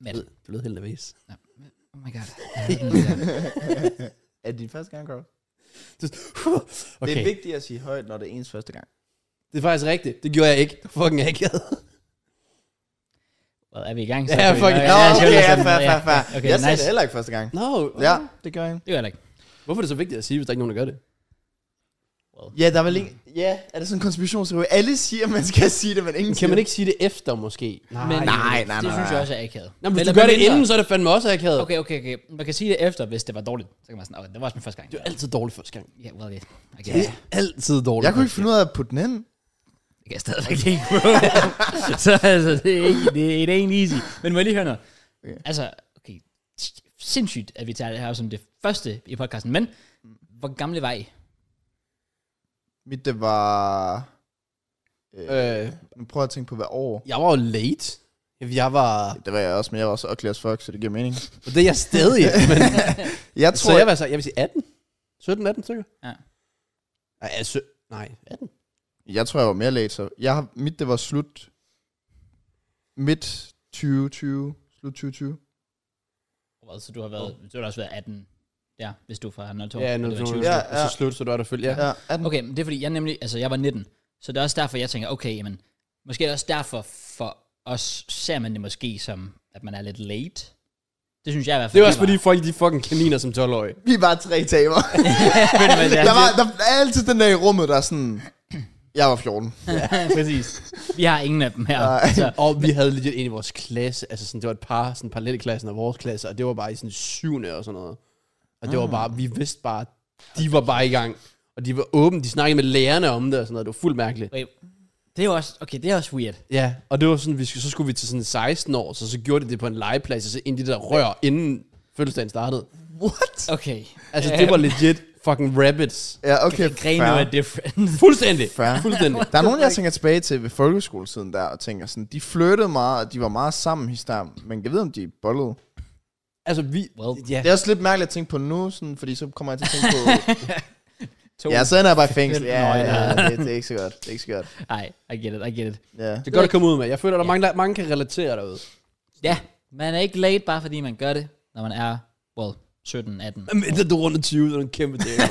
Du lød helt nervøs. Ja. Oh my god. Er det din første gang, Carl? Okay. Det er vigtigt at sige højt, når det er ens første gang. Det er faktisk rigtigt. Det gjorde jeg ikke. Fucking akavet. Well, er vi i gang? Ja, fucking. Fair. Okay, Jeg sagde nice. det heller ikke første gang. No. Ja, det gør jeg. Det gør jeg ikke. Hvorfor er det så vigtigt at sige, hvis der ikke er nogen, der gør det? Ja, der er vel ikke... Ja, er det sådan en konspirationsteori? Alle siger, at man skal sige det, men ingen Kan man ikke sige det efter, måske? Nej. Det synes jeg også er akavet. Nå, hvis du gør det inden, så er det fandme også akavet. Okay. Man kan sige det efter, hvis det var dårligt. Så kan man sådan, det var også min første gang. Det er altid dårligt første gang. Ja, well, yeah. Okay. Det er altid dårligt. Jeg kunne ikke finde ud af at putte den ind. Det kan jeg stadigvæk ikke, bro. Så altså, det er en easy. Men må jeg lige høre noget? Okay. Altså, okay. Sindssygt, at vi tager det her som det første i podcasten. Men, hvor gamle var I? Mit, det var... Nu prøver jeg at tænke på, hvad år. Jeg var jo late. Jeg var... Det var jeg også, men jeg var også ugly as fuck, så det giver mening. Og det er jeg stadig. Men... Jeg tror... jeg vil sige 18. 17-18 stykker. Ja. Nej, 18. Jeg tror, jeg var mere late, så... Mit, det var slut... Midt 2020. Slut 2020. Så du har også været 18 der, hvis du er fra 02. Ja, 02. Og så slut, så du er der følt. Ja. 18. Okay, men det er fordi, jeg var 19. Så det er også derfor, jeg tænker, okay, jamen, måske er det også derfor for os, ser man det måske som, at man er lidt late. Det synes jeg i hvert fald. Det er også fordi folk, de fucking kaniner som 12-årige. Vi var 3 taber. der var altid den der i rummet, der er sådan... Jeg var 14. Ja, præcis. Vi har ingen af dem her. Så. Og vi havde lidt en i vores klasse, altså sådan, det var et par, sådan parallelklassen af vores klasse, og det var bare i sådan 7. og sådan noget. Og det var bare, vi vidste bare, de var bare i gang. Og de var åbne, de snakkede med lærerne om det og sådan noget, det var fuldt mærkeligt. Det er også, det er også weird. Ja, og det var sådan, så skulle vi til sådan 16 år, så gjorde de det på en legeplads, og så ind i det der rør, inden fødselsdagen startede. What? Okay. Altså, det var legit fucking rabbits. Ja, okay, Greno er different. Fuldstændig. Fuldstændig. Der er nogen, jeg tænker tilbage til ved folkeskoletiden der, og tænker sådan, de flyttede meget, og de var meget sammen i starten, men jeg ved, om de bollede. Altså, Det er også lidt mærkeligt at tænke på nu, sådan, fordi så kommer jeg til at tænke på... Ja, så ender jeg bare i fængsel. Ja, det er ikke så godt. Det er ikke så godt. Nej, I get it. Ja. Det er godt at komme ud med. Jeg føler, at der mange kan relatere derude. Ja, man er ikke late, bare fordi man gør det, når man er, 17, 18. Men du runder 20, så er en kæmpe dækker.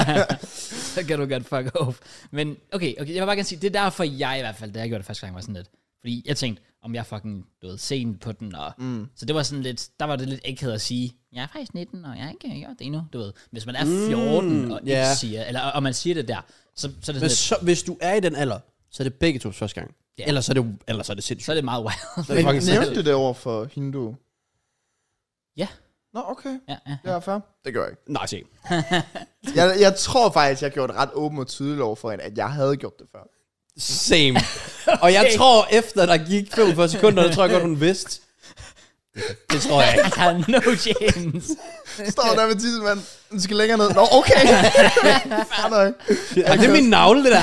Så kan du godt fuck off. Men okay, jeg vil bare gerne sige, det er derfor jeg i hvert fald, da jeg gjorde det første gang, var sådan lidt. Fordi jeg tænkte, om jeg fucking, sent på den, og så det var sådan lidt, der var det lidt ægget at sige, jeg er faktisk 19, og jeg ikke gjort det endnu, du ved. Hvis man er 14, og ikke siger, eller og man siger det der, så er det sådan lidt. Hvis du er i den alder, så er det begge to første gang. Ja. Ellers er det sindssygt. Så er det meget wild. Men nævnte du det over for hende? Ja. Nå, okay. Ja. Det er fair. Det gør jeg ikke. Nej, se. Jeg tror faktisk, jeg gjorde det ret åbent og tydeligt over for hende, at jeg havde gjort det før. Same. Og jeg tror, efter der gik 45 sekunder, der tror jeg godt, hun vidste. Det tror jeg ikke. No chance. Står der med tidsmand. Du skal længere ned. Nå, okay. Det er min navle, det der.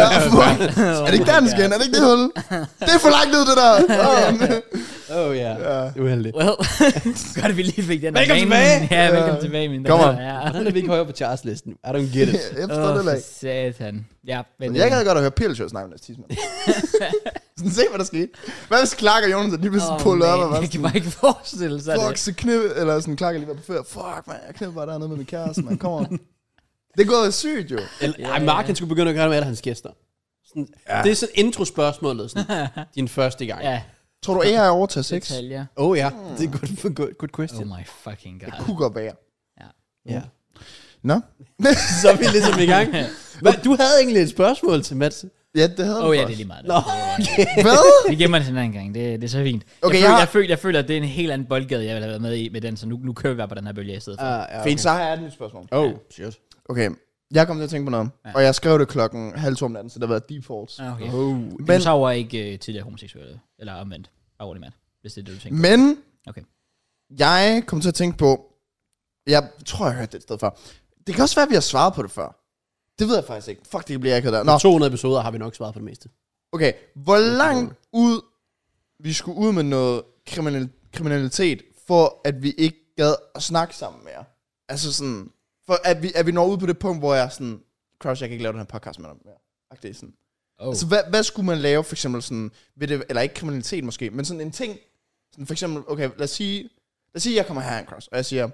Er det ikke der, den skal hen? Er det ikke det hul? Det er for langt ned, det der. Oh ja. Det er uheldigt. Well, godt vi lige fik den. Velkommen tilbage. Ja, velkommen tilbage, min Kom on. Hvordan er vi ikke højere på Charles-listen? I don't get it. Jeg forstår det ikke. Satan. Ja, men jeg gad godt at høre Pilsjø snakke med tidsmand. Sådan, se hvad der skete. Hvad hvis Clark og Jonas lige pludselig puller op og var sådan... Jeg kan bare ikke forestille sig fuck, så knip, eller sådan Clark lige var på før. Fuck, man, jeg knipper bare dernede med min kæreste, man. Kom on. Det går sygt, jo. Ej, Mark, han skulle begynde at gøre det med alle hans gæster. Sådan, det er sådan intro-spørgsmålet, sådan, din første gang. Ja. Tror du, AI overtager sex? Detaljer. Oh ja, det er good question. Oh my fucking god. Det kunne godt være. Ja. Nå? Så er vi ligesom i gang. Du havde egentlig et spørgsmål til Mads. Ja, det havde ja, det er lige meget. Nå, okay. Hvad? Vi gemmer den en anden gang. Det er så fint. Okay, jeg føler, at det er en helt anden boldgade, jeg vil have været med i med den, så nu kører vi bare på den her bølge i stedet for. Okay. Fint, så har jeg et nyt spørgsmål. Oh, shit. Okay, jeg kom til at tænke på noget, og jeg skrev det 1:30 om natten, så det har været defaults. Okay. Men Du så var ikke tidligere homoseksuelle, eller omvendt, afrolig mand, hvis det er det, du tænker. Men, okay. Jeg kom til at tænke på, jeg tror, jeg hørte det et sted før. Det kan også være, at vi har svaret på det før. Det ved jeg faktisk ikke. Fuck, det bliver jeg ikke der. Nå. 200 episoder har vi nok svaret på det meste. Okay, hvor langt ud vi skulle ud med noget kriminalitet, for at vi ikke gad at snakke sammen mere. Altså sådan, for at vi når ud på det punkt, hvor jeg sådan, Crouch, jeg kan ikke lave den her podcast med dig mere. Det er sådan. Altså, hvad skulle man lave, for eksempel sådan, ved det, eller ikke kriminalitet måske, men sådan en ting, Sådan for eksempel, okay, lad os sige, jeg kommer her en cross, og jeg siger,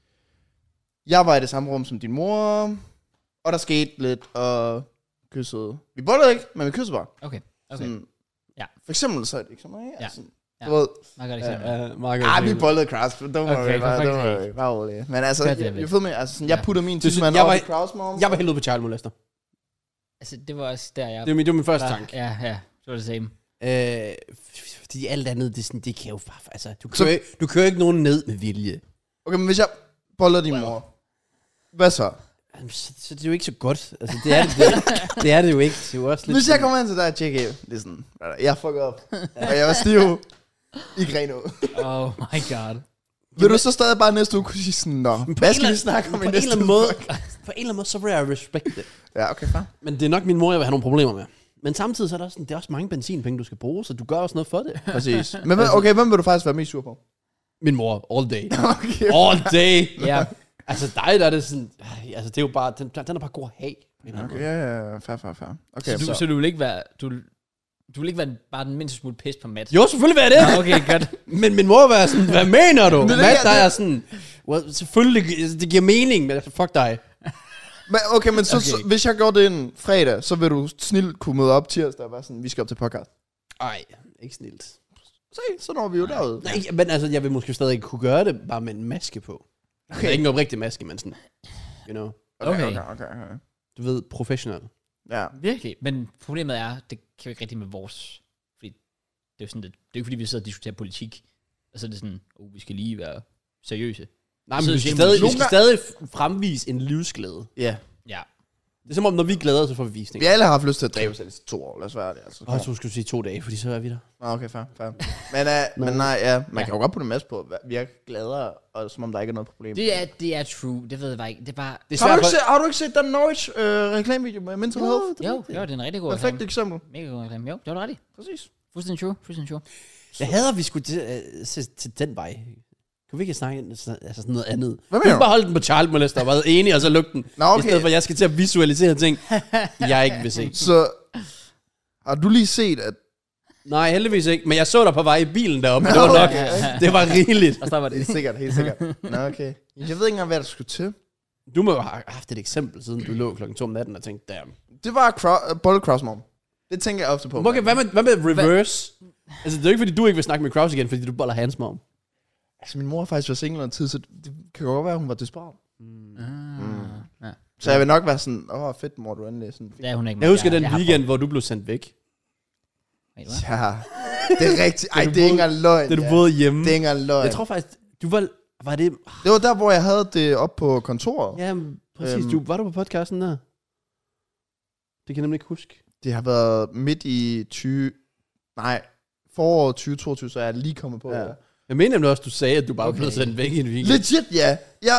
jeg var i det samme rum som din mor, og der skete lidt, og kyssede. Vi bollede ikke, men vi kyssede bare. Okay. Sådan, Ja. For eksempel så er det ikke så meget. Ja. Sådan, Ja. du ved, Meget godt eksempel. vi bollede cross, don't Okay, worry, bare rolig. Men altså, jeg ved med, altså sådan, jeg putter min tidsmand jeg op var- i cross, mom. Jeg var helt ude på child molester. Altså, det var også der, jeg... Det var min første tanke. Ja, det var det same. Fordi alt andet, det kan jo bare... Altså, du kører ikke nogen ned med vilje. Okay, men hvis jeg boller din mor, hvad så? Jamen, så det er jo ikke så godt. Altså, det er det jo ikke. Det er jo også lidt Hvis jeg kommer ind til dig og tjekker, det er sådan, jeg fucker op, og jeg var stiv i Greno. Oh my god. Vil du så stadig bare næste uge kunne sige sådan, nå, hvad skal vi snakke om på i en næste eller anden uge? måde, på en eller anden måde, så vil jeg respekte det. Ja, okay, fair. Men det er nok min mor, jeg vil have nogle problemer med. Men samtidig så er der også, det er også mange benzinpenge, du skal bruge, så du gør også noget for det. Præcis. Men okay, hvem vil du faktisk være mest sur på? Min mor, all day. Okay. All day. Ja. Altså dig, der er det sådan... Altså det er jo bare... Den er bare god at have. På en eller anden Okay, måde. ja, fair. Okay, Så du vil ikke være... Du vil ikke være bare den mindste smule pis på Matt? Jo, selvfølgelig vil jeg det. Okay, godt. Men min mor var sådan, hvad mener du? det Matt, er- der er sådan... Well, selvfølgelig, det giver mening, men fuck dig. men så, Okay. så, hvis jeg går det en fredag, så vil du snilt kunne møde op tirsdag og være sådan, vi skal op til podcast. Ej, ikke snilt. Så når vi jo derud. Nej, men altså, jeg vil måske stadig kunne gøre det, bare med en maske på. Okay. Ikke en oprigtig maske, men sådan... You know. Okay. Okay. Du ved, professionel. Ja. Virkelig. Men problemet er, det kan jo ikke rigtig med vores... Fordi det er jo sådan, det er jo ikke fordi, vi sidder og diskuterer politik. Og så er det sådan, vi skal lige være seriøse. Nej, men Så vi det skal, er stadig, vi nogle skal stadig fremvise en livsglæde. Ja. Ja. Det er som om, når vi glæder, så får vi visning. Vi alle har haft lyst til at dræbe sig i 2 år, lad os være det. Altså. Og så skal du sige 2 dage, fordi så er vi der. Okay, fair. Men nej, ja, man kan jo godt putte en masse på. Virke gladere, og som om der ikke er noget problem. Det er true. Det ved jeg bare ikke. Det er bare... Det er Har du ikke set den Norwich reklamevideo med Mental Health? Jo, det er en rigtig god Perfekt reklame. eksempel. Mega god reklame. Jo, det var du ret i. Præcis. Fuldstændig true. Jeg hader, vi skulle til den vej. Kunne vi ikke snakke altså sådan noget andet? Hvad Vi mener kunne du? bare holde den på child molester og være enige, og så lukke den. Nå, okay. I stedet for, at jeg skal til at visualisere ting, jeg ikke vil se. Så har du lige set, at... Nej, heldigvis ikke. Men jeg så dig på vej i bilen deroppe. Det var nok. Det var rigeligt. Og så var det. Helt sikkert. Nå, okay. Jeg ved ikke engang, hvad der skulle til. Du må jo have haft et eksempel, siden du lå 2:00 om natten og tænkte, damn. Det var bolle cross mom. Det tænker jeg ofte på. Okay, hvad med reverse? Altså, det er jo ikke, fordi du ikke vil snakke med Kraus igen, fordi du boller hans mom. Altså, min mor har faktisk været single noget tid, så det kan godt være, at hun var desperat. Ja. Så jeg vil nok være sådan, fedt mor, du endelig sådan. Det er hun ikke. Jeg husker den har weekend, hvor du blev sendt væk. prøvet. Hvad? Ja, det er rigtigt. Ej, det er ikke engang løgn. Da du boede hjemme. Det er ikke engang løgn. Jeg tror faktisk, du var det... Det var der, hvor jeg havde det op på kontoret. Ja, præcis. Var du på podcasten der? Det kan jeg nemlig ikke huske. Det har været midt i foråret 2022, så jeg er lige kommet på. Ja. Ja. Jeg mener nemlig også, du sagde, at du bare blev sendt væk i en weekend. Legit, ja.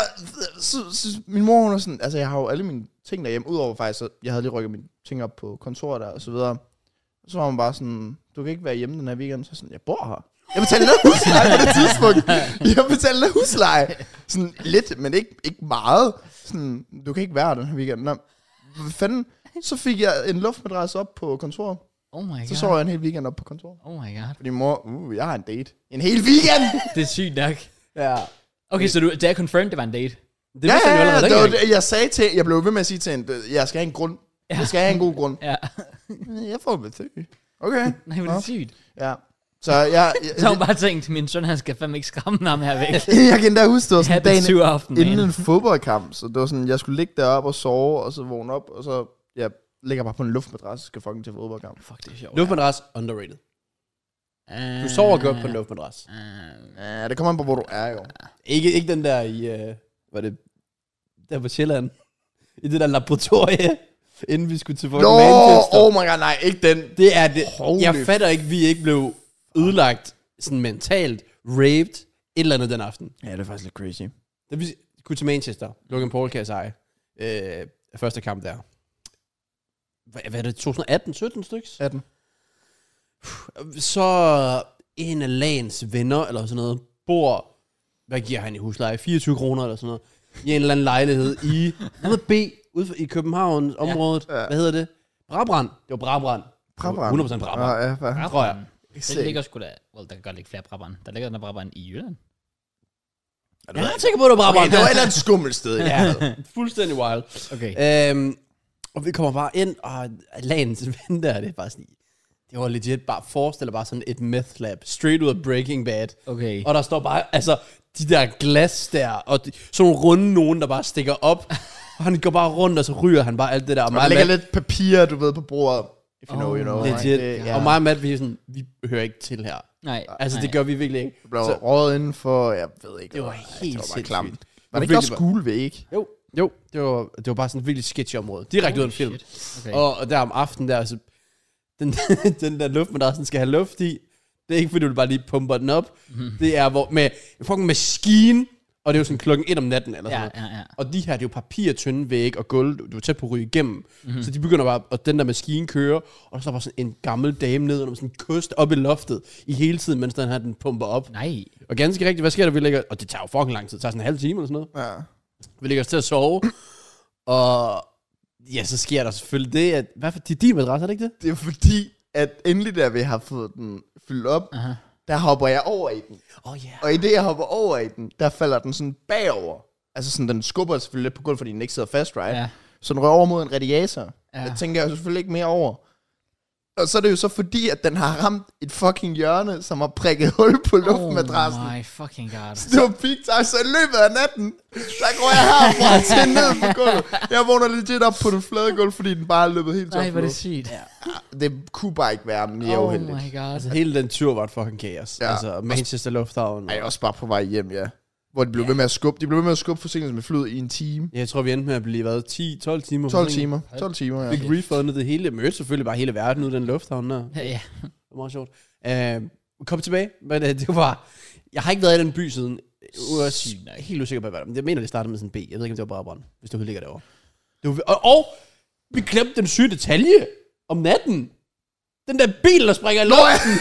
Så min mor, hun er sådan, altså jeg har jo alle mine ting derhjemme, udover faktisk, så jeg havde lige rykket mine ting op på kontoret der, og så videre. Så var hun bare sådan, du kan ikke være hjemme den her weekend. Så sådan, jeg bor her. Jeg betaler noget husleje på det tidspunkt. Jeg betaler noget husleje. Sådan lidt, men ikke meget. Sådan, du kan ikke være her den her weekend. Nå, hvad fanden? Så fik jeg en luftmadras op på kontoret. Oh my god. Så sov jeg en hel weekend op på kontoret. Oh my god. Fordi mor, jeg har en date. En hel weekend! Det er sygt nok. Ja. Okay, så det er confirmed, det var en date. Det vidste jeg jo allerede det var dengang. det, jeg blev ved med at sige til hende, jeg skal have en grund. Jeg skal have en god grund. Ja. Jeg får besøg. Okay. Nej, hvor er det sygt. Ja. Så jeg Så har hun bare tænkt, min søn, han skal fandme ikke skræmme ham her væk. jeg kan endda huske, det var sådan dagen Happy aften, inden man. en fodboldkamp. Så det var sådan, jeg skulle ligge deroppe og sove, og så vågne op, og så ligger bare på en luftmadras og skal fucking til fodboldkamp. Fuck, det er sjovt. Luftmadras, underrated. Du sover godt på en luftmadras. Ja, det kommer an på, hvor du er jo. Ikke den der i, var det der på Sjælland? I det der laboratorie, inden vi skulle til fucking Manchester. Oh my god, nej, ikke den. Det er det. Holy Jeg fatter ikke, vi ikke blev ødelagt sådan mentalt, raped, et eller andet den aften. Ja, det er faktisk lidt crazy. Da vi skulle til Manchester, Logan Paul kan jeg sige, første kamp der. Hvad er det, 2018, 17 styks? 18. Så en af lagens venner, eller sådan noget, bor, hvad giver han i husleje? 24 kroner eller sådan noget, i en eller anden lejlighed i noget B, ude i København området. Ja. Hvad hedder det? Brabrand. Det var Brabrand. Brabrand. 100% Brabrand. Ja, Tror jeg. Der ligger sgu da... Well, der kan godt ligge flere Brabrand. Der ligger den der Brabrand i Jylland. Jeg er sikker på, det var Okay, bare det var et eller andet skummelt sted. Ja, fuldstændig wild. Okay. Og vi kommer bare ind, og lagens ven der, det er bare sådan... Det var legit bare, forestil dig bare sådan et meth lab, straight ud af Breaking Bad. Okay. Og der står bare, altså, de der glas der, og sådan nogle runde nogen, der bare stikker op. Og han går bare rundt, og så ryger han bare alt det der. Og der ligger lidt papir, du ved, på bordet. If you know, you know. Legit. Ja. Og mig og Matt, vi er sådan, vi hører ikke til her. Nej. Altså, det gør vi virkelig ikke. Du blev røget inden for, jeg ved ikke. Det var helt bare sindssygt. klamt. Var det ikke også gulvæg? Jo, det var bare sådan et virkelig sketchy område. Direkte ud af en film. Okay. Og der om aftenen der, altså, den der luftmadrassen skal have luft i. Det er ikke, fordi du bare lige pumper den op. Det er hvor, med fucking maskine, og det er jo sådan klokken 1 om natten, eller sådan noget. Ja. Og de her, det er jo papirtynde væg og gulv, du er tæt på at ryge igennem. Så de begynder bare, og den der maskine kører, og der står bare sådan en gammel dame ned, og sådan en kost op i loftet, i hele tiden, mens den her, den pumper op. Nej. Og ganske rigtigt, hvad sker der, vi ligger, og det tager jo fucking lang tid, det tager sådan en halv time eller sådan noget. Ja. Vi ligger os til at sove, og ja, så sker der selvfølgelig det, at, hvad for, det er din madras, er det ikke det? Det er fordi, at endelig da vi har fået den fyldt op, der hopper jeg over i den. Og i det, jeg hopper over i den, der falder den sådan bagover. Altså sådan, den skubber selvfølgelig lidt på gulvet, fordi den ikke sidder fast, right? Ja. Så den rører over mod en radiator. Ja. Jeg tænker jeg selvfølgelig ikke mere over. Og så er det jo så fordi, at den har ramt et fucking hjørne, som har prikket hul på luftmadrassen. Oh my fucking god. Så det var peak time, så i løbet af natten, der går jeg herfra til ned på gulvet. Jeg vågner legit op på det flade gulv, fordi den bare er løbet helt Nej, top. hvor er det sygt. Ja, det kunne bare ikke være mere uheldigt. Oh my god. Altså hele den tur var et fucking kaos. Ja. Altså Manchester Lufthavn. Ej, også bare på vej hjem, ja. Hvor de blev ved med at skubbe. De blev ved med at skubbe forsinkelsen med flyet i en time. Jeg tror, vi endte med at blive, 10-12 timer? 12 timer. 12 timer, ja. Fik refundet det hele. Jeg mødte selvfølgelig bare hele verden ud af den lufthavn der. Ja. Det var meget sjovt. Kom tilbage, men det var... Jeg har ikke været i den by siden. Jeg er helt usikker på, hvad det var. Jeg mener, det startede med sådan en B. Jeg ved ikke, om det var Brabrand, hvis du ligger derovre. Det var, og vi glemte den syge detalje om natten. Den der bil, der springer i luften.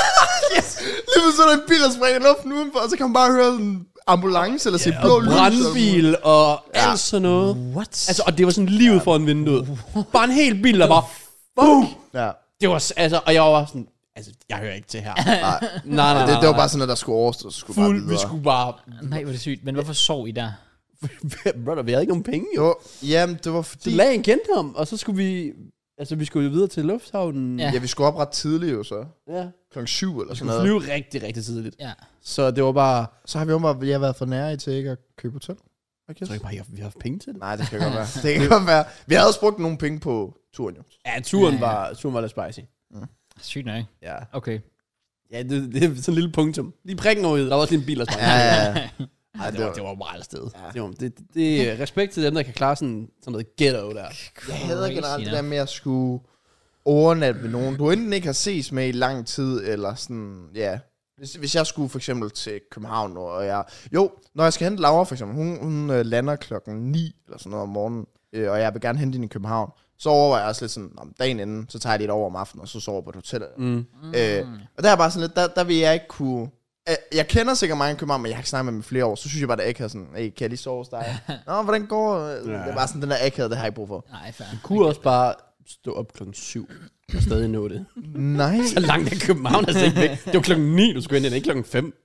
Yes! Lige så er der en bil, der springer i luften udenfor, og så kan man bare høre sådan en ambulance, eller se blå og lys. brandbil, og alt sådan noget. What? Altså, og det var sådan livet foran vinduet. Bare en hel bil, der bare... Boom! Ja. Det var, altså, og jeg var sådan... Altså, jeg hører ikke til her. Nej. Det var bare sådan noget, der skulle overstås. Vi skulle bare... Nej, hvor er det sygt. Men hvorfor sov I der? Brother, vi havde ikke nogen penge, jo. Jo, jamen, det var fordi... Så lagen kendte ham, og så skulle vi... Altså, vi skulle jo videre til lufthavnen. Ja. Ja, vi skulle op ret tidligt jo så. Ja. Klokken 7 eller Vi sådan skulle noget. flyve rigtig, rigtig tidligt. Ja. Så det var bare... Så har vi jo været for nære til ikke at købe hotel. Jeg tror ikke bare, vi har haft penge til det. Nej, det kan godt være. Det kan godt være. Vi havde også brugt nogle penge på turen jo. Ja, turen var lidt spicy. Sygt nok. Ja. Okay. Ja, det er sådan en lille punktum. Lige prikken over i, der var også lige en bil, der sprang. Ja. Ej, det var meget sted. Ja. Det er respekt til dem, der kan klare sådan noget ghetto der. Jeg hader generelt det der med at skulle overnatte med nogen, du enten ikke har ses med i lang tid, eller sådan, ja. Hvis jeg skulle for eksempel til København, og når jeg skal hente Laura for eksempel, hun lander klokken 9, eller sådan noget om morgenen, og jeg vil gerne hente hende i København, så overvejer jeg også lidt sådan, om dagen inden, så tager jeg lidt over om aftenen, og så sover på et hotel. Og der er bare sådan lidt, der vil jeg ikke kunne... Jeg kender sikkert mange i København, men jeg har ikke snakket med dem i flere år, så synes jeg bare, det er akavet sådan, hey, kan jeg lige sove hos dig? Nå, hvordan går det? Det er bare sådan, den der akavet, det har jeg ikke brug for. Nej, fair. Du kunne også bare stå op klokken 7 og stadig nå det. Nej. Så langt er København altså ikke væk. Det var klokken 9, du skulle ind, ikke klokken 5.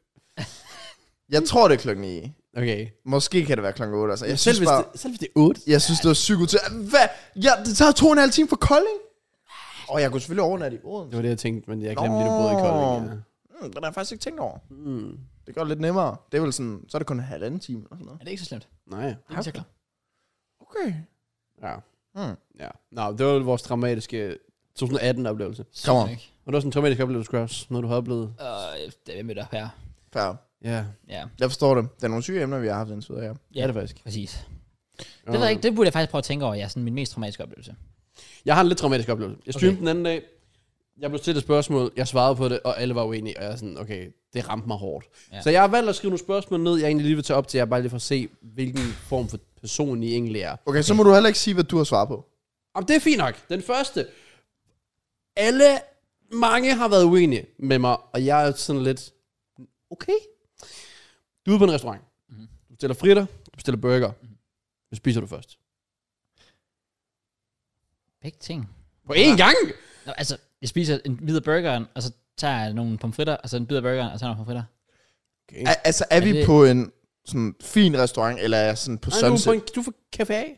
Jeg tror, det er klokken 9. Okay. Måske kan det være klokken 8. Altså, jeg Selv synes bare, hvis det er 8. jeg synes, det var psyko til. Hvad? Ja, det tager 2,5 timer for Kolding. Og jeg kunne selvfølgelig overnatte i Odense. Det var det, jeg tænkte, men jeg glemte lige, du boede i Kolding. Ja. Den har jeg faktisk ikke tænkt over. Det gør det lidt nemmere. Det er vel sådan, så er det kun en halvanden time eller sådan noget. Er det ikke så slemt? Nej. Det er ikke så klart. Okay. Ja. Ja. Nå, det var vores dramatiske 2018-oplevelse. Come on. Og det var sådan en traumatisk oplevelse, Kraus, noget du har oplevet. Det er med op her. Fair. Ja. Ja. Jeg forstår det. Det er nogle syge emner, vi har haft indtil videre, ja. Ja, det er faktisk. Præcis. Det ved jeg ikke. Det burde jeg faktisk prøve at tænke over. Ja, sådan min mest traumatiske oplevelse. Jeg har en lidt traumatisk oplevelse. Jeg streamede den anden dag. Jeg blev stillet et spørgsmål, jeg svarede på det, og alle var uenige, og jeg er sådan, okay, det ramte mig hårdt. Ja. Så jeg har valgt at skrive nogle spørgsmål ned, jeg egentlig lige vil tage op til jer, bare lige for at se, hvilken form for person I egentlig er. Okay, så må du heller ikke sige, hvad du har svaret på. Og det er fint nok. Den første. Mange har været uenige med mig, og jeg er sådan lidt, okay. Du er ude på en restaurant. Du bestiller fritter, du bestiller burger. Hvad spiser du først? Begge ting. På én gang? Nå, altså, jeg spiser en videre burgeren, og så tager nogle pomfritter, og så en bid af burgeren, og så nogle pomfritter. Okay. Altså, er vi det- på en sådan fin restaurant, eller er jeg sådan på Nej, du er Sunset? på du er på Café A.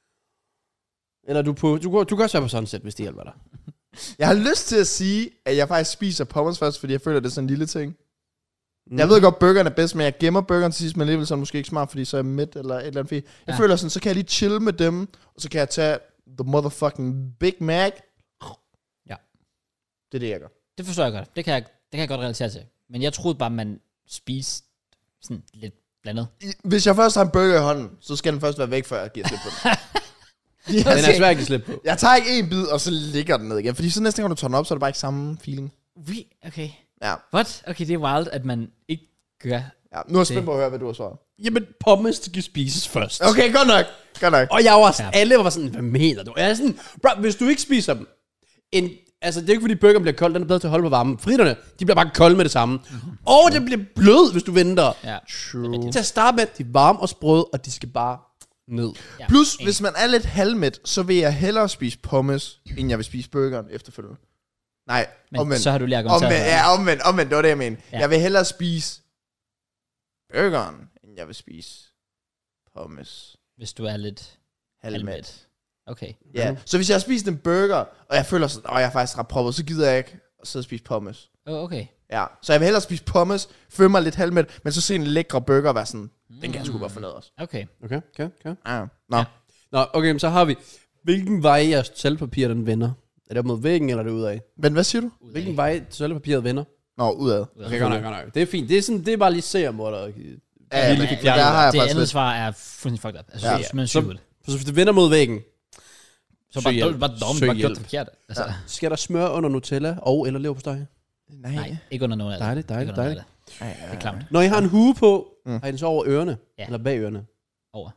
Eller du kan også være på Sunset, hvis det hjælper dig. Jeg har lyst til at sige, at jeg faktisk spiser pommes først, fordi jeg føler, det er sådan en lille ting. Jeg ved godt, burgeren er bedst, men jeg gemmer burgeren til sidst, men alligevel så er det måske ikke smart, fordi så er jeg midt eller et eller andet fint. Jeg føler sådan, så kan jeg lige chill med dem, og så kan jeg tage the motherfucking Big Mac. Ja. Det er det, jeg gør. Det forstår jeg godt. Det kan jeg godt relatere til. Men jeg troede bare, man spiste sådan lidt blandet. Hvis jeg først har en burger i hånden, så skal den først være væk, før jeg giver slip på den. Den er svær at give slip på. Jeg tager ikke en bid, og så ligger den ned igen. Fordi så næste gang, du tager den op, så er det bare ikke samme feeling. Okay. Ja. What? Okay, det er wild, at man ikke gør. Ja, nu er jeg spændt på at høre, hvad du har svaret. Jamen, pommes skal spises først. Okay, godt nok. Godt nok. Og jeg var sådan, alle var sådan, hvad mener du? Jeg er sådan, bro, hvis du ikke spiser dem, altså det er ikke fordi burgeren bliver kold, den er bedre til at holde på varmen. Fritterne, de bliver bare kolde med det samme. Og det bliver blød, hvis du venter. Ja. True. Til at starte med, de er varme og sprøde, og de skal bare ned. Ja. Plus, hvis man er lidt halvmæt, så vil jeg hellere spise pommes, end jeg vil spise burgeren efterfølgende. Nej, Men omvendt. så har du lige argumenteret. Omvendt, det var det, jeg mente. Ja. Jeg vil hellere spise burgeren, end jeg vil spise pommes. Hvis du er lidt Halvmæt. Okay. Ja, så hvis jeg har spist en burger, og jeg føler sådan, jeg er faktisk ret proppet, så gider jeg ikke at sidde og spise pommes. Okay. Ja, så jeg vil hellere spise pommes, føle mig lidt halvmæt, men så se en lækre burger og være sådan, den kan jeg sgu godt få ned også. Okay. Okay. Ja. Nå. Ja. Nå, okay, men så har vi, hvilken vej jeres sølvpapir, den vender? Er det op mod væggen, eller er det udad? Men hvad siger du? Hvilken vej sølvpapiret vender? Nå, udad. Okay, godt nok. Det er fint. Det er, sådan, det er bare lige seermord, der Ja, lige men fik der fjernet. har jeg Det faktisk andet lidt. svar er fuldstændig fucked up. Altså, Ja. ja. Man syg ud. Så hvis det vender mod væggen, Så Søg bare hjælp. dårligt, Søg bare gjort hjælp. det forkert. Altså, Ja. skal der smør under Nutella og eller leverpostej? nej, ikke under nogen af det. Dejligt. Ikke under noget af det. Det er klamt. Når I har en hue på, har I den så over ørerne? Ja. Eller bag ørerne? Over.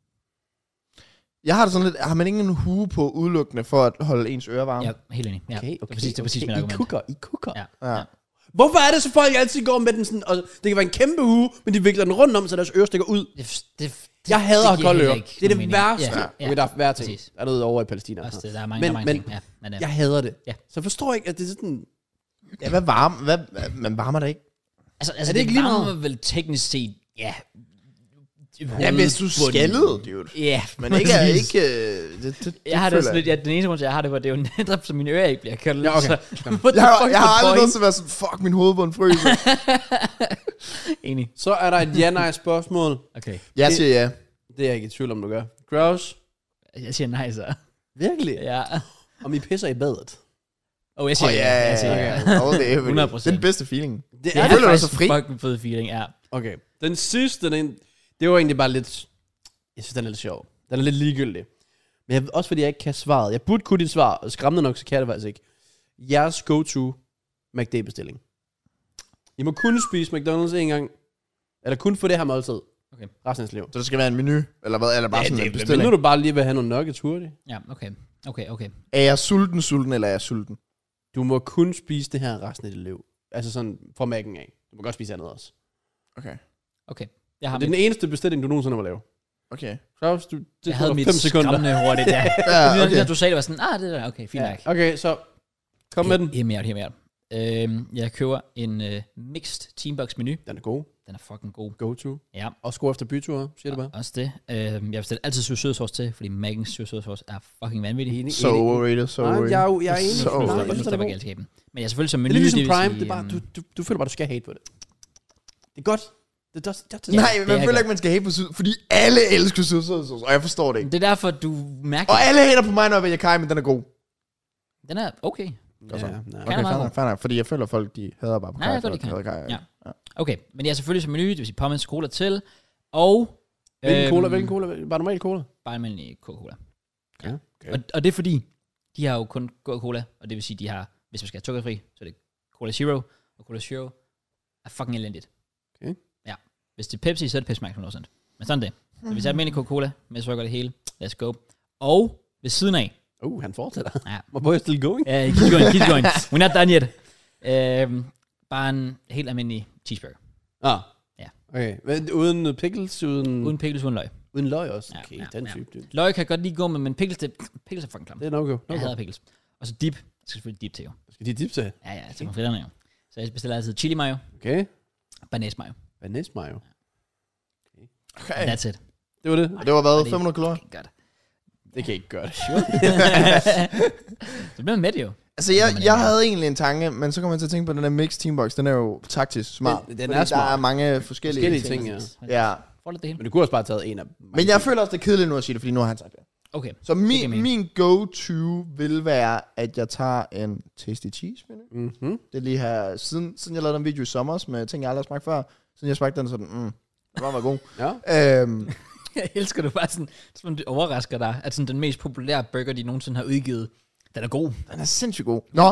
Jeg har det sådan lidt, har man ikke en hue på udelukkende for at holde ens ører varme? Ja, helt enig. Ja. Det er præcis mit argument. I cooker. Ja. Ja. Ja. Hvorfor er det så folk altid går med den sådan, og det kan være en kæmpe hue, men de vikler den rundt om, så deres øre stikker ud? Jeg hader at have giver kolde heller ører. ikke Det er det nogen værste. mening. Ja. Okay, der er værre ting. Præcis. Der er noget over i Palæstina. Også det, der er mange, Men- ting. Ja, men, Jeg hader det. Ja. Så jeg forstår ikke, at det er sådan... Ja, man varmer det ikke? altså det ikke lige varmer meget? vel teknisk set, ja. Ja, hvis du skaldede, dude. Ja, Men ikke er præcis. ikke... Det Jeg har det føler sådan lidt, ja, den eneste grund til, jeg har det, var det er jo netop, så mine ører ikke bliver kolde. Ja, okay. Så, Jeg har aldrig noget til at være sådan, fuck, min hovedbund fryser. Enig. Så er der et ja-nej spørgsmål. Okay. Jeg siger ja. Det er jeg ikke i tvivl om, du gør. Kraus? Jeg siger nej, så. Virkelig? Ja. Om I pisser i badet? Jeg siger ja. Jeg siger ja. Det er 100%. den bedste feeling. Det Det er er føler dig faktisk så fri. fucking fed feeling, ja. Okay. Den sidste, det var egentlig bare lidt... Jeg synes, den er lidt sjov. Den er lidt ligegyldig. Men også fordi jeg ikke kan svaret. Jeg burde kunne dit svar, og skræmmende nok, så kan jeg det faktisk ikke. Jeres go-to McD-bestilling. I må kun spise McDonald's en gang. Eller kun få det her måltid. Okay. Resten af jeres liv. Så det skal være en menu, eller hvad? Eller bare sådan en Men bestilling? nu du bare lige vil have nogle nuggets hurtigt. Ja, okay. Er jeg sulten, eller er jeg sulten? Du må kun spise det her resten af dit liv. Altså sådan fra mækken af. Du må godt spise andet også. Okay. Jeg har Det er den eneste bestilling, du nogensinde må lave. Okay. Claus, det jeg havde mit 5 sekunder. skræmmende hurtigt, ja. Ja, Okay. Du sagde, det var sådan, det er okay, fint nok. Okay, så kom med den. Hear me out. Jeg køber en mixed teambox menu. Den er god. Den er fucking god. Go-to. Ja. Og score efter byture, siger det bare. Også det. Jeg bestiller altid sur sødsauce til, fordi Maggins sur sødsauce er fucking vanvittig. So overrated, so Nej, overrated. jeg er enig. Så Nej, overrated. jeg Jeg synes, synes, den det er var god. galskaben. Men jeg er selvfølgelig som Det menu, er ligesom vil Prime, sige, det er bare, du føler bare, du skal hate på det. Det er godt. Det er Nej, det man er føler godt. ikke, man skal hate på syd, fordi alle elsker sødsauce, og jeg forstår det ikke. Det er derfor, du mærker, Og alle hater på mig, når jeg vælger Kai, men den er god. den er okay. Ja, ja. Kan Okay, er meget god. fair nok, fordi jeg føler, folk de hader bare på Nej, Kai. jeg godt, de for kan. at Kai. Ja. Okay, men jeg er selvfølgelig som menu, det vil sige pommes, cola til, og... Hvilken cola? Bare normal cola? Bare almindelig Coca-Cola. Okay. Og det er fordi, de har jo kun Coca-Cola, og det vil sige, de har, hvis man skal have sukkerfri, så er det Cola Zero, og Cola Zero er fucking elendigt. Okay. Ja. Hvis det er Pepsi, så er det Pepsi Max 100%. Men sådan det. Så hvis jeg har almindelig Coca-Cola, med sukker det hele, let's go. Og ved siden af, Han fortsætter. Ja. My boy is still going. keep going. We're not done yet. Bare en helt almindelig cheeseburger. Ah. Ja. Okay. Men uden pickles, Uden pickles, uden løg. uden løg også? Ja, Okay, ja, den ja. type. Det Løg kan godt lige gå med, men pickles er fucking klam. er no-go. Jeg hader pickles. Og så dip. Jeg skal selvfølgelig dip til jo. Skal de dip til? Ja, til fritterne jo. Så jeg bestiller altid chili mayo, Okay. banæs mayo. Vanessa mayo. Okay. That's it. Det var det. Det var hvad? Og det- 500 kalorier? Godt. Det kan ikke gøre det. Så bliver man med det jo. Altså, jeg havde egentlig en tanke, men så kom jeg til at tænke på den der Mix Teambox. Den er jo taktisk smart. Den fordi er smart. Der er mange forskellige Ting, ja. Ja. Får lidt det hele. Men du kunne også bare have taget en af dem. Men jeg føler også, det er kedeligt nu at sige det, fordi nu har han sagt det. Okay. Så giver mening. min go-to vil være, at jeg tager en Tasty Cheese menu. Mhm. Det er lige her, siden jeg lavede den video i sommer med ting, jeg aldrig har smagt før. Siden jeg smagte den, så den var god. Ja. Jeg elsker du bare sådan, som det overrasker dig, at sådan den mest populære burger, de nogensinde har udgivet, den er god. Den er sindssygt god. Nå,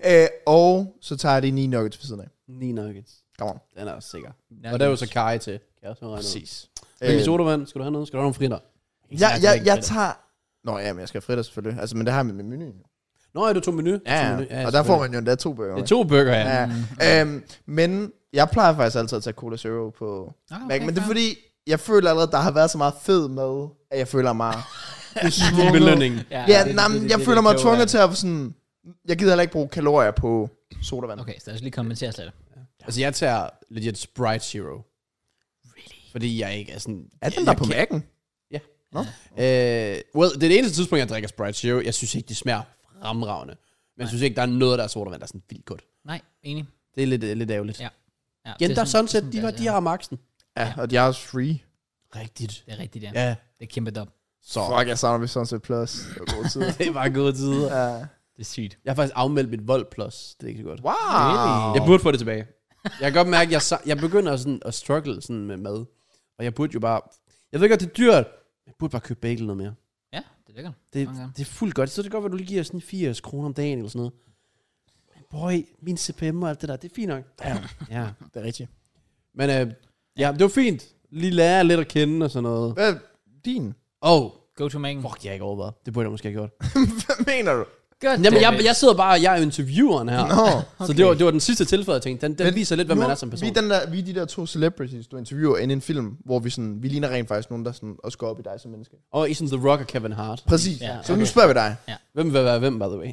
og så tager jeg de 9 nuggets ved siden af. 9 nuggets. Come on. Den er også sikker. Ja, Og der er jo så kaj til. Kan jeg også regne ud. Præcis. Hvilken sodavand? Skal du have noget? Skal du have nogle fritter? Jeg tager... Nå ja, men jeg skal have fritter selvfølgelig. Altså, men det har jeg med menuen. Nå, er du tog menu? Ja, Menu. og der får man jo endda 2 burger. Det er 2 burger, ja. Ja. Men jeg plejer faktisk altid at tage Cola Zero på Mac, men det er fordi, jeg føler allerede, der har været så meget fed mad, at jeg føler mig... Din belønning. Jeg føler mig tvunget til at sådan... Jeg gider heller ikke bruge kalorier på sodavand. Okay, så lad os lige kommentere slet. Altså, jeg tager legit Sprite Zero. Really? Fordi jeg ikke er sådan... Er den der på Mac'en? Ja. Nå? Well, det er det eneste tidspunkt, jeg drikker Sprite Zero. Jeg synes ikke, det smager fremragende. Men jeg synes ikke, der er noget, der er sodavand, der er sådan vildt godt. Nej, enig. Det er lidt ærgerligt. Ja. Ja, Igen, det der er er Sunset, sådan, de har maksen. Ja, og de er også free. Rigtigt. Det er rigtigt, ja. Ja. Det er kæmpe dop. Så. Fuck, jeg savner ved Sunset Plus. Det var gode tider. Det var gode tider. Ja. Det er sygt. Jeg har faktisk afmeldt mit Volt Plus. Det er ikke så godt. Wow. Really? Jeg burde få det tilbage. Jeg kan godt mærke, at jeg begynder sådan at struggle sådan med mad. Og jeg burde jo bare... Jeg ved godt, det er dyrt. Jeg burde bare købe bagel noget mere. Ja, det er lækkert. Det, Okay. det er fuldt godt. Så det kan godt være, du lige giver sådan 80 kroner om dagen eller sådan noget. Men boy, min CPM og alt det der, det er fint nok. Ja. Ja. Det er rigtigt. Men ja, det var fint. Lige lære lidt at kende og sådan noget. Hvad din? Go to Mac. Fuck, jeg har ikke overvejet. Det burde jeg måske have gjort. Hvad mener du? Godt. Jamen, jeg sidder bare, jeg er intervieweren her. Nå. Så det var den sidste tilfælde, jeg tænkte. Den viser lidt, hvad man er som person. Vi er de der 2 celebrities, du interviewer inde i en film, hvor vi ligner rent faktisk nogen, der sådan også går op i dig som menneske. Og i sådan The Rock og Kevin Hart. Præcis. Ja, Så nu spørger vi dig. Hvem vil være hvem, by the way?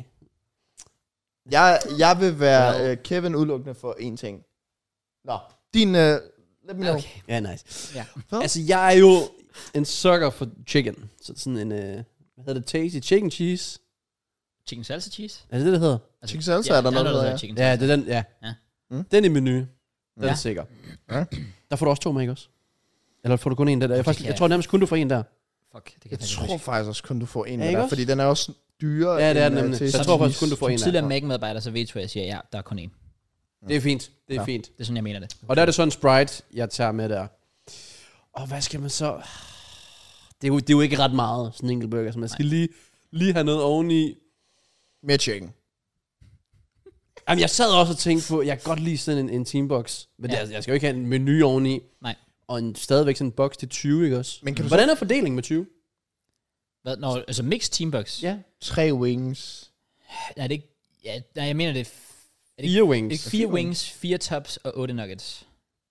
Jeg vil være Kevin udelukkende for én ting. Nå. Din... let me know. Okay. Ja, nice. Ja. Altså, jeg er jo en sucker for chicken. Så sådan en, hvad hedder det, tasty chicken cheese. Chicken salsa cheese? Er det det hedder? Altså, Chicken salsa er der noget, der hedder hedder, chicken Ja, salsa. det er den, ja. Ja. Den i menu. Den Ja. er sikker. Ja. Der får du også 2 med, ikke også? Eller får du kun en der? Jeg tror nærmest kun du får en der. Fuck, det kan Jeg faktisk tror faktisk også kun, du får en Ja, med ikke der, også? fordi den er også dyrere. Ja, det er end, den nemlig. Tasty Så jeg tror faktisk Cheese. kun, du får en Som der. tidligere Mac-medarbejder, så ved jeg siger, ja, der er kun én. Det er fint. Det er Ja. fint. Det er sådan, jeg mener det. Og der er det sådan en Sprite, jeg tager med der. Og hvad skal man så... Det er jo ikke ret meget, sådan en enkelt burger. Så man skal lige have noget oveni. Mere chicken. Jamen, jeg sad også og tænkte på, jeg kan godt lide sådan en teambox. Men Ja. jeg skal jo ikke have en menu oveni. Nej. Og stadigvæk sådan en box til 20, ikke også? Men kan du Hvordan er fordelingen med 20? Hvad? Nå, altså mixed teambox? Ja. 3 wings. Er det ikke... Ja, nej, jeg mener det... Er det 4 wings. ikke 4 wings, 4 tops og 8 nuggets?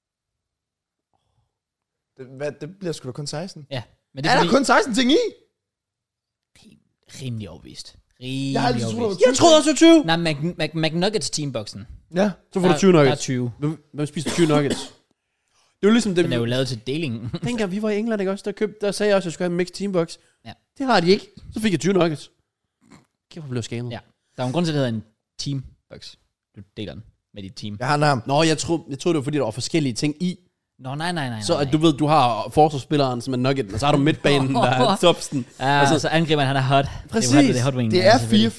Det bliver sgu da kun 16. Ja. Men det Er er der kun 16 ting i? rimelig overbevist. Jeg har altid troet, der var 20. Jeg troede også, det var 20. Nej, McNuggets teamboxen. Ja. Så får du 20 Der er nuggets. 20. Hvem spiser 20 nuggets? Det var ligesom det, Den er jo lavet til deling. dengang vi var i England, ikke også? Der sagde jeg også, at jeg skulle have en mixed teambox. Ja. Det har de ikke. Så fik jeg 20 nuggets. Kæft, hvor blev skammet. Ja. Der er jo en grund til, at det hedder en teambox. Du deler den med dit team. Jeg har en arm. Nå, jeg troede, det var fordi, der var forskellige ting i. Nå, nej. Så at du ved, du har forsvarsspilleren som er nugget, og så har du midtbanen, der er topsten. Ja, så angriberen, han er hot. Præcis. Det er hot wing. Det er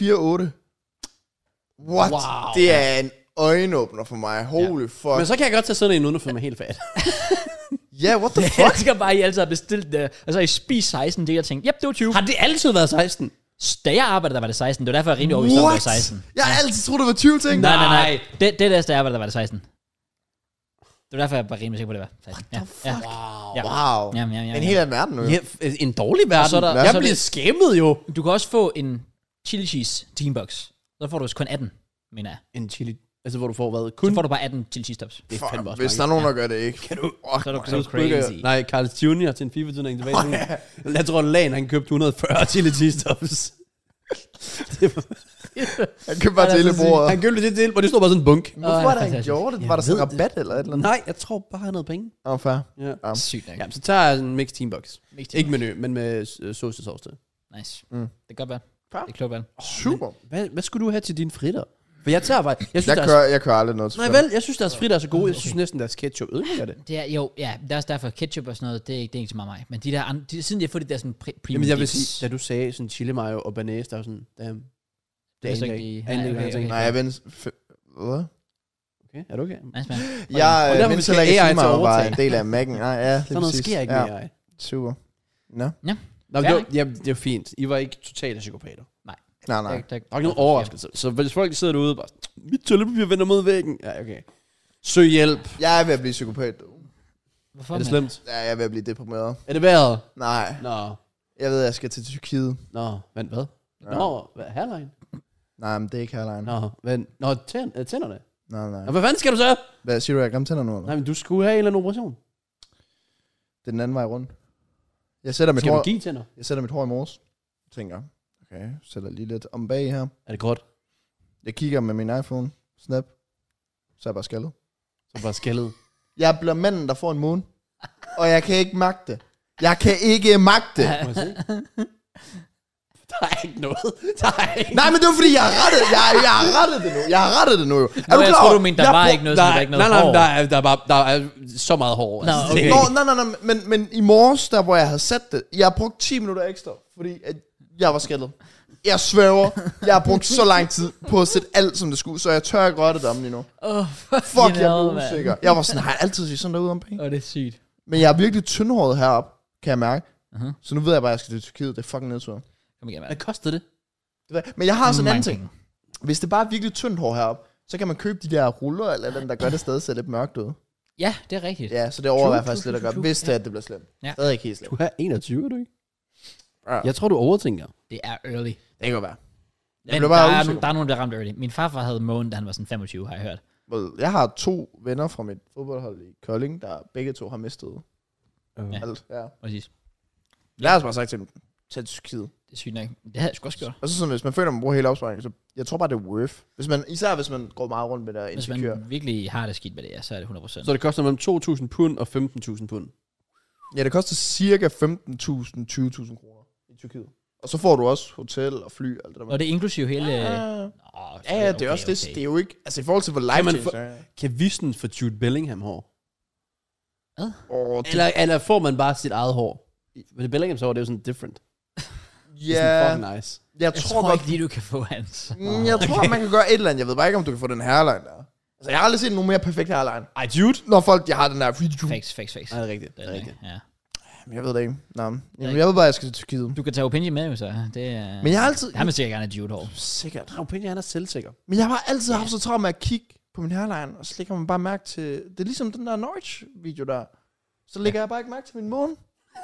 4-4-8. What? Wow. Det er en øjenåbner for mig. Holy fuck. Men så kan jeg godt tage sådan en uden at føle mig helt fat. Ja, what the Jeg fuck? elsker bare, at I altid har bestilt det. Og så har I spist 16, det jeg tænkte, yep, det var 20. Har det altid været 16? Da jeg arbejdede, der var det 16. Det var derfor, jeg er rimelig overbevist om, det var 16. Jeg har altid troet, det var 20 ting. Nej. Det der, da jeg arbejdede, der var det 16. Det var derfor, jeg var rimelig sikker på, det var 16. Ja. Ja. Wow. Ja. Wow. Ja. En helt anden verden nu. Ja, en dårlig verden. så er der- jeg så er bliver det- skæmmet jo. Du kan også få en chili cheese teambox. Så får du kun 18, mener jeg. En chili. Altså, hvor du får hvad? Så Kun får du bare 18 chili cheese tops. det er fandme Fuck, også hvis der er nogen, der gør det ikke. Kan du? Så er du så Burger- crazy. Nej, Carl's Jr. til en FIFA-turnering tilbage. Jeg tror, Lan han købte 140 chili cheese tops. Det var- Han købte bare til hele bordet. Han købte det til, hvor det stod bare sådan en bunk. Hvorfor var det, han fantastisk. gjorde det? Jeg Var der sådan ved en rabat eller et eller andet? Nej, jeg tror bare, han havde penge. Fair. Ja. Ja. Sygt nok. Ja, så tager jeg en mixed teambox. Mixed Ikke menu, men med sauce til. Nice. Mm. Det er godt, Bert. Fair. Det er klogt, Bert. Super. Hvad skulle du have til dine fritter? For jeg tager bare... Jeg kører aldrig noget til Nej vel, jeg synes deres fritter er så gode. Jeg synes næsten deres ketchup ødelægger det. Det er, jo, ja, der er også derfor ketchup og sådan noget, det er ikke så meget mig. Men de der andre, siden jeg får de der sådan premium Jamen jeg vil dips, sige, da du sagde sådan chili mayo og banæs, der var sådan, damn. Det er så anede ikke jeg lige- ikke. okay. Nej, jeg venter... Hvad? Okay, er du okay? nice, man. Jeg Og derfor mindst skal heller ikke AI sige mig, til var overtag. en del af Mac'en. Nej, ja, Sådan noget sker ikke med AI. Super. Nå. Nå, Fair det var, nok. ja, det var fint. I var ikke totale psykopater. Nej. Tak. Der var ikke nogen overraskelse. Så hvis folk sidder derude og bare, mit toiletpapir vender mod væggen. Ja, okay. Søg hjælp. Jeg er ved at blive psykopat. Hvorfor, Er det mand? slemt? Ja, jeg er ved at blive deprimeret. Er det vejret? Nej, Nå. jeg ved, at jeg skal til Tyrkiet. Nå, vent, hvad? Ja. Nå, hvad, Herlein? Nej, men det er ikke Herlein. Nå, vent. Nå, tænderne. Nej. Nå, hvad fanden skal du så? Hvad siger du, jeg kan tænder nu, eller? Nej, men du skulle have en eller anden operation. Det er den anden vej rundt. Jeg sætter mit Skal du hår, give tænder? jeg sætter mit hår i morges. Tænker, okay, sætter lige lidt om bag her. Er det godt? Jeg kigger med min iPhone, snap, så er jeg bare skaldet. Så bare skældet. Jeg bliver manden, der får en måne, og jeg kan ikke magte det. Jeg kan ikke magte det. Må jeg se? Der er ikke noget. Der er ikke Nej, men det var fordi, jeg har rettet, jeg har rettet det nu. Jeg har rettet det nu jo. Nå, jeg tror, du mente, der var ikke noget, så der er nej, ikke noget nej, hår. der er så meget hår. Nå, Altså, okay. det er Nej, men i morges, der hvor jeg havde sat det, jeg har brugt 10 minutter ekstra, fordi at jeg var skaldet. Jeg sværger, jeg har brugt så lang tid på at sætte alt, som det skulle, så jeg tør ikke røre det lige nu. Fuck, jeg blev usikker. Jeg var sådan, har jeg altid set sådan derude om penge? Det er sygt. Men jeg er virkelig tyndhåret heroppe, kan jeg mærke. Uh-huh. Så nu ved jeg bare, at jeg skal til Tyrkiet. Det er fucking nedtur. Kom igen, Hvad mand. koster det? Men jeg har sådan en anden Mange ting. penge. Hvis det bare er virkelig tyndt hår heroppe, så kan man købe de der ruller, eller dem, der gør det stadig ser lidt mørkt ud. Ja, det er rigtigt. Ja, så det overvejer jeg True, faktisk true, lidt at gøre, true, hvis det er, at det bliver slemt. Ja. Det er ikke helt slemt. Du er 21, er du ikke? Ja. Jeg tror, du overtænker. Det er early. Det kan godt være. Men blev der bare er, usikker. der er nogen, der ramte early. Min farfar havde månen, da han var sådan 25, har jeg hørt. Jeg har 2 venner fra mit fodboldhold i Kolding, der begge to har mistet Ja. alt. Ja. Præcis. Jeg har bare sagt til dem, tag til Tyrkiet. Det er sygt nok. Det havde jeg sgu også gjort. Og så sådan, hvis man føler, at man bruger hele opsparingen, så jeg tror bare, det er worth. Især hvis man går meget rundt med der Hvis insecure. man virkelig har det skidt med det, ja, så er det 100%. Så det koster mellem 2.000 pund og 15.000 pund. Ja, det koster cirka 15.000-20.000 kroner i Tyrkiet. Og så får du også hotel og fly og alt det der. Og det er inklusive hele... Ja, det er også det. Det er jo ikke... Altså i forhold til, hvor live man change få- er. Kan Vissen få Jude Bellingham hår? Åh, det, Eller får man bare sit eget hår? Men Bellinghams hår, det er jo sådan different. Det er ja, sådan fucking nice. jeg Jeg tror tror godt... ikke lige, du kan få hans. Jeg tror, man kan gøre et eller andet. Jeg ved bare ikke, om du kan få den hairline der. Altså, jeg har aldrig set nogen mere perfekt hairline. Ej, Jude? Når folk, de har den der... Facts. Nej, det er rigtigt. Det er rigtigt. Ja. Men jeg ved det ikke. Nå, jamen, jeg ved bare, at jeg skal til Tyrkiet. Du kan tage Opinion med, jo så. Det er... Men jeg har altid... Han vil sikkert gerne have Jude hår. Sikkert. Opinion, han er selvsikker. Men jeg har bare altid haft så travlt med at kigge på min hairline, og så lægger man bare mærke til... Det er ligesom den der Norwich-video der. Så lægger jeg bare ikke mærke til min måne.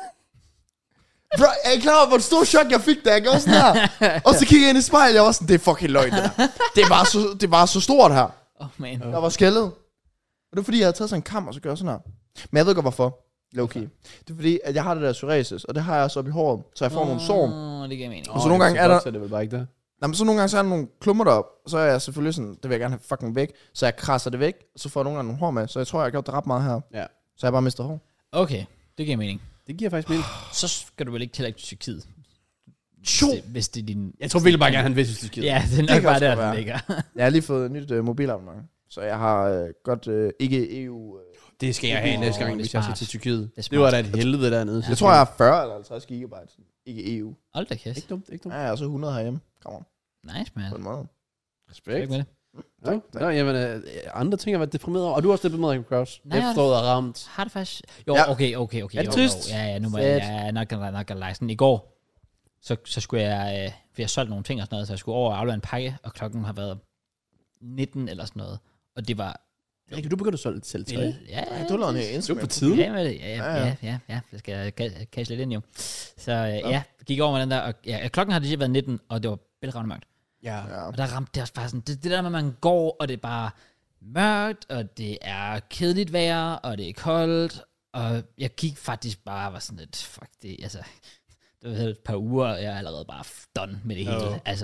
Bro, er I klar over, hvor stor chok jeg fik, da jeg gjorde sådan her? Og så kiggede jeg ind i spejlet, jeg var sådan, det er fucking løgn, det der. Det var så stort her. Man. Jeg var skældet. Og det var fordi, jeg havde taget sådan en kam, og så gjorde jeg sådan her. Men jeg ved godt, hvorfor. Low-key. Det er fordi, at jeg har det der psoriasis, og det har jeg også op i håret, så jeg får nogle sår. Det giver mening. Og så nogle gange er der- Så er det vel bare ikke det. Nå, men så nogle gange så er der nogle klummer derop, og så er jeg selvfølgelig sådan, det vil jeg gerne have fucking væk, så jeg krasser det væk, og så får jeg nogle gange nogle hår med, så jeg tror, jeg har gjort det ret meget her. Ja. Så jeg bare mistet hår. Okay, det giver mening. Det giver faktisk mening. Så skal du vel ikke tillægge til Tyrkiet. Jo! Hvis det er din... Jeg tror virkelig bare gerne, han vil til Tyrkiet. Ja, det er kan nok bare også der, godt den være. ligger. Jeg har lige fået et nyt mobilabonnement, så jeg har godt ikke EU... Det skal jeg have næste gang, det er hvis jeg skal smart. til Tyrkiet. Det er Det var smart. da et helvede dernede. Jeg tror, jeg har 40 eller 50 gigabyte, ikke EU. Hold da kæft. Ikke dumt, ikke dumt. Ja, og så 100 herhjemme. Kom on, Nice, man. på en måde. Respekt. Med det. Ja. Nå, jamen, andre ting har været deprimeret over. Og du har også deprimeret, Jacob Kraus. Nej, Efteråret er ramt. Har det faktisk... Jo, Ja. okay. Er det jo, trist? Jo. Ja, nu må Fedt. jeg nok lege sådan. I går, så skulle jeg... For jeg solgte nogle ting og sådan noget, så jeg skulle over og aflevere en pakke, og klokken har været 19 eller sådan noget. Og det var... Rikke, du begyndte at sælge tøj. Ja, Du lavede en Det var Instagram. på tide. Ja, med det. Ja. Det skal jeg kaste lidt ind jo. Så ja, gik over med den der, og ja, klokken har det været 19, og det var bælragende mørkt. Ja. Ja. Og der ramte det også bare sådan, det der med, at man går, og det er bare mørkt, og det er kedeligt vejr, og det er koldt, og jeg gik faktisk bare og var sådan lidt, fuck det, altså, det var et par uger, og jeg er allerede bare done med det hele. Jo. Altså,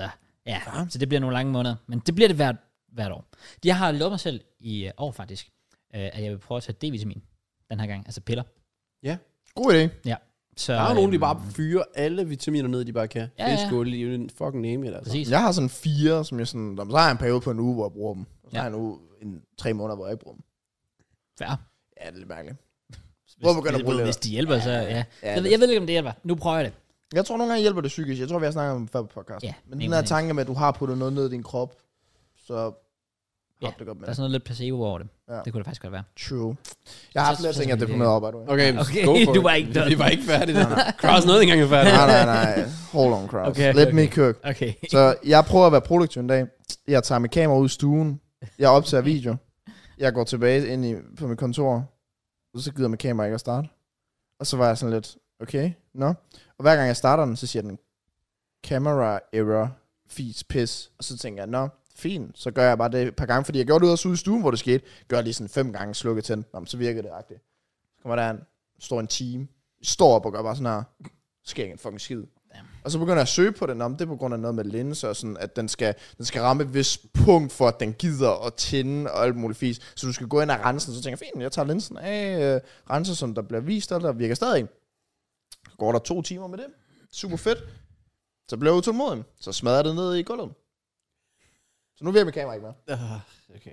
Ja, så det bliver nogle lange måneder. Men det bliver det hvert år. Jeg har lovet mig selv i år faktisk, at jeg vil prøve at tage D-vitamin den her gang. Altså piller. Ja. God idé. Ja. Så, Der er jo nogen, de bare fyrer alle vitaminer ned, de bare kan. Ja. Fiskål, i fucking name it, altså. Præcis. Jeg har sådan 4, som jeg sådan... Så har jeg en periode på en uge, hvor jeg bruger dem. Og så har jeg en uge, 3 måneder, hvor jeg ikke bruger dem. Fair. Ja, det er lidt mærkeligt. Hvis, begynder at bruge det hvis de hjælper, så ja. Jeg ved ikke, om det hjælper. Nu prøver jeg det. Jeg tror nogle gange hjælper det psykisk. Jeg tror, vi har snakket om før på podcast. Ja, Men den her tanke med, at du har puttet noget ned i din krop, så ja, det godt med der er sådan noget lidt placebo over det. Ja. Det kunne det faktisk godt være. True. Jeg har haft flere ting, jeg deprimerede op, by the way. Okay, Okay, go for du it. var ikke done. Vi var ikke færdige. Kraus nåede ikke engang færdig. Nej. Hold on, Kraus. Okay, Let me cook. Okay. Så jeg prøver at være produktiv en dag. Jeg tager mit kamera ud i stuen. Jeg optager video. Jeg går tilbage ind på mit kontor. Og så gider mit kamera ikke at starte. Og så var jeg sådan lidt, okay, no. Og hver gang jeg starter den, så siger den, camera error, fis, pis. Og så tænker jeg, nå, fint. Så gør jeg bare det et par gange, fordi jeg gjorde det også ude i stuen, hvor det skete. Gør lige sådan 5 gange, slukke tænd. Nå, så virker det agtigt. Så kommer der står en time. Står op og gør bare sådan her. Sker ikke en fucking skid. Og så begynder jeg at søge på den, om det er på grund af noget med linser, og sådan, at den skal ramme et vist punkt, for at den gider at tænde og alt muligt fis. Så du skal gå ind og rense den, så tænker jeg, fint, jeg tager linsen af, renser, som der bliver vist, og der virker stadig. Så går der 2 timer med det. Super fedt. Så bliver jeg utålmodig. Så smadrer jeg det ned i gulvet. Så nu virker mit kamera ikke mere. Okay.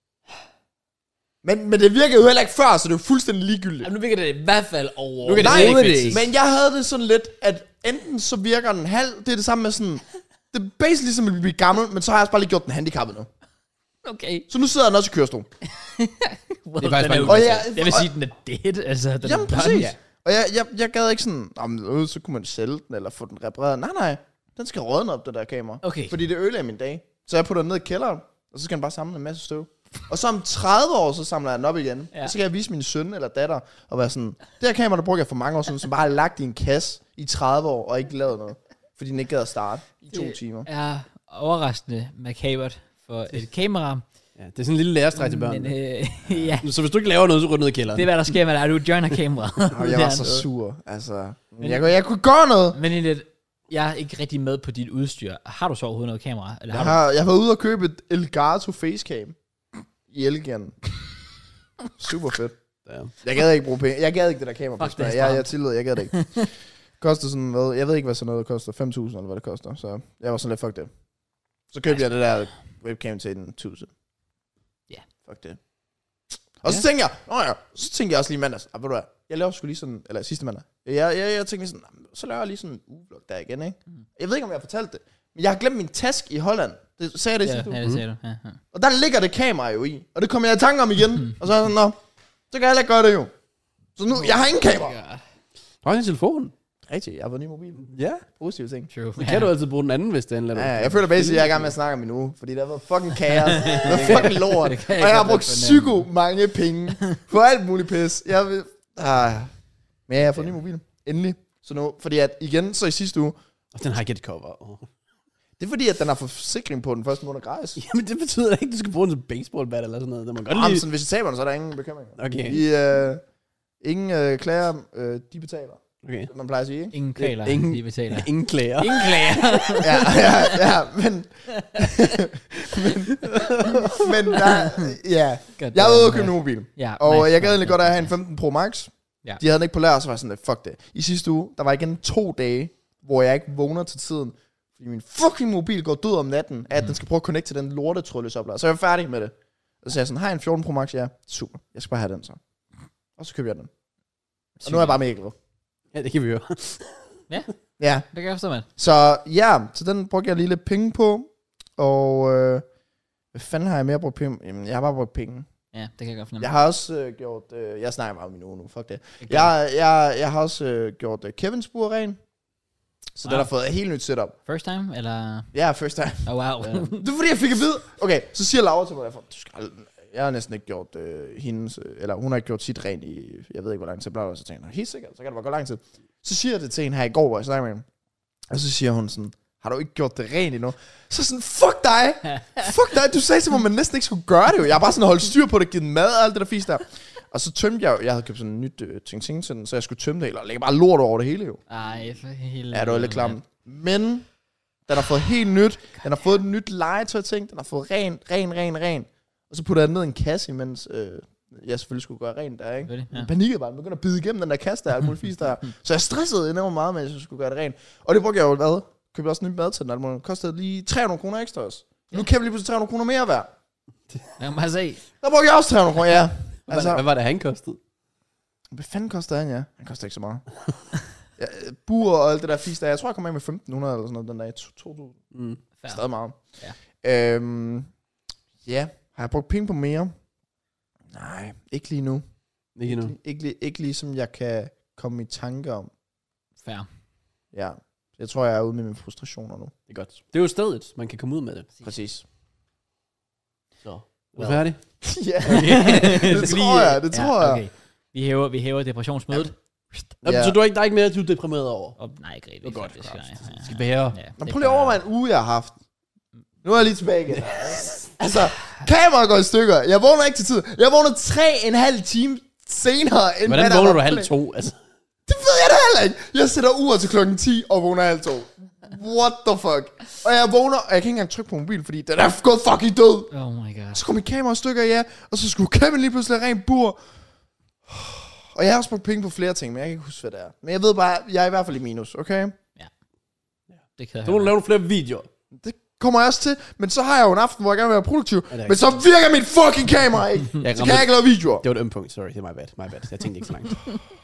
Men det virkede jo heller ikke før, så det er jo fuldstændig ligegyldigt. Jamen, nu virker det i hvert fald over. Nu kan det Nej, ikke men jeg havde det sådan lidt, at enten så virker den halv, det er det samme med sådan, det er basically som at blive gammel, men så har jeg også bare lige gjort den handicappet nu. Okay. Så nu sidder den også i kørestol. Well, Det er faktisk bare en Og jeg vil sige, den er dead. Altså, den Jamen er done. præcis. Ja. Og jeg gad ikke sådan, så kunne man sælge den, eller få den repareret. Nej, den skal rådne op, det der kamera. Okay. Fordi det ødelagde min dag. Så jeg putter den ned i kælderen, og så skal den bare samle en masse støv. Og så om 30 år, så samler jeg den op igen. Ja. Og så kan jeg vise min søn eller datter, og være sådan, det her kamera, der brugte jeg for mange år siden, som bare har lagt i en kasse i 30 år, og ikke lavet noget. Fordi den ikke gad at starte i 2 timer. er overraskende makabert for et kamera. Ja, det er sådan en lille lærestreg til børn. Men ja, Så hvis du ikke laver noget, så rykker ned i kælderen. det er hvad der sker med dig. Du joiner kameraet. Og jeg var så sur. Altså, jeg kunne gøre noget. Men egentlig, jeg er ikke rigtig med på dit udstyr. Har du så overhovedet noget kamera? Eller har Jeg har været ude og købe et Elgato Facecam i Elgian. Super fedt. Ja. Jeg gad ikke bruge penge. Jeg gad ikke det der kamera. Fuck, det er Jeg stramt. tillod, jeg gad det ikke. Koster sådan hvad? Jeg ved ikke, hvad sådan noget koster. 5.000 eller hvad det koster. Så jeg var sådan lidt, fuck det. Så købte jeg det der webcam til den 1.000. Ja. Fuck det. Og så tænkte jeg, så tænkte jeg også lige mandags, ved du hvad, jeg laver sgu lige sådan, eller sidste mandag. Jeg tænkte sådan, så laver jeg lige sådan en ugelog der igen, ikke? Jeg ved ikke, om jeg har fortalt det, men jeg har glemt min taske i Holland. Det sagde jeg det i sidste uge. Ja, det sagde du. Ja. Og der ligger det kamera jo i. Og det kommer jeg i tanke om igen. Og så er jeg sådan, nå, så kan jeg heller ikke gøre det jo. Så nu, jeg har ingen kamera. Du har din telefon. Rigtigt, jeg har fået ny mobil. Ja. Positive ting. True. Så kan du altid bruge den anden, hvis det er en Ja, jeg føler basically, at jeg er i gang med at snakke om min uge. Fordi der har været fucking kaos. Der har været fucking lort. Det Og kan jeg jeg har godt brugt fornemme. psyko mange penge. For alt muligt pis. Men jeg har fået ny mobil. Endelig. Så nu, fordi at igen, så i sidste uge, Og den har ikke et cover. det er fordi, at den har forsikring på den første måned gratis. Jamen, det betyder da ikke, at du skal bruge den som baseballbat eller sådan noget. Det må godt Jamen, lige... sådan, hvis jeg taber den, så er der ingen bekymring. Okay. Ingen klager, de betaler. Okay. Man plejer at sige, ikke? Ingen kvaler, Ingen- de betaler. Ingen klager. Ingen klager. ja, men der, ja. Jeg er ude og købe en mobil. Ja, Og nice. jeg gad egentlig godt at have en 15 Pro Max. Ja. De havde den ikke på lager, så var jeg sådan lidt, fuck det. I sidste uge, der var igen 2 dage, hvor jeg ikke vågner til tiden. Fordi min fucking mobil går død om natten, at den skal prøve at connecte til den lortetrådløsoplader. Så jeg er færdig med det. Og så sagde jeg sådan, har jeg en 14 Pro Max? Ja, super. Jeg skal bare have den så. Og så køber jeg den. Og nu er jeg bare mega glad. Ja, det kan vi høre. Ja, Ja, det kan jeg forstå, mand. så ja, så den brugte jeg lige lidt penge på. Og hvad fanden har jeg mere brugt penge? Jamen, jeg har bare brugt penge. Ja, det kan jeg godt fornemme. Jeg har også gjort... jeg snakker meget om min uge nu, fuck det. Jeg har også gjort Kevins bur ren. Så den har fået et helt nyt setup. First time, eller? Ja, first time. Oh, wow. Det er fordi, jeg fik at vide... Okay, så siger Laura til mig derfor, du skal... Jeg har næsten ikke gjort hendes... eller hun har ikke gjort sit rent i... Jeg ved ikke, hvor lang tid. Så tænker jeg, helt sikkert, så kan det bare gå lang tid. Så siger jeg det til hende her i går, hvor jeg snakker med hende. Og så siger hun sådan... Har du ikke gjort det rent endnu? Så sådan, fuck dig! Fuck dig! Du sagde til mig, at man næsten ikke skulle gøre det jo. Jeg har bare sådan holdt styr på det, givet mad og alt det der fisk der. Og så tømte jeg havde købt sådan en nyt ting til den, så jeg skulle tømme det hele, og lægge bare lort over det hele jo. Ej, for helvede. Ja, det var lidt klamt. Men Den har fået helt nyt. Den har fået et nyt legetøj ting. Den har fået ren. Og så putter jeg den ned i en kasse, imens jeg selvfølgelig skulle gøre rent der, ikke? Ja. Panikkede bare. Den begyndte at bide igennem den der kasse der, alt muligt fisk der. Så jeg stressede enormt meget, mens jeg skulle gøre det rent. Og det brugte jeg jo hvad? Købte også nyt mad til den, alt muligt. Kostede lige 300 kroner ekstra også. Nu kan vi lige pludselig 300 kroner mere værd. Jeg må se. Der brugte jeg også 300 kroner, ja. Altså, hvad var det, han kostede? Hvad fanden koster han, ja? Han koster ikke så meget. Ja, bur og alt det der fisk der. Jeg tror, jeg kom af med 1500 eller sådan noget den dag. 2000. Stadig meget. Ja. Ja. Har jeg brugt penge på mere? Nej, ikke lige nu. Ikke endnu. Ikke lige som jeg kan komme i tanke om. Fair. Ja. Jeg tror, jeg er ude med mine frustrationer nu. Det er godt. Det er jo stedet, man kan komme ud med det. Præcis. Så. Er du færdig? Ja, det tror jeg. Okay. Vi hæver depressionsmødet. Ja. Så der er ikke mere, du er deprimeret over? Nej, ikke rigtigt. Det er godt. Det skal være. Ja, Nå, prøv lige over, hvad en uge jeg har haft. Nu er jeg lige tilbage igen. Altså, kameraet går i stykker. Jeg vågner ikke til tid. Jeg vågner 3,5 time senere. End hvordan vågner du 1:30? Altså. Det ved jeg da heller ikke. Jeg sætter ur til klokken 10 og vågner 1:30. What the fuck? Og jeg vågner, og jeg kan ikke engang trykke på mobilen, fordi den er gået fucking død. Oh my god. Så kom mit kamera i stykker, ja. Og så skulle Kevin lige pludselig have rent bur. Og jeg har også brugt penge på flere ting, men jeg kan ikke huske, hvad det er. Men jeg ved bare, jeg er i hvert fald i minus, okay? Ja. Det kan jeg Så må du lave nogle flere videoer. Det kommer jeg også til. Men så har jeg jo en aften, hvor jeg gerne vil være produktiv. Ja, men så virker mit fucking kamera ikke. Så kan jeg ikke lave videoer. Det var et ømpunkt, sorry. Det er my bad. Jeg tænkte ikke så langt.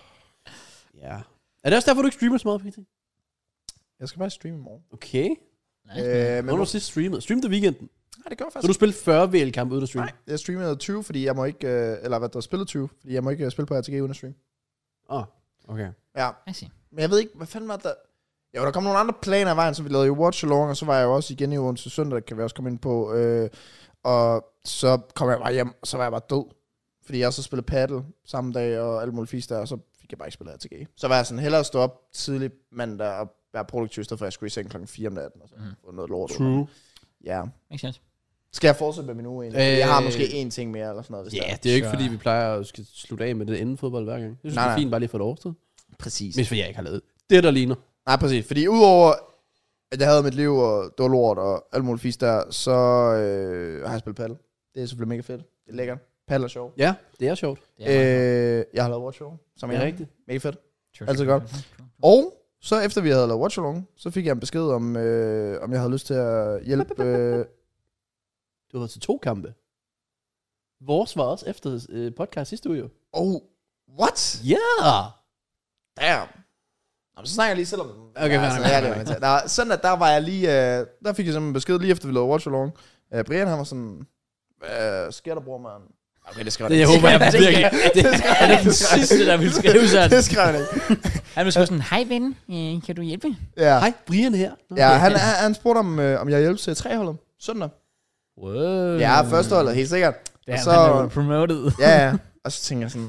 Ja. Er det også derfor, du ikke streamer så meget, PT? Jeg skal bare streame i morgen. Okay. Nice. Hvornår har du sidst streamet? Streamede weekenden? Nej, det gør jeg faktisk. Så du spillede 40 VL-kampe uden at streame? Nej, jeg streamede 20, fordi jeg må ikke... eller hvad der spillet 20, fordi jeg må ikke spille på RTG uden at streame. Okay. Ja. I see. Men jeg ved ikke, hvad fanden var der... Jo, der kom nogle andre planer i vejen, så vi lavede jo Watch Along, og så var jeg jo også igen i Odense søndag, kan vi også komme ind på. Og så kom jeg bare hjem, og så var jeg bare død. Fordi jeg så spillede paddle samme dag, og alt muligt fisk der, og så fik jeg bare ikke spillet RTG. Så var jeg sådan hellere stå op tidligt mandag og være produktiv, i stedet for at jeg skulle i seng klokken 4 om natten, og så få noget lort. True. Ja. Makes sense. Skal jeg fortsætte med min uge egentlig? Jeg har måske én ting mere, eller sådan noget. Hvis Ja, der. det er jo ikke fordi, vi plejer at skal slutte af med det inden fodbold hver gang. Det synes jeg er fint bare lige for et års tid. Præcis. Hvis jeg ikke har lavet det, der ligner. Nej, præcis. Fordi udover, at jeg havde mit liv, og det var lort, og alt muligt fisk der, så har jeg spillet paddle. Det er selvfølgelig mega fedt. Det er lækkert. Paddle er sjovt. Ja, det er sjovt. Jeg har lavet Watch Along. Som Det er rigtigt. Mega fedt. Altid godt. Og så efter vi havde lavet Watch Along, så fik jeg en besked om, om jeg havde lyst til at hjælpe... Du har været til 2 kampe. Vores var også efter podcast sidste uge jo. Oh, what? Ja! Yeah! Damn. Nå, så snakker jeg lige selv om... Okay, fair. Søndag, der var jeg lige... der fik jeg simpelthen besked lige efter vi lavede Watch Along. Brian, han var sådan... Sker der, bror, mand? Okay, det skrev det jeg håber jeg virkelig. Det er den sidste, der vil skrive sådan. Det skrev han ikke. Han vil skrive sådan, hej ven, kan du hjælpe? Ja. Hej, Brian her. Ja, han spurgte om jeg hjælper til 3-holdet søndag. Wow. Ja, førsteholdet, helt sikkert. Det er så, han er promoted. ja. Og så tænkte jeg sådan,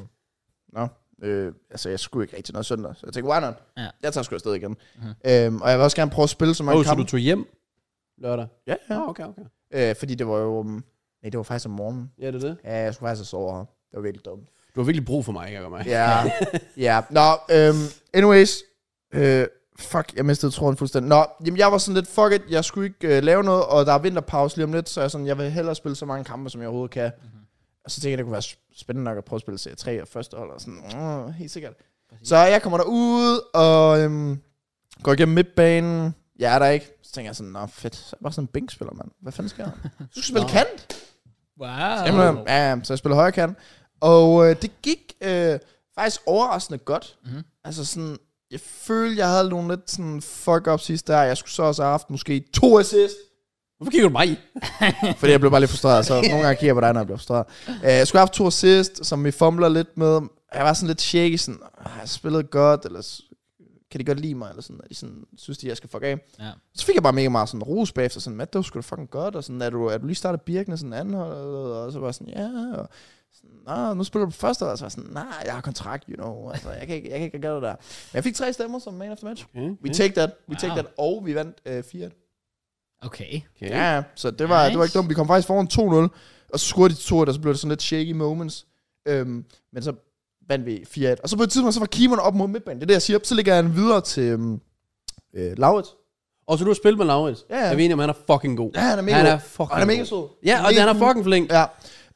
altså jeg skulle ikke rigtig noget søndag. Så jeg tænkte, why not? Ja. Jeg tager sgu afsted igen. Og jeg vil også gerne prøve at spille så mange kampe. Så du tog hjem lørdag? Ja. Okay. Fordi det var jo... nej, det var faktisk om morgenen. Ja, det er det. Ja, jeg skulle faktisk have sovet her. Det var virkelig dumt. Du har virkelig brug for mig, ikke? Mig. Ja. Ja. Nå, anyways. Fuck, jeg mistede tråden fuldstændig. Nå, jamen jeg var sådan lidt, fuck it, jeg skulle ikke lave noget, og der er vinterpause lige om lidt, så jeg vil hellere spille så mange kampe, som jeg overhovedet kan. Og så tænkte jeg, det kunne være spændende nok at prøve at spille serie 3 og første hold, og sådan, helt sikkert. Præcis. Så jeg kommer derud, og går igennem midtbanen. Jeg er der ikke. Så tænker jeg sådan, nå fedt, så er jeg bare sådan en bænkspiller, mand. Hvad fanden sker der? Du skal spille kant. Wow. Ja, så jeg spiller højre kant. Og det gik faktisk overraskende godt. Altså sådan, jeg følte, jeg havde nogle lidt sådan fuck up sidst der. Jeg skulle så også have haft måske 2 assist. Hvorfor kigger du mig? Fordi jeg blev bare lidt frustreret, så nogle gange kigger jeg på dig, når jeg bliver frustreret. Jeg skulle have haft 2 assist, som vi fumbler lidt med. Jeg var sådan lidt shaky, sådan, jeg spillede godt, eller kan de godt lide mig, eller sådan, at de sådan, synes jeg skal fuck af. Ja. Så fik jeg bare mega meget sådan ros bagefter, sådan, Matt, det var sgu da fucking godt, og sådan, er du lige startet Birkene sådan anden hold, og så var sådan, ja, og sådan, nu spiller du på første hold, og så var sådan, nej, jeg har kontrakt, you know, altså, jeg kan ikke gøre det der. Men jeg fik 3 stemmer som man of the match. Okay. We take that, og vi vandt 4-1. Okay. Ja, så det var ikke dumt. Vi kom faktisk foran 2-0, og så scorede de 2, og så blev det sådan lidt shaky moments. Men så vandt vi 4-1. Og så på et tidspunkt, så var keeperen op mod midtbanen. Det er det, jeg siger. Så ligger jeg videre til Laurit. Og så du har spillet med Laurits. Ja. Jeg ved ikke, om han er fucking god. Ja, han er mega Han er god. fucking Og han er mega god. sød. Ja, og han er fucking flink. Ja.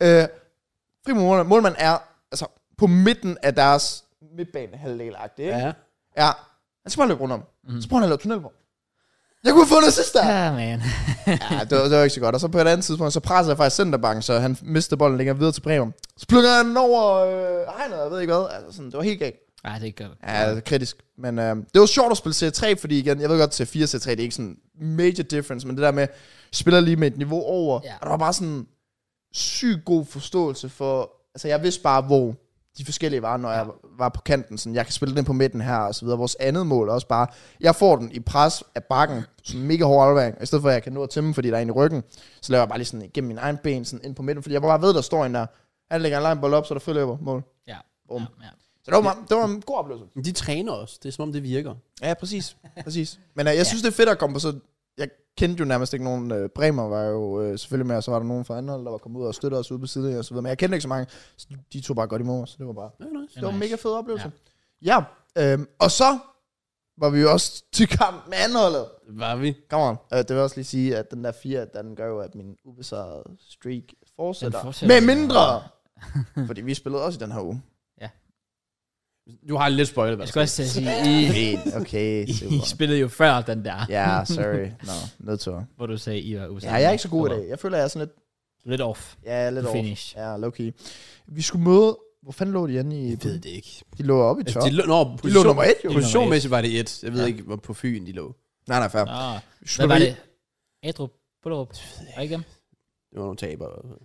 Fri målmand er altså på midten af deres midtbane halvdel-agtigt, ikke? Ja. Ja. Han skal bare løbe rundt om. Så prøver han at lave tunnel på. Jeg kunne have fundet sidst der. Ja, man. Ja, det var ikke så godt. Og så på et andet tidspunkt, så presser jeg faktisk centerbakken, så han mister bolden og lægger videre til Bremer. Så plukker han den over hegnet, jeg ved ikke hvad. Altså sådan, det var helt galt. Nej, det er ikke godt. Ja, det er kritisk. Men det var sjovt at spille Serie 3, fordi igen, jeg ved godt, Serie 4 og Serie 3, det er ikke sådan major difference, men det der med, spiller lige med et niveau over, Ja. og der var bare sådan sygt god forståelse for, altså jeg vidste bare, hvor de forskellige var, når jeg var på kanten, sådan, jeg kan spille den på midten her, og så videre. Vores andet mål er også bare, jeg får den i pres af bakken, som mega hård aflevering, og i stedet for, at jeg kan nå at tæmme, fordi der er en i ryggen, så laver jeg bare lige sådan igennem min egen ben, sådan ind på midten, fordi jeg bare ved, der står en der, han lægger en lang bold op, så der friløber mål. Ja. Bum. Ja. Så det var en god oplevelse. De træner også. Det er som om, det virker. Ja, præcis. Men jeg synes, det er fedt at komme på så... Jeg kendte jo nærmest ikke nogen... Bremer var jo selvfølgelig med, og så var der nogen fra Anhold, der var kommet ud og støttede os ude på siden og så videre. Men jeg kendte ikke så mange, så de tog bare godt imod os. Så det var bare... Ja, nice. Det var en mega fed oplevelse. Ja. Og så var vi jo også til kamp med Anholdet. Var vi? Come on. Det vil også lige sige, at den der 4, den gør jo, at min ubesejrede streak fortsætter. Med mindre! Fordi vi spillede også i den her uge. Du har lidt spoilet, hvad Jeg skal også til at sige, Okay, I super. spillede jo før den der, Ja, sorry. Nødt hvor du sagde, I var Ja, usikker. jeg er ikke så god i dag. Jeg føler, jeg er sådan Lidt off. lidt off. Finish. Ja, low-key. Vi skulle møde... Hvor fanden lå de henne i... Jeg ved det ikke. De lå oppe i top. Altså, De lå nummer 1, jo. Positionmæssigt var det 1. Jeg ved ikke, hvor på Fyn de lå. Nej, fair. Hvad var det? Adrup? Bullerup? Var ikke dem? Det var nogle tabere.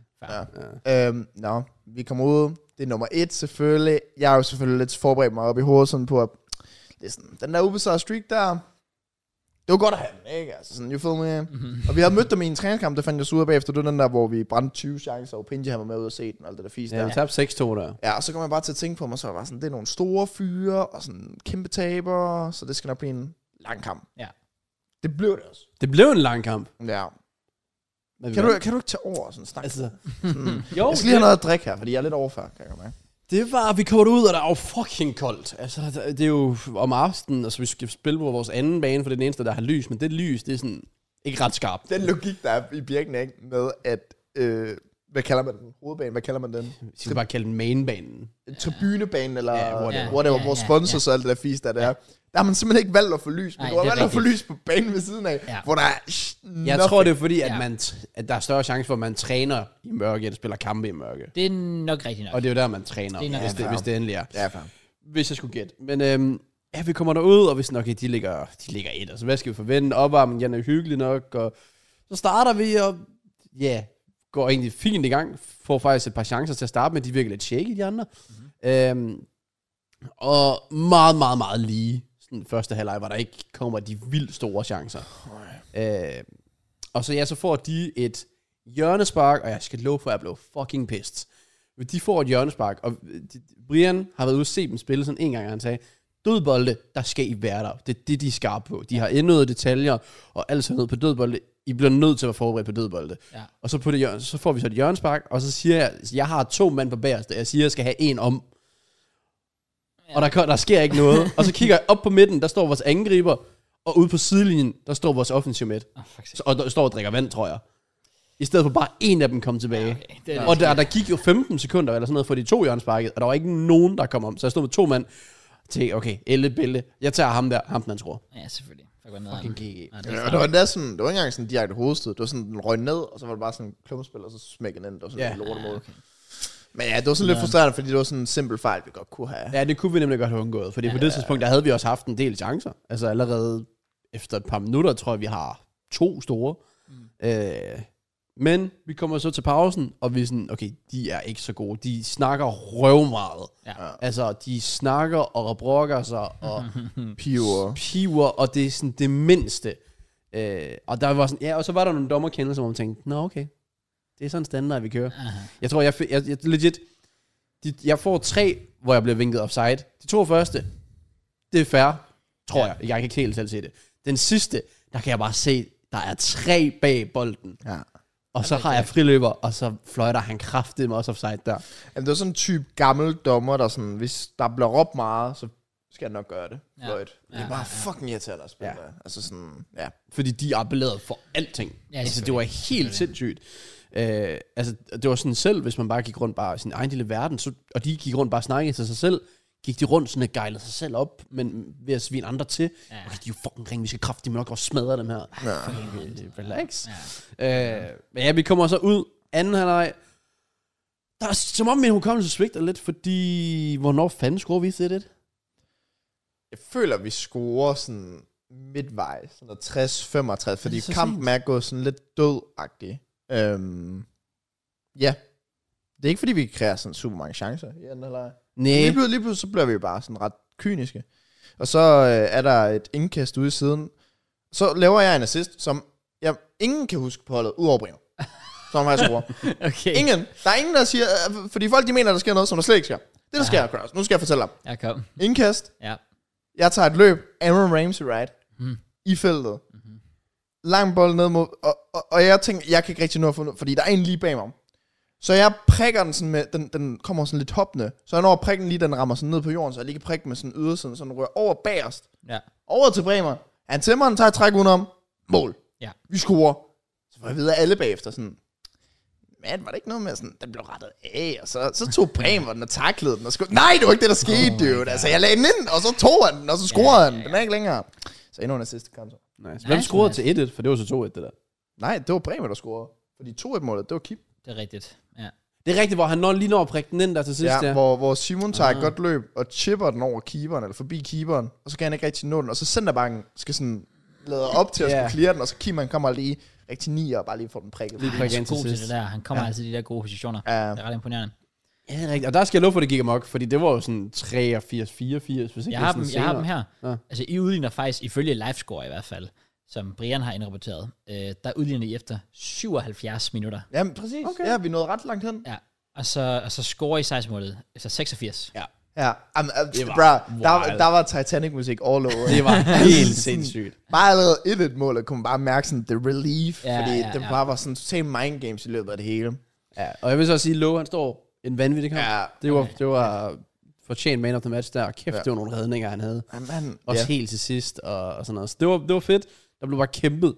Ja. Vi kommer ud. Det er nummer 1 selvfølgelig. Jeg har jo selvfølgelig lidt forberedt mig op i hovedet sådan på, at det er sådan, den der ubesejrede streak der, det var godt at have den, ikke? Altså sådan, you feel me? Mm-hmm. Og vi havde mødt dem i en træningskamp, der fandt jeg så ud af bagefter, det var den der, hvor vi brændte 20 chancer, og Pinji var med ud og se den, og alt det der fisk Ja, der. vi tabte 6-2 der. Ja, og så kom jeg bare til at tænke på mig, så var jeg sådan, det er nogle store fyre, og sådan kæmpe tabere, så det skal nok blive en lang kamp. Ja. Det blev det også. Det blev en lang kamp. Ja. Men Kan du ikke tage over og sådan snakke? Altså, Sådan. jo, Jeg skal lige have noget at drikke her, fordi jeg er lidt overfærd, kan jeg godt mærke. det var, vi kommer ud, og der er jo fucking koldt. Altså, det er jo om aftenen, og så vi skal spille på vores anden bane, for det er den eneste, der har lys, men det lys, det er sådan ikke ret skarpt. Den logik, der er i Birken, ikke? Med at, hvad kalder man den? Hovedbanen, hvad kalder man den? Vi skal bare kalde den mainbanen. Tribunebanen, eller Ja, whatever, ja, vores ja, sponsors og alt det der fisk, der er. Der har man simpelthen ikke valgt at få lys, men Nej, du har det er valgt at få rigtigt. lys på banen ved siden af, Ja. hvor der er Jeg tror, det er fordi, at, Ja. at der er større chance for, at man træner i mørke, end spiller kampe i mørke. Det er nok rigtigt nok. Og det er jo der, man træner, Det er nok hvis det endelig er. Ja, fair. Hvis jeg skulle gætte. Men ja, vi kommer derud, og vi sådan, okay, de ligger et. Altså, hvad skal vi forvente? Opvarmningen er hyggelig nok, og så starter vi, og ja, går egentlig fint i gang. Får faktisk et par chancer til at starte med. De virker lidt shaky, de andre. Og meget, meget, meget lige. Sådan første halvleg, hvor der ikke kommer de vildt store chancer. Og så ja, så får de et hjørnespark, og jeg skal love for, at jeg blev fucking pissed. De får et hjørnespark, og Brian har været ude at se dem spille sådan en gang, og han sagde, dødbolde, der skal I være der. Det er det, de er skarpe på. De har endnu detaljer, og alt sådan noget på dødbolde. I bliver nødt til at være forberedt på dødbolde. Ja. Og så, på det, så får vi så et hjørnespark, og så siger jeg har 2 mand på bagerste. Jeg siger, jeg skal have 1 om. Ja. Og der sker ikke noget. Og så kigger jeg op på midten, der står vores angriber, og ude på sidelinjen, der står vores offensiv midt. Og der står og drikker vand, tror jeg. I stedet for bare 1 af dem kom tilbage. Ja, okay. Og der gik jo 15 sekunder eller sådan noget for de 2 hjørnesparket, og der var ikke nogen, der kom om. Så jeg stod med 2 mand til, okay, Elle Bille. Jeg tager ham der, ham den han tror. Ja, selvfølgelig. Fucking GG. Ja, det var endda sådan, det var ikke engang sådan direkte hovedstød. Det var sådan, den røg ned, og så var det bare sådan en klumpespil, og så smækkede den ind. Det var sådan en lortemåde. Okay. Men ja, det var sådan lidt frustrerende, fordi det var sådan en simpel fejl, vi godt kunne have. Ja, det kunne vi nemlig godt have undgået, fordi på det tidspunkt, der havde vi også haft en del chancer. Altså allerede efter et par minutter, tror jeg, vi har 2 store. Men vi kommer så til pausen, og vi er sådan, okay, de er ikke så gode. De snakker røvmeget. Ja. Altså, de snakker og brokker sig, og piver, og det er sådan det mindste. Og der var sådan, ja, og så var der nogle dommerkendelser, hvor man tænkte, nå okay, det er sådan en standard, vi kører. Jeg tror, jeg legit, jeg får 3, hvor jeg bliver vinket offside. De 2 første, det er fair, tror jeg. Jeg kan ikke helt selv se det. Den sidste, der kan jeg bare se, der er 3 bag bolden. Ja. Og så har jeg friløber, og så fløjter han kraftigt med også offside der. Jamen, det var sådan en type gammel dommer, der sådan, hvis der bliver råbt meget, så skal jeg nok gøre det. Ja. Floyd. Det er bare Ja. fucking irriterende at spille. Ja. Altså sådan, ja. Fordi de appellerede for alting. Ja, Altså, det var helt sindssygt. Altså, det var sådan selv, hvis man bare gik rundt bare i sin egen lille verden, så, og de gik rundt bare og snakkede til sig selv, gik de rundt sådan og gejlede sig selv op, men ved at svine andre til. Ja. Okay, de er jo fucking ringe, vi skal kraftigt nok og smadre dem her. Ja. Relax. Ja. Men ja, vi kommer så ud anden halvleg. Der er som om min hukommelse svigter lidt, fordi hvornår fanden scorer vi til det? Jeg føler, vi scorer sådan midtvejs, sådan noget 60-65, fordi så kampen er gået sådan lidt død-agtig. Ja. Det er ikke, fordi vi kreerer sådan super mange chancer i anden halvleg. Nej. Lige pludselig, så bliver vi jo bare sådan ret kyniske. Og så er der et indkast ude i siden. Så laver jeg en assist, som ingen kan huske på holdet, udover Brian. Som har scoret. Okay. Ingen. Der er ingen, der siger, fordi folk de mener, der sker noget, som der slet ikke sker. Det der sker, Kraus. Nu skal jeg fortælle dig. Jeg kom. Indkast. Ja. Jeg tager et løb. Aaron Ramsey right. Mm. I feltet. Lang bold ned mod... Og jeg tænker, jeg kan ikke rigtig nå at få noget, fordi der er en lige bag mig. Så jeg prikker den sådan med... Den kommer sådan lidt hoppende. Så jeg når at prikke den lige, den rammer sådan ned på jorden, så jeg lige kan prikke den med sådan ydersiden, så den rører over bagerst. Ja. Over til Bremer. Han tæmmer den, tager et træk udenom. Mål. Ja. Vi scorer. Så får jeg videre alle bagefter sådan... Men var det ikke noget med sådan, den blev rettet af, og så tog Bremer den og taklede den, og nej, det var ikke det, der skete, dude. Altså, jeg lagde den ind, og så tog han den, og så scorede han. Den er ikke længere. Så endnu en assist kamp så. Nice. Hvem scorede til 1-1? For det var så 2-1, det der. Nej, det var Bremer, der scorede. Fordi 2-1-målet, det var Kip. Det er rigtigt. Ja. Det er rigtigt, hvor han lige når at prikke den ind der til sidst. Ja, hvor Simon tager et godt løb, og chipper den over keeperen, eller forbi keeperen, og så kan han ikke rigtig nå den, og så centerbacken skal sådan lade op til at skulle clear den, og så keeperen kommer lige rigtig 9 og bare lige får den prikket. Lige Han prikke er ind så god til til sidst. det der. Han kommer altid i de der gode positioner. Ja. Det er ret imponerende. Ja, det er rigtigt. Og der skal jeg love for, det gik amok, fordi det var jo sådan 83-84, hvis ikke Jeg har dem her. Ja. Altså, I udligner faktisk, ifølge livescore i hvert fald, som Brian har indrapporteret, der udligner I efter 77 minutter. Jamen, præcis. Okay. Ja, vi nåede ret langt hen. Ja. Og så scorer I 16-målet efter 86. Ja. Ja, Det var bro, wild. der var Titanic-musik all over. Det var helt sindssygt. Bare allerede 1-1-målet kunne man bare mærke sådan the relief, Ja, fordi ja, det ja. bare var sådan totalt mind games i løbet af det hele. Ja, og jeg vil så sige, Lowe, han står en vanvittig kamp. Ja. Det var fortjent man of the match der. Kæft, det var nogle redninger, han havde. Jamen, Også helt til sidst og sådan noget. Så det var fedt. Der blev bare kæmpet.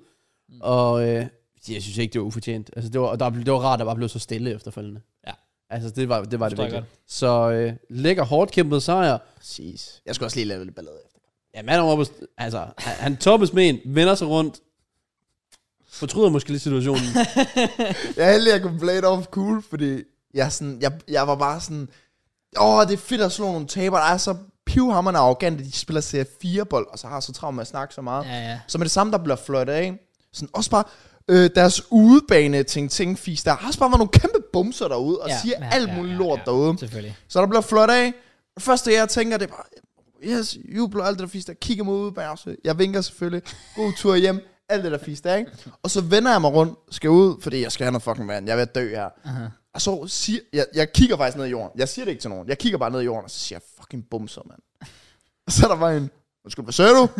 Og jeg synes ikke, det var ufortjent. Altså, det var rart, at der bare blev så stille efterfølgende. Ja. Altså, det var det Forstår jeg virkelig. Så lækker hårdt kæmpet sejr. Præcis. Jeg skulle også lige lave lidt ballade efter. Ja, man er oppe, altså, han toppes med en, vender sig rundt, fortryder måske lidt situationen. Jeg er heldig, at jeg kunne play it off cool, fordi jeg var bare sådan, det er fedt at slå nogle taber, der er så pivhammerende arrogante, de spiller CF4-bold, og så har så travlt med at snakke så meget. Ja. Så med det samme, der bliver fløjtet af. Sådan også bare deres udebane ting-fis, der har også bare været nogle kæmpe bumser derude, og siger alt muligt lort derude. Selvfølgelig. Så der bliver fløjtet af. Det første, jeg tænker, det er bare, yes, jubler, alt det der fis der, kigger mod udebane, så jeg vinker selvfølgelig, god tur hjem, alt det der fis der, ikke? Og så vender jeg mig rundt, skal ud, fordi jeg skal have noget fucking vand, jeg er ved at dø her. Og så siger, jeg kigger faktisk ned i jorden, jeg siger det ikke til nogen, jeg kigger bare ned i jorden, og så siger jeg, fucking bumser, mand. Og så er der bare en, hvad sagde du?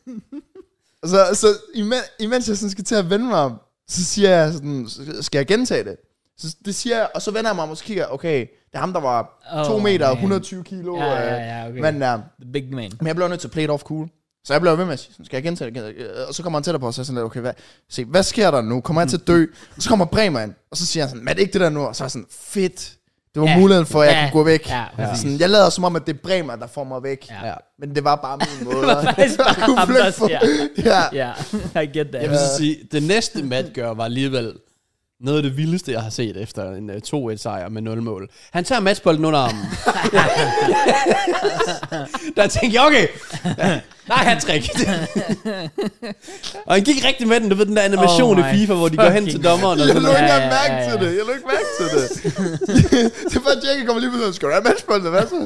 Og så imens jeg sådan skal til at vende mig om, så siger jeg sådan, skal jeg gentage det? Så det siger jeg, og så vender jeg mig om, og så kigger jeg, okay, det er ham, der var 2 meter og 120 kilo. Ja, okay. Men, The big man. men jeg blev nødt til at play it off cool. Så jeg blev ved med at sige, skal jeg gentage det? Og så kommer han tættere på, og så er jeg sådan lidt, okay, hvad sker der nu? Kommer jeg til at dø? Og så kommer Bremer ind, og så siger han sådan, men er det ikke det der nu? Og så er jeg sådan, fedt. Det var muligheden for, at jeg kunne gå væk. Ja. Sådan, jeg lader som om, at det er Bremer, der får mig væk. Ja. Men det var bare min måde. Det var faktisk bare Jeg kunne ham, flytte der for- siger. Ja. Ja, I get that. Jeg vil så sige, det næste Matt gør var alligevel noget af det vildeste, jeg har set efter en 2-1-sejr med 0 mål. Han tager matchbolden under armen. Der tænkte jeg, okay, nej, hat-trick. Og han gik rigtig med den, du ved den der animation i FIFA, hvor de går hen til dommeren. Og Jeg sådan lå ikke noget. engang mærke til det. Jeg lå ikke mærke til det. Det er bare, at Jackie kommer lige ud og skal du have matchbolden? Hvad så?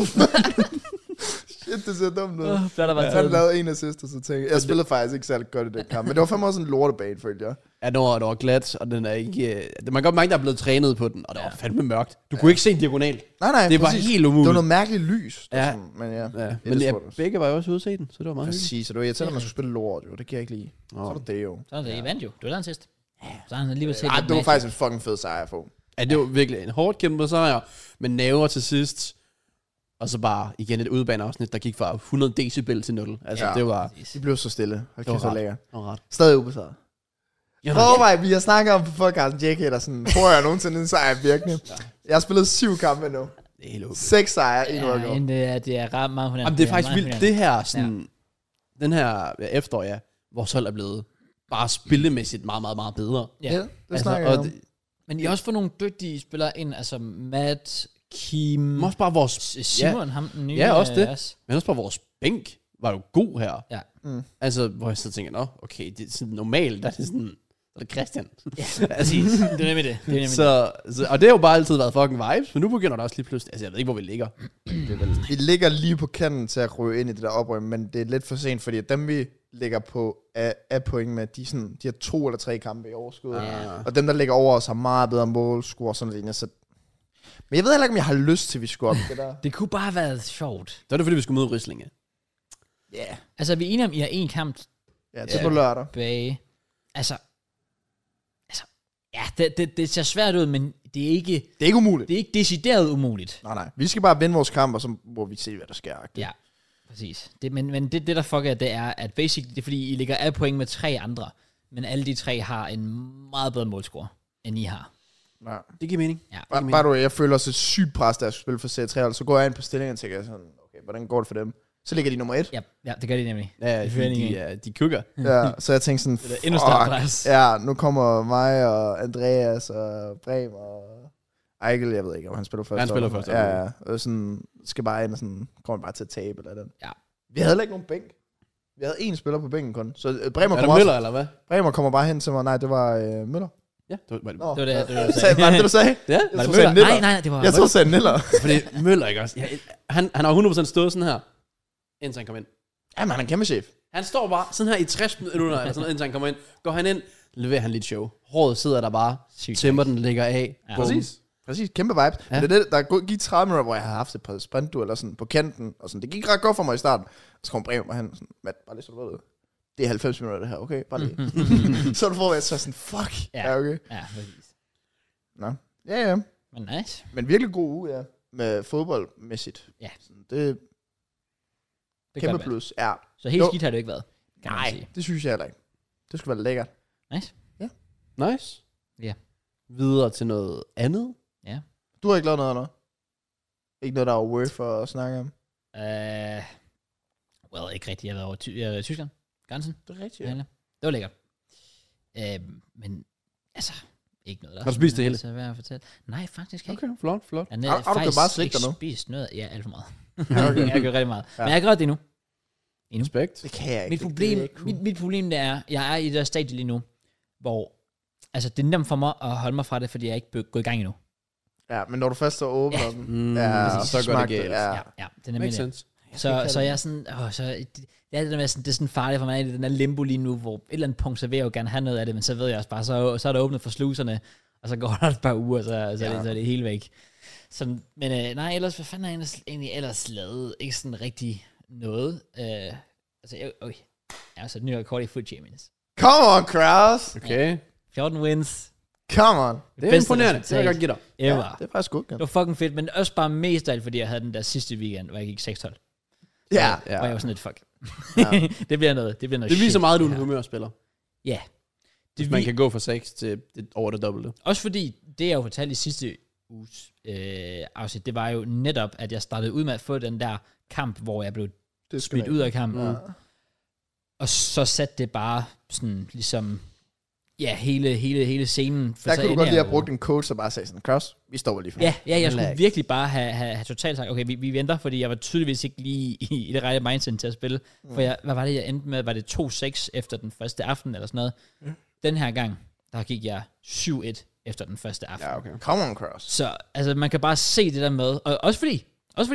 Shit, det ser dumt ud. Der var Han taget. lavede en assist, og så tænkte jeg spillede faktisk ikke særlig godt i den kamp. Men det var fandme også en lortebane, følte jeg. Ja, det var glat, og den er ikke... Man kan godt mærke, der er blevet trænet på den, og det var fandme mørkt. Du kunne ikke se en diagonal. Nej, Det var præcis. helt Det umuligt. var noget mærkeligt lys. Ja. Sådan, men ja. Ja, men ja, begge var jo også ude at se den, så det var meget hyggeligt. Præcis, så det var irriterende, at man skulle spille lort, jo. Det kan jeg ikke lide. Så er det jo. Så er det, I vandt jo. Du er der sidst. Så har han alligevel set Ej, lidt det var match. faktisk en fucking fed sejr at få. Ja, det var virkelig en hårdt kæmpet sejr, men næver til sidst. Og så bare igen et udbaneafsnit, der gik fra 100 decibel til 0. Altså, Ja. det var... De blev så stille. Hold Det var kæft, så ret. lækkert. Det var ret. Stadig ubesvaret. Ja, Overvej, vi har snakket om på podcasten JK, der sådan, tror jeg nogensinde sejr virkelig. Jeg har spillet 7 kampe nu. Det er helt okay. 6 sejre, 1 uafgjort. Det er ret meget Jamen, det er faktisk vildt. Det her, sådan... Den her efterår, ja, vores hold er blevet bare spillemæssigt meget, meget, meget bedre. Ja, det snakker jeg og om. Men I har også fået nogle dygtige spillere ind, altså Matt, Kim, også bare vores... Simon, ham den nye. Ja, også det. Også. Men også bare vores bænk var jo god her. Ja. Altså, hvor jeg så tænker, nå, okay, det er sådan normalt, der er det sådan... Så er det Christian. Ja, præcis. Det er nemlig det. så, og det har jo bare altid været fucking vibes, men nu begynder det også lige pludselig... Altså, jeg ved ikke, hvor vi ligger. Det er vel... Vi ligger lige på kanten til at ryge ind i det der oprør, men det er lidt for sent, fordi dem vi ligger på er point med, de har 2 eller 3 kampe i overskud. Og dem, der ligger over os, har meget bedre målscore og sådan noget. Så... Men jeg ved heller ikke, om jeg har lyst til, at vi skulle op det der. Det kunne bare have været sjovt. Det var det, fordi vi skulle møde Rislinge. Ja. Yeah. Altså, vi er enige om, I har en kamp Ja, til på lørdag. tilbage. Altså, ja, det ser svært ud, men det er ikke umuligt. det er ikke decideret umuligt. Nej. Vi skal bare vinde vores kamp, og så må vi se, hvad der sker. Ja, præcis. Men det der fucker, det er, at basically, det er fordi, I ligger af point med 3 andre, men alle de 3 har en meget bedre målscore, end I har. Ja. Det giver mening. Ja. Bare jeg føler også et sygt pres, da jeg spiller for Serie 3, og så går jeg ind på stillingen og tænker sådan, okay, hvordan går det for dem? Så ligger de nummer 1. Ja, det gør de nemlig. Ja, de kukker. Ja, så jeg tænkte sådan, Det er endnu større pres. Ja, nu kommer mig og Andreas og Brehm og Eichel, jeg ved ikke, om han spiller først. Han spiller først. Ja. Og sådan, skal bare ind og sådan, kommer bare til at tabe eller den. Ja. Vi havde heller ikke nogen bænk. Vi havde 1 spiller på bænken kun. Så Bremer Er det kommer Møller, også, eller hvad? Bremer kommer bare hen til mig. Nej, det var Møller. Ja, det var det. Nå. Det var det, du Sagde, var det det, du sagde? Ja, Jeg Var det tror, sagde Møller? Niller. Nej, det var Jeg tror, sagde Niller. fordi Møller, ikke også? Ja, han har 100% stået sådan her, indtil han kom ind. Jamen, han er en kæmpe chef. Han står bare sådan her i 60 minutter, eller sådan noget, indtil han kommer ind. Går han ind, leverer han lidt show. Håret sidder der bare, Sygt. tæmmer den ligger af. Ja. Bum. Præcis, kæmpe vibes. Ja. Men det er det, der gik 30 minutter, hvor jeg havde haft et par sprintdueller sådan på kanten, og sådan, det gik ret godt for mig i starten. Så kom Bremer, og han sådan, Matt, bare lige så du ved det. Det er 90 minutter det her, okay? Bare lige. Så du får, at jeg så sådan, fuck. Ja, okay. Ja, præcis. Nå. Ja. Men nice. Men virkelig god uge, ja. Med fodboldmæssigt. Ja. Sådan, det er Det kæmpe kan være. plus. Ja. Så helt Jo. skidt har det ikke været, kan man Nej, sige. det synes jeg heller ikke. Det skulle være lækkert. Nice. Nice. Ja. Videre til noget andet. Du har ikke lavet noget eller noget? Ikke noget, der er worth for at snakke om? Well, ikke rigtigt. Jeg har været over Tyskland. Grænsen. Det er rigtigt, Ja. Det var lækkert. Men altså, ikke noget der. Har du spist det hele? Så værd at fortælle. Nej, faktisk ikke. Okay, flot. Jeg Har du faktisk bare slik ikke dig nu? spist noget. Ja, alt for meget. Ja, okay. Jeg har gjort rigtig meget. Ja. Men jeg har gjort det nu. Respekt. Det kan jeg ikke. Mit problem, mit problem det er, jeg er i det der stadie lige nu, hvor altså, det er nemt for mig at holde mig fra det, fordi jeg ikke er gået i gang endnu. Ja, men når du først så åbner den, præcis. Så går det galt. Ja. Ja, det er nemlig Makes det. sense. Så jeg er sådan, det er det der med sådan, det er sådan farligt for mig, i den der limbo lige nu, hvor et eller andet punkt, så vil jeg jo gerne have noget af det, men så ved jeg også bare, så er der åbnet for sluserne, og så går der et par uger, så er det helt væk. Så, men nej, ellers, hvad fanden har jeg egentlig ellers lavet? Ikke sådan rigtig noget. Okay. Jeg har sat ny rekord i Foot Champions. Come on, Kraus. Okay. 14 wins. Come on. Det er bedste imponerende. Det vil jeg resultat godt give dig. Ever. Ja, det er faktisk godt. Det var fucking fedt, men også bare mest af alt, fordi jeg havde den der sidste weekend, hvor jeg gik 6-12. Ja. Hvor jeg var sådan lidt, fuck. Ja. det bliver noget Det viser shit, meget, du er det en her. humørspiller. Ja. Hvis man kan gå fra 6 til over det dobbelte. Også fordi, det jeg jo fortalte i sidste uges afsnit, det var jo netop, at jeg startede ud med at få den der kamp, hvor jeg blev Det smidt ud af kampen. Ja. Og så satte det bare sådan ligesom, ja, hele scenen. For Der så kunne du ender godt lige jeg have jo- brugt en coach, der bare sagde sådan, Kraus, vi stopper lige for Ja, jeg skulle Relax. virkelig bare have totalt sagt, okay, vi venter, fordi jeg var tydeligvis ikke lige i det rette mindset til at spille. For hvad var det, jeg endte med? Var det 2-6 efter den første aften, eller sådan noget? Den her gang, der gik jeg 7-1 efter den første aften. Ja, okay. Come on, Kraus. Så altså, man kan bare se det der med, og også fordi,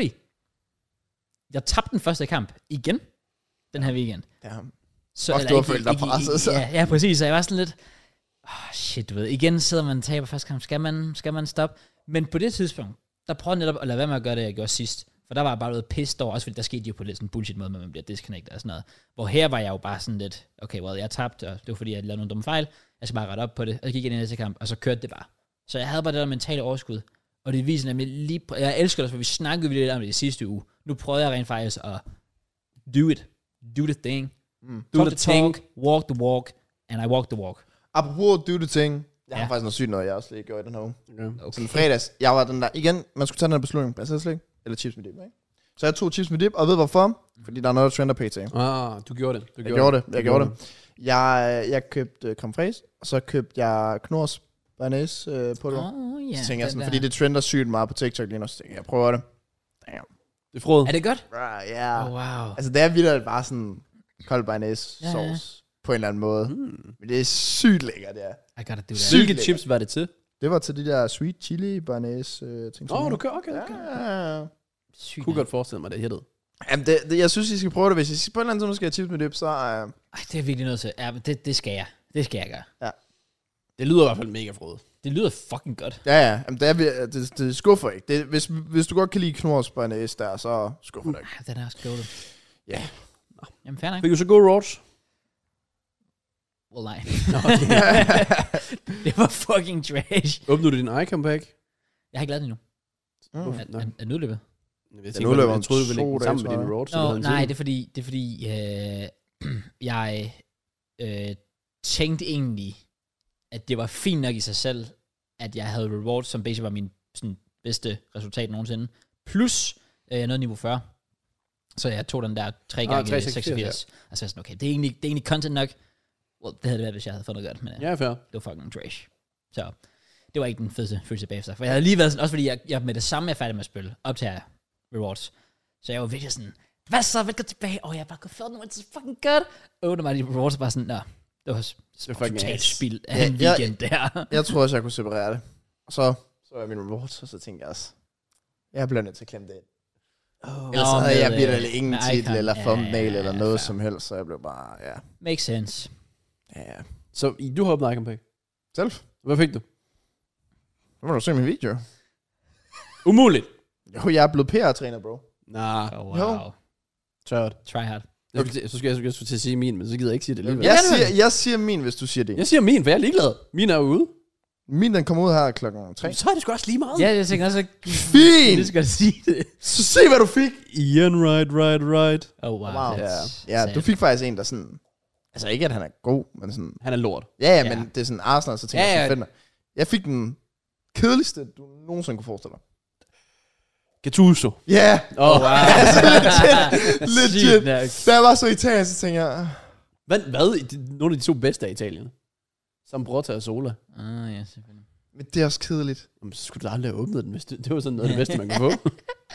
jeg tabte den første kamp igen, den her weekend. Ja. Så, Også du har følt dig presset, så. Ja, præcis, så jeg var sådan lidt, shit, du ved, igen sidder man og taber første kamp, skal man stoppe? Men på det tidspunkt, der prøvede jeg netop at lade være med at gøre det, jeg gjorde sidst. For der var jeg bare noget pissed over, også fordi der skete jo på lidt sådan bullshit måde, at man bliver disconnected og sådan noget. Hvor her var jeg jo bare sådan lidt, okay, well, jeg tabte, og det var fordi, jeg lavede nogle dumme fejl. Jeg skal bare rette op på det, og jeg gik ind i næste kamp, og så kørte det bare. Så jeg havde bare det der mentale overskud. Og det viser nemlig lige... Jeg elsker det, for vi snakkede lidt om det i sidste uge. Nu prøvede jeg rent faktisk at do it. Do the thing. Do the talk, walk the walk, and I walk the walk. Apropos do the thing. Jeg har Ja. faktisk noget sygt noget, jeg også lige gjorde i den her uge. Okay. Sådan fredags, jeg var den der, igen, man skulle tage den her beslutning, altså slik, eller chips med dip, ikke? Så jeg tog chips med dip, og ved hvorfor? Fordi der er noget, der trender pt. Du gjorde det. Jeg gjorde det. Jeg købte creme fraise, og så købte jeg Knors Bernays på det. Så tænkte jeg sådan, fordi det trender sygt meget på TikTok lige nu, så tænkte jeg prøver det. Damn. Det er frød. Er det godt? Ja. Oh, wow. Altså det er vildt bare sådan kold Bernays sauce på en eller anden måde. Men det er sygt lækkert, ja. I gotta do that. Sygt Hvilke lækkert. chips var det til? Det var til de der sweet chili Bernays ting. Du kører, okay. Ja. Sygt. Kunne godt forestille mig, det hættede. Jamen, jeg synes, I skal prøve det. Hvis I på en eller anden måde skal have chips med dip, så... Ej, det er virkelig nødt til. Ja, men det skal jeg. Det skal jeg gøre. Det lyder i hvert fald mega frød. Det lyder fucking godt. Ja. Jamen, det skuffer ikke. Hvis du godt kan lide Knors Bernays der, så skuffer det ikke. Den er også goated. Ja. Jamen, fair nok. Fik du så gode roads? Well, nej. Det var fucking trash. Åbnede du din icon pack? Jeg har ikke lavet det endnu. Er det udløbet? Jeg udløber troede, vi om ville 2 lægge den sammen dage, med dine tror roads. Nå, nej, det er fordi jeg tænkte egentlig, at det var fint nok i sig selv, at jeg havde rewards, som basically var min sådan, bedste resultat nogensinde. Plus, jeg nåede niveau 40. Så jeg tog den der 3 gange 86. Altså sådan, okay, det er egentlig content nok. Well, det havde det været, hvis jeg havde fundet godt, men Ja, fair. det var fucking trash. Så det var ikke den fedeste følelse bagefter. For jeg havde lige været sådan, også fordi jeg med det samme er færdig med at spille, op til rewards. Så jeg var virkelig sådan, hvad så, velkommen tilbage? Jeg bare kunne få noget, det er fucking godt. Åbner mig de rewards, bare sådan, det var fucking totalt ass. spild af en weekend der. Jeg tror også, jeg kunne separere det. Og så var jeg min rewards, og så tænkte jeg også, jeg bliver nødt til at klemme det ind. Ellers så havde jeg virkelig ingen med titel icon. eller thumbnail eller noget fair. som helst, så jeg blev bare, Makes sense. ja. Så du har åbnet icon pack. Selv? Hvad fik du? Nu må du se min video. Umuligt. Jo, jeg er blevet PR-træner, bro. Nej, Oh, wow. Jo. tørt. Try hard. Så skal jeg til at sige min, men så gider jeg ikke sige det alligevel. Jeg siger min, hvis du siger det. Jeg siger min, for jeg er ligeglad. Min er jo ude. Min, den kommer ud her klokken 3. Så er det sgu også lige meget. Ja, jeg tænker også, Fint! det skal sige det. Så se, hvad du fik. Ian, right. Oh, wow. Wow. that's Ja, sad. du fik faktisk en, der sådan... Altså ikke, at han er god, men sådan... Han er lort. Ja, Ja. men det er sådan Arsenal, så tænker jeg sådan fedt. Jeg fik den kedeligste, du nogensinde kunne forestille dig. Gattuso. Ja! Oh, wow. Altså, legit. Sygt nok. Da jeg var så i Italien, så tænker jeg... Hvad? Nogle af de 2 bedste af Italien. Sambrotta og Sola. Ja, selvfølgelig. Men det er også kedeligt. Jamen, så skulle du aldrig have åbnet den, hvis det var sådan noget af det bedste, man kunne få.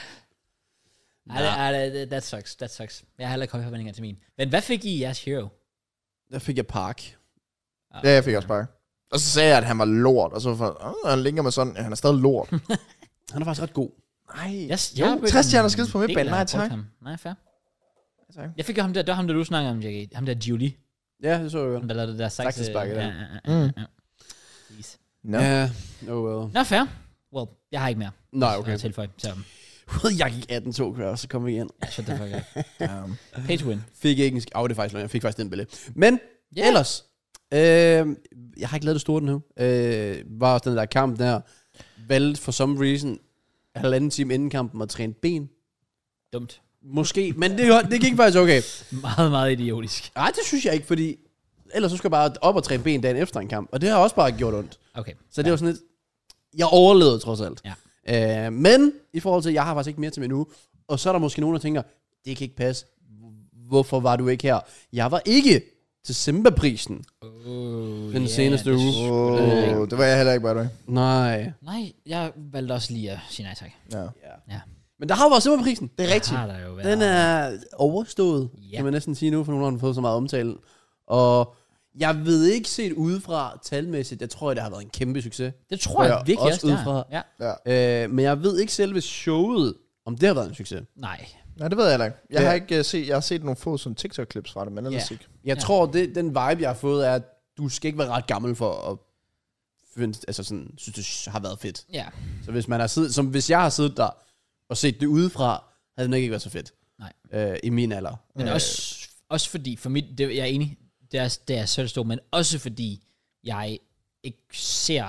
That sucks. Jeg har heller ikke høje forventninger til min. Men hvad fik I i jeres hero? Der fik jeg Park. Ja, jeg fik også bare. Og så sagde jeg, at han var lort, og så var han linker med sådan, han er stadig lort. Han er faktisk ret god. Nej. Jeg 60 stjerner skids på midtbanen, nej tak. Nej, fair. Tak. Jeg fik jo ham der, det var ham der, du snakkede om, Jackie. Ham der Julie. Ja, det så jeg Ham godt. der lavede det der Saksesparket, ja. Ja. Please. No. Ja, oh well. Nå, fair. Well, jeg har ikke mere. Nej, okay. At tilføje, så Jeg gik 18-2, og så kom vi igen. shut the fuck up. Pay to win. Fik ikke en det er faktisk løgn. Jeg fik faktisk den billet. Men Yeah. ellers, jeg har ikke lavet det store nu. Var også den der kamp der, valgte for some reason, 1,5 time inden kampen at træne ben. Dumt. Måske, men det gik faktisk okay. Meget, meget idiotisk. Nej, det synes jeg ikke, fordi ellers så skal jeg bare op og træne ben dagen efter en kamp. Og det har også bare gjort ondt. Okay. Så det var sådan lidt, jeg overlevede trods alt. Ja. Men i forhold til, jeg har faktisk ikke mere til min uge. Og så er der måske nogen, der tænker, det kan ikke passe. Hvorfor var du ikke her? Jeg var ikke til Simba-prisen den seneste uge. Det var jeg heller ikke, by the way. Nej. Nej, jeg valgte også lige at sige nej tak. Ja. Ja. Men der har jo været Simba-prisen. Det er rigtigt. Har der jo været. Den er overstået, Ja. kan man næsten sige nu, for nu har den fået så meget omtale. Og jeg ved ikke set udefra talmæssigt, jeg tror, det har været en kæmpe succes. Det tror jeg virkelig også også, udefra. det er. Ja. Men jeg ved ikke selve showet, om det har været en succes. Nej. Nej, det ved jeg heller ikke. Jeg Ja. har ikke set, jeg har set nogle få sådan TikTok-clips fra det, men ellers ikke. Jeg tror, den vibe, jeg har fået, er, at du skal ikke være ret gammel for at finde, altså sådan, synes, det har været fedt. Ja. Så hvis man har siddet, som hvis jeg har siddet der og set det udefra, havde det nok ikke været så fedt. Nej. I min alder. Men også fordi, for mit, jeg er enig, det er så stort, men også fordi, jeg ikke ser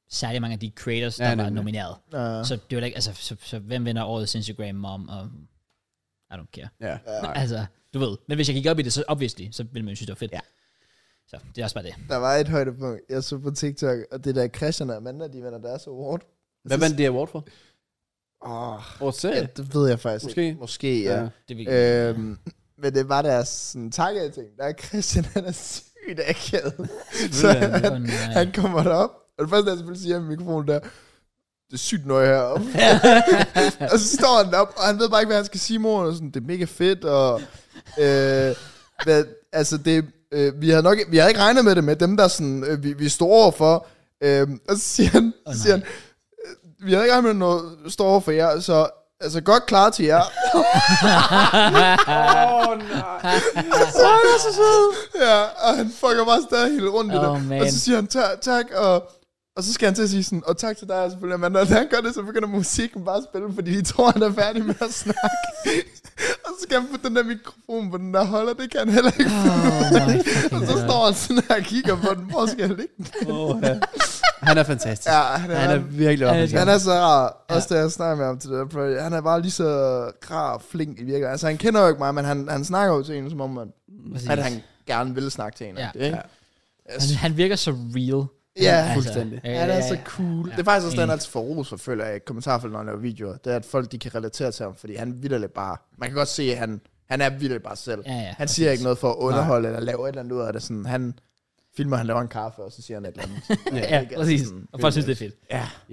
særlig mange af de creators, der var nomineret. Ja. Så det var ikke, altså, så hvem vinder årets Instagram mom, og I don't care. Ja. Altså, du ved. Men hvis jeg gik op i det, så obviously, så ville man jo synes, det var fedt. Ja. Så det er også bare det. Der var et højdepunkt, jeg så på TikTok, og det der Christian og Amanda, de vinder deres award. Hvad vandt det award for? Ja, det ved jeg faktisk Måske. ikke. Måske, ja. Det vil Men det var deres sådan, takket-ting. Der er Christian, han er sygt akavet. Så han kommer derop, og det første, jeg selvfølgelig siger i mikrofonen der, det er sygt nøje heroppe. Og så står han op, og han ved bare ikke, hvad han skal sige mor, og sådan, det er mega fedt, og altså det, vi havde ikke regnet med det med dem, der sådan, vi stod overfor, og så siger han, vi havde ikke regnet med noget, står over for jer, så altså godt klar til jer. Nej. Så han er så sød. Ja, og han fucker bare stadig helt rundt i det. Man. Og så siger han tak, og så skal han til at sige sådan, og tak til dig selvfølgelig, Amanda. Og da han gør det, så begynder musikken bare at spille, fordi de tror, han er færdig med at snakke. Og så skal han putte den der mikrofon på den der holder, det kan han heller ikke. Og så står han sådan her og kigger på den, hvor skal jeg lægge den? Ja. Han er fantastisk. Ja, han er virkelig fantastisk. Han er så rar. Også da jeg snakker med ham til det der, han er bare lige så rar og flink i virkeligheden. Altså han kender jo ikke mig, men han snakker jo til en, som om at han gerne vil snakke til en. Ja. Det, Ja. Han virker så real. Ja, fuldstændig. Han er så cool. Ja. Det er faktisk også den, altid for ros, forfølger jeg i kommentarfeltet, når han laver videoer. Det er, at folk de kan relatere til ham, fordi han vitterligt bare... Man kan godt se, at han er vitterligt bare selv. Ja, han siger ikke noget for at underholde, eller lave et eller andet ud af det. Sådan, han filmer, han laver en kaffe, og så siger han et eller andet. ja, præcis. Og folk synes, det er fedt.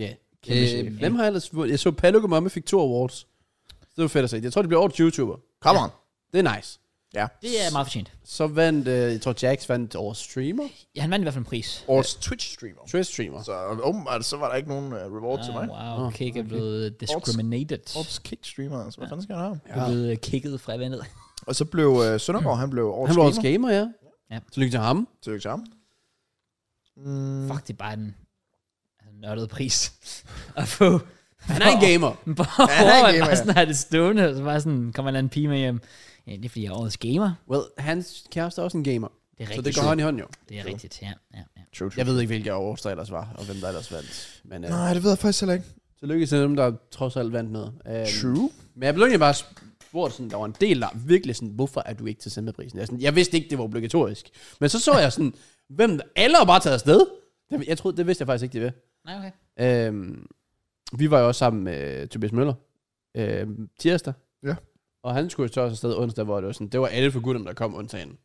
Ja. Hvem har ellers... Jeg så Palugo Mamme fik 2 awards. Det var fedt at se. Jeg tror, det bliver årets YouTuber. Come on. Det er nice. Ja. Det er meget fortjent. Så vandt... jeg tror, Jax vandt årets streamer. Ja, han vandt i hvert fald en pris. Årets Twitch-streamer. Twitch-streamer. Så åbenbart, så var der ikke nogen reward til mig. Wow, Kick er blevet discriminated. Årets Kick-streamer, altså hvad fanden skal han have? Er blevet kicket fra eventet. Og så blev Søndergaard, han blev årets Han var årets gamer. gamer, ja. Tillykke til ham. Tillykke til ham. Fuck, det er bare en nørdet pris at få. Han er en gamer. Han er en gamer, bare sådan har det stående, og så bare sådan, kommer en pige med hjem. Ja, det er fordi, jeg er årets gamer. Well, hans kæreste er også en gamer. Det er Så rigtigt. det går hånd i hånd jo. Det er rigtigt, ja. True. Jeg ved ikke, hvilke awards der ellers var, og hvem der ellers vandt. Men Nej, det ved jeg faktisk heller ikke. tillykke til dem, der trods alt vandt noget. True. Men jeg blev egentlig bare spurgt, sådan, der var en del, der virkelig sådan, hvorfor er du ikke til Semmeprisen? Jeg vidste ikke, det var obligatorisk. Men så jeg sådan, alle har bare taget afsted. Jeg troede, det vidste jeg faktisk ikke, de ved. Nej, okay. Vi var jo også sammen med Tobias Møller tirsdag. Ja. Og han skulle så også afsted onsdag, hvor det var sådan, det var alle for gutterne, der kom undtagen.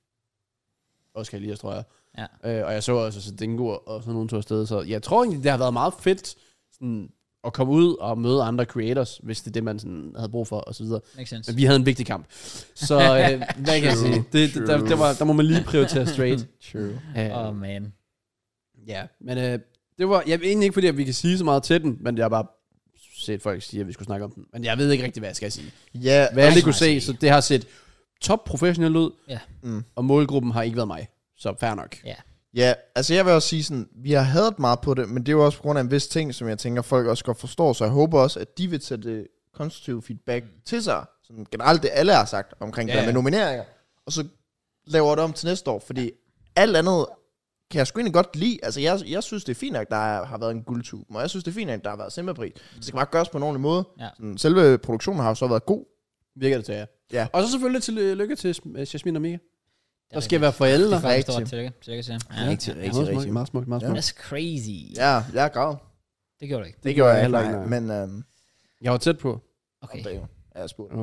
Oscar Elias, tror jeg. Ja. Og jeg så også så Dingo og sådan nogen tog afsted. Så jeg tror egentlig, det har været meget fedt sådan, at komme ud og møde andre creators, hvis det er det, man sådan, havde brug for, og så videre. Makes sense. Men vi havde en vigtig kamp. Så hvad kan jeg sige? Der må man lige prioritere straight. True. Man. Ja, men det var jeg egentlig ikke, fordi at vi kan sige så meget til den, men jeg har bare set folk sige, at vi skulle snakke om den. Men jeg ved ikke rigtig, hvad jeg skal sige. Ja. Hvad jeg lige kunne se, så det har set top professionelt ud, Ja. og målgruppen har ikke været mig. Så fair nok. Ja. Ja, altså jeg vil også sige sådan, vi har hadet meget på det, men det er jo også på grund af en vis ting, som jeg tænker, folk også godt forstår, så jeg håber også, at de vil tage det konstruktive feedback til sig, sådan generelt det alle har sagt omkring det med nomineringer, og så laver det om til næste år, fordi alt andet kan jeg sgu egentlig godt lide. Altså jeg synes, det er fint, at der har været en guldtube, og jeg synes, det er fint, at der har været Semmerpris. Det skal bare gøres på en ordentlig måde. Ja. Sådan, selve produktionen har jo så været god. Virker det til jer. Ja. Og så selvfølgelig tillykke til Jasmin og Mika. Der skal være forældre. Det er faktisk Rigtigt. stort tillykke. Tillykke til jer. Rigtig. Meget smukt, meget smukt. That's crazy. Ja, jeg er grav. Det gjorde du ikke. Det gjorde jeg heller heller ikke, ikke, men Jeg var tæt på. Okay. det er jo, jeg er spurgt.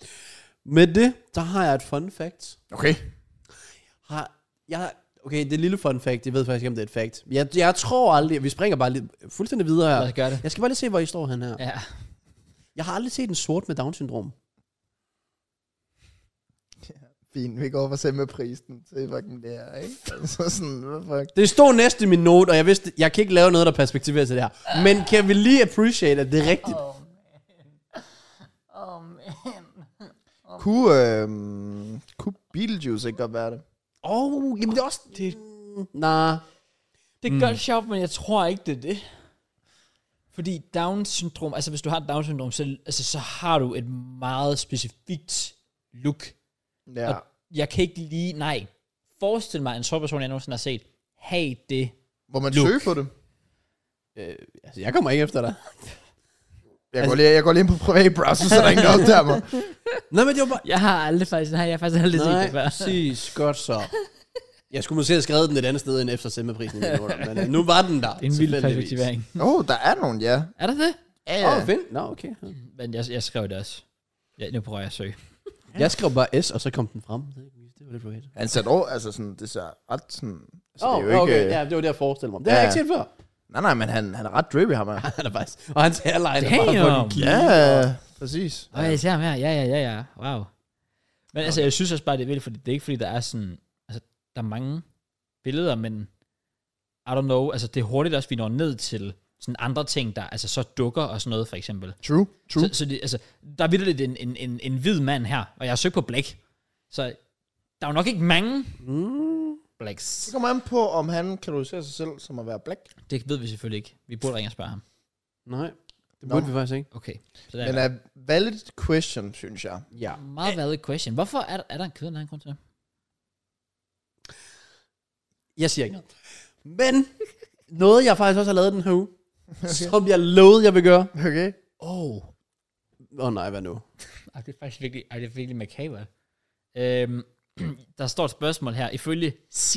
Med det, der har jeg et fun fact. Okay. Okay, det er et lille fun fact. Jeg ved faktisk ikke, om det er et fact. Jeg tror aldrig, vi springer bare lidt fuldstændig videre her. Lad os gøre det. Jeg skal bare lige se, hvor I står hen her. Ja. Jeg har aldrig set en sort med Down-syndrom. Fint, vi går for Semmerprisen til fucking det her, ikke? Altså sådan, hvad fuck? Det stod næste i min note, og jeg vidste, jeg kan ikke lave noget, der perspektiverer til det her. Men kan vi lige appreciate, at det er rigtigt? Kunne Beetlejuice ikke godt være det? Jamen det er også... Nej. Det er godt sjovt, men jeg tror ikke, det er det. Fordi Down-syndrom, altså hvis du har Down-syndrom, så har du et meget specifikt look. Ja. Og jeg kan ikke lige, forestil mig en sort person, jeg nogensinde har set, have det. Må man look. søge på det? Altså, jeg kommer ikke efter dig. Jeg går lige ind på privat browser, så der er ingen, der opdager mig. Nej, men det var bare... Jeg har faktisk aldrig set det før. Nej, præcis. Godt så. Jeg skulle måske have skrevet den et andet sted end efter Semmerprisen i minutter, men nu var den der. Det er en vild perspektivering. Der er nogen, ja. Er der det? Ja. Fint. Nå, okay. Men jeg skrev det også. Ja, nu prøver jeg at søge. Jeg skrev bare S, og så kom den frem. Det var lidt weird. Han satte over, altså sådan, det ser ret sådan... Altså, det er jo ikke, okay. Ja, det var det, jeg forestillede mig. Det har jeg ikke set før. Nej, men han er ret drippy, ham her. Han er faktisk... Og hans hairline er bare på den Ja, præcis. Jeg ser mere. Ja. Wow. Men altså, jeg synes også bare, det er vildt, fordi det er ikke fordi, der er sådan... Altså, der er mange billeder, men... I don't know. Altså, det er hurtigt også, vi når ned til sådan andre ting, der altså så dukker og sådan noget, for eksempel. True. Så det, altså, der er virkelig en hvid mand her, og jeg har søgt på Black. Så der er jo nok ikke mange Blacks. Det kommer an på, om han kategoriserer sig selv som at være black. Det ved vi selvfølgelig ikke. Vi burde ringe og spørge ham. Nej, det burde vi faktisk ikke. Okay. Så der Men er valid question, synes jeg. Ja. meget valid question. Hvorfor er der en kvinde, der er en grund til det? Jeg siger ikke noget. Men noget, jeg faktisk også har lavet den her uge, som jeg lovede, jeg vil gøre. Okay. Nej, hvad nu? Det er faktisk virkelig makabert. Der står et spørgsmål her. Ifølge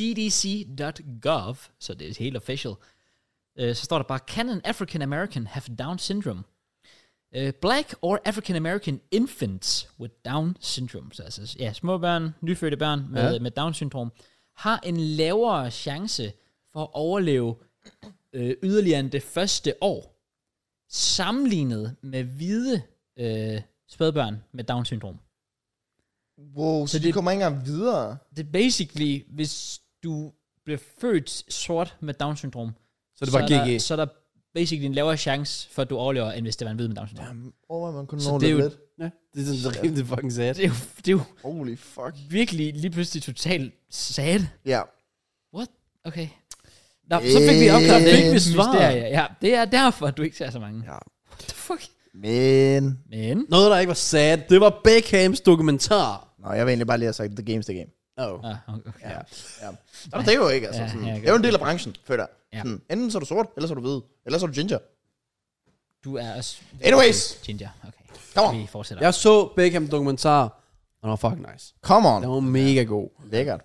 cdc.gov, så det er helt official, så står der bare, can an African American have Down syndrome? Black or African American infants with Down syndrome, så altså ja, små børn, nyfødte børn med Down syndrom, har en lavere chance for at overleve yderligere end det første år, sammenlignet med hvide spædbørn med Down syndrom. Wow, så de kommer ikke engang videre. Det er basically, hvis du bliver født sort med Down syndrom, Så det var GG. så er der basically en lavere chance for, at du overlever, end hvis det var en hvid med Down syndrom. Jamen, man kunne Så nå det er jo- lidt. Ja, det er sådan rimelig fucking sad. Det er jo Holy fuck. virkelig lige pludselig totalt sad. Ja. What? Okay. Nå, så fik vi opklaret det. fik vi svar. mysterie. Ja, det er derfor, at du ikke ser så mange. Ja. What the fuck? Men... Noget, der ikke var sad, det var Beckhams dokumentar. Nå, jeg vil egentlig bare lige have sagt, the game's the game. Okay. Ja. Ja. Så det er jo ikke, altså. Ja, Sådan. ja, Det er jo en del af branchen, føler jeg. Ja. Sådan, enten så er du sort, eller så er du hvid, eller så er du ginger. Du er også... Anyways. Ginger, okay. Come on. Vi fortsætter. Jeg så Beckham dokumentar, og den var fucking nice. Come on. Den var mega god. Lækkert.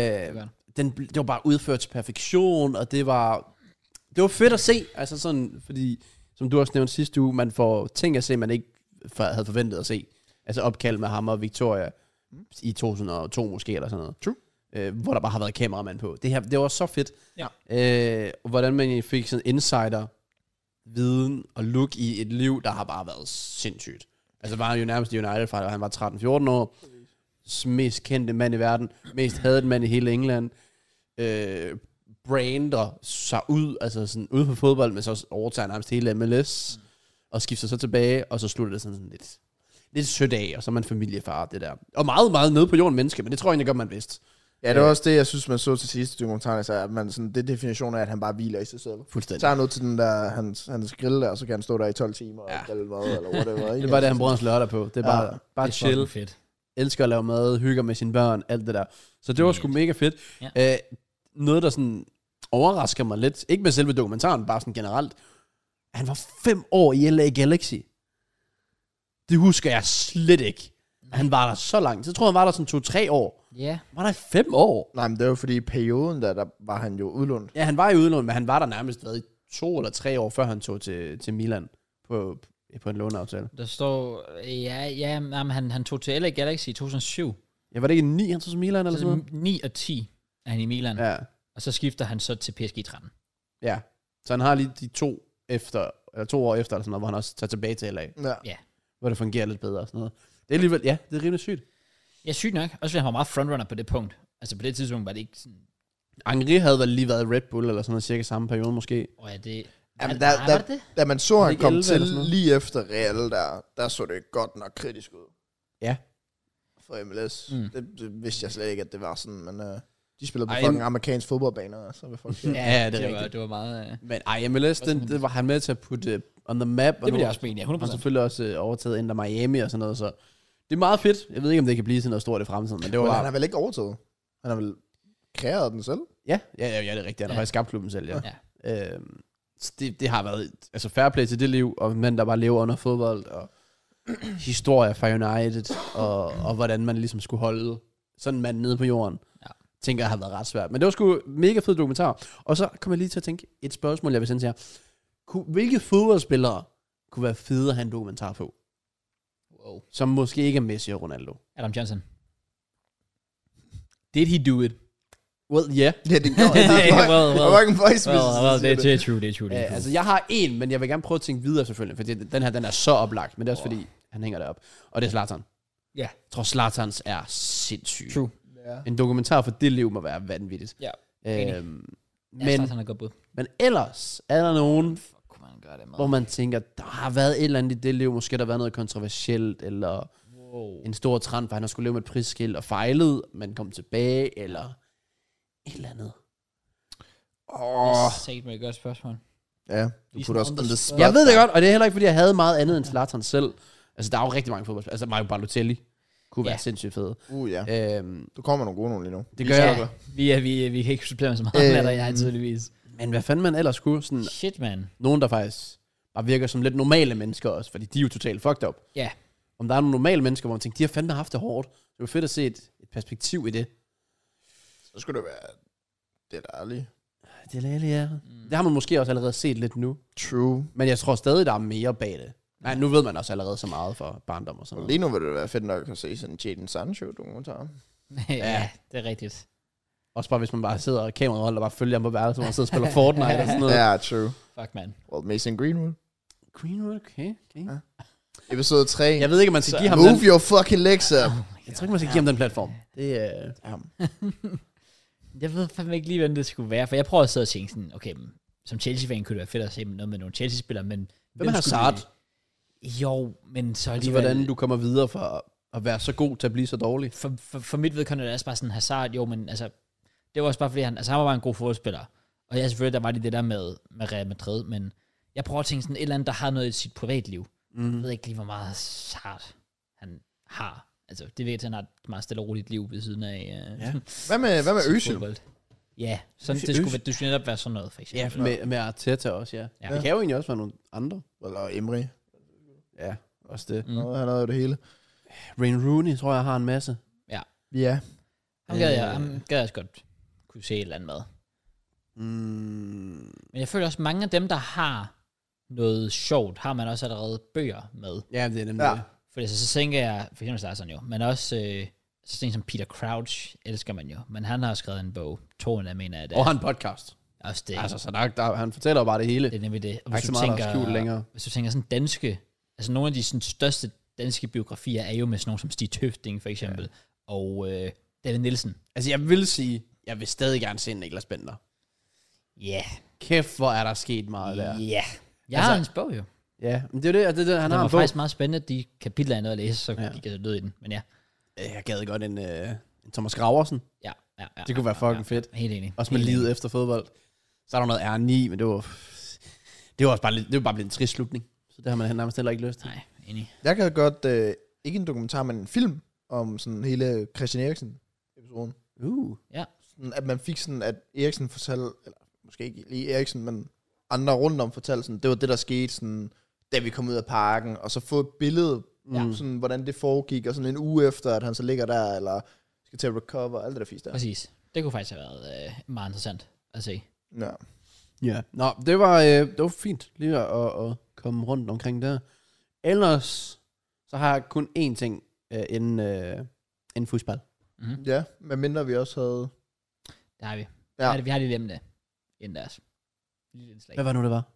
Det var bare udført til perfektion, og det var fedt at se, altså sådan, fordi, som du også nævnte sidste uge, man får ting at se, man ikke havde forventet at se. Altså opkald med ham og Victoria i 2002 måske, eller sådan noget. True. Hvor der bare har været kameramand på. Det var så fedt. Ja. Og hvordan man fik sådan insider viden og look i et liv, der har bare været sindssygt. Altså var han jo nærmest i United fra, han var 13-14 år. Mest kendte mand i verden. Mest hadet mand i hele England. Brander sig ud, altså sådan ude på fodbold, men så overtager nærmest hele MLS, og skifter så tilbage, og så slutter det sådan lidt sødt af, og så er man familiefar, det der. Og meget, meget nede på jorden menneske, men det tror jeg egentlig godt, man vidste. Ja, det var også det, jeg synes, man så til sidste dokumentar, så at man sådan, det definition af, at han bare hviler i sig selv. Fuldstændig. Så er han ud til den der, hans grill der, og så kan han stå der i 12 timer og grille mad, eller whatever. Det er bare det, han bruger hans lørdag på. Det er bare, bare Det er chill. fucking fedt. Elsker at lave mad, hygger med sine børn, alt det der. Så det var sgu mega fedt. Ja. Noget, der sådan overrasker mig lidt, ikke med selve dokumentaren, bare sådan generelt. Han var 5 år i LA Galaxy. Det husker jeg slet ikke. Han var der så langt. Så tror jeg, han var der sådan 2-3 år. Ja. Var der i 5 år? Nej, men det var jo fordi i perioden der var han jo udlånt. Ja, han var i udlån, men han var der nærmest i 2 eller 3 år, før han tog til Milan på en låneaftale. Der står, men han tog til LA Galaxy i 2007. Ja, var det ikke 9, han tog til Milan eller Så sådan noget? 9 og 10 er han i Milan. Ja. Og så skifter han så til PSG 13. Ja. Så han har lige de 2 år efter, eller sådan noget, hvor han også tager tilbage til LA. Ja. Hvor det fungerer lidt bedre og sådan noget. Det er alligevel, ja, det er rimelig sygt. Ja, sygt nok. Også fordi han var meget frontrunner på det punkt. Altså på det tidspunkt var det ikke sådan... Angri havde vel lige været i Red Bull, eller sådan noget, cirka samme periode måske. Ja, det... Jamen, var det? da man så, han ikke kom 11 til eller sådan noget? lige efter Real, der så det godt nok kritisk ud. Ja. For MLS. Mm. Det vidste jeg slet ikke, at det var sådan, men de spillede på Ej, fucking amerikansk fodboldbaner, så vil folk sige. Ja, det er rigtigt. Det var meget... Men MLS, det var han med til at putte on the map. Det vil jeg også mene, ja, Han har 100%. selvfølgelig også overtaget Inter Miami og sådan noget, så det er meget fedt. Jeg ved ikke, om det kan blive sådan noget stort i fremtiden, men det var Men han bare... har vel ikke overtaget? Han har vel kreeret den selv? Ja, det er rigtigt. Han har Ja. faktisk skabt klubben selv, ja. Ja. det har været altså fair play til det liv, og mænd, der bare lever under fodbold, og historier fra United, og hvordan man ligesom skulle holde sådan en mand nede på jorden. Ja. Tænker jeg har været ret svært. Men det var sgu mega fed dokumentar. Og så kom jeg lige til at tænke et spørgsmål, jeg vil sende til jer. Hvilke fodboldspillere kunne være fede at have en dokumentar på? Wow. Som måske ikke er Messi og Ronaldo. Adam Johnson. Did he do it? Well, yeah. Ja, det gjorde jeg. Der var ikke en voice Det er true. Altså, jeg har en, men jeg vil gerne prøve at tænke videre selvfølgelig, for den her, den er så oplagt, men det er også fordi, han hænger derop. Og det er Zlatan. Ja. Jeg tror, Zlatans er sindssyg. True. Ja. En dokumentar for det liv må være vanvittigt. Ja. Men ellers er der nogen, kunne man gøre det med? hvor man tænker, der har været et eller andet i det liv, måske der har været noget kontroversielt, eller en stor trend, for han har skulle leve med et prisskilt og fejlet, men kom tilbage, eller et eller andet. Sagt mig et godt spørgsmål. Ja, du putter også on the spot. Jeg ved det godt, og det er heller ikke, fordi jeg havde meget andet end Zlatan selv. Altså, der er jo rigtig mange fodboldspillere. Altså, Mario Balotelli kunne være sindssygt fed. Ja. Du kommer nogle gode nogle lige nu. Det gør jeg. Vi kan ikke supplere med så meget med jeg tydeligvis. Men hvad fanden man ellers kunne? Sådan, Shit, man. nogen, der faktisk bare virker som lidt normale mennesker også, fordi de er jo totalt fucked up. Ja. Om der er nogle normale mennesker, hvor man tænker, de har fandme haft det hårdt. Det var fedt at se et perspektiv i det. Så skulle det være det er ærligt. Det er lærligt, ja. Det har man måske også allerede set lidt nu. True. Men jeg tror stadig, der er mere bag det. Nej, nu ved man også allerede så meget for barndom og sådan noget. Lige nu vil det være fedt nok at se sådan en Jadon Sancho dokumentar. Ja, det er rigtigt. Også bare, hvis man bare sidder og kameraet holder og bare følger ham på værelset, hvor man sidder og spiller Fortnite og sådan noget. Ja, true. Fuck, man. Well, Mason Greenwood. Greenwood, okay. Ja. Episode 3. Jeg ved ikke, om man skal give ham Move den. your fucking legs up. Jeg tror ikke, man skal give ham den platform. Det er... Jeg ved fandme ikke lige, hvordan det skulle være, for jeg prøver at sidde og tænke sådan, okay, som Chelsea-fan kunne det være fedt at se noget med nogle Chelsea-spillere, men... Hvem er Hazard? Jo, men så Altså, alligevel... hvordan du kommer videre fra at være så god til at blive så dårlig. For mit vedkommende er det også bare sådan, Hazard, jo, men altså... Det var også bare, fordi han var bare en god fodboldspiller. Og ja, selvfølgelig, der var det der med Real Madrid, men jeg prøver at tænke sådan et eller andet, der har noget i sit privatliv. Jeg ved ikke lige, hvor meget Hazard han har. Altså, det ved at han har et meget stille og roligt liv ved siden af... Ja. Hvad med Øsel? Ja, sådan, det skulle netop være sådan noget, for eksempel. Ja, med Arteta også, ja. Det kan jo egentlig også være nogle andre. Eller Emery. Ja, også det. Han havde jo det hele. Wayne Rooney, tror jeg, har en masse. Ja. Ham gad jeg også godt kunne se et eller andet med. Men jeg føler også, mange af dem, der har noget sjovt, har man også allerede bøger med. Ja, det er nemlig det. Fordi så tænker jeg, for eksempel Starson jo, men også så tænker som Peter Crouch, elsker man jo, men han har skrevet en bog, Tårn, mener jeg det. Og han podcast. Også det. Altså, så han fortæller jo bare det hele. Det er nemlig det. Og hvis du tænker, hvis du tænker sådan danske, altså nogle af de sådan største danske biografier er jo med sådan nogle som Stig Tøfting for eksempel, og David Nielsen. Altså, jeg vil sige, jeg vil stadig gerne se Niklas Bender. Ja. Kæft, hvor er der sket meget der. Ja. Jeg har hans bog jo. Ja, men det er jo det, han har en bog. Det var faktisk meget spændende, de kapitler, jeg nåede at læse, så gik jeg lød i den, men ja. Jeg gad godt en Thomas Graversen. Ja. Det kunne være fucking fedt. Helt enig. Også med livet efter fodbold. Så er der noget R9, men det var også bare lidt, det var bare blevet en trist slutning. Så det har man nærmest heller ikke lyst til. Nej, enig. Jeg kan godt, ikke en dokumentar, men en film om sådan hele Christian Eriksen-episoden. Ja. Sådan, at man fik sådan, at Eriksen fortalte, eller måske ikke lige Eriksen, men andre rundt om fortalte sådan, det var det, der skete, sådan, da vi kom ud af parken, og så få et billede, sådan, hvordan det foregik, og sådan en uge efter, at han så ligger der, eller skal til at recover, alt det der fisk der. Præcis. Det kunne faktisk have været meget interessant at se. Ja. Ja. Nå, det var fint lige at komme rundt omkring der. Ellers, så har jeg kun én ting inden fodbold. Mm-hmm. Ja, medmindre vi også havde... Det har vi. Ja. Vi har lige glemt det. Inden deres. Lille indslag. Hvad var nu, det var?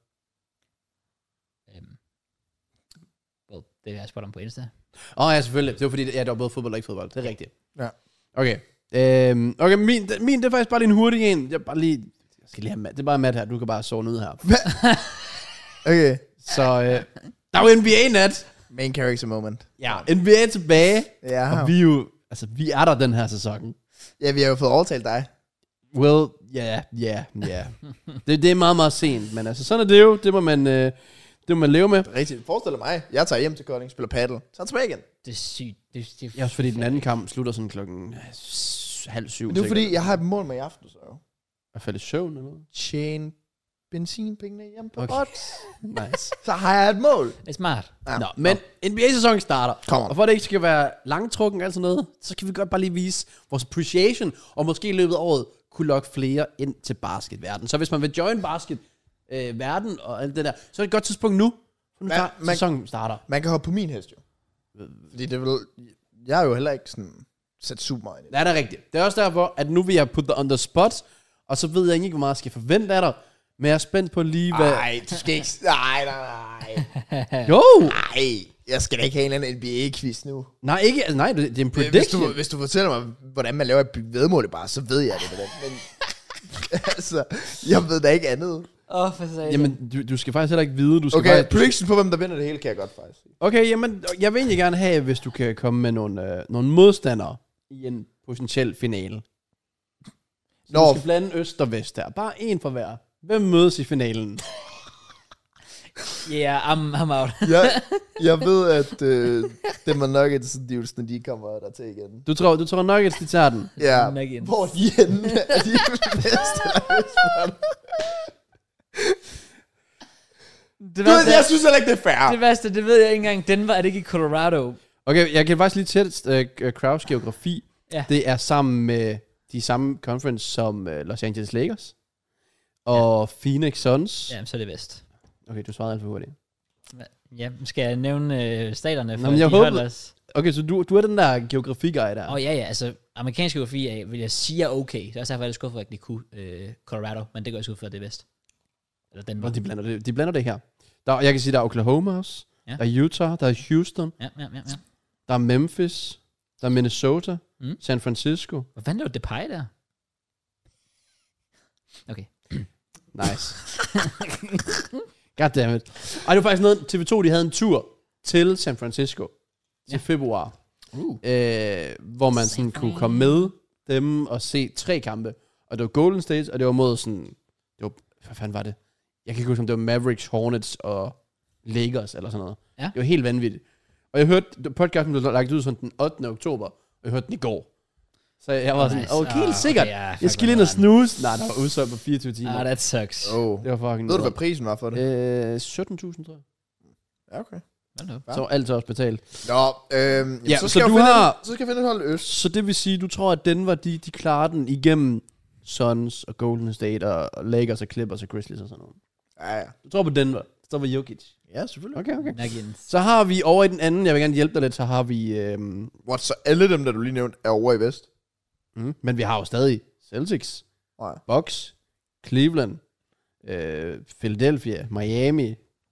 Well, det har jeg spurgt om på Insta. Ja, selvfølgelig. Det var fordi, det var både fodbold og ikke fodbold. Det er rigtigt. Ja. Okay. Okay, min det er faktisk bare lige en hurtig en. Jeg skal lige have Matt. Det er bare Matt her. Du kan bare zone ud her. Okay. Så, der er jo NBA-nat. Main character moment. Ja, NBA tilbage. Ja. Og vi er der den her sæson. Ja, vi har jo fået overtalt dig. Well, ja. Det er meget, meget sent. Men altså, sådan er det jo. Det må man leve med. Rigtigt. Forestil mig. Jeg tager hjem til Kolding, spiller paddle. Så tilbage igen. Det er sygt. Det Ja, også fordi den anden kamp slutter sådan 6:30. Men det er fordi, jeg har et mål med i aften, så jo. I hvert fald i søvn eller noget. Tjene benzinpengene hjem på Okay. odds. Nice. Så har jeg et mål. Det er smart. Ja. Nå, men NBA-sæsonen starter. Come on. Og for at det ikke skal være langtrukken og sådan noget, så kan vi godt bare lige vise vores appreciation, og måske i løbet af året kunne lokke flere ind til basketverdenen. Så hvis man vil join basket-verden og alt det der, så er det et godt tidspunkt nu. Sæsonen starter. Man kan hoppe på min hest, jo. Fordi det vil... Jeg er jo heller ikke sådan sat super meget ind i det. Ja, det er rigtigt. Det er også derfor, at nu vil jeg putte dig on the spot, og så ved jeg ikke, hvor meget jeg skal forvente af dig, men jeg er spændt på lige, hvad... Nej, du skal ikke... Nej. Jo! Nej, jeg skal da ikke have en eller anden NBA-quiz nu. Nej, ikke, altså, nej, det er en prediction. Hvis du fortæller mig, hvordan man laver et vedmål bare, så ved jeg det. Men altså, jeg ved da ikke andet. For satan. Jamen, du skal faktisk heller ikke vide, du skal Okay, bare... prediction på, hvem der vinder det hele, kan jeg godt faktisk sige. Okay, jamen, jeg vil egentlig gerne have, hvis du kan komme med nogle modstandere i en potentiel finale. Så du skal blande øst og vest her. Bare en for hver. Hvem mødes i finalen? Yeah, I'm out. Jeg ved, at Denver Nuggets, de kommer der til igen. Du tror Nuggets, de tager den? Ja, Nuggets. hvor er de henne? Er de bedste eller øst? Jeg synes heller ikke, det er fair. Det værste, det ved jeg ikke engang. Denver, er det ikke i Colorado? Okay, jeg kan faktisk lige tætte Kraus geografi. Ja. Det er sammen med de samme conference som Los Angeles Lakers og Phoenix Suns. Ja, så er det vest. Okay, du svarede alt for hurtigt. Ja, skal jeg nævne staterne? Nå, men jeg håber... Okay, så du er den der geografi-guy der. Ja, altså amerikansk geografi vil jeg sige er okay. Det er også derfor, jeg er skuffet, at de kunne Colorado, men det går jeg ud for, at det er vest. Eller Denver. Og de blander det her. Jeg kan sige, der er Oklahoma også. Ja. Der er Utah, der er Houston. Ja. Der er Memphis. Der er Minnesota. San Francisco. Hvad fanden lavede Depay der? Okay. Nice. Goddammit. Og det var faktisk noget, TV2, de havde en tur til San Francisco til februar. Hvor man sådan kunne komme med dem og se 3 kampe. Og det var Golden State, og det var mod sådan... Det var, hvad fanden var det? Jeg kan ikke huske, om det var Mavericks, Hornets og Lakers eller sådan noget. Ja. Det var helt vanvittigt. Og jeg hørte, podcasten blev lagt ud sådan den 8. oktober, og jeg hørte den i går. Så jeg var sådan, helt sikkert. Jeg skal ind og snuse. Nej, der var udsolgt på 24 timer. That sucks. Det var fucking... Ved du, hvad prisen var for det? 17.000, tror jeg. Ja, okay. Så var alt også betalt. Nå, så skal jeg finde et hold øst. Så det vil sige, du tror, at Denver, de klarer den igennem Suns og Golden State og Lakers og Clippers og Grizzlies og sådan noget. Ja. Du tror på Denver. Du tror på Jokic. Ja, selvfølgelig. Okay. Nuggets. Så har vi over i den anden, jeg vil gerne hjælpe dig lidt, så har vi... Så alle dem, der du lige nævnte, er over i vest? Men vi har jo stadig Celtics, Bucks, Cleveland, Philadelphia, Miami,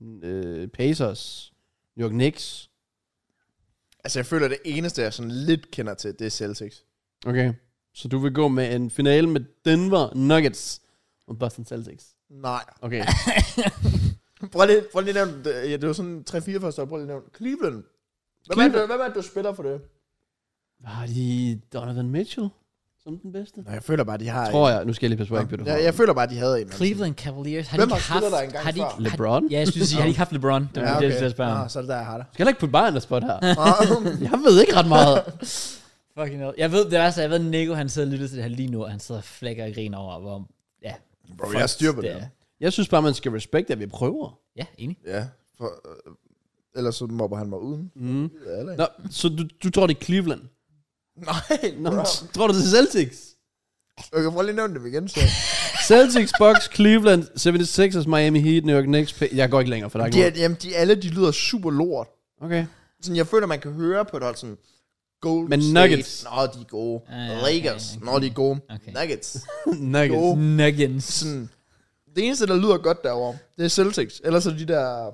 Pacers, New York Knicks. Altså, jeg føler, at det eneste, jeg sådan lidt kender til, det er Celtics. Okay. Så du vil gå med en finale med Denver Nuggets og Boston Celtics? Nej. Okay. Prøv lige nævne, det var sådan 3-4 første år, prøv lige nævne Cleveland. Hvem er det, du spiller for det? Har de Donovan Mitchell som den bedste? Nej, jeg føler bare, de har... Tror jeg. Nu skal jeg lige passe på, ikke bliver jeg føler bare, de havde en. Cleveland Cavaliers. Hvem har spillet der engang før? LeBron? Ja, jeg skulle sige, har de ikke haft LeBron? Det var det, jeg spørger om. Så er det der, jeg har det. Skal jeg ikke putte bare en spot her? Jeg ved ikke ret meget. Fucking hell. Jeg ved, det er så, jeg ved, Nico, han sidder og lytter til det her lige nu, og han sidder og flækker og griner over, hvor... Ja. Bro, jeg styrer på det. Jeg synes bare, man skal respekte, at vi prøver. Ja, enig. Ja, for... ellers så mobber han mig uden. Nå, så du tror, det er Cleveland? Nej, tror du, det er Celtics? Okay, prøv lige at nævne dem igen, så. Celtics, Bucks, Cleveland, 76ers, Miami Heat, New York Knicks. Jeg går ikke længere, for der er ikke jamen, de lyder super lort. Okay. Sådan, jeg føler, man kan høre på et hold sådan... Golden Men State, Nuggets. Nå, de er gode. Lakers. Nå, de er gode. Nuggets. Nuggets. Sådan, det eneste, der lyder godt derovre, det er Celtics. Ellers så de der...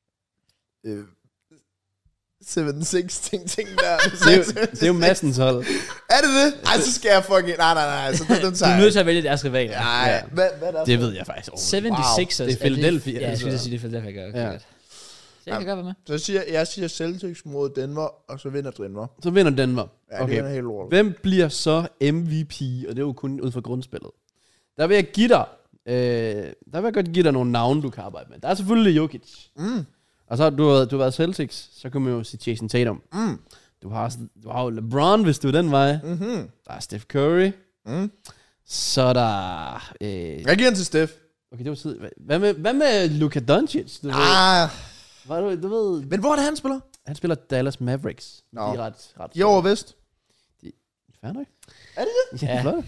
7-6 ting der. Det er jo Madsens hold. Er det det? Ej, så skal jeg fucking... Nej. Så den tager du er nødt til at vælge deres rival. Nej, hvad er der? Det ved jeg faktisk. 76ers. Det er Philadelphia. Ja, jeg skulle sige, det er Philadelphia. Okay. Så jeg kan godt være med. Så jeg siger Celtics mod Denver, og så vinder Denver. Så vinder Denver. Ja, det er helt lort. Hvem bliver så MVP? Og det er jo kun ud fra grundspillet. Der vil jeg give dig... der vil jeg godt give dig nogle navne, du kan arbejde med. Der er selvfølgelig Jokic. Og så har du været Celtics, så kan man jo sige Jason Tatum. Du har jo LeBron, hvis du er den vej. Der er Steph Curry. Så er der... Jeg giver den til Steph. Okay, det var tid. Hvad med Luka Doncic? Du ved... Men hvor er det, han spiller? Han spiller Dallas Mavericks. Nå. De er ret I over vest. fair nok. Er det det? Ja, flot.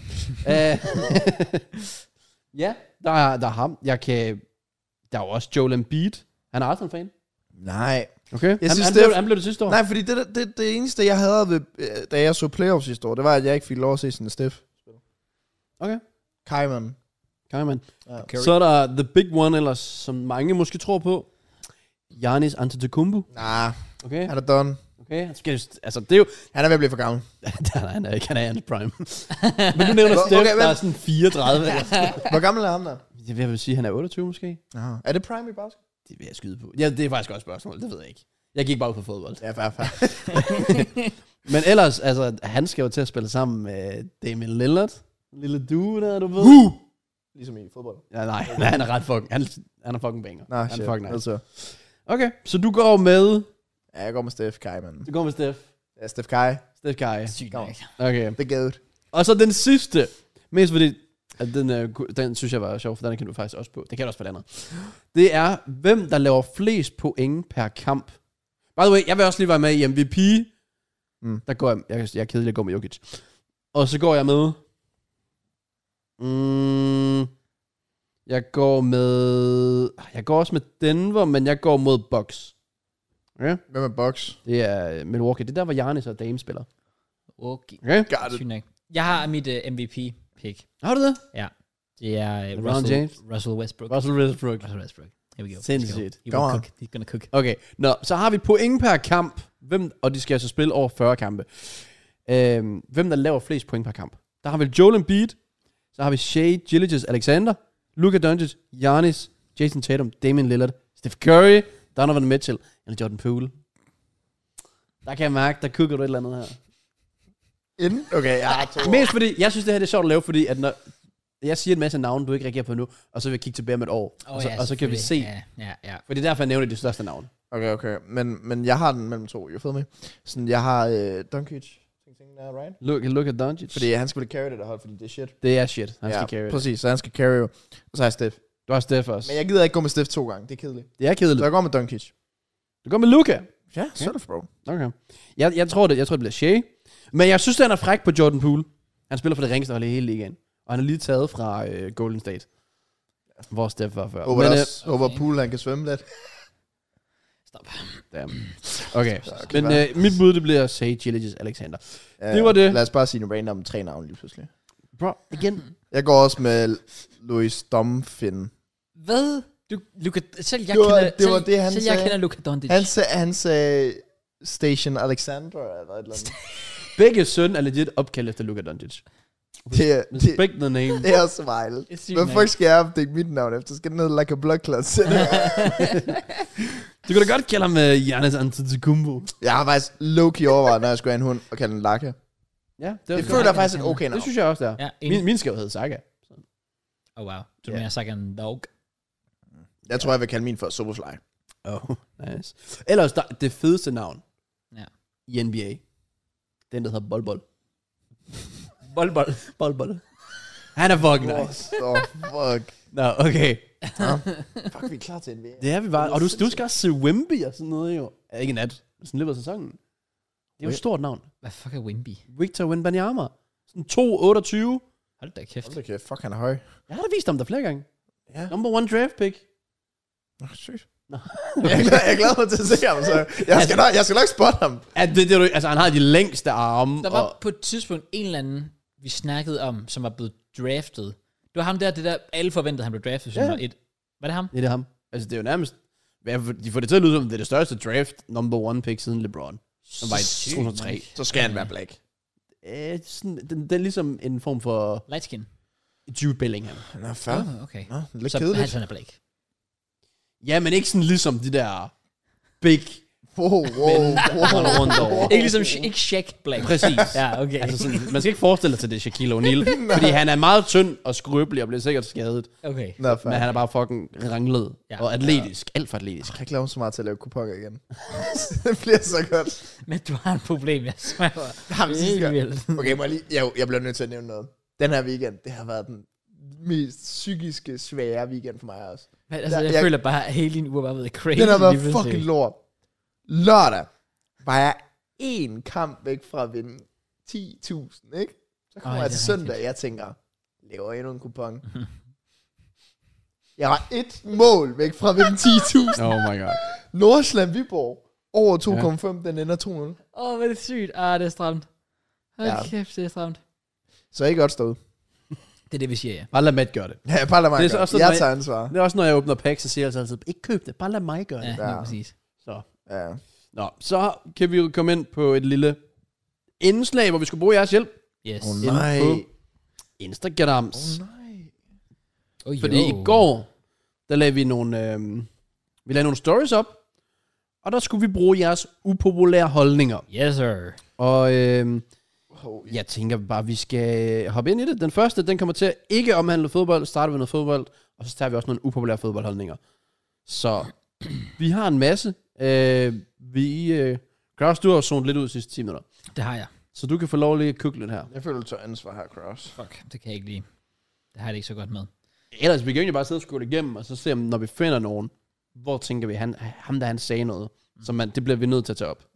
Ja, der er ham. Der er jo også Joel Embiid. Han er Arsenal-fan. Nej. Okay. Jeg synes, Han blev det sidste år. Nej, fordi det eneste, jeg havde, ved, da jeg så playoffs sidste år, det var, at jeg ikke fik lov at se sådan en Steph. Okay. Kajman. Kajman. Ja. Så er der the big one, ellers, som mange måske tror på. Giannis Antetokounmpo. Nah, Okay. han er done. Okay. Altså, det er jo... Han er ved at blive for gammel. Han er ikke, han er hans prime. Men du nævner Steph, Okay, der er sådan 34. Hvor gammel er ham der? Jeg vil sige, han er 28 måske. Aha. Er det prime i basket? Det vil jeg skyde på. Ja, det er faktisk også et spørgsmål. Det ved jeg ikke. Jeg gik bare ud på fodbold. Ja, fair. Men ellers, altså, han skal jo til at spille sammen med Damian Lillard. En lille dude der, du ved. Ligesom i fodbold. Ja, nej, han er ret fucking... Han er fucking banger. Nah, han shit. er fucking nice. Altså. Okay, så du går med... Ja, jeg går med Steph Kajman. Du går med Steph. Ja, Steph Kaj. Steph Curry. Sygt nok. Okay. Det er godt. Og så den sidste. Mest fordi... At den synes jeg var sjov, for den kan du faktisk også på. Det kan du også på det andet. Det er, hvem der laver flest point per kamp. By the way, jeg vil også lige være med i MVP. Der går jeg er kedelig at gå med Jokic. Og så går jeg med... Jeg går også med Denver, men jeg går mod Bucks. Okay? Hvem er Bucks? Det er Milwaukee. Det der, hvor Giannis og Dame spiller. Okay. Okay? Got Sygt nok. Jeg har mit MVP-pick. Har du det? Ja. Det er LeBron James? Russell Westbrook. Russell Westbrook. Russell Westbrook. Here we go. Sindssygt. He Come will on. cook. He's gonna cook. Okay, nå, så har vi point per kamp. Og de skal altså spille over 40 kampe. Hvem der laver flest point per kamp? Der har vi Joel Embiid. Så har vi Shai Gilgeous-Alexander. Luka Doncic. Giannis. Jason Tatum. Damian Lillard. Steph Curry. Donovan Mitchell. Eller Jordan Poole. Der kan jeg mærke, der kukker du et eller andet her. Inden? Okay, jeg har to. Mest fordi, jeg synes det her det er sjovt at lave, fordi at når jeg siger en masse navne, du ikke reagerer på nu, og så vil jeg kigge tilbage om et år, og så kan vi se. Ja. For det er derfor, jeg nævner de største navne. Okay. Men jeg har den mellem to. You feel me? Sådan, jeg har Doncic. Right? Look at Doncic. Fordi han skal carry det der hold, fordi det er shit. Det er shit. Han skal carry. Præcis, så han skal carry. Og så har jeg Steph. Du har Steph også. Men jeg gider ikke gå med Steph 2 gange. Det er kedeligt. Det er kedeligt. Så jeg går med Doncic. Du går med Luka. Ja, så er det, bro. Okay. Jeg tror det bliver Shea. Men jeg synes, han er fræk på Jordan Poole. Han spiller for det ringeste hold i hele ligaen. Og han er lige taget fra Golden State. Hvor Steph var før. Håber Poole, han kan svømme lidt. Stop. Damn. Okay. Men mit bud, det bliver Shai Gilgeous-Alexander. Det var det. Lad os bare sige en random 3 navn lige pludselig. Bro, igen. Jeg går også med Louis Domfin. Hvad? Luka, selv jeg kender Luka Doncic. Han sagde Station Alexander eller et eller andet. Begge søn er legit opkaldt efter Luka Doncic. Respect the name. Det er så wild. Hvad fuck skal jeg opdække mit navn efter? Skal den hedde like a blood clot? Du kan da godt kalde ham Giannis Antetokounmpo. Jeg har faktisk low-key overvejet, når jeg skulle have en hund, og kalde den Laka. Ja, det føler jeg faktisk et okay navn. Det synes jeg også, der. Ja, min skal jo hedde Saga. Oh wow. Du mener Saga en dog? Jeg tror, jeg vil kalde min for Superfly. Oh, nice. Ellers, det fedeste navn i NBA. Den, der hedder Bolbol. Bolbol. Han er fucking nice. Fuck. Nå, okay. Fuck, vi er klar til NBA. Det er vi bare. Og du skal også se Wemby og sådan noget jo. Ikke nat. Sådan løbet af sæsonen. Det er jo et stort navn. Hvad fuck er Wemby? Victor Wembanyama. Sådan 2,28. Hold da kæft. Fuck, han er høj. Jeg har da vist ham der flere gange. Ja. Number 1 draft pick. Sygt. Jeg glæder mig til at se ham, så jeg skal nok spotte ham. Altså, han har de længste arme. Der var på et tidspunkt en eller anden, vi snakkede om, som var blevet draftet. Det var ham der, alle forventede, han blev draftet som nummer 1. Var det ham? Ja, det er ham. Altså, det er jo nærmest... De får det til at lyde som, det er det største draft number 1 pick siden LeBron. Som var i 2003. Så skal han være black. Den er ligesom en form for... Light skin. Jude Bellingham. Nå, fair. Okay. Nå, lidt så kedeligt. han er black. Ja, men ikke sådan ligesom de der big... Wow. rundt over. Ikke ligesom ikke Shaq black. Præcis. Ja, okay. Altså sådan, man skal ikke forestille sig, det er Shaquille O'Neal. Fordi han er meget tynd og skrøbelig og bliver sikkert skadet. Okay. Nå, Men han er bare fucking ranglet. Ja. Og atletisk. Alt for atletisk. Jeg kan ikke lave så meget til at lave kuponer igen. Det bliver så godt. Men du har et problem, jeg smager. Okay, må jeg lige... Jeg bliver nødt til at nævne noget. Den her weekend, det har været den mest psykiske svære weekend for mig også. Men, altså, jeg føler bare, at hele din uge var været crazy. Den har været lige pludselig. fucking lort. Lørdag var jeg en kamp væk fra at vinde 10.000, ikke? Så kommer jeg til søndag, og jeg tænker, laver endnu en kupon. Jeg var 1 mål væk fra at vinde 10.000. Oh my god. Nordsjælland Viborg over 2,5, den ender 2-0. Hvor er det sygt. Det er stramt. Hold kæft, det er stramt. Så ikke godt stået. Det er det, vi siger, ja. Bare lad Matt gøre det. Ja, bare lad mig Det er gøre. også Jeg sådan, tager ansvar. Det er også, når jeg åbner packs, så siger jeg altid, ikke køb det, bare lad mig gøre det. Ja, Ja. lige præcis. Så. Ja. Nå, så kan vi jo komme ind på et lille indslag, hvor vi skulle bruge jeres hjælp. Yes. Nej. Inde på Instagrams. Nej. Fordi i går, der lavede vi nogle stories op, og der skulle vi bruge jeres upopulære holdninger. Yes, sir. Og jeg tænker bare, vi skal hoppe ind i det. Den første, den kommer til at ikke omhandle fodbold, starter vi noget fodbold, og så tager vi også nogle upopulære fodboldholdninger. Så vi har en masse. Kraus, du har zonet lidt ud de sidste 10 minutter. Det har jeg. Så du kan få lov lige at kugle lidt her. Jeg føler, du tager ansvar her, Kraus. Fuck, det kan jeg ikke lide. Det har jeg det ikke så godt med. Ellers, vi kan jo bare sidde og skåle igennem, og så se, om når vi finder nogen, hvor tænker vi, han sagde noget. Så det bliver vi nødt til at tage op.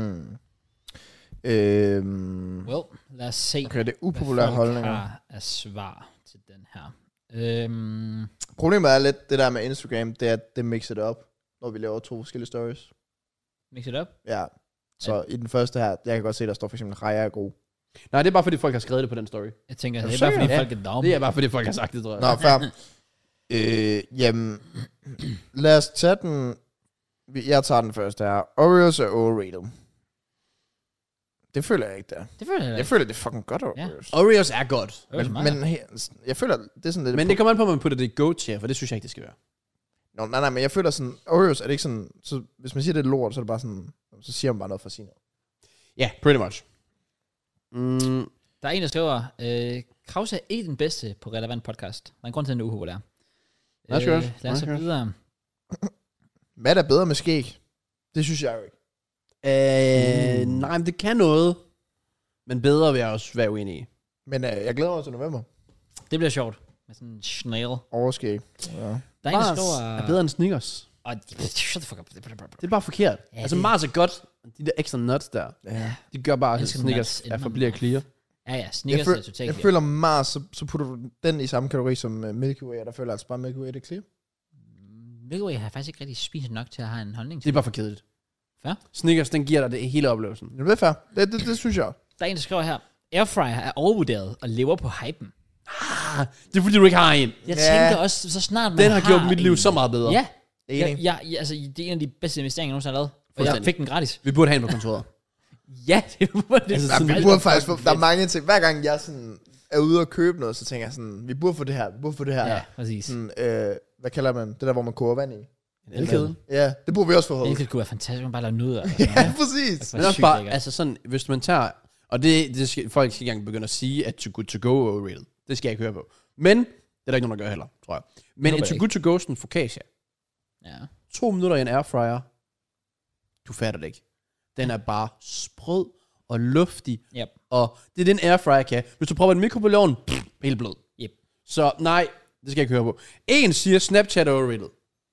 Well, lad os se, Okay, det er hvad upopulære folk holdninger. har af svar til den her. Problemet er lidt, det der med Instagram, det er, at det mixer det op, når vi laver 2 forskellige stories. Mix it up. Ja. Så i den første her, jeg kan godt se, der står for eksempel, Raja er god. Nej, det er bare fordi folk har skrevet det på den story. Jeg tænker, Er det du er bare fordi sikker? folk er dumme. Det er bare fordi folk har sagt det, tror jeg. Nå, fair. Jamen, lad os tage den. Jeg tager den første her. Oreos er overrated. Det føler jeg ikke, der. Det føler jeg Jeg føler, det er fucking godt, Ja. Oreos. Oreos er godt. Men jeg føler, det er sådan lidt... Men det kommer an på, om man putter det i go-tier, for det synes jeg ikke, det skal være. Nå, nej, men jeg føler sådan, Oreos er det ikke sådan... Så hvis man siger, det er lort, så er det bare sådan... Så siger man bare noget for at sige noget. Ja, pretty much. Der er en, der skriver, Krause er ikke den bedste på relevant podcast. Der er en grund til, at den er upopulær. Lad os gøre det. Lad os så videre. Hvad er bedre med skæg? Det synes jeg jo ikke. Nej, men det kan noget. Men bedre vil jeg også være uenig i. Men jeg glæder mig til november. Det bliver sjovt. Med sådan en snail. Overskæg. Ja. Der er en, der Mars skriver... er bedre end Snickers. Shut the fuck up. Det er bare forkert. Ja, Altså det- Mars er godt. De der ekstra nuts der, Ja. de gør bare, at elsker Snickers nuts er in forbliver my clear. Ja, Snickers er totalt Jeg clear. føler Mars, så putter du den i samme kategori som Milky Way, og der føler jeg altså bare Milky Way, det er clear. Milky Way har jeg faktisk ikke rigtig spist nok til at have en holdning Det til. er bare for kedeligt. Fair. Snickers, den giver dig det hele oplevelsen. Det er fair. Det synes jeg. Der er en, der skriver her, Airfryer er overvurderet og lever på hypen. Det er fordi, du ikke har en. Jeg Ja. tænker også, så snart man Den har gjort mit liv en- så meget bedre. Ja, Enig. altså, det er en af de bedste investeringer, jeg nogensinde har lavet. Og jeg Fuldstændig. fik den gratis. Vi burde have en på kontoret. Ja, det burde det. Altså, Ja, sådan, vi det burde faktisk få, der er mange ting. Hver gang jeg sådan er ude og købe noget, så tænker jeg sådan, vi burde få det her, vi burde få det her. Ja, præcis. Sådan, hvad kalder man? Det der, hvor man koger vand i. En elkedel. Ja, det burde vi også få holdt. Det kunne være fantastisk, man bare laver nødder. Ja, præcis. Men også bare, altså sådan, hvis man tager, og det skal, folk skal ikke engang begynde at sige, at Too Good To Go er overrated. Det skal jeg ikke høre på. Men, det er der ikke nogen, der gør heller, tror jeg. Men Håber en jeg Too Good To Go, sådan focaccia. Ja. 2 minutter i en airfryer. Du fatter det ikke. Den er bare sprød og luftig. Yep. Og det er den airfryer kan. Hvis du prøver en mikrobølgeovn, helt blød. Yep. Så nej, det skal jeg ikke høre på. En siger, Snapchat er overrated.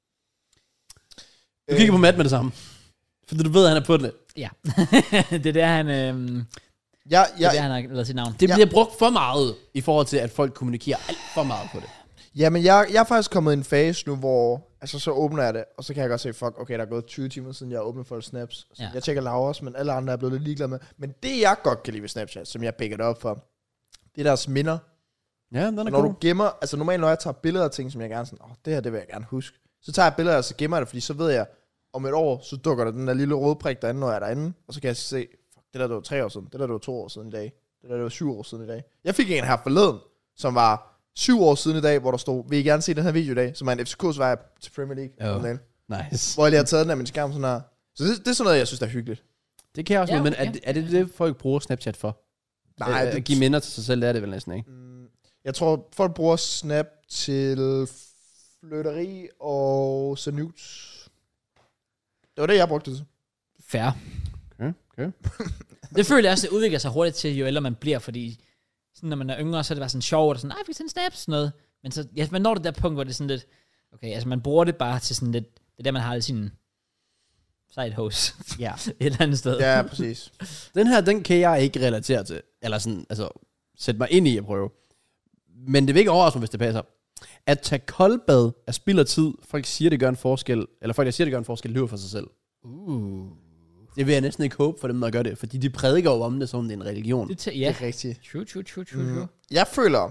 Du kigger på Matt med det samme. Fordi du ved, at han er på det. Ja. Det er der, han... det er der, han har lavet sit navn. Det bliver brugt for meget, i forhold til, at folk kommunikerer alt for meget på det. Jamen, jeg er faktisk kommet i en fase nu, hvor altså, så åbner jeg det, og så kan jeg godt se, fuck, okay, der er gået 20 timer siden, jeg åbnede for snaps. Ja. Jeg tjekker Lauras, men alle andre er blevet lidt ligeglade med. Men det, jeg godt kan lide ved Snapchat, som jeg picker det op for, det er deres minder. Ja, den er Når god. du gemmer, altså normalt, når jeg tager billeder af ting, som jeg gerne sådan, det her, det vil jeg gerne huske. Så tager jeg billeder, og så gemmer jeg det, fordi så ved jeg, om et år, så dukker der den der lille røde prik derinde, når jeg er derinde, og så kan jeg se, fuck, det der, det var 3 år siden, det der, det var 2 år siden i dag, det der, det var 7 år siden i dag. Jeg fik en her forleden, som var 7 år siden i dag, hvor der stod, vil I gerne se den her video i dag, som er en FCK's vej til Premier League. Jo. Nice. Hvor jeg lige har taget den af min skærm sådan her. Så det er sådan noget, jeg synes, der er hyggeligt. Det kan jeg også, Ja, men okay. er det folk bruger Snapchat for? Nej, At give minder til sig selv, det er det vel næsten ikke. Jeg tror, folk bruger Snap til flytteri og Sanuts. Det var det, jeg brugte det til. Fair. Okay. Det føler jeg også, det udvikler sig hurtigt til, jo ældre man bliver, fordi sådan, når man er yngre, så er det bare sådan sjovt, og sådan, vi kan sende snaps, sådan noget. Men så, ja, man når det der punkt, hvor det er sådan lidt, okay, altså man bruger det bare til sådan lidt, det er der, man har sin side hose. Ja. Et eller andet sted. Ja, præcis. Den kan jeg ikke relatere til. Eller sådan, altså, sætte mig ind i at prøve. Men det vil ikke overraske mig, hvis det passer. At tage koldbad er spild af tid. Folk siger, det gør en forskel. Eller folk, der siger, det gør en forskel, lyver for sig selv. Det vil jeg næsten ikke håbe for dem, der gør det. Fordi de prædiker jo om det, som det er en religion. Ja, Det er rigtigt. true. Jeg føler...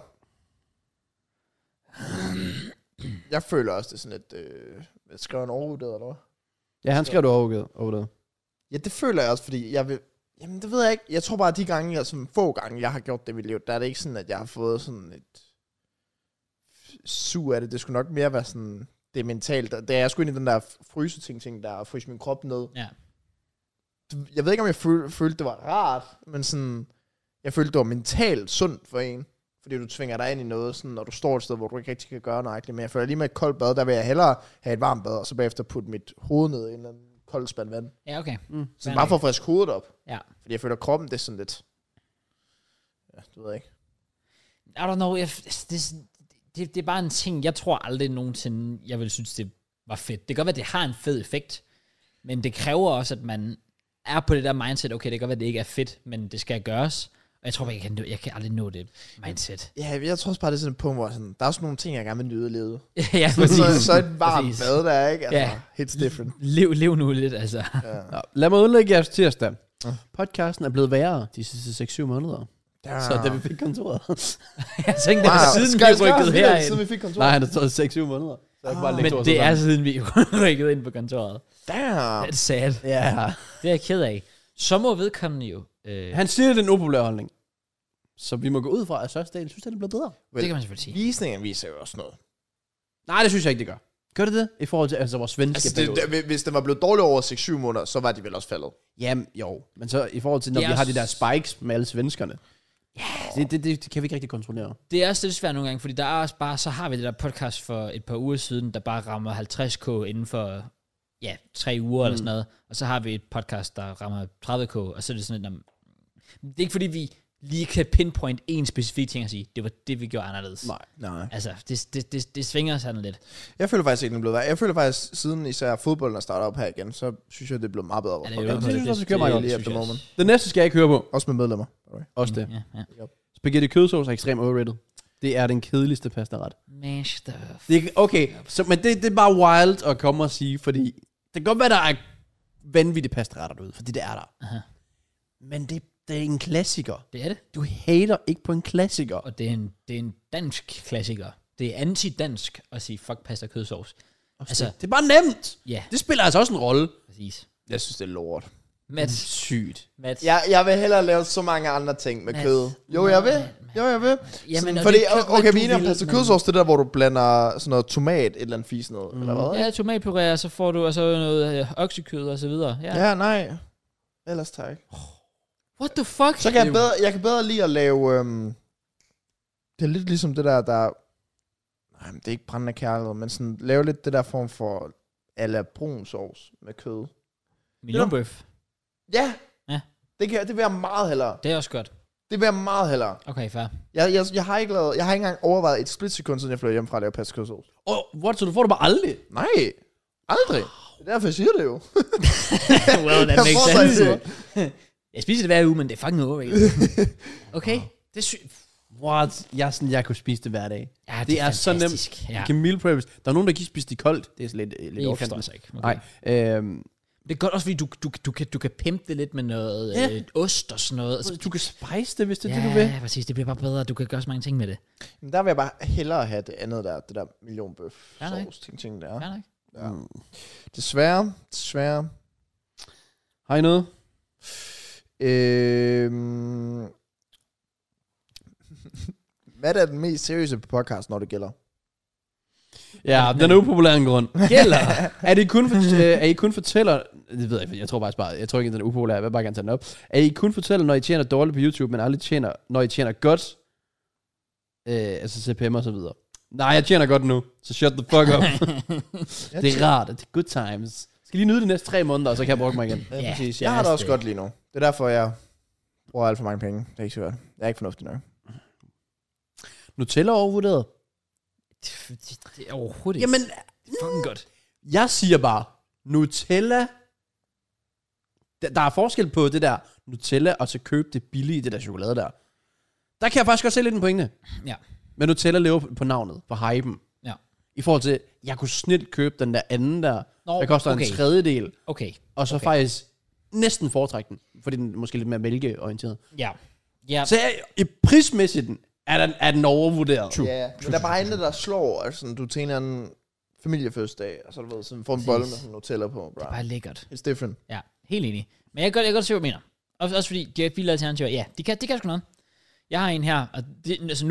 Jeg føler også, det er sådan et... Jeg skrev en overvurderet, eller hvad? Ja, han skrev det over det. Ja, det føler jeg også, fordi jeg vil... Jamen, det ved jeg ikke. Jeg tror bare, at de gange, få gange, jeg har gjort det i mit liv, der er det ikke sådan, at jeg har fået sådan et sug af det. Det skulle nok mere være sådan... Det er mentalt. Da jeg skulle ind i den der fryse-ting, der fryse min krop ned. Ja. Jeg ved ikke, om jeg følte, det var rart, men sådan... Jeg følte, det var mentalt sundt for en. Fordi du tvinger dig ind i noget, sådan, når du står et sted, hvor du ikke rigtig kan gøre noget. Men jeg føler lige med et koldt bad, der vil jeg hellere have et varmt bad, og så bagefter putte mit hoved ned i en eller anden kold spand vand. Ja, okay. Så bare for at friske hovedet op. Ja. Fordi jeg føler, at kroppen, det er sådan lidt... Ja, du ved ikke. I don't know, det er bare en ting, jeg tror aldrig nogensinde, jeg vil synes, det var fedt. Det kan godt være, at det har en fed effekt, men det kræver også, at man er på det der mindset, okay, det kan godt være, at det ikke er fedt, men det skal gøres. Og jeg tror bare, jeg kan aldrig nå det mindset. Ja, jeg tror også bare, det er sådan et punkt, hvor sådan, der er også nogle ting, jeg gerne vil nyde at leve. Ja, præcis. Så et varmt bad der, ikke? Altså, Ja. It's different. Lev nu lidt, altså. Ja. Ja. Lad mig udlægge jeres tirsdag. Podcasten er blevet værre de sidste 6-7 måneder. Så da vi fik kontoret. Jeg tænkte, det var siden vi rykkede herind. Siden vi fik kontoret. Nej, han har stået 6-7 måneder. Så jeg kan bare lægge Men det er siden vi rykkede ind på kontoret. Damn. That's sad. Ja. Det er jeg ked af. Så må vedkommende jo... Han siger, det er en upopulær holdning. Så vi må gå ud fra, at Sørsdal synes, det er blevet bedre. det kan man selvfølgelig sige. Visningen viser jo også noget. Nej, det synes jeg ikke, det gør. Gør det det? I forhold til vores svenske periode? Hvis den var blevet dårlig over 6-7 måneder, så var de vel også faldet. Jamen, jo. Men så i forhold til, når vi har de der spikes med alle svenskerne. Ja. Det kan vi ikke rigtig kontrollere. Det er også lidt svært nogle gange, fordi der er også bare, så har vi det der podcast for et par uger siden, der bare rammer 50k inden for 3 uger eller sådan noget. Og så har vi et podcast, der rammer 30k, og så er det sådan lidt, det er ikke fordi vi lige kan pinpoint en specifik ting og sige, det var det, vi gjorde anderledes. Nej. Altså, det svinger sådan lidt. Jeg føler faktisk ikke, det er blevet værre. Jeg føler faktisk, siden især fodbolden er startet op her igen, så synes jeg, det er blevet meget bedre. Ja, det kører mig godt. Lige efter moment. Det næste skal jeg ikke høre på. Også med medlemmer. Okay. Også det. Ja. Spaghetti kødsovs er ekstremt overrated. Det er den kedeligste pastaret. Mash stuff. Det er, okay, men det er bare wild at komme og sige, fordi det kan godt være, der er vanvittige pastaretter derude, fordi det er der. Aha. Men det er en klassiker. Det er det. Du hater ikke på en klassiker. Og det er en dansk klassiker. Det er anti-dansk at sige, fuck pasta og kødsovs. Altså, Det er bare nemt. Ja, Det spiller altså også en rolle. præcis. Jeg synes, det er lort. Matt. Sygt. Jeg vil hellere lave så mange andre ting med kød. Jo, jeg vil. Jamen, Fordi, det kan okay, godt, vi du er enige om vil, pasta men- kødsovs, det der, hvor du blander sådan noget tomat, et eller andet fis noget, eller hvad? Ja, tomatpuré, og så får du altså noget oksekød og så videre. Ja. Nej. Ellers tak. What the fuck? Så kan jeg kan bedre lide at lave, det er lidt ligesom det der, nej, men det er ikke brændende kærlighed, men sådan, lave lidt det der form for a la brun sovs med kød. Millionbøf. Ja. Ja. Det vil jeg meget hellere. Det er også godt. Det vil jeg meget hellere. Okay, fair. Jeg har ikke engang overvejet et splitsekund, siden jeg fløj hjem fra at lave pasta kødsovs. What? Så du får det bare aldrig? Nej, aldrig. Det er derfor, jeg siger det jo. Well, that makes Jeg får sense. Jeg spiser det hver uge, men det er fucking overrated. Okay. Det er sygt. What? Jeg kunne spise det hver dag. Ja, Det er så fantastisk. nemt. Ja. Du kan meal preppes. Der er nogen, der kan spise det koldt. Det er lidt Det forstår jeg så ikke. Okay. Nej. Det er godt også, fordi du kan pimpe det lidt med noget ost og sådan noget. Du kan spice det, hvis det er ja, det, du vil. Ja, præcis. Det bliver bare bedre. Du kan gøre så mange ting med det. Men der vil jeg bare hellere have det andet der, det der millionbøf Ja, nej. sovs, ting der. Fair nok. Ja. Desværre. Har I noget? Hvad er den mest seriøse på podcast, når det gælder? Ja, den er upopulær en grund. Gælder. Er I kun fortæller... Det ved jeg ikke, jeg tror faktisk bare... Jeg tror ikke, den er upopulær. Jeg vil bare gerne tage den op. Er I kun fortæller, når I tjener dårligt på YouTube, men aldrig tjener, når I tjener godt? Altså CPM og så videre. Nej, jeg tjener godt nu. Så shut the fuck up. Det er rart. Det er good times. Skal lige nyde de næste 3 måneder, og så kan jeg bruge mig igen. Ja, præcis. Jeg har det også godt lige nu. Det er derfor, jeg bruger alt for mange penge. Det er ikke så godt. Jeg er ikke fornuftig nok. Nutella overvurderet. det er overhovedet ikke. Jamen, Det er fucking godt. jeg siger bare, Nutella, der er forskel på det der Nutella, og så købe det billige, det der chokolade der. Der kan jeg faktisk godt se lidt en pointe. Ja. Men Nutella lever på navnet, på hypen. Ja. I forhold til, jeg kunne snilt købe den der anden der, Nå, der koster okay. en tredjedel, Okay. og så faktisk næsten foretrække den, fordi den er måske lidt mere mælkeorienteret. Ja. Ja. Så i prismæssigt er den overvurderet. Ja, men der er bare andet, der slår. Altså, sådan, du tænker en familiefødselsdag, og så du ved, sådan, får en bolle med sådan Nutella på. Bro. Det er bare lækkert. It's different. Ja, helt enig. Men jeg kan godt se, hvad du mener. Også fordi de har file alternativer. Ja, det kan sgu noget. Jeg har en her, og det, altså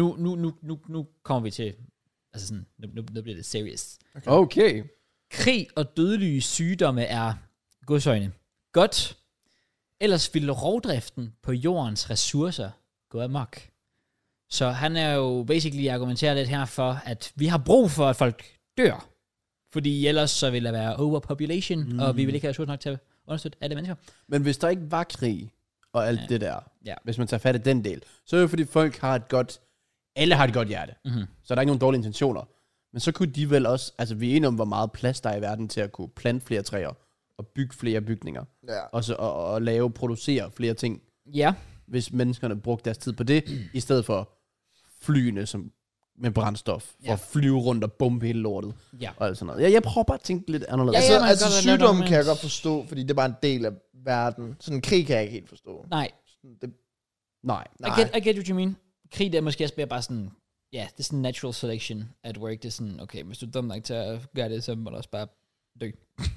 nu kommer vi til, altså sådan, nu bliver det serious. Okay. Krig og dødelige sygdomme er, godsøjne, godt. Ellers ville rovdriften på jordens ressourcer gå amok. Så han er jo basically argumenteret lidt her for, at vi har brug for, at folk dør. Fordi ellers så vil der være overpopulation, og vi vil ikke have ressourcer nok til at understøtte alle mennesker. Men hvis der ikke var krig og alt det der, Ja. hvis man tager fat i den del, så er det jo fordi folk har et godt, alle har et godt hjerte. Mm-hmm. Så der er ikke nogen dårlige intentioner. Men så kunne de vel også, altså vi er enige om, hvor meget plads der er i verden til at kunne plante flere træer, og bygge flere bygninger, Ja. og producere flere ting, Ja, hvis menneskerne brugte deres tid på det, i stedet for flyene som med brændstof, for at flyve rundt og bombe hele lortet, ja. og alt sådan noget. Jeg prøver bare at tænke lidt anderledes. Ja, Altså, man kan altså godt være sygdommen lidt kan jeg omvendt. godt forstå, fordi det er bare en del af verden. Sådan en krig kan jeg ikke helt forstå. Nej, Det, Nej. I get what you mean. Krig, det er måske også bare sådan, ja, det er sådan natural selection at work. Det er sådan, okay, hvis du er dum nok til at gøre det, så må du også bare dø.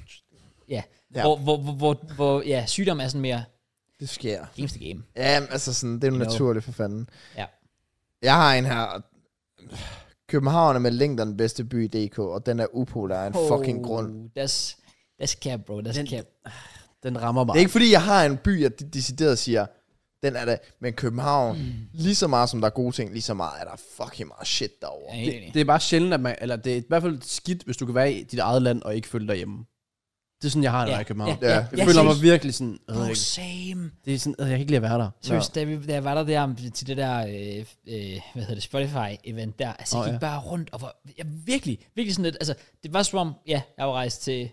Ja. Ja. Hvor ja, sygdom er sådan mere det sker. games to game. Ja, altså sådan, det er jo You know. naturligt for fanden. Ja. Jeg har en her. København er med længden den bedste by i DK, og den er upopulær af en fucking grund. That's cap, bro. That's cap. Den rammer bare. Det er ikke fordi, jeg har en by, jeg decideret siger, den er det, men København, lige så meget som der er gode ting, lige så meget er der fucking meget shit derovre. Jeg er helt enig. Det er bare sjældent, at man, eller det er i hvert fald skidt, hvis du kan være i dit eget land og ikke følge dig hjemme. Det er sådan, jeg har det, når jeg er i København. Ja. Jeg føler mig virkelig sådan, Oh, same. det er sådan, jeg kan ikke lide at være der. Seriøst, da jeg var der til det der, hvad hedder det, Spotify-event der, altså jeg gik bare rundt, og jeg virkelig sådan lidt, altså det var som om, ja, jeg var rejst til,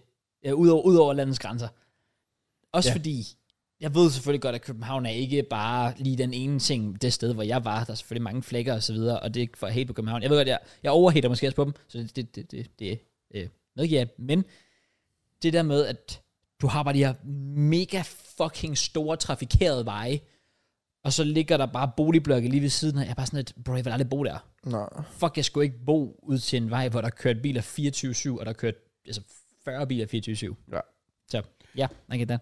ud over landets grænser. Også fordi, jeg ved selvfølgelig godt, at København er ikke bare lige den ene ting, det sted, hvor jeg var. Der er selvfølgelig mange flækker og så videre, og det er ikke for at hate på København. Jeg ved godt, jeg overhater måske også på dem, så det er noget, ja. Men det der med, at du har bare de her mega fucking store trafikerede veje, og så ligger der bare boligblokke lige ved siden af. Jeg er bare sådan lidt, bro, jeg vil aldrig bo der. Nå. Fuck, jeg skulle ikke bo ud til en vej, hvor der kørt biler 24/7, og der kørt altså 40 biler 24/7. Ja. Så, ja, I get that.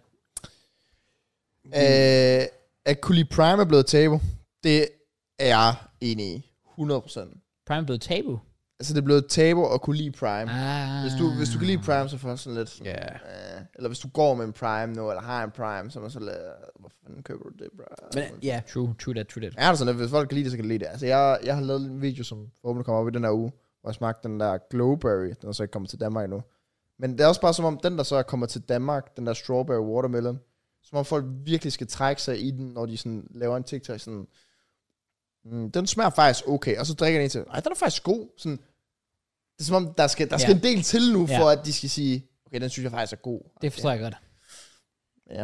At Kuli Prime er blevet tabu, det er jeg enig i. 100%. Prime er blevet tabu. Altså, det er blevet tabu at kunne lide Prime. Hvis du kan lide Prime, så får sådan lidt sådan, Ja. eller hvis du går med en Prime nu, eller har en Prime, så er man så lidt, hvorfor fanden køber du det, bro? Men ja, True that. Ja, det er sådan, at hvis folk kan lide det, så kan de lide det. Altså, jeg har lavet en video, som forhåbentlig kommer op i den her uge, hvor jeg smagte den der Glowberry, den er så ikke kommet til Danmark endnu. Men det er også bare som om, den der så er kommet til Danmark, den der Strawberry Watermelon, som om folk virkelig skal trække sig i den, når de sådan laver en TikTok, sådan, den smager faktisk okay, og så drikker de en til, ej, den er faktisk god, sådan, det er som om, der skal en del til nu, for at de skal sige, okay, den synes jeg faktisk er god. Det forstår jeg godt. Ja.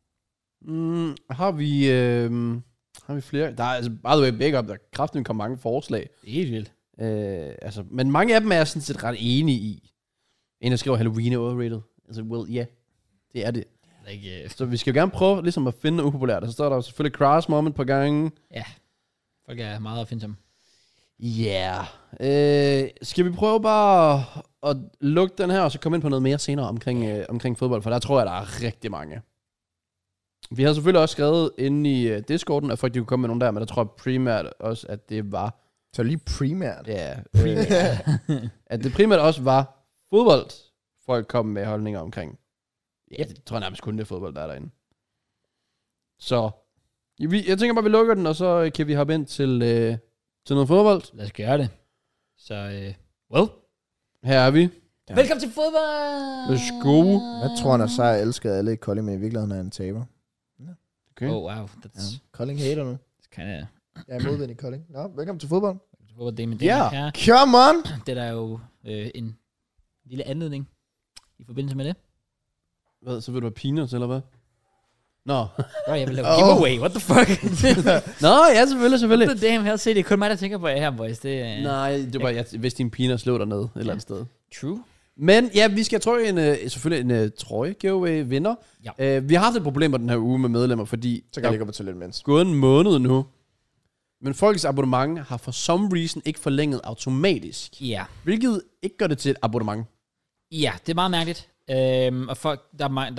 har vi flere? Der er altså, by the way, big up, der kraftigt kommer mange forslag. Det er helt vildt. Altså, men mange af dem er jeg sådan set ret enige i. En, der skriver, Halloween er overrated. Altså, well, ja, det er det. Like, Så vi skal jo gerne prøve ligesom at finde noget upopulært. Og så står der jo selvfølgelig Crash Moment på gangen. ja, folk er meget opfindsomme. Ja. Skal vi prøve bare at lukke den her, og så komme ind på noget mere senere omkring fodbold, for der tror jeg, der er rigtig mange. Vi har selvfølgelig også skrevet inde i Discorden, at folk de kunne komme med nogle der, men der tror jeg primært også, at det var... Så lige primært. Ja, at det primært også var fodbold, folk kom med holdninger omkring. Ja, det tror jeg nærmest kun det er fodbold, der er derinde. Så, jeg tænker bare, vi lukker den, og så kan vi hoppe ind til noget fodbold. Lad os gøre det. Så, well. Her er vi. Ja. Velkommen til fodbold! Let's go. Jeg tror, han er sejr elsket alle i Kolding, men i virkeligheden er en taber. Okay. Oh, wow. That's Kolding hater nu. kind of... Jeg er modvind i Kolding. Nå, velkommen til fodbold. hvor det er med den her. Come on! Det er der jo en lille anledning i forbindelse med det. Hvad, så vil du have peanuts, eller hvad? Nå. Bro, jeg vil lave giveaway, what the fuck? Nå, ja, selvfølgelig. What the damn hell, se, det er kun mig, der tænker på jer her, boys. Det, Nej, det var bare, jeg vidste, din peanuts lå dernede et eller andet sted. True. Men ja, vi skal selvfølgelig en trøje giveaway vinder. Ja. Vi har haft et problem med den her uge med medlemmer, fordi Så kan jeg ligge på toilet mens. gået en måned nu. Men folks abonnement har for some reason ikke forlænget automatisk. Ja. Hvilket ikke gør det til et abonnement. Ja, det er meget mærkeligt. Og folk, der er mange,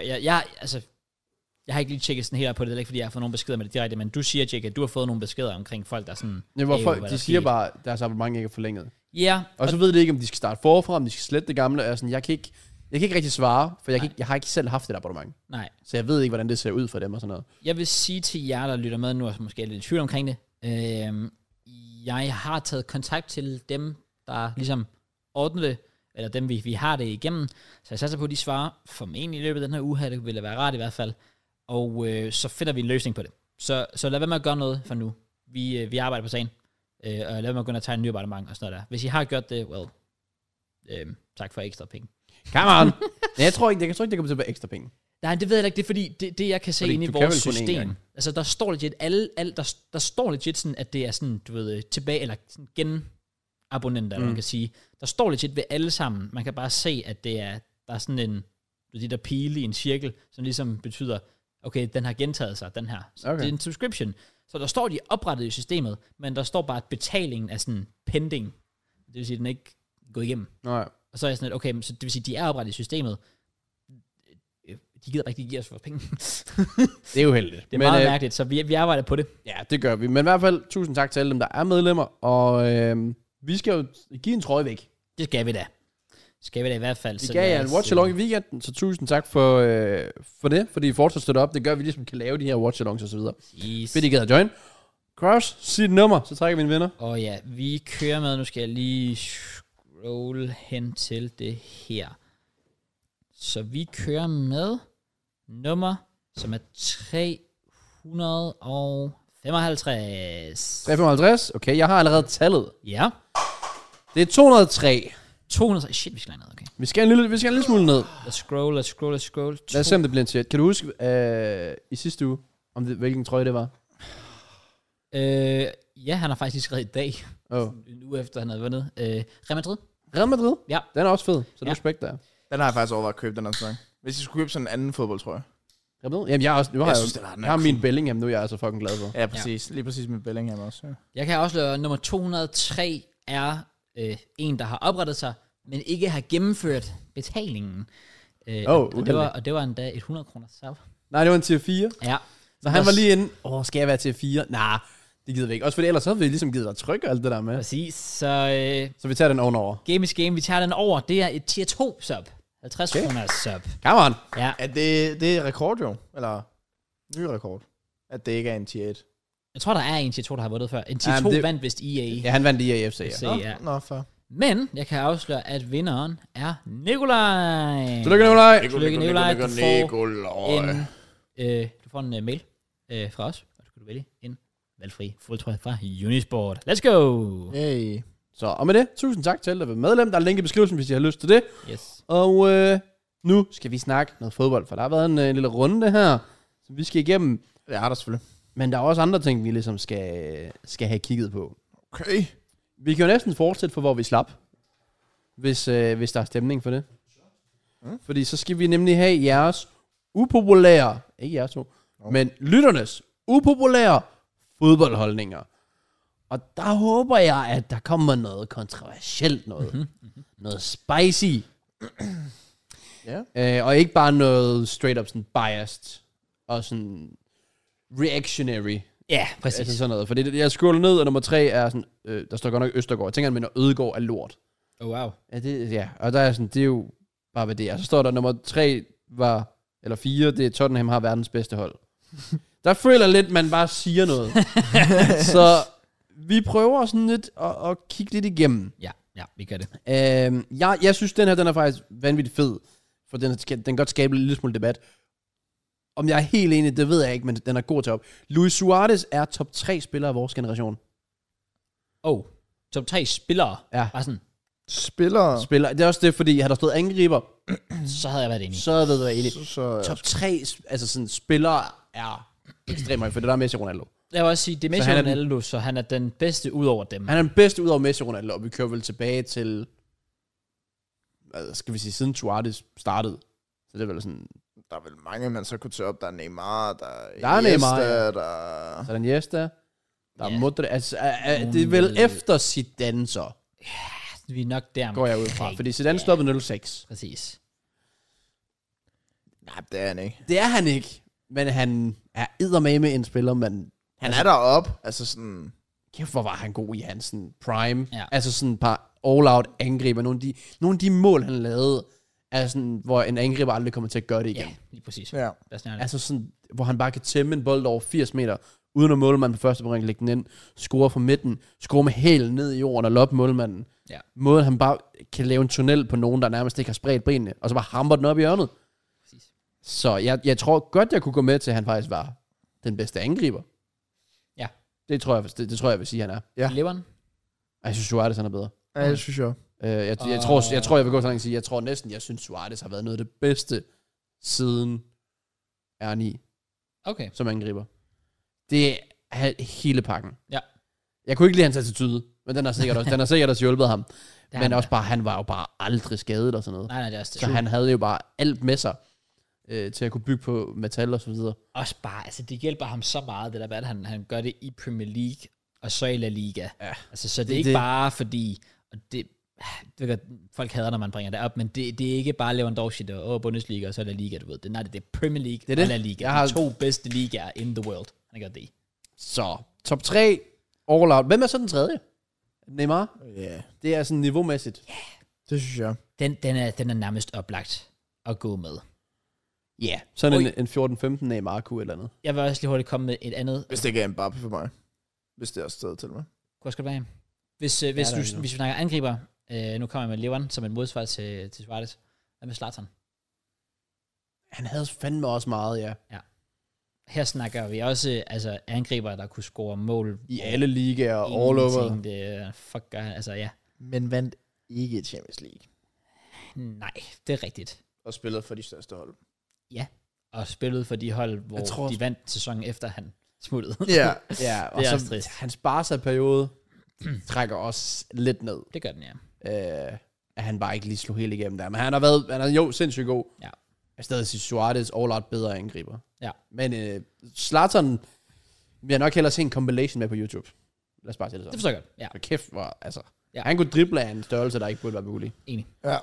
jeg har ikke lige tjekket sådan helt op på det, det er ikke fordi, jeg har fået nogle beskeder med det direkte, men du siger, Jake, at du har fået nogle beskeder omkring folk, der sådan... Ja, hvor folk, de siger bare, at deres abonnement ikke er forlænget. Ja. Og så ved de ikke, om de skal starte forfra, om de skal slette det gamle. Og sådan, jeg kan ikke rigtig svare, for jeg har ikke selv haft et abonnement. Nej. Så jeg ved ikke, hvordan det ser ud for dem og sådan noget. Jeg vil sige til jer, der lytter med nu, og måske er lidt i tvivl omkring det. Jeg har taget kontakt til dem, der ligesom ordner det, eller dem, vi har det igennem. Så jeg satser på, at de svarer formentlig i løbet af den her uge her. Det ville være rart i hvert fald. Og så finder vi en løsning på det. Så lad være med at gøre noget for nu. Vi arbejder på sagen. Og lad være med at gå ind og tage en ny abonnement og sådan noget der. Hvis I har gjort det, tak for ekstra penge. Come on! Jeg tror ikke, det kommer til at være ekstra penge. Nej, det ved jeg ikke. Det er fordi, det jeg kan se inde i vores system. Altså, der står legit der står legit sådan, at det er sådan, du ved, tilbage, eller sådan genabonnenter, man kan sige. Der står legit ved alle sammen. Man kan bare se, at der er sådan en, de der pile i en cirkel, som ligesom betyder, okay, den har gentaget sig, den her. Så det er en subscription. Så der står, de er oprettet i systemet, men der står bare, at betalingen er sådan pending. Det vil sige, at den ikke går igennem. Nej. Og så er jeg sådan, okay, så det vil sige, at de er oprettet i systemet. De gider rigtig give os for penge. Det er jo heldigt. Det er meget mærkeligt, så vi arbejder på det. Ja, det gør vi. Men i hvert fald, tusind tak til alle dem, der er medlemmer. Og vi skal jo give en trøje væk. Det skal vi da. Skal vi da i hvert fald. Vi gav jer en watch-along i weekenden, så tusind tak for det, fordi I fortsat støtter op. Det gør, vi ligesom kan lave de her watch-alongs og så videre. Yes. Fedt, I gad at join. Kraus, sig et nummer, så trækker vi en vinder. Og ja, vi kører med, nu skal jeg lige scroll hen til det her. Så vi kører med nummer, som er 355. 355, okay, jeg har allerede tallet. Ja. Det er 203. 200, shit, vi skal ned, okay. Vi skal en lille smule ned. Let's scroll. Lad os se, om det bliver en chat. Kan du huske i sidste uge, hvilken trøje det var? Ja, han har faktisk skrevet i dag. En uge efter, han havde vundet. Real Madrid. Real Madrid? Ja. Den er også fed, så det respekt der. Den har jeg faktisk overvejet at købe, den her sæson. Hvis I skulle købe sådan en anden fodbold, tror jeg. Real Madrid? Jamen, jeg har min Bellingham nu, jeg er så fucking glad for. Ja, præcis. Ja. Lige præcis med Bellingham også. Ja. Jeg kan afsløre, at nummer 203 er en, der har oprettet sig, men ikke har gennemført betalingen. Og det var endda 100 kroner selv. Nej, det var en tier 4. Ja. Så han var lige inde, skal jeg være tier 4? Nej, det gider vi ikke. Også fordi ellers så havde vi ligesom givet dig tryk og alt det der med. Præcis, så vi tager den ovenover. Game is game, vi tager den over. Det er et tier 2 sub. 50 kroner sub. Come on. Ja. Det er rekord jo, eller ny rekord, at det ikke er en tier 1. Jeg tror, der er en tier 2, der har vundet før. En tier 2 vandt vist EA. Ja, han vandt EA FC, ja. Nå, fair. Men jeg kan afsløre, at vinderen er Nikolaj. Tillykke, Nikolaj. Tillykke, Nikolaj. Du får en mail fra os, og så kan du vælge en valgfri fodtrøje fra Unisport. Let's go! Hey. Så, og med det, tusind tak til alle, der vil medlem. Der er link i beskrivelsen, hvis I har lyst til det. Yes. Og nu skal vi snakke noget fodbold, for der har været en lille runde her, som vi skal igennem. Det har der selvfølgelig. Men der er også andre ting, vi ligesom skal have kigget på. Okay. Vi kan jo næsten fortsætte for, hvor vi slap, hvis der er stemning for det. Fordi så skal vi nemlig have jeres upopulære, ikke jeres to, men lytternes upopulære fodboldholdninger. Og der håber jeg, at der kommer noget kontroversielt, noget spicy. Og ikke bare noget straight up sådan biased og sådan reactionary. Ja, præcis. Altså sådan noget. For det, jeg scroller ned, og nummer 3 er sådan, der står godt nok Østergaard. Jeg tænker, men Ødegaard er lort. Oh, wow. Ja, og der er sådan, det er jo bare hvad det er. Så står der nummer 3 eller 4, det er Tottenham har verdens bedste hold. Der føler lidt, man bare siger noget. Så vi prøver sådan lidt at kigge lidt igennem. Ja, vi gør det. Jeg synes, den her, den er faktisk vanvittigt fed. For den kan godt skabe en lille smule debat. Om jeg er helt enig, det ved jeg ikke, men den er god til op. Luis Suarez er top 3 spiller af vores generation. top 3 spillere, Ja. bare sådan, Spillere. Spiller. Det er også det, fordi har der stået angriber, så havde jeg været enig. så havde jeg været enig. Så Top 3, altså sådan, spillere er ekstremt højt, for det der er Messi og Ronaldo. Jeg vil også sige, det er Messi han er Ronaldo, så han er den bedste ud over dem. Han er den bedste ud over Messi og Ronaldo, og vi kører vel tilbage til, hvad skal vi sige, siden Suarez startede. Så det er vel sådan, der er vel mange, man så kunne tage op. Der er Neymar, der er Neymar, Iniesta, ja. der er... så er der Iniesta, der er Ja. Modric, altså det er vel efter Zidane så, Vi er nok der. går jeg ud fra, fordi Zidane stoppede 06. Præcis. Nej, det er han ikke. Det er han ikke, men han er eddermame en spiller, men Han er deroppe. Altså sådan... kæft, hvor var han god i hans sådan, prime. Ja. Altså sådan et par all-out angriber. Nogle af de mål, han lavede, er sådan, hvor en angriber aldrig kommer til at gøre det igen. Ja, lige præcis. Ja. Lad os nære det. Altså sådan, hvor han bare kan tæmme en bold over 80 meter, uden at målmanden på første point lægge den ind, score fra midten, score med hælen ned i jorden og loppe målmanden. Ja. Måden han bare kan lave en tunnel på nogen, der nærmest ikke har spredt benene, og så bare hamper den op i hjørnet. Præcis. Så jeg tror godt, jeg kunne gå med til, at han faktisk var den bedste angriber. Ja. Det tror jeg vil sige, han er. Ja. Leveren? Jeg synes, Suarez han er bedre. Ja, det synes jeg. Jeg tror, jeg vil gå så langt og sige, jeg synes, Suarez har været noget af det bedste siden R9 Okay. som angriber. Det er hele pakken. Ja. Jeg kunne ikke lide hans attitude, men den har sikkert også hjulpet ham. Det Men også bare, han var jo bare aldrig skadet og sådan noget. Nej, det er også det. Så han havde jo bare alt med sig til at kunne bygge på metal og så videre. Også bare, altså det hjælper ham så meget, det der med, at han gør det i Premier League, og så i La Liga. Ja. Altså, så det er ikke bare fordi, og det ved godt, folk hader, når man bringer det op, men det er ikke bare Lewandowski, der er Bundesliga, og så La Liga, du ved. Det er Premier League det er og La Liga. Jeg har... De 2 bedste ligaer in the world. Han gør det. Så, top 3, all out. Hvem er så den tredje? Neymar? Ja, Det er sådan niveaumæssigt. det synes jeg. Den er nærmest oplagt at gå med. Ja. Yeah. Sådan en 14-15 Neymar kunne eller andet. Jeg vil også lige hurtigt komme med et andet. Hvis det ikke er Mbappé for mig. Hvis det er stedet til mig. Hvor skal det være? Hvis vi snakker angriber, nu kommer jeg med Levan som et modsvar til Suarez. Hvad med Zlatan? Han havde fandme også meget, ja. Her snakker vi også altså angriber, der kunne score mål. I alle ligaer, all over. Det fuck gør han. Altså ja. Men vandt ikke Champions League. Nej, det er rigtigt. Og spillet for de største hold. Og spillet for de hold, hvor de vandt sæsonen efter han smuttede. Ja. Ja, og Det er så også trist. hans Barca-periode trækker også lidt ned. Det gør den, ja. At han bare ikke lige slog helt igennem der. Men han er jo sindssygt god. Ja. Jeg stadig sige Suarez all-out bedre angriber. Ja. Men Zlatan vil jeg nok hellere se en compilation med på YouTube. Lad os bare sige det Det sådan. forstår jeg godt. Ja, For kæft, hvor, altså. Ja. Han kunne drible af en størrelse, der ikke burde være mulig. enig. Ja.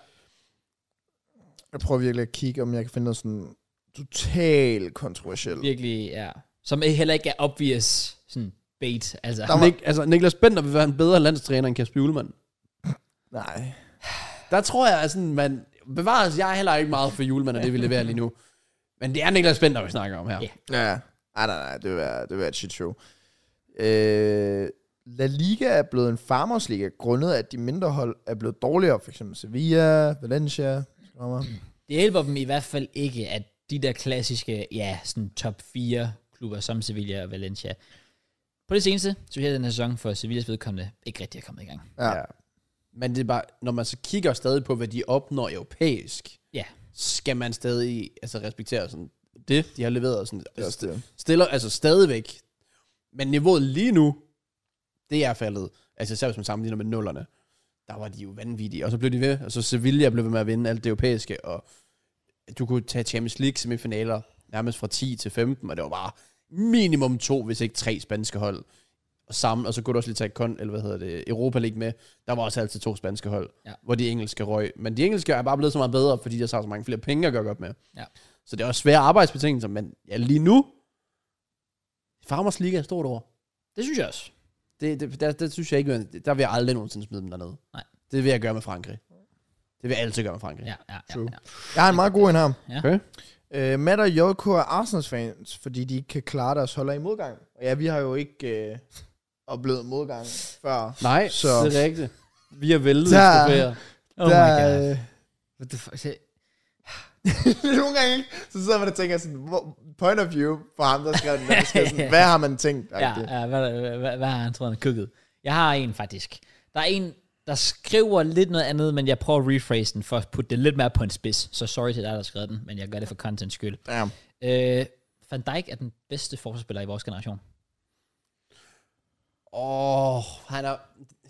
Jeg prøver virkelig at kigge, om jeg kan finde noget sådan totalt kontroversielt. Virkelig, ja. Som heller ikke er obvious sådan bait. Altså, Niklas Bender vil være en bedre landstræner end Kasper Hjulmand. Nej. Der tror jeg, at sådan, man bevares, jeg er heller ikke meget for Hjulmand, og det vi leverer lige nu. Men det er Niklas Bender, vi snakker om her. Ja. Ja. Nej, det vil være et shit show. La Liga er blevet en farmers liga, grundet af, at de mindre hold er blevet dårligere. For eksempel Sevilla, Valencia. det hjælper dem i hvert fald ikke, at de der klassiske, ja, sådan top 4 klubber som Sevilla og Valencia, på det seneste, så vi har den her sæson for Sevillas vedkommende ikke rigtig er kommet i gang. Ja. Men det er bare, når man så kigger stadig på, hvad de opnår europæisk, Ja. skal man stadig respektere sådan det, de har leveret. Sådan, Det er også det. stiller altså stadigvæk. Men niveauet lige nu, det er faldet. Altså selv hvis man sammenligner med nullerne, der var de jo vanvittige. Og så blev de ved, og så Sevilla blev ved med at vinde alt det europæiske, og du kunne tage Champions League semifinaler nærmest fra 10 til 15, og det var bare minimum 2, hvis ikke 3 spanske hold sammen, og så kunne du også lige tage Europa League med. Der var også altid 2 spanske hold, hvor de engelske røg. Men de engelske er bare blevet så meget bedre, fordi der så mange flere penge at gøre godt med. Ja. Så det er også svære arbejdsbetingelser, men ja, lige nu, Farmers Liga er et stort ord. Det synes jeg også. Det synes jeg ikke, der vil jeg aldrig nogensinde smide dem dernede. Nej. Det vil jeg gøre med Frankrig. Det vil jeg altid gøre med Frankrig. Ja. Jeg har en meget god en her. Ja. Okay. Matt og JK er Arsenals fans, fordi de ikke kan klare deres holder i modgang. Og ja, vi har jo ikke oplevet modgang før. Nej, så det er rigtigt. Vi har væltet Der- trofæer. Oh my god. What the fuck? nogle gange, ikke? Så sidder man og tænker sådan, point of view for ham, der skrev den der, sådan, hvad har man tænkt? Ja, hvad har han troet, han har kukket? Jeg har en faktisk. Der er en, der skriver lidt noget andet, men jeg prøver at rephrase den, for at putte det lidt mere på en spids. Så sorry til dig, der har skrevet den, men jeg gør det for content skyld. Damn. Van Dijk er den bedste forsvarsspiller i vores generation. Han er...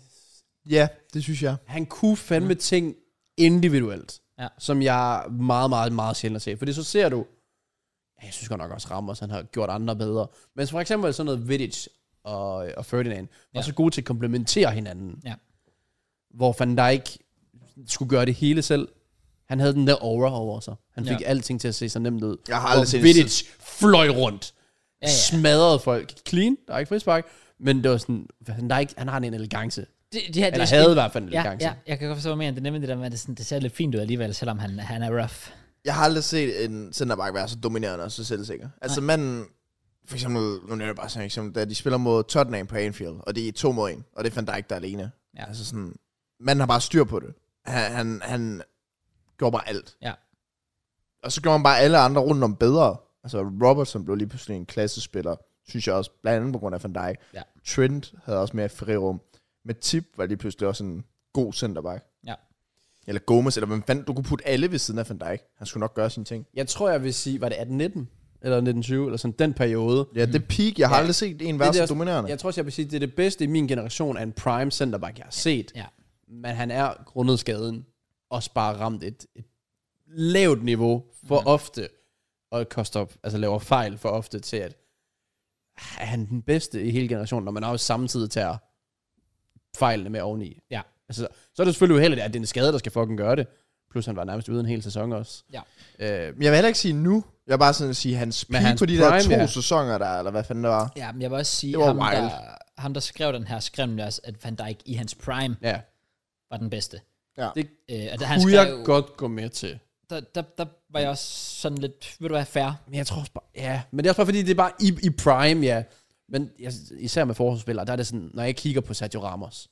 Ja, det synes jeg. Han kunne fandme ting individuelt, Ja. som jeg meget, meget, meget sjældent ser. Fordi så ser du, jeg synes godt nok også Ramos, han har gjort andre bedre. Men for eksempel sådan noget Vidic og Ferdinand var så gode til at komplementere hinanden. Ja. Hvor Van Dijk skulle gøre det hele selv. Han havde den der aura over sig. Han fik alting til at se så nemt ud. Jeg har aldrig set Vidic fløj rundt. Ja. Smadrede folk. Clean, der er ikke frispark. Men det var sådan, Van Dijk, han har en elegance. Eller havde i hvert fald en elegance. Ja, jeg kan godt forstå mere, det er nemlig det der med, at det ser lidt fint ud alligevel, selvom han er rough. Jeg har aldrig set en centerback være så dominerende og så selvsikker. Altså manden, for eksempel, nu er det bare sådan et eksempel, da de spiller mod Tottenham på Anfield, og det er 2 mod 1, og det er Van Dijk, der er alene. Ja. Altså sådan, manden har bare styr på det. Han gjorde bare alt. Ja. Og så gjorde han bare alle andre rundt om bedre. Altså Robertson blev lige pludselig en klassespiller, synes jeg også, blandt andet på grund af Van Dijk. Ja. Trent havde også mere frirum. Med Tip var lige pludselig også en god centerback. Ja. Eller Gomez, eller hvem fanden, du kunne putte alle ved siden af Van Dijk. Han skulle nok gøre sine ting. Jeg tror, jeg vil sige, var det 1819 eller 1920, eller sådan den periode. Ja, det peak, jeg har aldrig set en være så dominerende. Jeg tror også, jeg vil sige, det er det bedste i min generation af en prime centerback, jeg har set. Ja. Men han er grundet skaden også bare ramt et lavt niveau for ofte, og koster op, altså laver fejl for ofte til, at er han den bedste i hele generationen, når man også samtidig tager fejlene med oveni. Ja. Altså, så er det selvfølgelig uheldigt, at det er en skade, der skal fucking gøre det. Plus han var nærmest ude en hel sæson også. Ja. Jeg vil heller ikke sige nu. Jeg vil bare sådan sige, hans peak på de prime, der 2 sæsoner der, eller hvad fanden det var. Ja, men jeg vil også sige, Det var ham der skrev den her, skrev nemlig også, at Van Dijk i hans prime var den bedste. Ja. Det han kunne jeg godt gå med til. Der var jeg også sådan lidt, ved du hvad, fair. Men jeg tror også bare, men det er også bare fordi, det er bare i prime, ja. Men især med forsvarsspillere, der er det sådan, når jeg kigger på Sergio Ramos,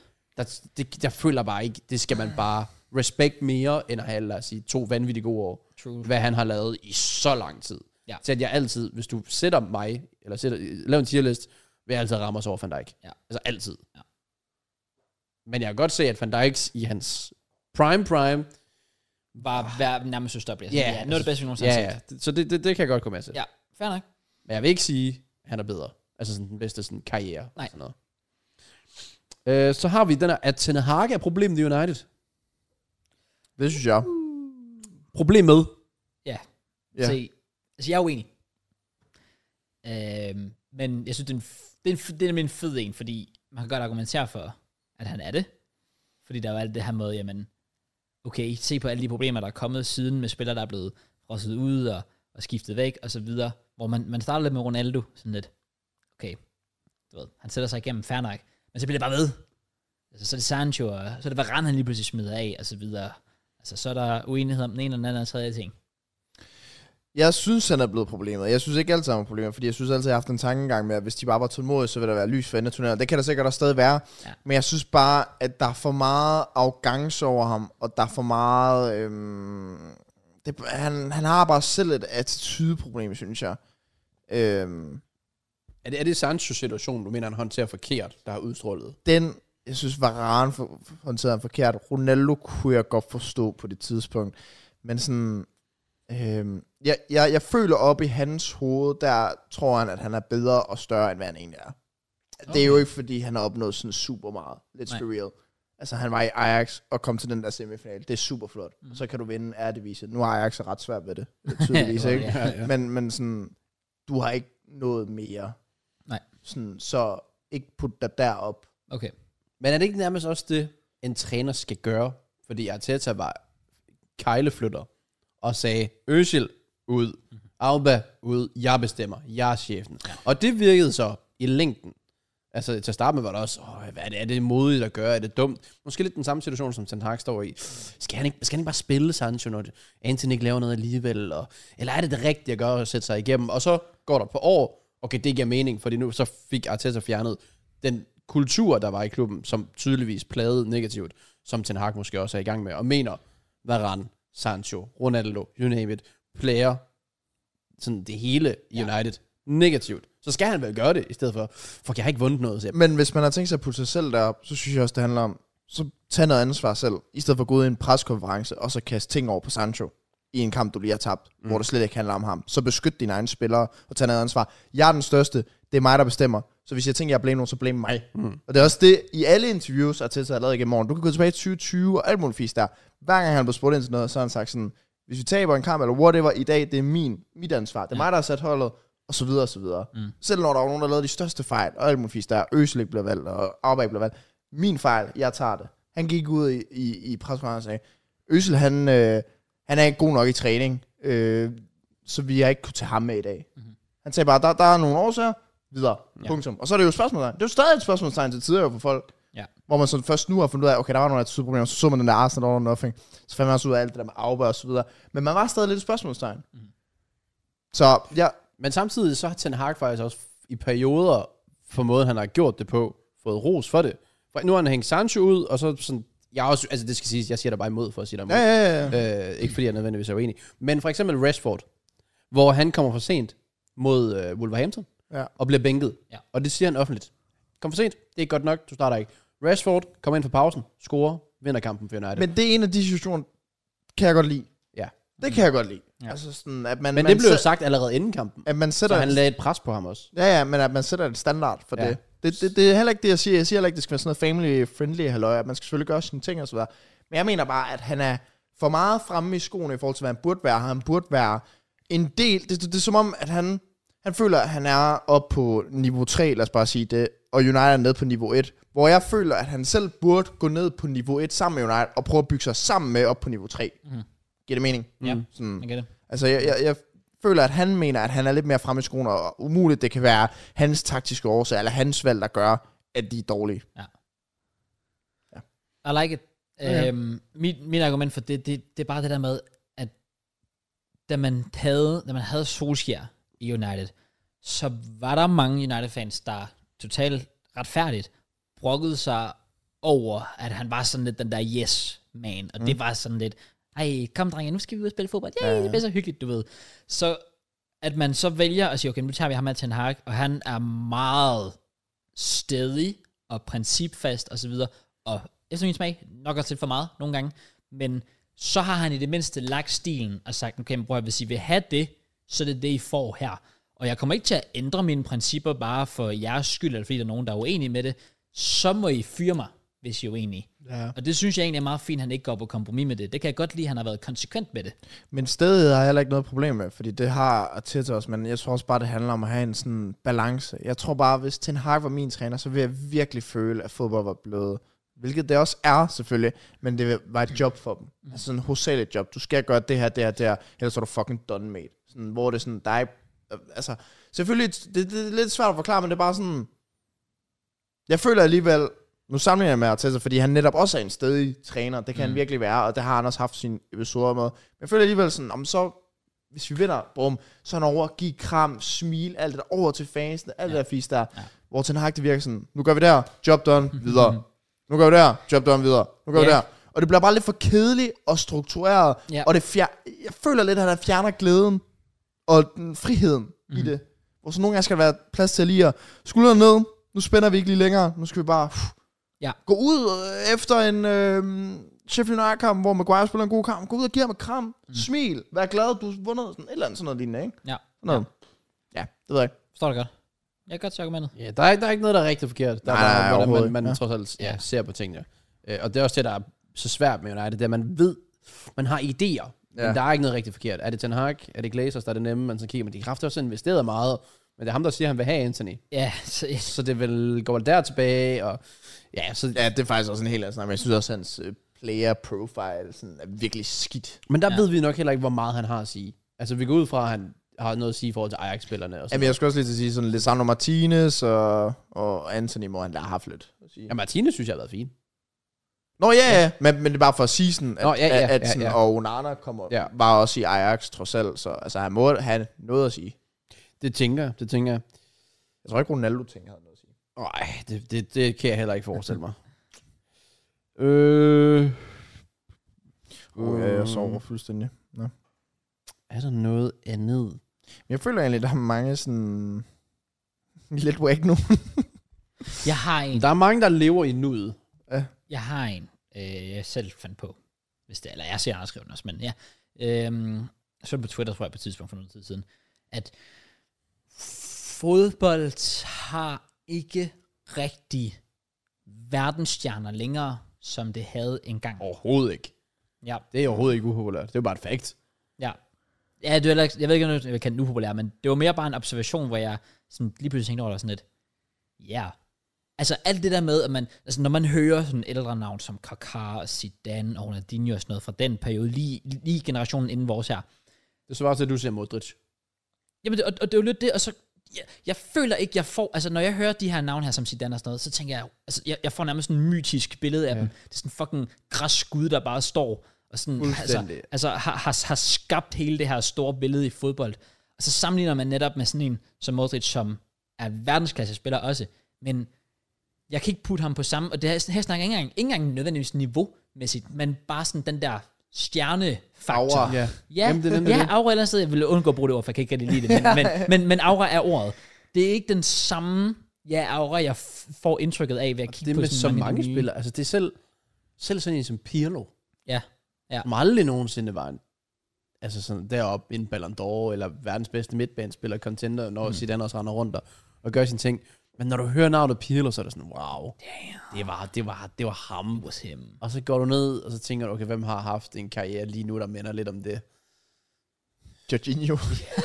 jeg føler bare ikke, det skal man bare respekt mere, end at have, lad os sige, 2 vanvittige gode år. True. Hvad han har lavet i så lang tid. Ja. Så at jeg altid, hvis du sætter mig, eller laver en tierlist, vil jeg altid Ramos over Van Dijk. Ja. Altså altid. Ja. Men jeg kan godt se, at Van Dijks i hans prime, var nærmest ustoppelig. Ja, Noget af det bedste, vi nogensinde har set. Så det kan jeg godt komme med til. Ja, fair nok. Men jeg vil ikke sige, at han er bedre. Altså sådan den bedste sådan karriere. Nej. Og sådan noget. Så har vi den her, at Ten Hag er problemet i United. Det synes jeg. Problemet. Ja. Ja. Se, altså jeg er uenig. Men jeg synes, det er en fed en, fordi man kan godt argumentere for, at han er det. Fordi der er jo alt det her med, jamen, okay, se på alle de problemer, der er kommet siden med spillere, der er blevet frosset ud og skiftet væk, og så videre. Hvor man starter lidt med Ronaldo, sådan lidt, okay, du ved, han sætter sig igennem, fair nok, men så bliver det bare ved. Altså, så er det Sancho, og så er det Varane, han lige pludselig smider af, og så videre. Altså, så er der uenighed om den ene eller den anden og tredje ting. Jeg synes, han er blevet problemet. Jeg synes ikke altid, han er problemet, fordi jeg synes altid, jeg har haft en tankegang med, at hvis de bare var tålmodige, så vil der være lys for endeturneringen. Det kan der sikkert også stadig være. Ja. Men jeg synes bare, at der er for meget arrogance over ham, og der er for meget... han har bare selv et attitudeproblem, synes jeg. Er det Sancho-situationen, du mener, han håndterer forkert, der har udstrålet? Jeg synes, Varane håndterede han forkert. Ronaldo kunne jeg godt forstå på det tidspunkt. Men sådan... Jeg føler op i hans hoved, der tror han, at han er bedre og større, end hvad han egentlig er. Okay. Det er jo ikke, fordi han har opnået sådan super meget. Let's be real. Altså, han var i Ajax og kom til den der semifinal. Det er super flot. Og så kan du vinde Eredivisie. Nu er Ajax ret svært ved det. Tydeligvis, ikke? Ja. Men sådan, du har ikke noget mere. Nej. Sådan, så ikke putte dig derop. Okay. Men er det ikke nærmest også det, en træner skal gøre? Fordi Arteta var kejleflytter og sagde, Özil ud, Auba ud, jeg bestemmer, jeg er chefen. Ja. Og det virkede så i længden. Altså til at starte med var det også, hvad er det modigt at gøre, er det dumt? Måske lidt den samme situation, som Ten Hag står i. Skal han ikke bare spille Sancho, når Anthony ikke laver noget alligevel? Eller er det det rigtige at gøre at sætte sig igennem? Og så går der på år, okay, det giver mening, fordi nu så fik Arteta fjernet den kultur, der var i klubben, som tydeligvis plagede negativt, som Ten Hag måske også er i gang med, og mener, Varane, Sancho, Ronaldo, you name it, player, sådan det hele i United, negativt. så skal han vel gøre det, i stedet for, fuck, jeg har ikke vundet noget. Så Men hvis man har tænkt sig at putte sig selv derop, så synes jeg også, det handler om, så tag noget ansvar selv, i stedet for at gå ud i en preskonference, og så kaste ting over på Sancho, i en kamp, du lige har tabt, hvor det slet ikke handler om ham. Så beskyt dine egne spillere, og tag noget ansvar. Jeg er den største, det er mig, der bestemmer. Så hvis jeg tænker, jeg blame nogen, så blame mig. Og det er også det, i alle interviews, Arteta har lavet igennem morgen. Du kan gå tilbage til 2020, og alt muligt fisk der. Hver gang han blev spurgt ind til noget, så har han sagt sådan, hvis vi taber en kamp, eller whatever, i dag, det er mit ansvar. Det er mig, der har sat holdet, og så videre, og så videre. Selv når der var nogen, der lavede de største fejl, og alt muligt fisk der, Özil ikke blev valgt, og Auba blev valgt. Min fejl, jeg tager det. Han gik ud i preskonferencen og sagde, Özil, han er ikke god nok i træning, så vi har ikke kunne tage ham med i dag. Han sagde bare, der er nogle årsager, videre, punktum. Og så er det jo et spørgsmålstegn. Det er jo stadig et spørgsmålstegn til tidligere for folk, hvor man så først nu har fundet ud af, okay, der var nogle attitude-problemer, så man den der Arsenal over nothing, så fandt man også ud af alt det der med Auba og så videre. Men man var stadig lidt et spørgsmålstegn. Så, ja. Men samtidig så har Ten Hag faktisk også i perioder, for måden han har gjort det på, fået ros for det. For nu har han hængt Sancho ud, og så sådan, jeg også, altså det skal siges, jeg siger der bare imod for at sige der imod. Ja. Ikke fordi jeg nødvendigvis er uenig. Men for eksempel Rashford, hvor han kommer for sent mod Wolverhampton, og bliver bænket. Ja. Og det siger han offentligt. Kom for sent, det er ikke godt nok, du starter ikke. Rashford kommer ind for pausen, scorer, vinder kampen for United. Men det er en af de situationer, kan jeg godt lide. Ja. Det kan jeg godt lide. Ja. Altså sådan, at man, men det blev jo sagt allerede inden kampen. At man sætter så han lagde et pres på ham også. Ja, men at man sætter et standard for det. Det er heller ikke det, jeg siger. Jeg siger heller ikke, det skal være sådan noget family-friendly halløj, at man skal selvfølgelig gøre sine ting og så videre. Men jeg mener bare, at han er for meget fremme i skoene i forhold til, hvad han burde være. Han burde være en del. Det er som om, at han føler, at han er oppe på niveau 3, lad os bare sige det, og United er nede på niveau 1. Hvor jeg føler, at han selv burde gå ned på niveau 1 sammen med United, og prøve at bygge sig sammen med op på niveau 3. Giver det mening? Ja, sådan. jeg gør det. Altså, jeg føler, at han mener, at han er lidt mere fremme i skoene, og umuligt det kan være hans taktiske årsag, eller hans valg, der gør, at de er dårlige. Ja. I like it. Okay. Mit argument for det er bare det der med, at da man havde Solskjaer i United, så var der mange United-fans, der totalt retfærdigt brokkede sig over, at han var sådan lidt den der yes-man, og det var sådan lidt, ej, kom drenge, nu skal vi ud og spille fodbold. Ja, det bliver så hyggeligt, du ved. Så at man så vælger at sige, okay, nu tager vi ham med Ten Hag, og han er meget stædig og principfast og så videre, og efter min smag, nok også lidt for meget nogle gange, men så har han i det mindste lagt stilen og sagt, okay, men hvis I vil have det, så er det det, I får her. Og jeg kommer ikke til at ændre mine principper bare for jeres skyld, eller fordi der er nogen, der er uenige med det. Så må I fyre mig, hvis I er uenige. Ja. Og det synes jeg egentlig er meget fint, at han ikke går på kompromis med det. Det kan jeg godt lide, at han har været konsekvent med det. Men stedet har jeg heller ikke noget problem med, fordi det har Arteta også, men jeg tror også bare, det handler om at have en sådan balance. Jeg tror bare, hvis Ten Hag var min træner, så ville jeg virkelig føle, at fodbold var blevet, hvilket det også er selvfølgelig, men det var et job for dem. Altså sådan et hovedsageligt job. Du skal gøre det her, ellers er du fucking done made. Sådan, hvor det er sådan, der er, altså, selvfølgelig, det er lidt svært at forklare, men det er bare sådan, jeg føler alligevel, nu sammenligner jeg med Arteta, fordi han netop også er en stedig træner, det kan han virkelig være, og det har han også haft sine episoder med, men jeg føler alligevel sådan, om så, hvis vi vinder, brum, så er han over, give kram, smil, alt det der over til fansen, alt det der fisk der, hvor Ten Hag det virker sådan, nu gør vi der, job done, videre, nu gør vi der, job done, videre, nu gør vi der, og det bliver bare lidt for kedeligt og struktureret, og jeg føler lidt, at han fjerner glæden, og den friheden i det. Hvor så nogle gange skal der være plads til at lige at skuldre ned. Nu spænder vi ikke lige længere. Nu skal vi bare gå ud efter en Sheffield United-kamp, hvor Maguire spiller en god kamp. Gå ud og give ham et kram. Smil. Vær glad, du har vundet. Sådan et eller andet sådan noget lignende, ikke? Ja. Ja, det ved jeg ikke. Forstår du godt? Jeg kan godt se argumentet. Ja, der er ikke noget, der er rigtig forkert. Der er bare, hvordan man trods alt ser på tingene. Og det er også det, der er så svært med United, det er, at man ved, man har idéer. Men der er ikke noget rigtig forkert. Er det Ten Hag? Er det Glazers, der er det nemme? Man så kigger, men de kræfter også investeret meget. Men det er ham, der siger, at han vil have Anthony. Ja. Så det vil gå der tilbage. Og ja, det er faktisk også en helt anden snak. Men jeg synes også, at hans player profile sådan, er virkelig skidt. Men der ved vi nok heller ikke, hvor meget han har at sige. Altså, vi går ud fra, at han har noget at sige i forhold til Ajax-spillerne. Og jamen, jeg skulle også lige til at sige sådan Lisandro Martinez og Anthony må han da have haft lidt at sige. Ja, Martinez synes jeg har været fin. Nå ja. Men det er bare for season, at og Onana var også i Ajax trods alt, så altså, han må have noget at sige. Det tænker jeg. Jeg tror ikke, Ronaldo tænker havde noget at sige. Nej, det kan jeg heller ikke forestille mig. Jeg sover fuldstændig. Ja. Er der noget andet? Jeg føler egentlig, der er mange sådan Lidt whack nu. Jeg har en. Der er mange, der lever i nuet. Jeg har en, jeg selv fandt på. Hvis det, eller jeg ser andre skrive den også, men ja. Så på Twitter, tror jeg, på et tidspunkt for noget tid siden, at fodbold har ikke rigtig verdensstjerner længere, som det havde engang. Overhovedet ikke. Ja. Det er overhovedet ikke upopulært. Det er jo bare et fact. Ja. Ja, det er ikke, jeg ved ikke, om jeg kan den upopulær, men det var mere bare en observation, hvor jeg sådan lige pludselig tænkte over det sådan lidt, ja. Altså alt det der med, at man, altså når man hører sådan ældre navn som Kaká og Zidane og Ronaldinho og sådan noget fra den periode, lige generationen inden vores her. Det svarer til, at du ser Modric. Jamen, og det er jo lidt det, og så, jeg føler ikke, jeg får, altså når jeg hører de her navne her som Zidane og sådan noget, så tænker jeg, altså jeg får nærmest sådan en mytisk billede af dem. Det er sådan en fucking græsskud, der bare står, og sådan, altså har skabt hele det her store billede i fodbold. Og så sammenligner man netop med sådan en som Modric, som er verdensklasse spiller også, men jeg kan ikke putte ham på samme, og det her snakker ikke engang nødvendigvis niveaumæssigt, men bare sådan den der stjernefaktor. Aura. Ja. Jamen, aura eller andet sted, jeg ville undgå at bruge det ord, for jeg kan ikke rigtig lide det, men aura er ordet. Det er ikke den samme aura, jeg får indtrykket af ved at kigge det på med sådan så mange spillere. Altså det er selv sådan en som Pirlo. Ja. Som aldrig nogensinde var en, altså sådan deroppe en Ballon d'Or, eller verdens bedste midtbanespiller, contender, når Zidane også render rundt og gør sine ting. Men når du hører navnet Pirlo, så er det sådan, wow, det var ham. Was him. Og så går du ned, og så tænker du, okay, hvem har haft en karriere lige nu, der minder lidt om det? Jorginho.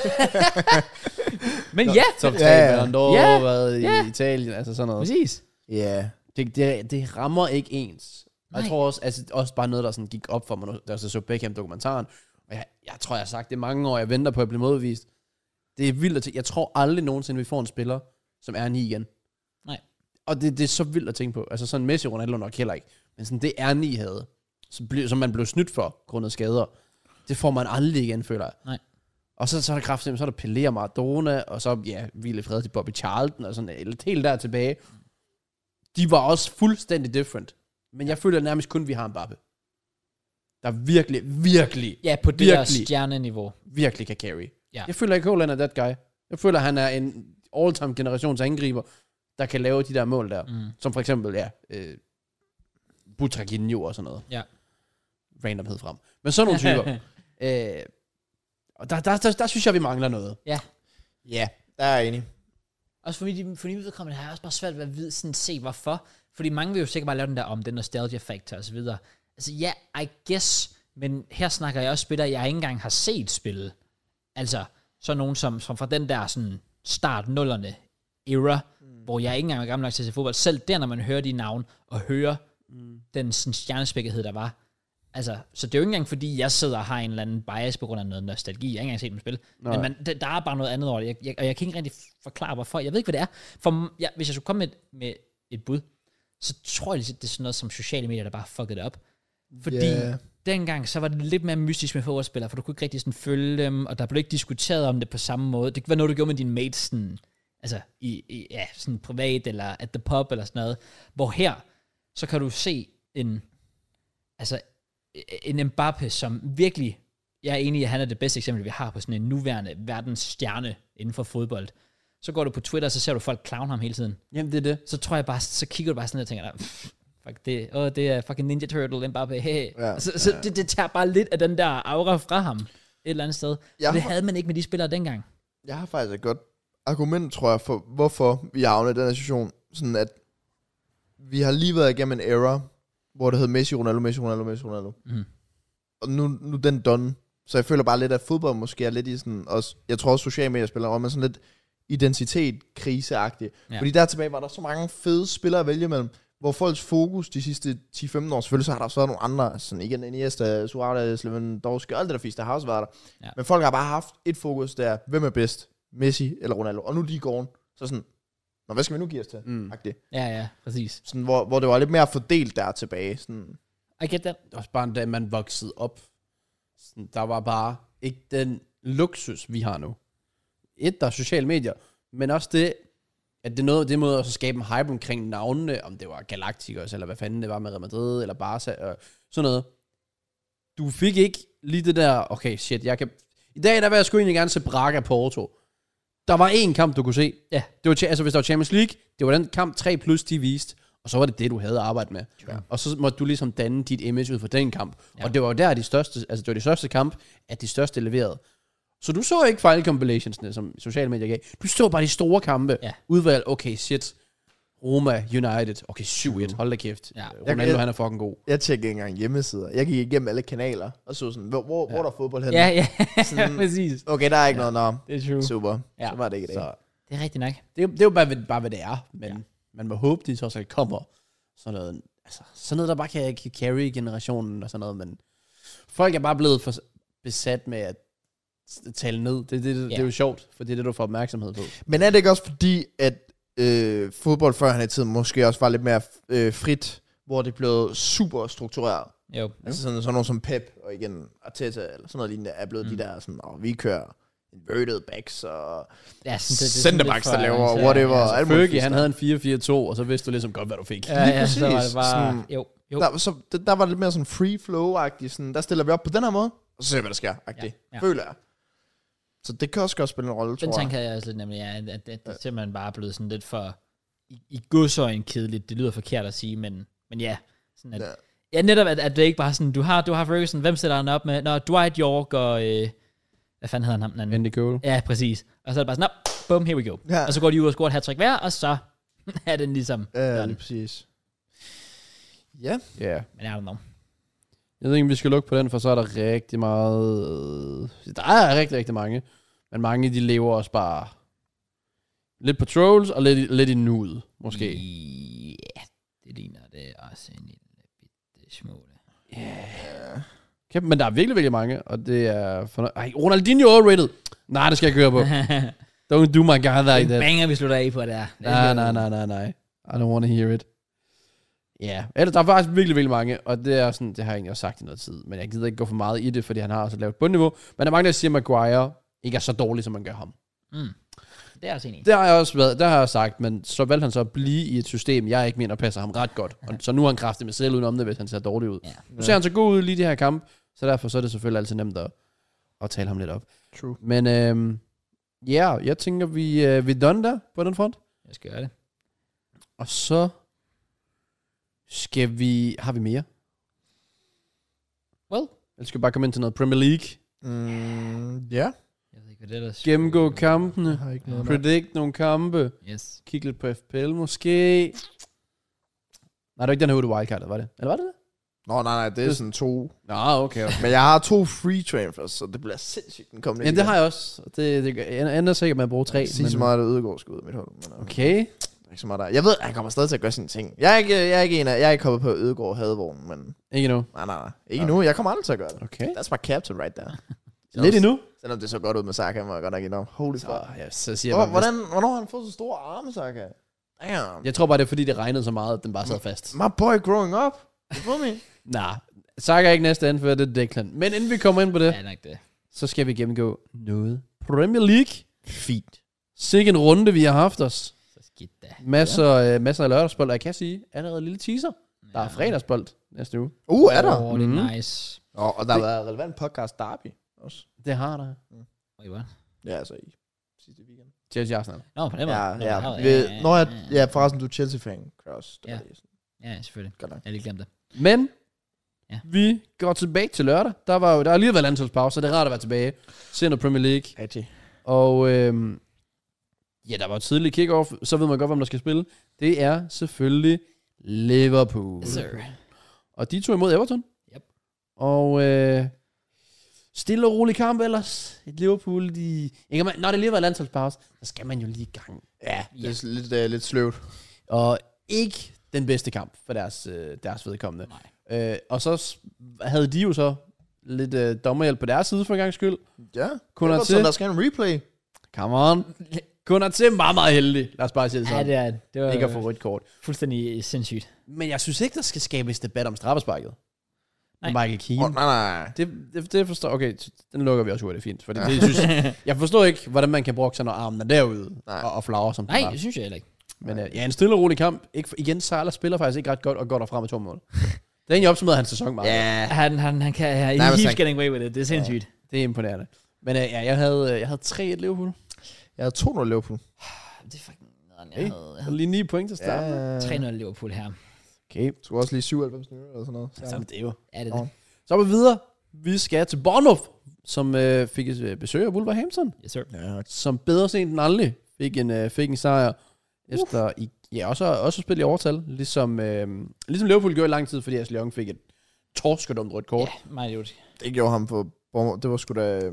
Men ja. Top 3 Ballon d'Or, været i Italien, altså sådan noget. Præcis. Ja. Det rammer ikke ens. Og jeg Nej. tror også, altså også bare noget, der sådan gik op for mig, da jeg så Beckham-dokumentaren. Og jeg tror, jeg har sagt det i mange år, jeg venter på at blive modvist. Det er vildt at tænke. Jeg tror aldrig nogensinde, vi får en spiller, som er 9 igen. Nej. Og det er så vildt at tænke på. Altså sådan Messi og Ronaldo nok heller ikke. Men sådan det er 9 havde, som man blev snydt for, grundet skader. Det får man aldrig igen, føler jeg. Nej. Og så er der kraftigt, så er der Pelé og Maradona, og så, hvile fred til Bobby Charlton, og sådan helt der tilbage. De var også fuldstændig different. Men jeg føler nærmest kun, vi har en Mbappe. Der virkelig, Ja, på det der stjerneniveau. virkelig kan carry. Ja. Jeg føler ikke, Haaland er that guy. Jeg føler, han er en all-time generations angriber, der kan lave de der mål der. Som for eksempel, Butraguinho og sådan noget. Ja. Randomhed frem. Men sådan nogle typer. Og der synes jeg, vi mangler noget. Ja. Ja, der er jeg enig. Også for min vedkommende har jeg også bare svært ved at vide, sådan se hvorfor. Fordi mange vil jo sikkert bare lave den der om den nostalgia factor og så videre. Altså ja, I guess, men her snakker jeg også spillere, jeg ikke engang har set spille. Altså, så nogen som fra den der sådan start nullerne era, hvor jeg ikke engang var gammel nok til at se fodbold. Selv der, når man hører de navn, og hører den sådan stjernespækkethed, der var. Altså, så det er jo ikke engang, fordi jeg sidder og har en eller anden bias på grund af noget nostalgi. Jeg har ikke engang set dem spille. Men der er bare noget andet over det. Og jeg kan ikke rigtig forklare, hvorfor. Jeg ved ikke, hvad det er. Hvis jeg skulle komme med et bud, så tror jeg, det er sådan noget som sociale medier, der bare fucked det op. Fordi dengang, så var det lidt mere mystisk med fodboldspillere, for du kunne ikke rigtig sådan følge dem, og der blev ikke diskuteret om det på samme måde. Det var noget, du gjorde med dine mates, sådan, altså sådan privat, eller at the pub, eller sådan noget. Hvor her, så kan du se en Mbappe, som virkelig, jeg er enig i, at han er det bedste eksempel, vi har på sådan en nuværende verdens stjerne inden for fodbold. Så går du på Twitter, så ser du folk clown ham hele tiden. Jamen, det er det. Så tror jeg bare, så kigger du bare sådan og tænker, fuck det er fucking Ninja Turtle, Mbappe, hey. Ja, så det tager bare lidt af den der aura fra ham, et eller andet sted. Det havde man ikke med de spillere dengang. Jeg har faktisk et godt argument, tror jeg, for hvorfor vi havner i den her situation. Sådan at vi har lige været igennem en era, hvor det hed Messi, Ronaldo. Og nu den done. Så jeg føler bare lidt, at fodbold måske er lidt i sådan, også, jeg tror også sociale medier spiller, og man sådan lidt identitet, kriseagtigt. Ja. Fordi der tilbage var der så mange fede spillere at vælge mellem, hvor folks fokus de sidste 10-15 år, selvfølgelig så har der også været nogle andre, sådan igen Iniesta, Suarez, Lewandowski, alt det der fisk, der har også været der. Ja. Men folk har bare haft et fokus der, hvem er bedst, Messi eller Ronaldo, og nu er de gården, så sådan, hvad skal vi nu give os til? Ja, præcis. Sådan, hvor det var lidt mere fordelt der tilbage. Sådan. I get that. Også bare da man voksede op, sådan, der var bare ikke den luksus, vi har nu. Der er sociale medier, men også det, at det måde at skabe en hype omkring navnene, om det var Galacticos, eller hvad fanden det var med Real Madrid, eller Barca, og sådan noget. Du fik ikke lige det der, okay, shit, i dag der vil jeg sgu egentlig gerne se Braga Porto. Der var én kamp, du kunne se. Ja. Det var, altså, hvis der var Champions League, det var den kamp 3 plus, de viste. Og så var det, du havde arbejdet med. Ja. Og så måtte du ligesom danne dit image ud fra den kamp. Ja. Og det var jo der de største, altså det var de største kamp, at de største leverede. Så du så ikke final compilationsne, som sociale medier gav. Du så bare de store kampe. Ja. Udvalg, okay, shit. Roma, United, okay, 7-1, hold da kæft. Ja. Ronaldo, han er fucking god. Jeg tjekkede ikke engang hjemmesider. Jeg gik igennem alle kanaler, og så sådan, hvor er der fodbold henne? Ja, Sådan, præcis. Okay, der er ikke noget, nå. Det er true. Super. Ja. Så var det ikke det. Så Det er rigtigt nok. det er jo bare, hvad det er. Men man må håbe, de så også kommer sådan noget, altså, sådan noget, der bare kan carry generationen og sådan noget. Men folk er bare blevet for besat med at tale ned. Det er jo sjovt, for det er det, du får opmærksomhed på. Men er det ikke også fordi, at fodbold før i tiden måske også var lidt mere frit, hvor det blev super struktureret? Jo. Altså sådan noget som Pep og igen Arteta eller sådan noget lignende er blevet de der sådan, vi kører inverted backs og Ja, centerbacks, der laver whatever. Altså, Fergie, han havde en 4-4-2, og så vidste du ligesom godt, hvad du fik. Ja, så var det præcis. bare... Sådan- Jo. Der var det lidt mere sådan free flow-agtigt, sådan, der stiller vi op på den her måde, og så ser vi, hvad der sker, agtigt. Ja. Føler jeg. Så det kan også godt spille en rolle, Den tror tanke jeg. havde jeg også lidt nemlig, ja, at det er simpelthen bare blevet sådan lidt for i godsøjne kedeligt. Det lyder forkert at sige, men ja. Sådan at, ja, netop at det ikke bare sådan, du har Ferguson, hvem sætter han op med? Nå, Dwight York og, hvad fanden hedder han ham den anden? Andy Cole. Ja, præcis. Og så er det bare sådan, boom, here we go. Ja. Og så går de ud og scorer et hat-trick hver, og så er den ligesom Ja, done. lige præcis. Ja. Ja. Men I don't know. Jeg ved ikke, om vi skal lukke på den, for så er der rigtig meget... Der er rigtig, rigtig mange. Men mange, de lever også bare lidt på trolls, og lidt i nuet, måske. Ja, det ligner det også en lille bitte smule. Kæmpe, men der er virkelig, virkelig mange, og det er... Ronaldinho overrated. Nej, det skal jeg ikke høre på. Don't do my guy like that. Banger, vi slutter af på der. Nej. I don't want to hear it. Ja, ellers der er faktisk virkelig, virkelig mange, og det er sådan, det har jeg egentlig også sagt i noget tid, men jeg gider ikke gå for meget i det, fordi han har også lavet bundniveau. Men der er mange, der siger, at Maguire ikke er så dårlig, som man gør ham. Mm. Det er også enig. Det har jeg også været, der har jeg sagt, men så valgte han så at blive i et system, jeg ikke mener passer ham ret godt. Og så nu er han kraftig med selv udenom det, hvis han ser dårlig ud. Ja. Nu ser han så god ud lige i det her kamp, så derfor så er det selvfølgelig altid nemt at tale ham lidt op. True. Men jeg tænker, vi er done der på den front. Jeg skal gøre det. Og så har vi mere? Well. Eller skal vi bare komme ind til noget Premier League? Ja. Jeg ved ikke, hvad det er, der Gennemgå kampene. Jeg har ikke noget. Predict nogle kampe. Yes. Kigge lidt på FPL måske. Nej, det var ikke den her ude wildcardet, var det? Eller var det det? Nå, nej, det er sådan 2. Nå, okay. Men jeg har 2 free transfers, så det bliver sindssygt den kommende. Ja, det har jeg også. Jeg ender sikkert med at bruge 3. Sige så meget, at Ødegaard skal ud af mit hold. Men, Okay. ikke så meget der. Jeg ved, han kommer stadig til at gøre sine ting. Jeg er ikke kommet på Ødegaard hadevognen, men... Ikke endnu. Nej. Ikke nu. Jeg kommer aldrig til at gøre det. Okay. That's my captain right there. Lidt endnu. Selvom det så godt ud med Saka, må jeg godt nok endnu. Holy fuck. Så siger jeg bare, Hvornår har han fået så store arme, Saka? Damn. jeg tror bare, det er fordi, det regnede så meget, at den bare sad fast. My boy growing up. You feel me? Nej, Saka er ikke næste anfører, det er Declan. Men inden vi kommer ind på det, Ja, nok det. så skal vi gennemgå noget Premier League. Fint. Sikke en runde, vi har haft os. Så skidt da. Masser af lørdagsbold, og jeg kan sige, allerede en lille teaser. Der er fredagsbold næste uge. Er der? Det er nice. Og der har været relevant podcast derby også. Det har der. Wait, what? Ja, altså i sidste weekend. Chelsea Arsenal. Nå, på den måde. Forresten, du er Chelsea-fan, Kraus. Ja. Ja, selvfølgelig. Godt nok. Jeg har lige glemt det. Men Ja. vi går tilbage til lørdag. Der har lige været landsholdspause, så det er rart at være tilbage. Se noget Premier League. Rigtig. Og der var tidlig kick-off, så ved man godt, hvem der skal spille. Det er selvfølgelig Liverpool. Yes, sir. Og de tog imod Everton. Yep. Og stille og rolig kamp ellers. Et Liverpool, når det lige var landsholdspause, så skal man jo lige i gang. Ja, det er lidt sløvt. Og ikke den bedste kamp for deres vedkommende. Og så havde de jo så lidt dommerhjælp på deres side for en gang skyld. Ja, Konaté. der skal en replay. Come on. Konaté meget, meget heldig. Lad os bare sige det Ja, sådan. det var Ikke at få rødt kort. fuldstændig sindssygt. Men jeg synes ikke, der skal skabes debat om straffesparket. Nej. Michael Keane. Nej. Det forstår. Okay, den lukker vi også hurtigt fint. For det synes, jeg forstår ikke, hvordan man kan bruge sig, når armen er derude og flagre som Nej, det synes jeg heller ikke. Men en stille og rolig kamp. Igen, Salah spiller faktisk ikke ret godt og går derfra med 2 mål. Det er egentlig opsummeret hans sæson meget. Ja. Han kan... He's getting away with it. Det er sindssygt. Det er imponerende. Men jeg havde 3-1 Liverpool. Jeg havde 2-0 Liverpool. Det er fucking nederen. Hey, Jeg havde lige 9 point til starten. 3-0 Liverpool her. Okay. Du også lige 97 minutter eller sådan noget. Sådan det er jo. Er det det? Så er vi videre. Vi skal til Bournemouth, som fik et besøg af Wolverhampton, Yes, sir. Ja, som bedre sent end aldrig fik en sejr efter også spillet i overtal, ligesom Liverpool gjorde i lang tid, fordi Ashley Young fik et torskedumt rødt kort. Ja, meget idiot. det gjorde ham på Bournemouth. Det var sgu da...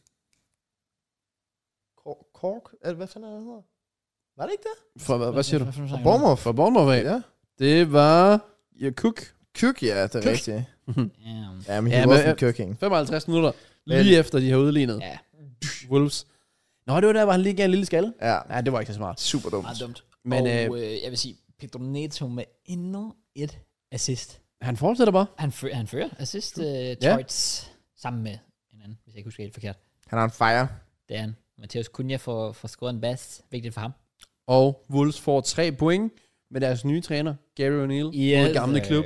Kork? Hvad fanden er det hedder? Var det ikke det? For, hvad siger du? Og Bournemouth? For Bournemouth af? Ja. Det var Cook. Cook, ja, det er rigtigt. Ja. Ja, men Ja, he men- wasn't cooking. 55 minutter, lige efter de har udlignet Ja, Wolves. Nå, det var der, hvor han lige gav en lille skalle. Ja, Ja, det var ikke så smart. super dumt. meget dumt. Men Og jeg vil sige, Pedro Neto med endnu et assist. han fortsætter bare. Han fører assist Troits sammen med en anden, hvis jeg ikke husker helt forkert. Han har en fire. Det er han. Mateus Cunha får scoret en bast. Vigtigt for ham. Og Wolves får 3 point med deres nye træner, Gary O'Neill, mod gamle klub.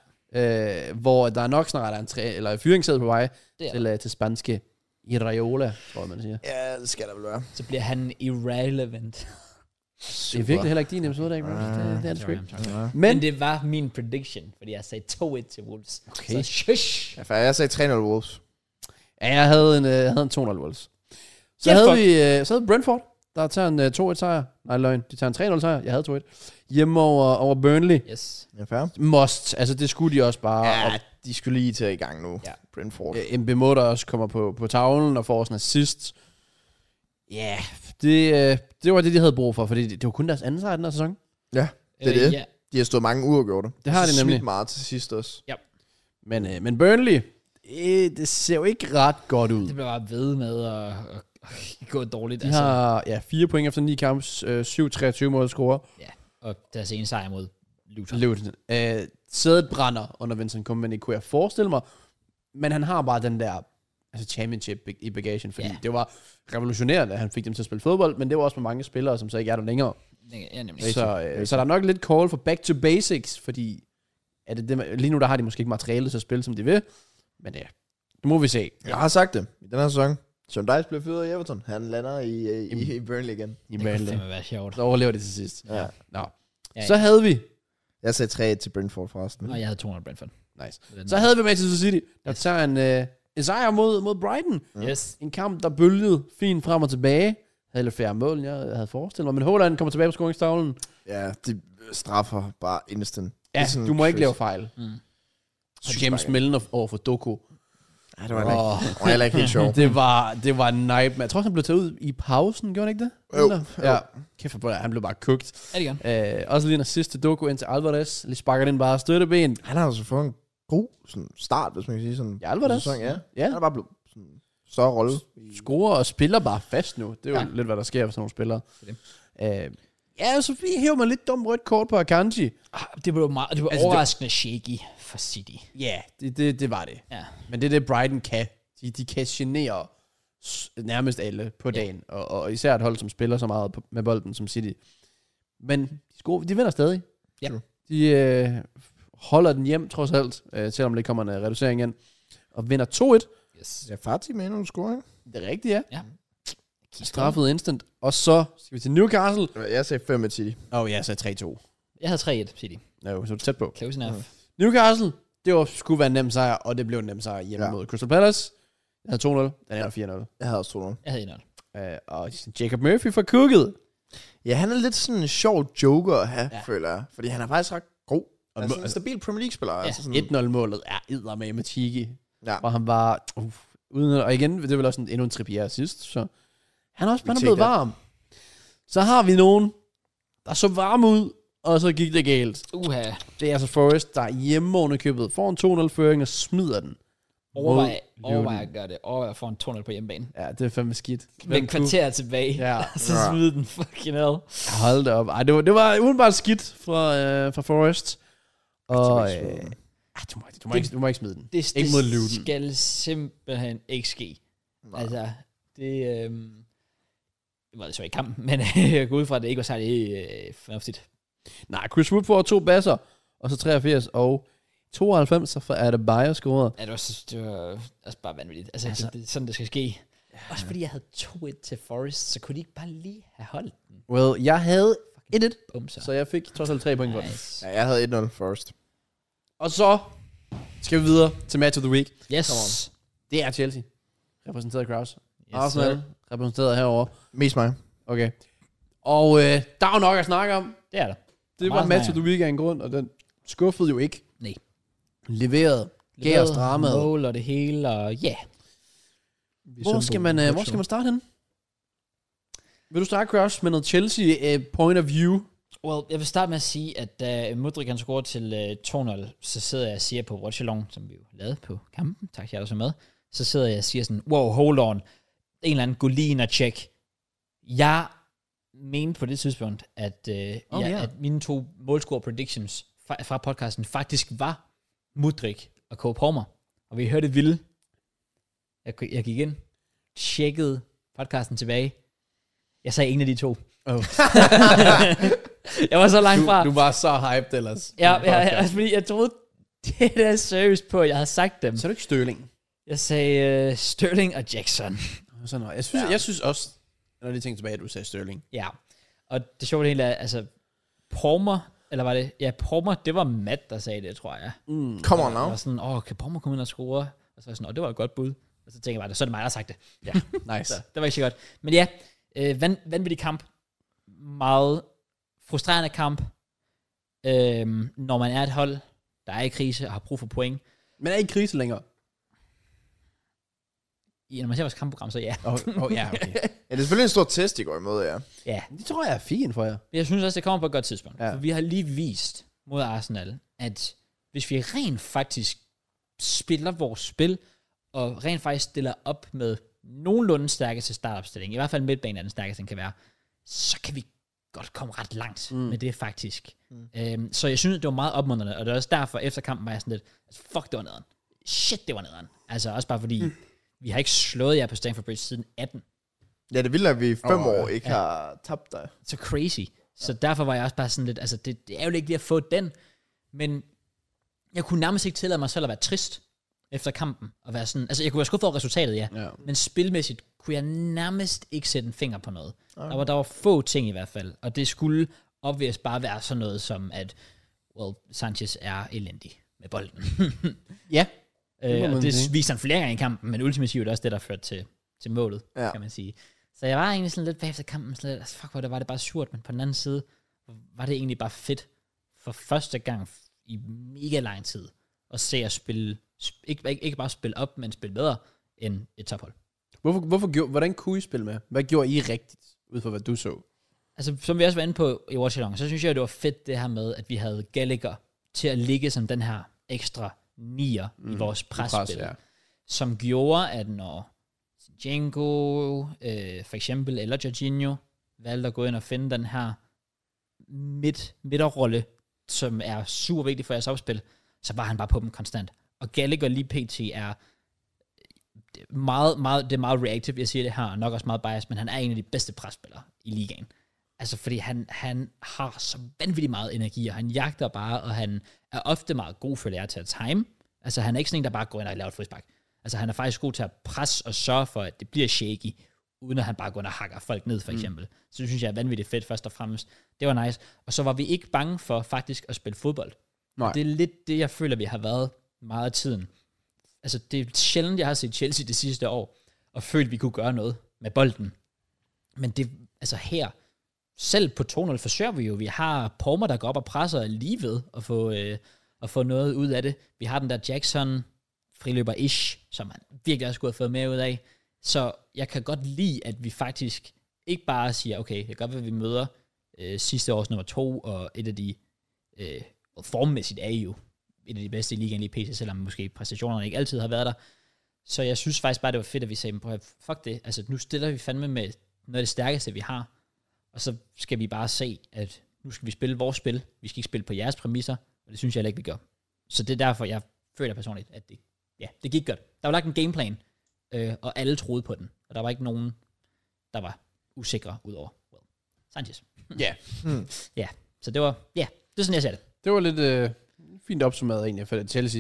Ja, Hvor der nok snart er en fyringssæde på vej det er til spanske Iraola, tror jeg, man siger. Ja, det skal der vel være. så bliver han irrelevant. Det er virkelig heller ikke din episode, ikke? Det er det sgu ikke. I'm sorry. Ja. Men det var min prediction, fordi jeg sagde 2-1 til Wolves. Okay. Så shush. Ja, for jeg sagde 3-0 Wolves. Ja, jeg havde en 2-0 Wolves. Så Ja, havde Brentford, der tager en 2-1 sejr. Nej, løgn. De tager en 3-0 sejr. Jeg havde 2-1. Hjemme over Burnley. Yes. Ja, fair. Must. Altså, det skulle de også bare. Ja, de skulle lige til i gang nu. Ja. Brentford. Mbemo, der også kommer på tavlen og får sådan en assist. Ja, det var det, de havde brug for, fordi det var kun deres anden sejr den her sæson. Ja, det er det. Ja. De har stået mange uafgjorte. Det har de Så nemlig. smidt meget til sidst også. Men Burnley, det ser jo ikke ret godt ud. Det bliver bare ved med at gå dårligt. De har 4 point efter 9 kampe, 7-23 mål scorer. Og deres ene sejr mod Luton. Luton. Sædet brænder under Vincent Kompany, kunne jeg forestille mig. Men han har bare den der championship i bagagen, fordi det var revolutionerende, at han fik dem til at spille fodbold, men det var også med mange spillere, som så ikke er der længere. Ja, nemlig. Så der er nok lidt call for back to basics, fordi lige nu der har de måske ikke materiale til at spille, som de vil. Men det må vi se. Jeg har sagt det i den her sæson. John Dice blev fyret i Everton. Han lander i Burnley igen. I Det kunne Burnley. fandme være sjovt. Så overlever det til sidst. Ja. Nå. Ja, Så havde vi Jeg sagde 3-1 til Brentford forresten. Og jeg havde 200 Brentford. Nice. Så havde vi Manchester City, der tager en sejr mod Brighton. Yes. En kamp, der bølgede fint frem og tilbage. Havde lidt færre mål, end jeg havde forestillet mig. Men Haaland kommer tilbage på scoringstavlen. Ja, de straffer bare instant. Ja, Det er sådan du må ikke crazy. lave fejl. Og James Milner over for Doku. Ja, det var heller ikke helt sjovt. Det var en nightmare. Jeg tror, han blev taget ud i pausen, gjorde han ikke det? Jo. Ja. Kæft, han blev bare cooked. Er det godt? Også lige en assist til Doku ind til Alvarez. Lige sparker den bare støtteben. Han har altså fået en god sådan, start, hvis man kan sige sådan. Ja, Alvarez. Sæson, ja. Ja. Han er bare blevet sådan større rolle. Scorer og spiller bare fast nu. Det er jo lidt, hvad der sker for sådan nogle spillere. Ja, så vi hæver mig lidt dumt rødt kort på Akanji. Det var overraskende shaky for City. Ja, det var det. Ja. Men det er det, Brighton kan. De kan genere nærmest alle på dagen. Og især et hold, som spiller så meget med bolden som City. Men de vinder stadig. Ja. De holder den hjem, trods alt. Selvom der ikke kommer en reducering ind. Og vinder 2-1. Yes. Ja, Fati med endnu en scoring. Det er rigtigt, ja. Ja. Straffet instant. Og så skal vi til Newcastle. Jeg sagde 5 med City. Jeg sagde 3-2. Jeg havde 3-1 City. No, så er du tæt på. Close enough. Newcastle, skulle være en nem sejr, og det blev en nem sejr hjemme mod Crystal Palace. Jeg havde 2-0, den ender 4-0. Jeg havde også 2-0. Jeg havde 1-0. Og Jacob Murphy for kukket. Ja, han er lidt sådan en sjov joker at have, føler jeg. Fordi han er faktisk ret god. Han er sådan en stabil Premier League-spiller. Ja, Altså sådan, 1-0-målet er eddermame med Tiki. Ja. Hvor han var... og igen, det er vel også endnu en Trippier sidst, så... Han er også bare take blevet that. varm. Så har vi nogen, der så varm ud, og så gik det galt. Det er altså Forrest, der er hjemme købet, får en 2-0-føring og smider den. Overvej at gøre det. Overvej at få en 2-0 på hjemmebane. Ja, det er fandme skidt. Med en kvarter tilbage. Ja. Så smide den fucking hell. Hold da op. Ej, det var udenbart skidt fra Forrest. Og... du må ikke smide den. Ikke mod Luton. Det skal simpelthen ikke ske. Nej. Altså, det var det så i kampen, men jeg går ud fra, at det ikke var særlig fornuftigt. Nej, Chris Wood får 2 basser, og så 83 og 92, så er det Bayer scoret. Ja, det var også bare vanvittigt. Altså det er sådan, det skal ske. Også fordi jeg havde 2-1 til Forest, så kunne de ikke bare lige have holdt den. Well, jeg havde 1-1, Bumser. så jeg fik trods alt 3 point for den. Nice. Ja, jeg havde 1-0 first. Og så skal vi videre til Match of the Week. Yes. Det er Chelsea. Repræsenteret af Kraus. Yes, Arsenal. Repræsenteret herovre. Mest mig. Okay. Og der er jo nok at snakke om. Det er der. Det var Meget Match of snakker. the Week af en grund, og den skuffede jo ikke. Nej. Leveret. Gav os dramaet. Mål og det hele, og ja. Hvor skal man starte henne? Vil du starte, Kraus, med noget Chelsea point of view? Well, jeg vil starte med at sige, at da Mudryk han scorer til 2-0, så sidder jeg og siger på watch-along, som vi jo lavede på kampen, tak til jer, der så med, så sidder jeg og siger sådan, wow, hold on, en eller anden Golina-check. Jeg mente på det tidspunkt, at, at mine 2 målscore predictions fra podcasten faktisk var Mudryk og Cole Palmer. Og vi hørte det vilde. Jeg gik ind, tjekkede podcasten tilbage. Jeg sagde ingen af de 2. Oh. Jeg var så langt fra. Du var så hyped ellers. Ja, fordi jeg troede, det der seriøst på, at jeg havde sagt dem. Så er det ikke Sterling. Jeg sagde Sterling og Jackson. Sådan noget. Jeg synes også, når de tænkte tilbage, at du sagde Sterling. Ja, og det sjove det hele er, altså, Palmer, eller var det? Ja, Palmer, det var Matt, der sagde det, tror jeg. Come on Jeg now. var sådan, kan Palmer komme ind og score? Og så var jeg sådan, det var et godt bud. Og så tænkte jeg bare, så er det mig, der har sagt det. Ja, Nice. så det var ikke så godt. Men ja, vanvittig kamp. Meget frustrerende kamp. Når man er et hold, der er i krise og har brug for point. Men er ikke krise længere. Ja, når man ser vores kampprogram, så ja. Ja, okay. Ja, det er selvfølgelig en stor test, I går imod, ja. Ja, Det tror jeg er fint for jer. men jeg synes også, det kommer på et godt tidspunkt. Ja. For vi har lige vist mod Arsenal, at hvis vi rent faktisk spiller vores spil, og rent faktisk stiller op med nogenlunde stærkeste startopstilling, i hvert fald midtbanen er den stærkeste, den kan være, så kan vi godt komme ret langt med det faktisk. Så jeg synes, det var meget opmuntrende, og det er også derfor, efter kampen var jeg sådan lidt, altså, fuck, det var nederen. Shit, det var nederen. Altså også bare fordi, vi har ikke slået jer på Stamford Bridge siden 18. Ja, det vildt, at vi i 5 år ikke har tabt dig. Så crazy. Så derfor var jeg også bare sådan lidt, altså det er jo ikke lige at få den, men jeg kunne nærmest ikke tillade mig selv at være trist efter kampen, og være sådan, altså jeg kunne være skuffet over resultatet, ja. Men spilmæssigt kunne jeg nærmest ikke sætte en finger på noget. Der var få ting i hvert fald, og det skulle obvious bare være sådan noget som, at, Sanchez er elendig med bolden. Ja. Og det viste han flere gange i kampen, men ultimativt også det, der førte til målet, kan man sige. Så jeg var egentlig sådan lidt bagefter kampen, sådan lidt, altså fuck, hvor det var det bare surt, men på den anden side, var det egentlig bare fedt for første gang i mega lang tid, at se at spille, ikke bare spille op, men spille bedre end et tophold. Hvordan kunne I spille med? Hvad gjorde I rigtigt, ud fra hvad du så? Altså, som vi også var inde på i Watch Along, så synes jeg, det var fedt det her med, at vi havde Gallagher til at ligge som den her ekstra nier i vores presspil, som gjorde, at når Django, for eksempel, eller Jorginho, valgte at gå ind og finde den her midterrolle, som er super vigtig for jeres opspil, så var han bare på dem konstant. Og Gallagher lige pt. er meget reactive, jeg siger det her, og nok også meget biased, men han er en af de bedste presspillere i ligaen. Altså, fordi han har så vanvittigt meget energi, og han jagter bare, og han er ofte meget god, føler jeg, til at time. Altså, han er ikke sådan en, der bare går ind og laver et frispark. Altså, han er faktisk god til at presse og sørge for, at det bliver shaky, uden at han bare går ind og hakker folk ned, for eksempel. Så det synes jeg er vanvittigt fedt, først og fremmest. Det var nice. Og så var vi ikke bange for faktisk at spille fodbold. Nej. Og det er lidt det, jeg føler, vi har været meget af tiden. Altså, det er sjældent, jeg har set Chelsea det sidste år, og følt, vi kunne gøre noget med bolden. Men det, altså her, selv på 2-0 forsøger vi jo. Vi har Palmer, der går op og presser lige ved at få noget ud af det. Vi har den der Jackson friløber-ish, som man virkelig også skulle have fået mere ud af. Så jeg kan godt lide, at vi faktisk ikke bare siger, okay, det kan godt være, at vi møder sidste års nummer 2, og et af de formmæssigt er jo et af de bedste i ligaen lige pt, selvom måske præstationerne ikke altid har været der. Så jeg synes faktisk bare, det var fedt, at vi sagde, fuck det, altså nu stiller vi fandme med noget af det stærkeste, vi har, og så skal vi bare se, at nu skal vi spille vores spil, vi skal ikke spille på jeres præmisser, og det synes jeg heller ikke, vi gør. Så det er derfor, jeg føler personligt, at det gik godt. Der var lagt en gameplan, og alle troede på den, og der var ikke nogen, der var usikre udover Sanchez. Ja. Ja, så det var sådan, jeg sagde det. Det var lidt fint opsummeret egentlig, for Chelsea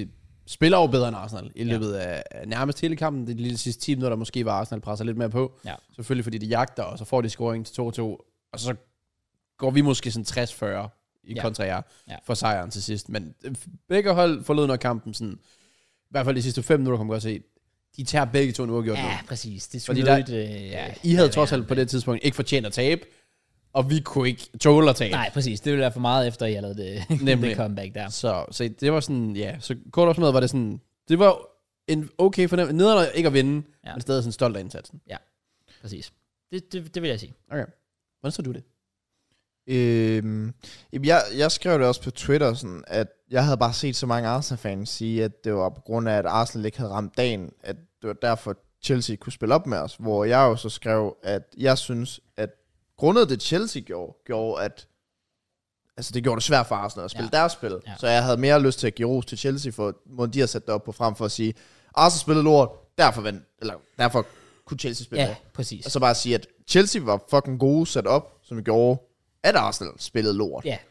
spiller jo bedre end Arsenal i løbet af nærmest hele kampen. Det lille sidste 10 minutter, måske var Arsenal presser lidt mere på. Ja. Selvfølgelig fordi de jagter, og så får de scoring til 2-2. Og så går vi måske sådan 60-40 i kontra jer for sejren til sidst. Men begge hold forlod nok kampen sådan, i hvert fald de sidste 5 minutter, kan man godt se, de tager begge to en uafgjort nu. Ja, præcis. Det fordi skulle I havde trods alt på det tidspunkt ikke fortjent at tabe, og vi kunne ikke tåle at tabe. Nej, præcis. Det ville være for meget efter, jeg lavede det comeback der. Så det var sådan, så kort opsummeret var det sådan, det var en okay fornemmelse. Nederen ikke at vinde, men stadig sådan stolt af indsatsen. Ja, præcis. Det vil jeg sige. Okay. Hvordan så du det? Jeg skrev det også på Twitter, sådan, at jeg havde bare set så mange Arsenal-fans sige, at det var på grund af, at Arsenal ikke havde ramt dagen, at det var derfor, Chelsea kunne spille op med os. Hvor jeg jo så skrev, at jeg synes, at grundet det Chelsea gjorde at altså det gjorde det svært for Arsenal at spille deres spil. Ja. Så jeg havde mere lyst til at give ros til Chelsea for måden de har sat det op på frem for at sige, Arsenal spillede lort, derfor kunne Chelsea spille det. Præcis. Og så bare sige, at Chelsea var fucking gode sat op, som vi gjorde, at Arsenal spillede lort. Ja.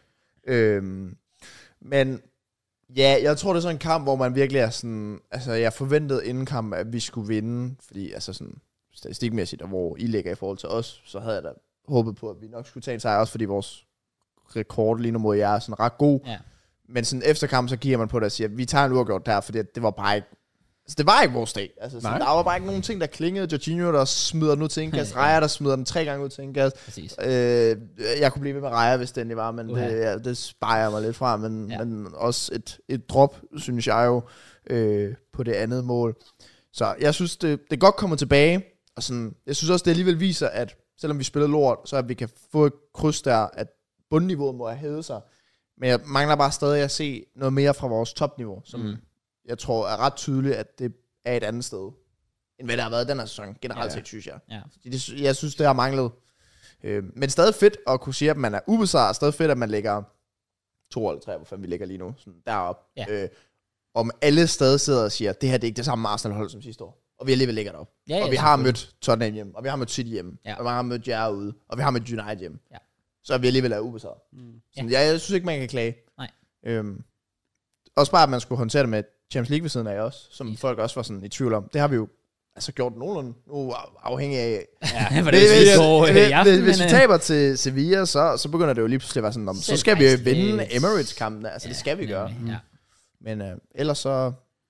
Men ja, jeg tror det er sådan en kamp, hvor man virkelig er sådan, altså jeg forventede inden kamp, at vi skulle vinde, fordi altså sådan statistikmæssigt, og hvor I ligger i forhold til os, så havde jeg da håbet på, at vi nok skulle tage en sejr, også fordi vores rekord lige nu mod jer er sådan ret god. Ja. Men sådan efter kampen, så giver man på det og siger, at vi tager en uafgjort der, fordi det var bare ikke, altså det var ikke vores dag. Altså sådan, der var bare ikke nogen ting, der klingede. Jorginho, der smider den ud til indkast. Raja, der smider den 3 gange ud til indkast. Jeg kunne blive ved med Raja, hvis den var, men det sparer jeg mig lidt fra. Men også et drop, synes jeg jo, på det andet mål. Så jeg synes, det godt kommer tilbage. Og sådan, jeg synes også, det alligevel viser, at selvom vi spiller lort, så at vi kan få et kryds der, at bundniveauet må have hævet sig. Men jeg mangler bare stadig at se noget mere fra vores topniveau, som jeg tror er ret tydeligt, at det er et andet sted, end hvad der har været den her sæson, generelt set, synes jeg. Ja. Jeg synes, det har manglet. Men stadig fedt at kunne sige, at man er ubesejret, stadig fedt, at man ligger 2 eller 3, hvor fanden vi ligger lige nu, sådan deroppe. Ja. Om alle stadig sidder og siger, at det her det er ikke det samme Arsenal-hold som sidste år. Og vi alligevel ligger deroppe. Ja, og vi har mødt Tottenham hjemme, og vi har mødt City hjemme, og vi har mødt jer ude, og vi har mødt United hjemme. Ja. Så vi alligevel er ubesejret. Jeg synes ikke, man kan klage. Nej. Også bare, at man skulle håndtere det med Champions League ved siden af os, som folk også var sådan i tvivl om. Det har vi jo altså gjort nogenlunde, nu afhængig af... Hvis vi taber til Sevilla, så begynder det jo lige pludselig at være sådan, så skal vi jo vinde Emirates-kampene. Altså, det skal vi gøre. Men ellers så...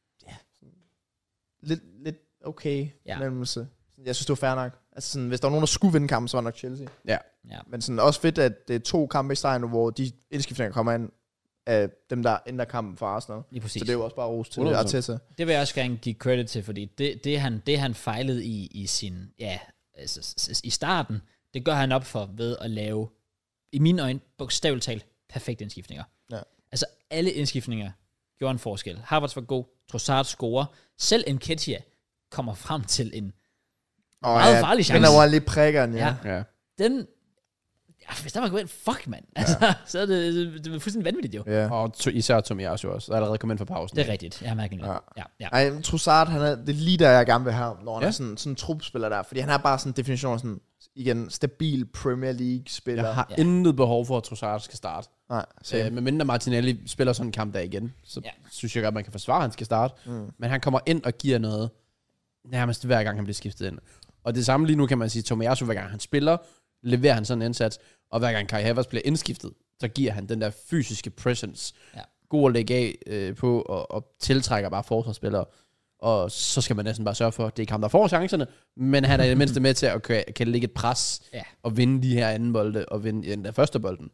Lidt okay nemmelse. Jeg synes, det var fair nok. Altså, sådan, hvis der var nogen, der skulle vinde kampen, så var det nok Chelsea. Ja. Men sådan, også fedt, at det er 2 kampe i streg nu, hvor de indskiftninger kommer ind af dem, der ændrer kampen for Arsenal. Så det er jo også bare ros til Arteta. Det vil jeg også gerne give credit til, fordi det han fejlede i sin, altså, i starten, det gør han op for ved at lave, i mine øjne, bogstaveligt talt, perfekte indskiftninger. Ja. Altså, alle indskiftninger gjorde en forskel. Havertz var god, Trossard scorer, selv Nketiah kommer frem til en meget farlig chance. Den er jo lige prikkeren, ja. Den, hvis der var gået ind, fuck mand. Altså, så er det fuldstændig vanvittigt jo. Ja. Og især Tomiyasu også, der er allerede kommet ind for pausen. Det er rigtigt, jeg har mærket det. Ej, Trossard, det er lige der, jeg gerne vil have, når han er sådan en trupspiller der. Fordi han er bare sådan en definition af sådan, igen, stabil Premier League-spiller. Jeg har intet behov for, at Trossard skal starte. Nej, medmindre Martinelli spiller sådan en kamp der igen, så synes jeg godt, man kan forsvare, at han skal starte. Men han kommer ind og giver noget, nærmest hver gang han bliver skiftet ind. Og det samme lige nu kan man sige, Tomiyasu, hver gang han spiller, leverer han sådan en indsats, og hver gang Kai Havertz bliver indskiftet, så giver han den der fysiske presence, god at lægge af på, og tiltrækker bare forsvarsspillere. Og så skal man næsten bare sørge for, at det ikke ham, der får chancerne, men han er i det mindste med til at kan lægge et pres, og vinde de her anden bolde, og vinde den der første bolden.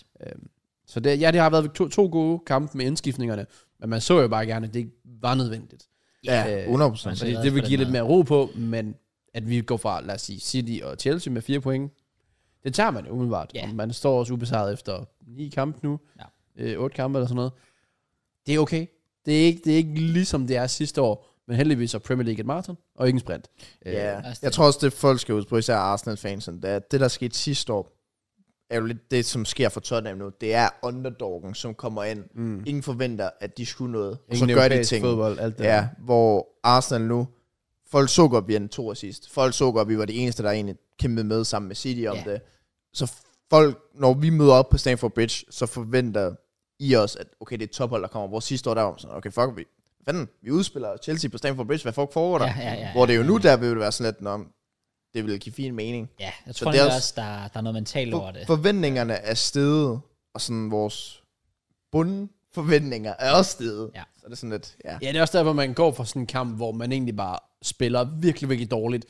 Så det har været to gode kampe med indskiftningerne, men man så jo bare gerne, at det ikke var nødvendigt. Ja, 100%. Fordi det vil give lidt mere ro på, men at vi går fra, lad os sige, City og Chelsea med 4 point, det tager man jo umiddelbart. Yeah. Man står også ubesejret efter 9 kampe nu, 8 kampe eller sådan noget. Det er okay. Det er ikke ligesom det er sidste år, men heldigvis er Premier League et marathon, og ikke en sprint. Jeg tror også, det folk skal ud på, især Arsenal-fansen, det der skete sidste år, er jo lidt det, som sker for Tottenham nu. Det er underdoggen, som kommer ind. Ingen forventer, at de skulle noget. Og så gør de ting. Fodbold, alt det hvor Arsenal nu, folk så godt, vi endte 2 assist. Folk så godt, vi var det eneste, der egentlig kæmpede med sammen med City om det. Så folk, når vi møder op på Stamford Bridge, så forventer I os, at okay, det er et tophold, der kommer. Hvor sidste år, der var sådan, okay, fuck, fanden, vi udspiller Chelsea på Stamford Bridge, hvad folk foregår der? Ja, Hvor det jo nu, der vil det være sådan lidt, det vil give fin mening. Ja, jeg Så tror det er også, der er noget mentalt over det. Forventningerne er steget, og sådan vores bundforventninger er også steget. Ja. Så det er sådan lidt, Ja, det er også derfor, man går fra sådan en kamp, hvor man egentlig bare spiller virkelig, virkelig dårligt.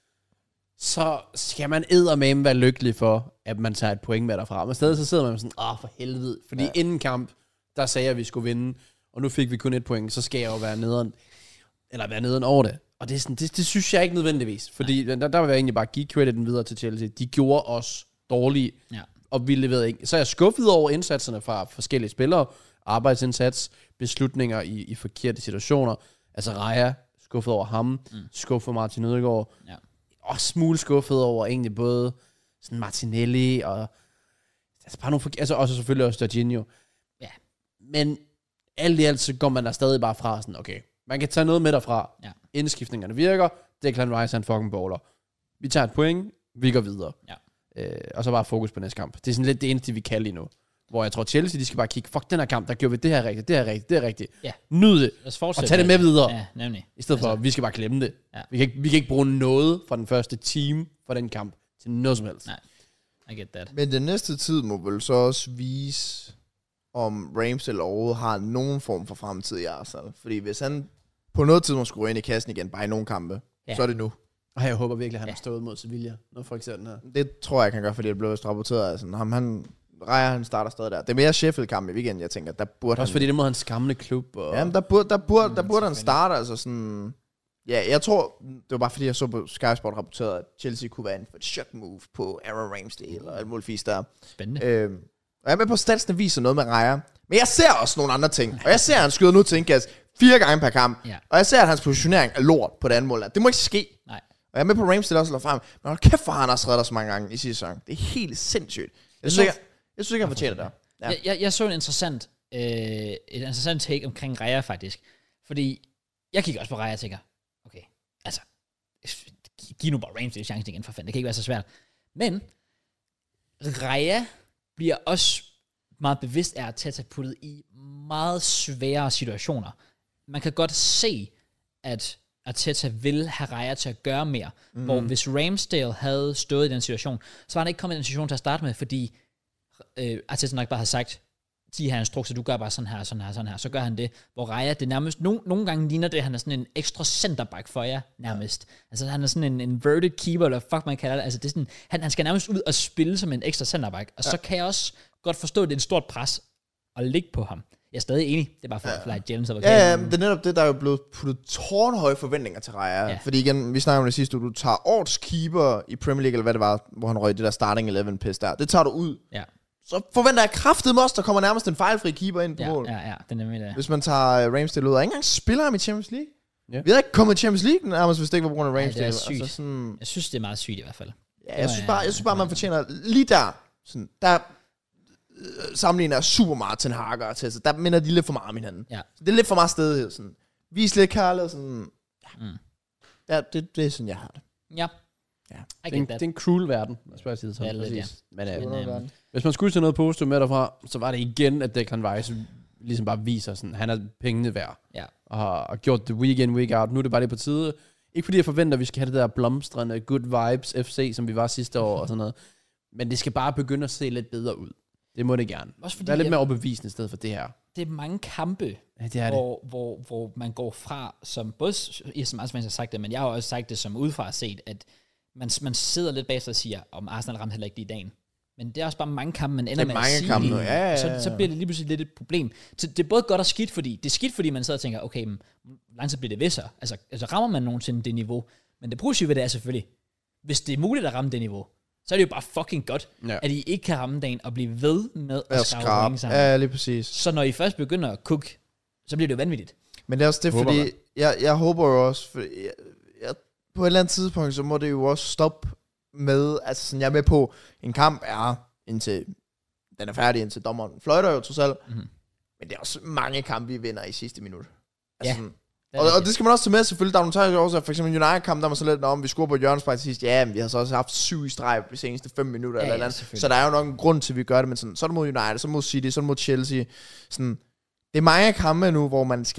Så skal man eddermame være lykkelig for, at man tager et point med derfra. Men stadig så sidder man sådan, for helvede. Fordi inden kamp, der sagde jeg, at vi skulle vinde, og nu fik vi kun 1 point, så skal jeg jo være nederen over det. Og det er sådan, det synes jeg ikke nødvendigvis. Fordi der vil jeg egentlig bare give crediten videre til Chelsea. De gjorde os dårlige, og vi leverede ikke. Så er jeg skuffet over indsatserne fra forskellige spillere, arbejdsindsats, beslutninger i forkerte situationer. Altså Raya, skuffet over ham, skuffet Martin Ødegaard, også smule skuffet over egentlig både sådan Martinelli og altså bare nogle også selvfølgelig også Jorginho. Ja. Men alt i alt så går man der stadig bare fra sådan, okay, man kan tage noget med derfra. Ja. Indskiftningerne virker. Declan Rice er en fucking baller. Vi tager et point, vi går videre. Ja. Og så bare fokus på næste kamp. Det er sådan lidt det eneste, vi kan lige nu. Hvor jeg tror, Chelsea, de skal bare kigge, fuck den her kamp, der gjorde vi det her rigtigt, det her rigtigt, det her rigtigt. Ja. Nyd det, og tage det med videre. Ja, nemlig. I stedet for, at vi skal bare glemme det. Ja. Vi kan ikke bruge noget fra den første team for den kamp til noget som helst. Nej, I get that. Men den næste tid må vel så også vise, om Ramsdale overhovedet har nogen form for fremtid i Arsenal. Fordi hvis han på noget tidspunkt skulle gå ind i kassen igen, bare i nogle kampe, så er det nu. Og jeg håber virkelig, at han har stået mod Sevilla, når folk ser den her. Det tror jeg kan gøre, fordi det blev rapporteret. Altså, han starter stadig der. Det er mere Sheffield-kamp i weekenden, jeg tænker. Der burde også fordi det er mod hans gamle klub. Og jamen, der burde han starte, altså sådan. Ja, jeg tror, det var bare fordi, jeg så på Sky Sport rapporteret, at Chelsea kunne være en for et shot move på Aaron Ramsdale og alt muligt fisk der. Spændende. Og jeg er med på, at statsen viser noget med Raya. Men jeg ser også nogle andre ting. Og jeg ser, at han skyder nu til indkast 4 gange per kamp. Ja. Og jeg ser, at hans positionering er lort på det andet mål. Det må ikke ske. Nej. Og jeg er med på, Ramsdale også frem. Men hold kæft, for han har reddet så mange gange i sidste sæson. Det er helt sindssygt. Jeg synes ikke, han fortjener det der. Ja. Jeg så et interessant take omkring Raya faktisk. Fordi jeg kigger også på Raya og tænker, okay, altså, giv nu bare Ramsdale chancen igen for fanden. Det kan ikke være så svært. Men Raya bliver også meget bevidst af at tage puttet i meget svære situationer. Man kan godt se, at Arteta vil have Raya til at gøre mere. Hvor hvis Ramsdale havde stået i den situation, så var han ikke kommet i den situation til at starte med, fordi Arteta nok bare havde sagt, de her instrukser, du gør bare sådan her, sådan her, sådan her. Så gør han det. Hvor Raya, det nærmest, nogle gange ligner det, han er sådan en ekstra centerback for jer, nærmest. Altså han er sådan en inverted keeper, eller fuck man kalder det. Altså det er sådan, han skal nærmest ud og spille som en ekstra centerback. Og så kan jeg også godt forstå, at det er et stort pres at ligge på ham. Jeg er stadig enig. Det er bare for at fly James op. Ja, det er netop det, der er jo blevet puttet tårnhøje forventninger til Raya. Ja. Fordi igen, vi snakker om det sidste uge, du tager årets keeper i Premier League, eller hvad det var, hvor han røg det der starting 11 piss der. Det tager du ud. Ja. Så forventer jeg kraftigt også, der kommer nærmest en fejlfri keeper ind på mål. Ja, det er nemlig det. Hvis man tager Ramsdale ud, og ikke engang spiller ham i Champions League. Ja. Vi havde ikke kommet i Champions League, nærmest hvis det ikke var på grund af Ramsdale. Ja, det er sygt. Altså sådan, Jeg synes, det er meget sygt i hvert fald. ja, jeg synes bare, man fortjener lige der. Sådan, der sammenligner super meget til en Hager og Tessa. Der minder de lidt for meget om hinanden. Ja. Så det er lidt for meget stedighed. Sådan. Vis lidt kærlighed. Sådan. Ja, det er sådan, jeg har det. Ja. Ja. Det er en cruel verden, hvis jeg siger det sådan. Ja, lidt, præcis. ja. Men, hvis man skulle tage noget positivt med derfra, så var det igen, at Declan Rice ligesom bare viser sådan, han er pengene værd. Ja. Og har gjort det week in, week out. Nu er det bare det på tide. Ikke fordi jeg forventer, at vi skal have det der blomstrende good vibes FC, som vi var sidste år og sådan noget. Men det skal bare begynde at se lidt bedre ud. Det må det gerne. Også fordi det er lidt mere overbevisende i stedet for det her. Det er mange kampe, ja, det er hvor man går fra, som både som Arsenal har sagt det, men jeg har også sagt det som udefra set, at man sidder lidt bag sig og siger, om Arsenal ramte heller ikke lige dagen. Men det er også bare mange kampe, man ender med at sige kampe, ja. Så bliver det lige pludselig lidt et problem. Så det er både godt og skidt, fordi det er skidt, fordi man sidder og tænker, okay, langsomt bliver det ved sig. Altså rammer man nogensinde det niveau. Men det positive ved det er selvfølgelig, hvis det er muligt at ramme det niveau, så er det jo bare fucking godt, at I ikke kan ramme dagen og blive ved med at skrave point sammen. Ja, lige præcis. Så når I først begynder at cook, så bliver det jo vanvittigt. Men det er også det, fordi jeg håber jo også, fordi jeg på et eller andet tidspunkt, så må det jo også stoppe med, altså sådan, jeg er med på, en kamp er indtil, den er færdig, indtil dommeren fløjter jo trods alt, men det er også mange kampe, vi vinder i sidste minut. Altså, og det skal man også tage med, selvfølgelig. Der er nogle tegn også, for eksempel United-kamp, der var så lidt, om vi scorer på hjørnespark til sidst. Ja, men vi har så også haft 7 i streg de seneste 5 minutter eller andet. Så der er jo nok en grund til, at vi gør det, men sådan, så er det mod United, så mod City, så er det mod Chelsea. Sådan, det er mange kampe nu, hvor man skal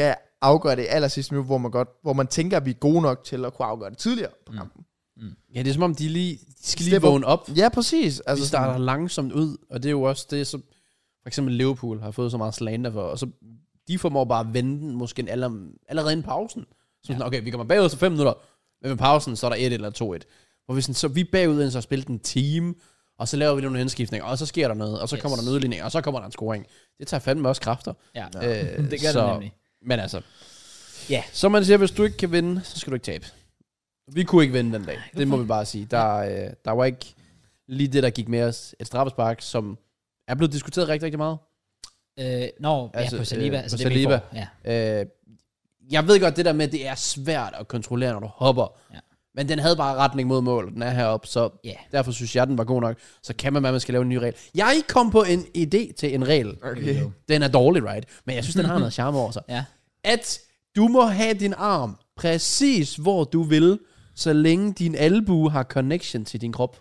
afgøre det i allersidste minut, hvor man tænker, at vi er gode nok til at kunne afgøre det tidligere på kampen. Ja, det er som om, de skal lige vågne op. Ja, præcis. Altså, de starter langsomt ud, og det er jo også det, som for eksempel Liverpool har fået så meget slander for, og så de formår bare at vende den, måske allerede inden pausen. Så sådan, okay, vi kommer bagud til 5 minutter, men med pausen, så er der 1 eller 2-1. Hvor vi er bagud, inden så har spillet en time, og så laver vi nogle henskiftninger, og så sker der noget, og så kommer der en udligning, og så kommer der en scoring. Det tager fandme også kræfter. Ja, det gør det nemlig. Men altså, så man siger, hvis du ikke kan vinde, så skal du ikke tabe. Vi kunne ikke vinde den dag. Det må vi bare sige. Der var ikke lige det, der gik med os. Et straffespark, som er blevet diskuteret rigtig, rigtig meget. På Saliba. På Saliba. Jeg ved godt, det der med, det er svært at kontrollere, når du hopper. Ja. Men den havde bare retning mod mål, og den er heroppe, så derfor synes jeg, den var god nok. Så kan man skal lave en ny regel. Jeg kom på en idé til en regel. Okay. Den er dårlig, right? Men jeg synes, den har noget charme over sig. Ja. At du må have din arm præcis, hvor du vil, så længe din albue har connection til din krop.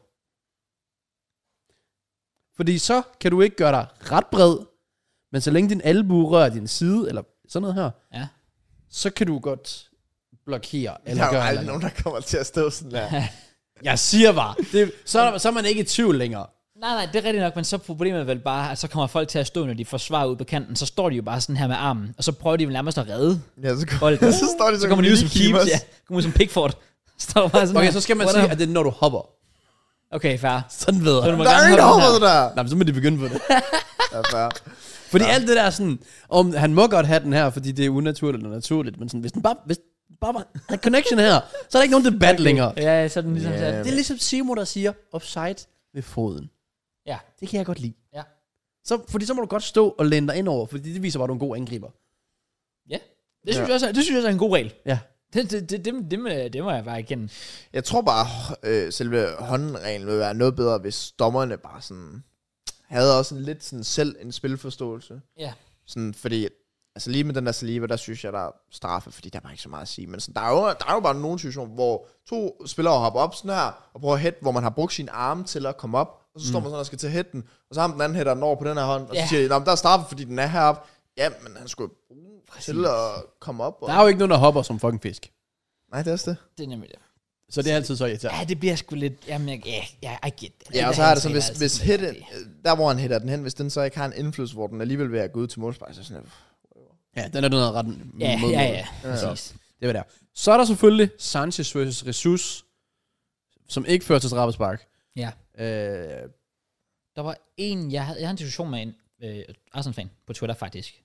Fordi så kan du ikke gøre dig ret bred, men så længe din albue rører din side, eller sådan noget her, så kan du godt blokere. Eller der er jo gøre aldrig nogen, der kommer til at stå sådan der. Jeg siger bare, så er man ikke i tvivl længere. Nej, det er rigtigt nok, men så problemet vel bare, at så kommer folk til at stå, når de forsvarer ud på kanten, så står de jo bare sådan her med armen, og så prøver de vel nærmest at redde. Ja, så står de så kommer de ud som Keeps, kommer ud som Pickford. Står bare sådan okay, her. Så skal man sige, at det er, når du hopper. Okay, fair. Sådan ved jeg. Der er ikke hoppet der. Nej, men så må de begynde på det. Ja, fair. Fordi alt det der sådan, han må godt have den her, fordi det er unaturligt og naturligt, men sådan, hvis bare var connection her, så er der ikke nogen debat længere. Ja, sådan ligesom det er ligesom Simo, der siger, offside ved foden. Ja. Det kan jeg godt lide. Ja. Fordi så må du godt stå og læne dig ind over, fordi det viser bare, at du er en god angriber. Ja. Det synes jeg også er en god regel. Ja. Det må jeg bare erkende. Jeg tror bare, selve håndreglen vil være noget bedre, hvis dommerne bare sådan havde også lidt sådan selv en spilforståelse. Ja. Sådan, fordi, altså lige med den der Saliba, der synes jeg, der er straffe, fordi der var ikke så meget at sige. Men sådan, der er jo bare nogle situationer, hvor 2 spillere hopper op sådan her, og prøver at hætte, hvor man har brugt sin arme til at komme op, og så står man sådan og skal til at hætte den, og så har den anden hætter den over på den her hånd, og så siger de, der er straffe, fordi den er heroppe. Ja, men han skulle bruge til at komme op. Og... Der er jo ikke nogen, der hopper som fucking fisk. Nej, det er også det. Det er nemlig det. Så det er altid så irriterende. Ja, det bliver sgu lidt... Jamen, I get it. Ja, og så er det sådan, hvis hætte, der hvor han hætter den hen, hvis den så ikke har en indflydelse, hvor den alligevel vil gå ud til målspark, så sådan ja, den er noget retten. Ja, præcis. Det var der. Så er der selvfølgelig Sanchez vs. Jesus, som ikke fører til straffespark. Ja. Der var jeg havde en diskussion med en Arsenal-fan på Twitter faktisk,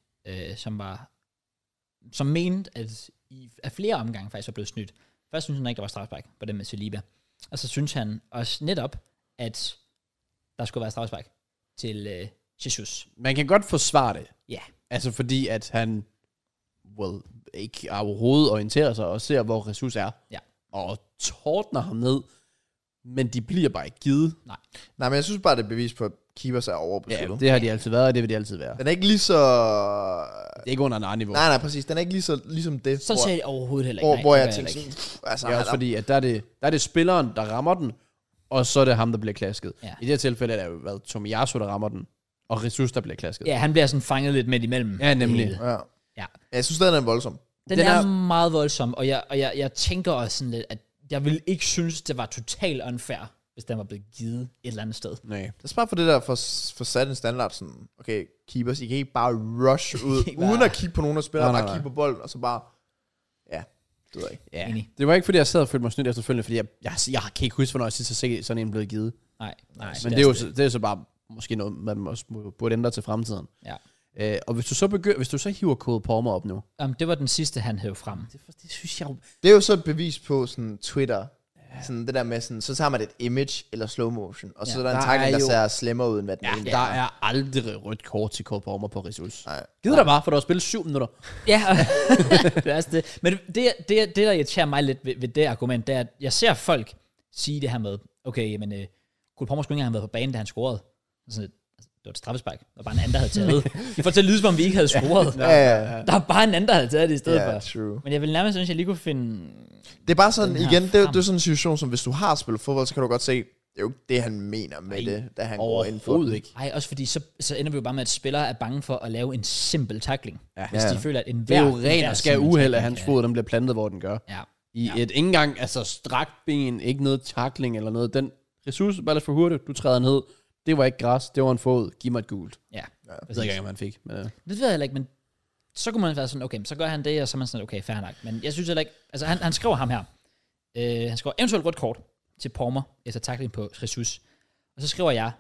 som mente, at af flere omgange faktisk var blevet snydt. Først synes han ikke, der var straffespark på den med Saliba. Og så synes han også netop, at der skulle være straffespark til Jesus. Man kan godt forsvare det. Ja. Altså fordi, at han ikke overhovedet orienterer sig og ser, hvor Jesus er. Ja. Og tordner ham ned. Men de bliver bare ikke givet. Nej, men jeg synes bare, det er bevis på, at keepers er overbeskyttet. Ja, det har de altid været, og det vil de altid være. Den er ikke lige så... Det er ikke under en anden niveau. Nej, præcis. Den er ikke lige så ligesom det. så ser jeg overhovedet heller ikke. Hvor jeg tænker sådan... Altså, det er også fordi, at der er det spilleren, der rammer den, og så er det ham, der bliver klasket. Ja. I det her tilfælde er det jo været Tomiyasu, der rammer den, og Jesus, der bliver klasket. Ja, han bliver sådan fanget lidt midt imellem. Ja, nemlig. Ja. Jeg synes, den er voldsom. Den er meget voldsom, og jeg tænker også sådan lidt, at jeg vil ikke synes, det var totalt unfair, hvis den var blevet givet et eller andet sted. Nej. Det er bare for det der, for sat en standard sådan, okay, keepers, I kan ikke bare rush ud, uden at kigge på nogen af spillere, bare kigge på bolden, og så bare, ja, det ved jeg ikke. Ja. Det var ikke, fordi jeg sad og følte mig snydt efterfølgende, fordi jeg kan ikke huske, hvornår jeg sidst har set sådan en blevet givet. Nej. Men det er jo så bare måske noget, man også burde ændre til fremtiden. Ja. Og hvis du så hiver Cole Palmer op nu. Det var den sidste, han hævde frem. Det synes jeg jo... Det er jo så et bevis på sådan Twitter, sådan det der med sådan, så tager man et image eller slow motion, og så er der en tackling, der ser slemmere ud, end hvad den egentlig der er aldrig rødt kort til Cole Palmer på Jesus. Nej. Gider der bare, for du har spillet 7 minutter. Ja, det er også det. Men det der irriterer mig lidt ved det argument, det er, at jeg ser folk sige det her med, okay, men Cole Palmer skulle ikke have været på banen, da han scorede. Sådan, det var et straffespark. Der var bare en anden, der havde taget det. Vi får til at lyde, som om vi ikke havde scoret. Ja. Der var bare en anden, der havde taget det i stedet for. True. Men jeg vil nærmest synes, jeg lige kunne finde... Det er bare sådan, igen, det er sådan en situation, som hvis du har spillet fodbold, så kan du godt se, det jo ikke det, han mener med det, da han går ind for Overhovedet ikke. Ej, også fordi så ender vi jo bare med, at spillere er bange for at lave en simpel tackling. Ja. Hvis de føler, at Det er jo ren og skær uheld, at hans fod den bliver plantet, hvor den gør. Ja. I et ikke engang, altså strakt ben, ikke noget tackling eller noget. Den ressource bare lidt for hurtigt, du træder ned. Det var ikke græs, det var en fod. Giv mig et gult. Ja. Jeg ved ikke engang, om han fik. Men, Det ved jeg heller ikke, men så kunne man være sådan, okay, så gør han det, og så er man sådan, okay, fair nok. Men jeg synes heller ikke, altså han skriver ham her. Han skriver eventuelt rødt kort til Palmer, efter tackling på Jesus. Og så skriver jeg,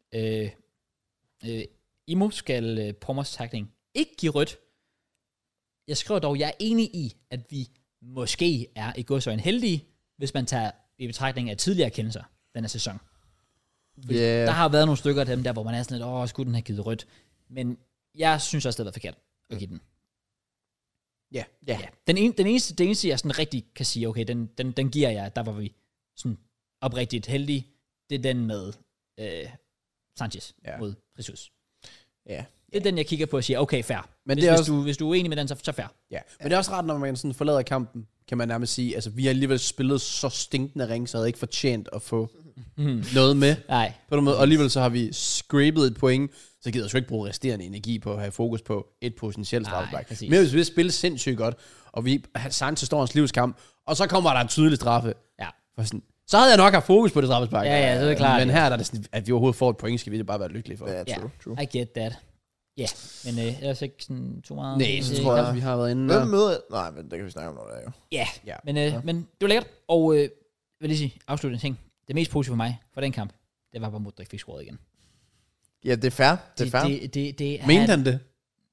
Imo skal Palmers tackling ikke give rødt. Jeg skriver dog, jeg er enig i, at vi måske er i godsøjne heldige, hvis man tager i betragtning af tidligere kendelser denne sæson. Der har været nogle stykker af dem der, hvor man er sådan lidt, skulle den have givet rødt. Men jeg synes også, det har været forkert at give den. Ja. Det eneste, jeg sådan rigtig kan sige, okay, den giver jeg, der var vi sådan oprigtigt heldige, det er den med Sanchez mod Jesus. Ja. Det er den, jeg kigger på og siger, okay, fair. Men hvis, det er hvis, også, hvis du er uenig med den, så fair. ja. Men det er også ret, når man sådan forlader kampen, kan man nærmest sige, altså vi har alligevel spillet så stinkende ring, så havde ikke fortjent at få noget med. Nej. På den måde. Og alligevel så har vi scrapet et point, så gider jeg sgu ikke bruge resterende energi på at have fokus på et potentielt straffespark. Men hvis vi spiller sindssygt godt, og vi Sanchez står hans livskamp, og så kommer der en tydelig straffe. Ja. For sådan, så havde jeg nok haft fokus på det straffespark. Ja, så er det klart. Men her der er det sådan, at vi overhovedet får et point, skal vi det bare være lykkelige for. Ja, true. I get that. Ja, men ellers ikke sådan too meget. Nej, så tror jeg, vi har været inde. Hvem møder? Nej, men det kan vi snakke om, når det er jo. Ja. Men det var lækkert. Og vil lige sige, afslutte en ting. Det mest positive for mig for den kamp, det var bare Modric fik scoret igen. Ja, det er fair. Det er fair. Mente han det?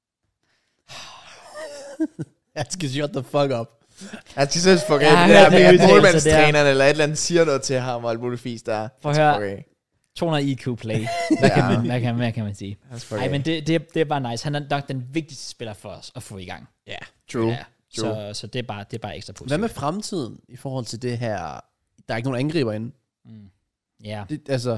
Jeg skal shut the fuck up. Han skal selv fuck af Ja, det der det med, er at udtalelser målmandstræneren eller et eller andet siger noget til ham, og alt muligt fisk der. For at høre, 200 IQ play. Hvad kan man sige? Nej, men det er bare nice. Han er nok den vigtigste spiller for os at få i gang. Ja. True. Ja. Så det er bare ekstra positivt. Hvad med fremtiden i forhold til det her? Der er ikke nogen angriber inde. Ja. Det, altså,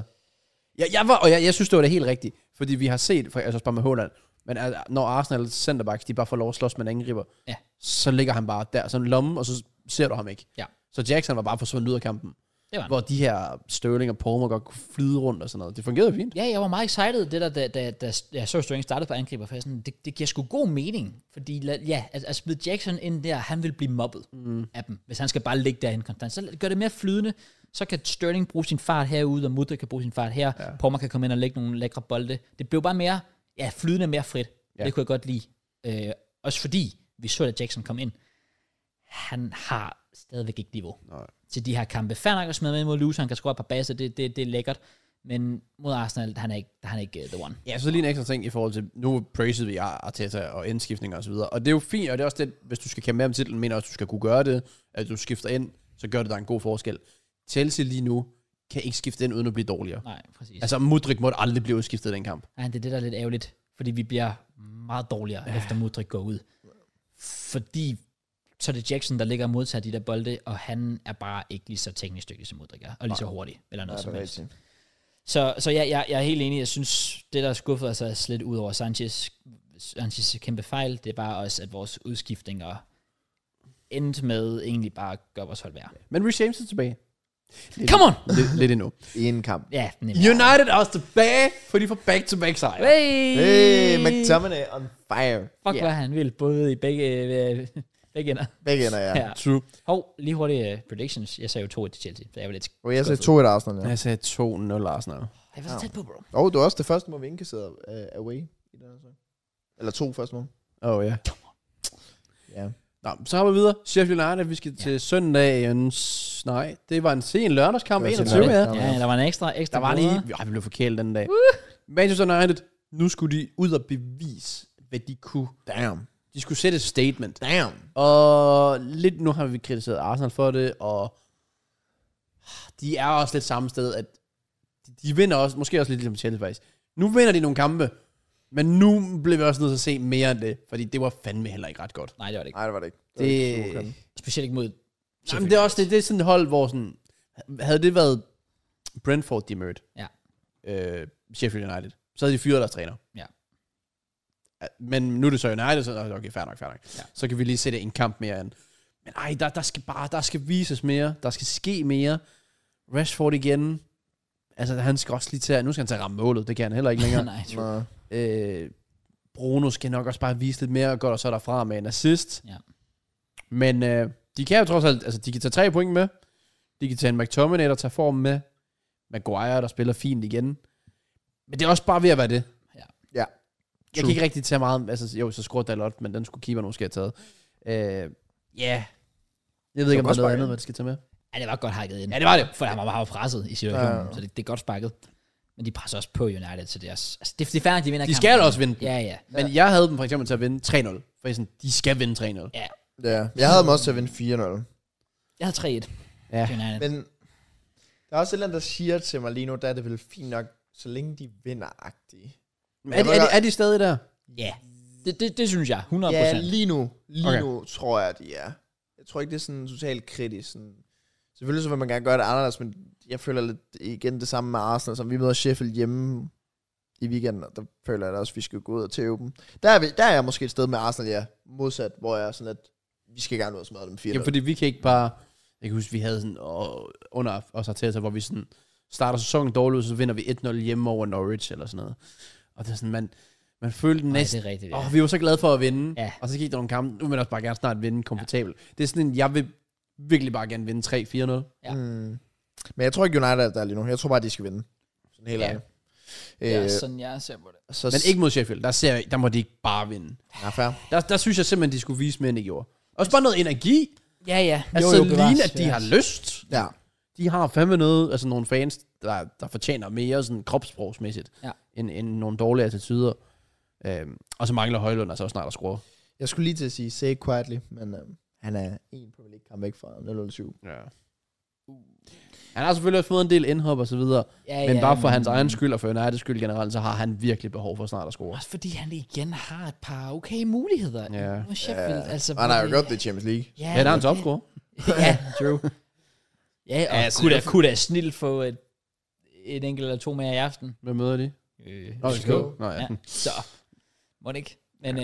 jeg synes, det var det helt rigtigt. Fordi vi har set, altså bare med Haaland, men når Arsenal centerbacks, de bare får lov at slås med en angriber, så ligger han bare der, sådan en lomme, og så ser du ham ikke. Ja. Så Jackson var bare forsvundet ud af kampen. Hvor de her Sterling og Palmer godt kunne flyde rundt og sådan noget. Det fungerede fint. Ja, jeg var meget excited, det der, da jeg så Sterling startede på angriber, for sådan, det giver sgu god mening, fordi at smide Jackson ind der, han vil blive mobbet af dem, hvis han skal bare ligge derhen konstant. Så gør det mere flydende, så kan Sterling bruge sin fart herude, og Mudryk kan bruge sin fart her, Palmer kan komme ind og lægge nogle lækre bolde. Det blev bare mere, flydende, mere frit. Ja. Det kunne jeg godt lide. Også fordi, vi så, at Jackson kom ind, han har stadigvæk ikke niveau til de her kampe. Fair nok at smide med mod Lewis, han kan score et par baser, det er lækkert. Men mod Arsenal, han er ikke the one. Ja, så lige en ekstra ting i forhold til, nu praisede vi Arteta og indskiftninger og så videre. Og det er jo fint, og det er også det, hvis du skal kæmpe med om titlen, mener også, du skal kunne gøre det, at du skifter ind, så gør det der en god forskel. Chelsea lige nu kan ikke skifte ind, uden at blive dårligere. Nej, præcis. Altså, Mudryk måtte aldrig blive udskiftet i den kamp. Nej, det er det, der er lidt ærgerligt, fordi vi bliver meget dårligere, efter Mudryk går ud. Fordi så er det Jackson, der ligger og modtager de der bolde, og han er bare ikke lige så teknisk dygtig som Mudryk er, og lige så hurtig, eller noget som helst. Så jeg er helt enig. Jeg synes, det der skuffede os altså lidt ud over Sanchez kæmpe fejl, det er bare også, at vores udskiftninger endte med egentlig bare at gøre vores hold værre. Men Reece James er tilbage. Come on! Lidt endnu. I en kamp. Ja, nemlig. United er også tilbage, for de får back-to-back sejre. Hey, McTominay on fire. Fuck, hvad han vil, både i begge ender. Begge ender, ja. True. Lige hurtige predictions. Jeg sagde jo 2-1 til Chelsea, så jeg var lidt jeg sagde 2-1 Arsenal, ja. Jeg sagde 2-0 Arsenal. Jeg var så tæt på, bro. Det var også det første mål, vi indkasserede away i den her så. Eller 2 første mål. Ja. Ja. Nå, så hopper vi videre. Sheffield United, vi skal til søndagens... Nej, det var en sen lørdagskamp, 21, ja. Ja, der var en ekstra Der var lige... Vi blev forkælet den dag. Manchester United, nu skulle de ud og bevise, hvad de kunne. Damn. De skulle sætte et statement. Damn. Og lidt nu har vi kritiseret Arsenal for det, og de er også lidt samme sted, at de vinder også, måske også lidt ligesom Chelsea faktisk. Nu vinder de nogle kampe, men nu bliver vi også nødt til at se mere end det, fordi det var fandme heller ikke ret godt. Nej, det var det ikke. Nej, det var det ikke. Det Specielt ikke mod... Jamen, det er også det er sådan et hold, hvor sådan... Havde det været Brentford, de mødte, Sheffield United, så havde de fyret deres træner. Ja. Men nu er det så United, så okay, fair nok. Ja. Så kan vi lige sætte en kamp mere an. Men der skal vises mere. Der skal ske mere. Rashford igen. Altså, han skal også lige til, nu skal han til at ramme målet, det kan han heller ikke længere. Nej, true. Bruno skal nok også bare vise lidt mere godt, og så derfra med en assist. Ja. Men de kan jo trods alt, altså de kan tage 3 point med, de kan tage en McTominay, der tager form med, Maguire, der spiller fint igen. Men det er også bare ved at være det. Ja. Jeg kan ikke rigtig tage meget, altså jo, så scorer Dalot, men den skulle keeper måske have taget. Ja. Jeg ved ikke, om der er noget andet, hvad det skal tage med. Ja, det var godt hakket ind. Ja, det var det. For han var bare presset i situationen, Ja. så det er godt sparket. Men de presser også på United, så det er også... Altså, det er færdigt, at de vinder De skal også vinde. Ja. Men jeg havde dem for eksempel til at vinde 3-0. For sådan, de skal vinde 3-0. Ja. Ja, jeg havde dem også til at vinde 4-0. Jeg havde 3-1. Ja. United. Men der er også et eller andet, der siger til mig lige nu, der er det vel fint nok, så længe de vinder-agtige. Men er de stadig der? Ja. Det synes jeg. 100%. Ja, lige nu Okay. tror jeg, de er. Jeg tror ikke, det er sådan totalt kritisk. Sådan. Selvfølgelig så vil man gerne gøre det anderledes, men jeg føler lidt igen det samme med Arsenal, som vi møder Sheffield hjemme i weekenden, og der føler jeg da også, at vi skal gå ud og tæve dem. Der er jeg måske et sted med Arsenal, ja, modsat, hvor jeg er sådan, at vi skal gerne ud og smadre dem 4-0. Ja, fordi vi kan ikke bare... Jeg kan huske, vi havde sådan under os Arteta, hvor vi sådan starter sæsonen dårligt, så vinder vi 1-0 hjemme over Norwich eller sådan noget. Og det er sådan, man følte næsten... det er rigtigt, ja. Vi var så glade for at vinde, Ja. og så gik der nogle kampe. Nu vil jeg også bare gerne snart vinde komfortabelt. Ja. Det er sådan en, jeg vil virkelig bare gerne vinde 3-4-0. Ja. Men jeg tror ikke United er der lige nu. Jeg tror bare, de skal vinde. Sådan helt ærligt. Ja, sådan jeg ser på det. Så Men ikke mod Sheffield. Der må de ikke bare vinde. Ja, fair. Der synes jeg simpelthen, de skulle vise mere, end de gjorde. Også bare noget energi. Ja. Altså ligne, at de har lyst. Ja. De har fandme noget, altså nogle fans, der fortjener mere sådan kropssprogsmæssigt, end nogle dårlige attityder. Og så mangler Højlund altså også snart at score. Jeg skulle lige til at sige say quietly, men han er en Premier League kamp væk fra 0-7. Ja. Han har selvfølgelig også fået en del indhop og så videre, men bare for hans egen skyld og for Uniteds skyld generelt, så har han virkelig behov for snart at score. Også fordi han igen har et par okay muligheder. Ja. Nu Sheffield, altså, Han har jo godt det i Champions League. Ja, der er en topscorer. Ja, true. Ja, og altså, kunne da snilt få et enkelt eller 2 mere i aften. Hvad møder de? FCK. Nå, ja. Så, må det ikke. Men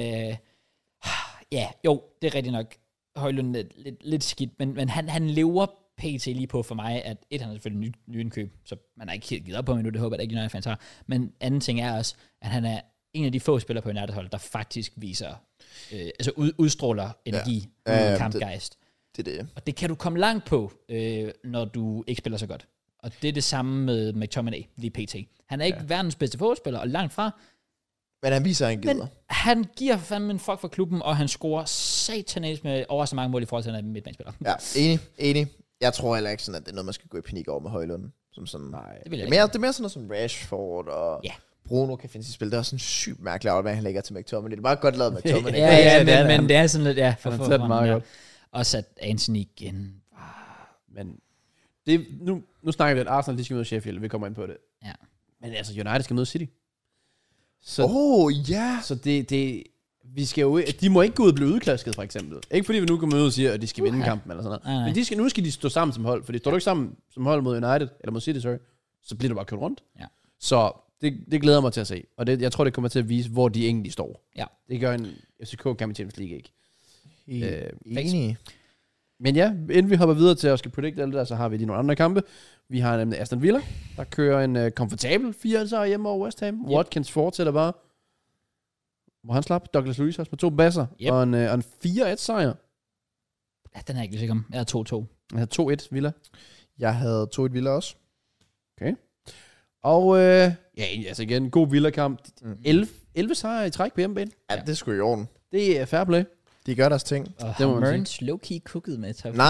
ja, jo, det er rigtigt nok. Højlund er lidt skidt, men han lever pt. Lige på for mig, at han er selvfølgelig nyindkøb, så man har ikke helt givet op på ham endnu, det håber jeg ikke United-fans har. Men anden ting er også, at han er en af de få spillere på United-hold, der faktisk viser, altså udstråler energi, kampgejst. Det er det. Og det kan du komme langt på, når du ikke spiller så godt. Og det er det samme med McTominay, lige pt. Han er ikke verdens bedste fodboldspiller, og langt fra. Men han viser, at han gider. Men han giver fandme en fuck for klubben, og han scorer satanis med over så mange mål i forhold til, at han er midtbanespiller. Ja, enig. Jeg tror heller ikke sådan, at det er noget, man skal gå i panik over med Højlund. Som sådan, Nej, det vil jeg det er mere sådan noget som Rashford og Bruno kan finde sit spil. Det er også sådan sygt mærkeligt, at han lægger til McTominay. Det er bare godt lavet McTominay. Men det er sådan lidt, ja. Han har taget meget godt. Også at Anthony igen. Men det, nu snakker vi, at Arsenal de skal møde Sheffield, vi kommer ind på det. Ja. Men altså, United skal møde City. Så, Så det vi skal jo, de må ikke gå ud og blive udklasket, for eksempel. Ikke fordi vi nu kan møde og siger, at de skal vinde kampen eller sådan noget. Men nu skal de stå sammen som hold, fordi står du ikke sammen som hold mod United, eller mod City, så bliver du bare kørt rundt. Ja. Så det glæder mig til at se. Og jeg tror, det kommer til at vise, hvor de egentlig står. Ja. Det gør en FCK-kamp i Champions League ikke. enig. Men ja, inden vi hopper videre til at skal predict alt det der, så har vi lige nogle andre kampe. Vi har nemlig Aston Villa, der kører en komfortabel 4-sejr hjemme over West Ham. Yep. Watkins fortsætter bare. Hvor han slap Douglas Luiz også med 2 basser. Yep. Og en 4-1 sejr. Ja, den er jeg ikke sikker om. Jeg er 2-2. Jeg havde 2-1 Villa. Jeg havde 2-1 Villa også. Okay. Og ja, altså igen, god Villa-kamp. 11 sejre i træk på hjemmebane. Ja, det er sgu i orden. Det er fair play. De gør deres ting. Og har Mørns low-key cooket med top 4?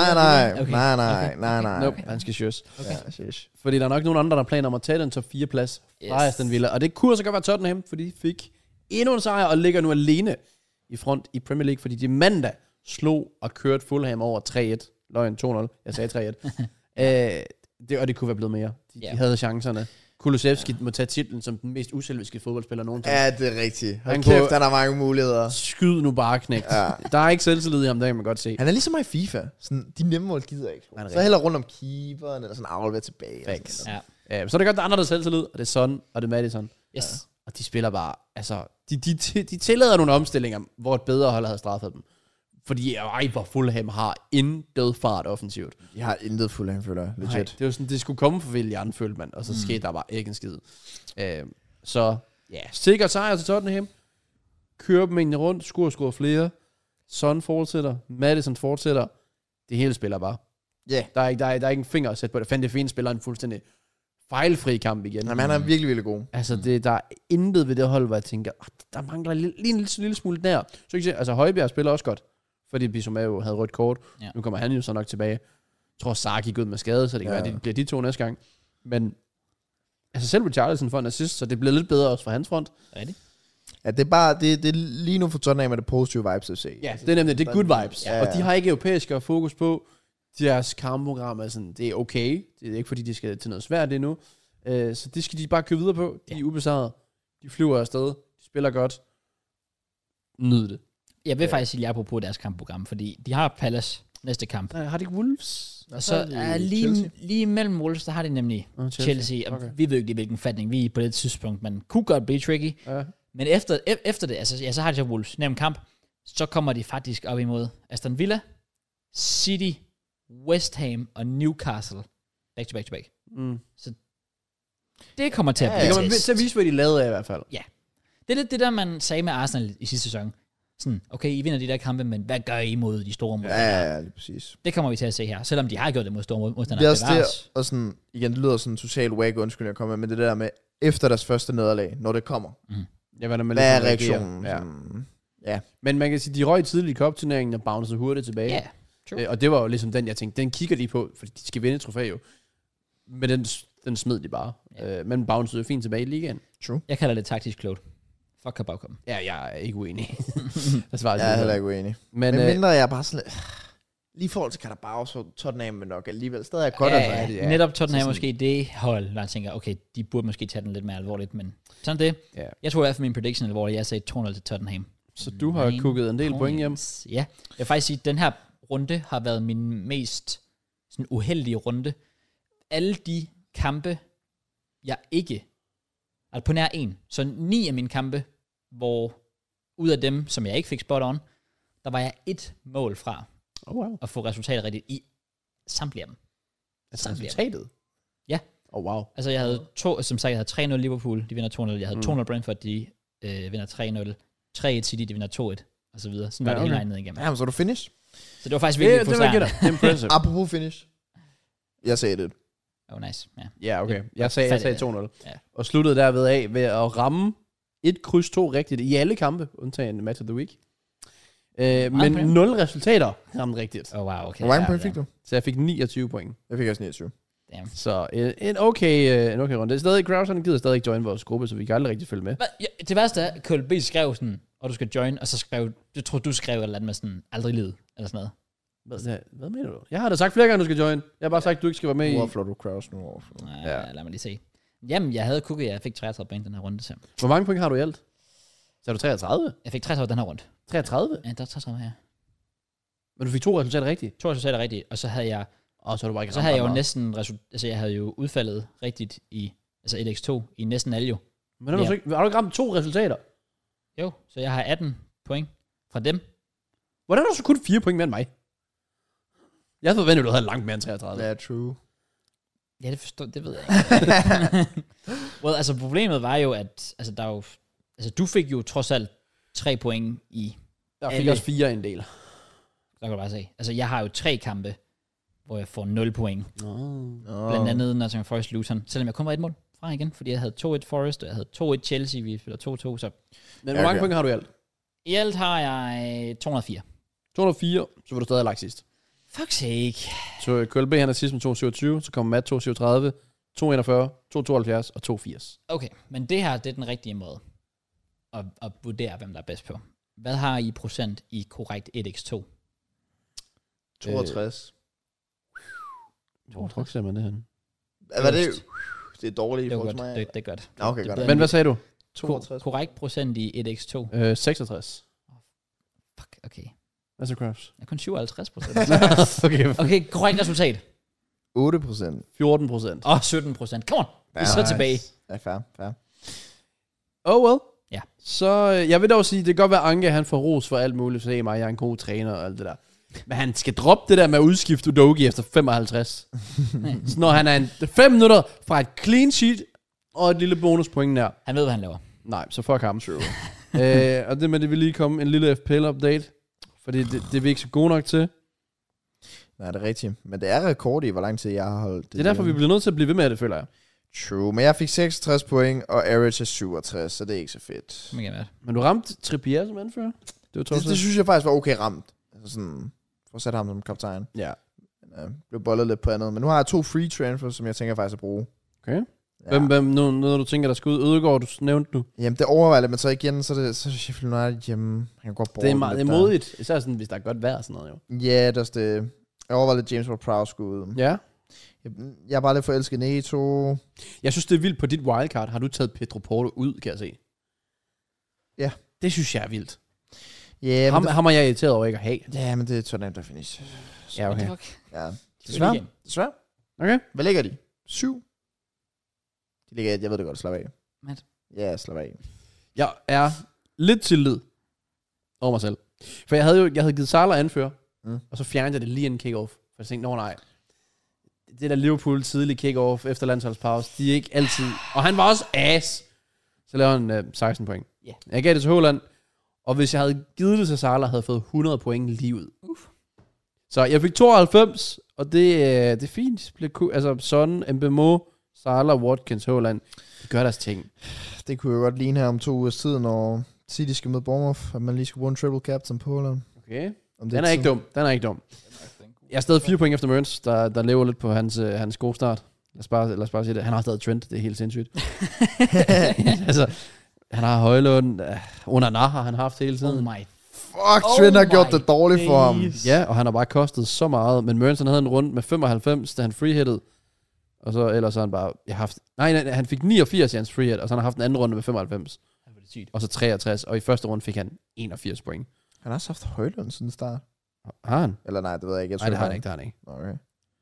Nej. Nope, han skal shush. Okay. Ja, fordi der er nok nogle andre, der planer om at tage den top 4 plads fra Aston Villa. Og det kunne så godt være Tottenham, fordi de fik endnu en sejr og ligger nu alene i front i Premier League, fordi de mandag slog og kørte Fulham over 3-1. Løgn 2-0. Jeg sagde 3-1. Og det kunne være blevet mere. De havde chancerne. Kulusevski må tage titlen som den mest uselviske fodboldspiller nogensinde. Ja, det er rigtigt. Hold kæft, der er mange muligheder. Skyd nu bare, knægt. Ja. Der er ikke selvtillid i ham, der kan man godt se. Han er ligesom mig i FIFA. Sådan, de nemme mål gider ikke. Så hellere rundt om keeperen, eller sådan aflevere tilbage. Ja. Så er det godt, der er andre, der selvtillid, og det er Son, og det er Madison. Yes. Ja. Og de spiller bare, altså, de tillader nogle omstillinger, hvor et bedre hold havde straffet dem. Fordi hvor Fulham har intet fart offensivt. Jeg har intet Fulham, føler jeg. Nej, Legit. det var sådan, det skulle komme for Willian, følte man. Og så skete der bare ikke en skid. Så ja, sikker sejr til Tottenham. Kører dem egentlig rundt, scorer flere. Son fortsætter, Maddison fortsætter. Det hele spiller bare. Ja. Yeah. Der er ikke en finger at sætte på det. Fandt det fint spiller en fuldstændig fejlfri kamp igen. Jamen, han er virkelig, virkelig god. Altså, der er intet ved det hold, hvor jeg tænker, der mangler lige en lille smule der. Så ikke se, altså Højbjerg spiller også godt, fordi Bissouma jo havde rødt kort. Ja. Nu kommer han jo så nok tilbage. Jeg tror, Sarr gik ud med skade, så det kan være, det bliver de to næste gang. Men altså selv Richarlison får en assist, så det bliver lidt bedre også fra hans front. Rigtigt. Ja, det er bare, det er lige nu for Tottenham med det positive vibes at se. Ja, det er nemlig, det er good vibes. Ja. Og de har ikke europæiske fokus på. Deres kampprogram er sådan, det er okay. Det er ikke, fordi de skal til noget svært endnu. Så det skal de bare køre videre på. De er ubesejret. De flyver afsted. De spiller godt. Nyd det. Jeg vil faktisk sige apropos deres kampprogram, fordi de har Palace næste kamp. Har de ikke Wolves? Og så er lige mellem Wolves, der har de nemlig Chelsea. Okay. Vi ved ikke, i hvilken fatning vi er på det tidspunkt, men kunne godt blive tricky. Ja. Men efter det, altså, ja, så har de så Wolves. Nem kamp. Så kommer de faktisk op imod Aston Villa, City, West Ham og Newcastle. Back to back. Så det kommer til at blive det kommer til at vise, hvad de lavede af i hvert fald. Ja. Det er lidt det der, man sagde med Arsenal i sidste sæson. Sådan, okay, I vinder de der kampe, men hvad gør I mod de store modstandere? Ja, lige præcis. Det kommer vi til at se her, selvom de har gjort det mod store modstandere. Det er også det, og sådan, igen, det lyder sådan totalt wag, undskyld, jeg kommer med, men det der med, efter deres første nederlag, når det kommer. Ja, hvad er reaktionen? Ja. Men man kan sige, de røg tidligt i cup-turneringen og bouncede hurtigt tilbage. Ja, og det var jo ligesom den, jeg tænkte, den kigger de på, fordi de skal vinde et trofæ jo. Men den smed de bare. Ja. Men bouncede jo fint tilbage i ligaen. True. Jeg kalder det taktisk klogt. Fuck Kabagkom. Ja, jeg er ikke uenig. Jeg er heller ikke uenig. Men mindre jeg er bare sådan lidt... Lige i forhold til Carabao, så Tottenham med nok alligevel stadig er godt. Ja. Netop Tottenham måske det hold, hvor jeg tænker, okay, de burde måske tage den lidt mere alvorligt, men sådan det. Ja. Jeg tror i hvert fald min prediction er alvorligt. Jeg sagde 2-0 til Tottenham. Så du har kukket en del point hjem? Ja. Jeg vil faktisk sige, at den her runde har været min mest sådan uheldige runde. Alle de kampe, jeg ikke... Altså på nær en. Så 9 af mine kampe, hvor ud af dem, som jeg ikke fik spot on, der var jeg 1 mål fra at få resultatet rigtigt i samtlige af dem. Altså resultatet? Ja. Wow. Altså jeg havde som sagt, jeg havde 3-0 Liverpool, de vinder 2-0. Jeg havde 2-0 Brentford, de vinder 3-0. 3-1 City, de vinder 2-1. Og så videre. Sådan var det hele vejen ned igennem. Jamen, så du finish? Så det var faktisk virkelig frustrerende. Det var impressive. Apropos finish. Jeg sagde det. Oh, nice. Ja, okay. Jeg sagde 2-0. Ja. Og sluttede derved af ved at ramme 1 kryds 2 rigtigt i alle kampe, undtagen Match of the Week. Men 0 resultater ramte rigtigt. Oh, wow, okay. Hvor mange point fik du? Så jeg fik 29 point. Jeg fik også 29. Damn. Så en okay runde. Det er stadig, Krausen gider stadig ikke join vores gruppe, så vi kan aldrig rigtig følge med. Ja, det værste er, KLB skrev sådan, og du skal join, og så skrev, jeg tror du skrev et eller andet med sådan, aldrig lid, eller sådan noget. Hvad mener du? Jeg har da sagt flere gange, du skal join. Jeg har bare sagt, du ikke skal være med i... Overflod du Kraus nu overflod. Ja, lad mig lige se. Jamen, jeg havde kukket, jeg fik 33 point den her runde. Så. Hvor mange point har du i alt? Så er du 33? Jeg fik 33 den her runde. 33? Ja, der er 33 her. Men du fik 2 resultater rigtigt? 2 resultater rigtigt, og så havde jeg... Og så har du bare ikke så havde jeg jo næsten... Altså, jeg havde jo udfaldet rigtigt i... Altså 1x2 i næsten alle jo. Men har du ikke ramt 2 resultater? Jo, så jeg har 18 point fra dem. Hvordan har du så kun 4 point mere end mig? Jeg havde forventet, at du havde langt mere end 33. Ja, true. Ja, det ved jeg ikke. Well, altså problemet var jo, at altså, der jo, altså, du fik jo trods alt 3 point i... Jeg fik også 4 en del. Så kan du bare se. Altså, jeg har jo 3 kampe, hvor jeg får 0 point. Blandt andet Nottingham Forest Luton. Selvom jeg kun var 1 mål fra igen, fordi jeg havde 2-1 Forest, og jeg havde 2-1 Chelsea, vi spiller 2-2, så... Men hvor mange point har du i alt? I alt har jeg 204. 204, så var du stadig lagt sidst. Fuck sake. Så KLB han er sidst med 227, så kommer Matt 237, 241, 272 og 280. Okay, men det her, det er den rigtige måde at vurdere, hvem der er bedst på. Hvad har I procent i korrekt 1x2? 62. Hvor tror man det her? Hvad er det? Det er dårligt i forhold til mig. Det er godt. Okay, godt. Men hvad sagde du? 62. Korrekt procent i 1x2? 66. Fuck, okay. Hvad så, Krabs? Jeg er kun 57%. Okay, korrekt resultat. 8%. 14%. Og 17%. Come on, vi er så tilbage. Ja, fair. Oh well. Ja. Så jeg vil dog sige, det kan godt være, Anke han får ros for alt muligt, så mig, jeg er en god træner og alt det der. Men han skal droppe det der med at udskifte Udogi efter 55. Så når han er 5 minutter fra et clean sheet og et lille bonuspoint der. Han ved, hvad han laver. Nej, så fuck ham. True. Og det med, det vil lige komme en lille FPL-update. Fordi det er vi ikke så gode nok til. Nej, det er rigtigt. Men det er rekord i, hvor lang tid jeg har holdt. Det er derfor, vi bliver nødt til at blive ved med det, føler jeg. True, men jeg fik 66 point, og average er 67, så det er ikke så fedt. Men du ramte Trippier som anfører? Det synes jeg faktisk var okay ramt. Altså sådan, for at sætte ham som kaptajn. Ja. Blev bollet lidt på andet. Men nu har jeg 2 free transfers, som jeg tænker faktisk at bruge. Okay. Ja. Hvem noget du tænker, der skal ud? Ødegaard, du nævnte nu. Jamen, det overvejer lidt, men så igen, så er det Sheffield United hjemme. Han kan godt Det er modigt. Især sådan, hvis der er godt vejr og sådan noget, jo. Ja, det er også det. Jeg overvejer lidt James Ward-Prowse skulle ud. Ja. Jeg er bare lidt forelsket Neto. Jeg synes, det er vildt på dit wildcard. Har du taget Pedro Porto ud, kan jeg se? Ja. Det synes jeg er vildt. Ja, men ham er jeg irriteret over ikke at have. Ja, men det er sådan der finish. Ja, okay. Ja. Desværre. Desværre. Okay. Hvad ligger de? 7? De ligger, jeg ved det godt, slap af. Matt. Ja, slap af. Jeg er lidt tillid over mig selv. For jeg havde givet Salah anfører, og så fjernede jeg det lige en kick-off. For jeg tænkte, nej. Det der Liverpool tidlig kick-off efter landsholdspause, de er ikke altid... Og han var også ass. Så lavede han 16 point. Yeah. Jeg gav det til Haaland, og hvis jeg havde givet det til Salah, havde jeg fået 100 point lige ud. Så jeg fik 92, og det er fint. Altså Son, Mbemo, Salah, Watkins, Haaland, de gør deres ting. Det kunne jo godt ligne her om 2 ugers tid, når City skal møde Bournemouth, at man lige skal bruge en triple captain på Haaland. Okay. Den er ikke dum. Jeg er stadig 4 point efter Mørns, der lever lidt på hans gode start. Lad os bare sige det. Han har stadig Trent, det er helt sindssygt. Altså, han har Højlund, Onana har han haft hele tiden. Oh my. Fuck, Trent har gjort det dårligt for ham. Ja, og han har bare kostet så meget. Men Mørns, han havde en runde med 95, da han freehittede. Og så ellers har han bare... han fik 89 i hans freehit, og så har han haft en anden runde med 95. Og så 63, og i første runde fik han 81 point. Han har også haft Højlund siden start. Har han? Eller nej, det ved jeg ikke. Nej, det har han ikke. Okay.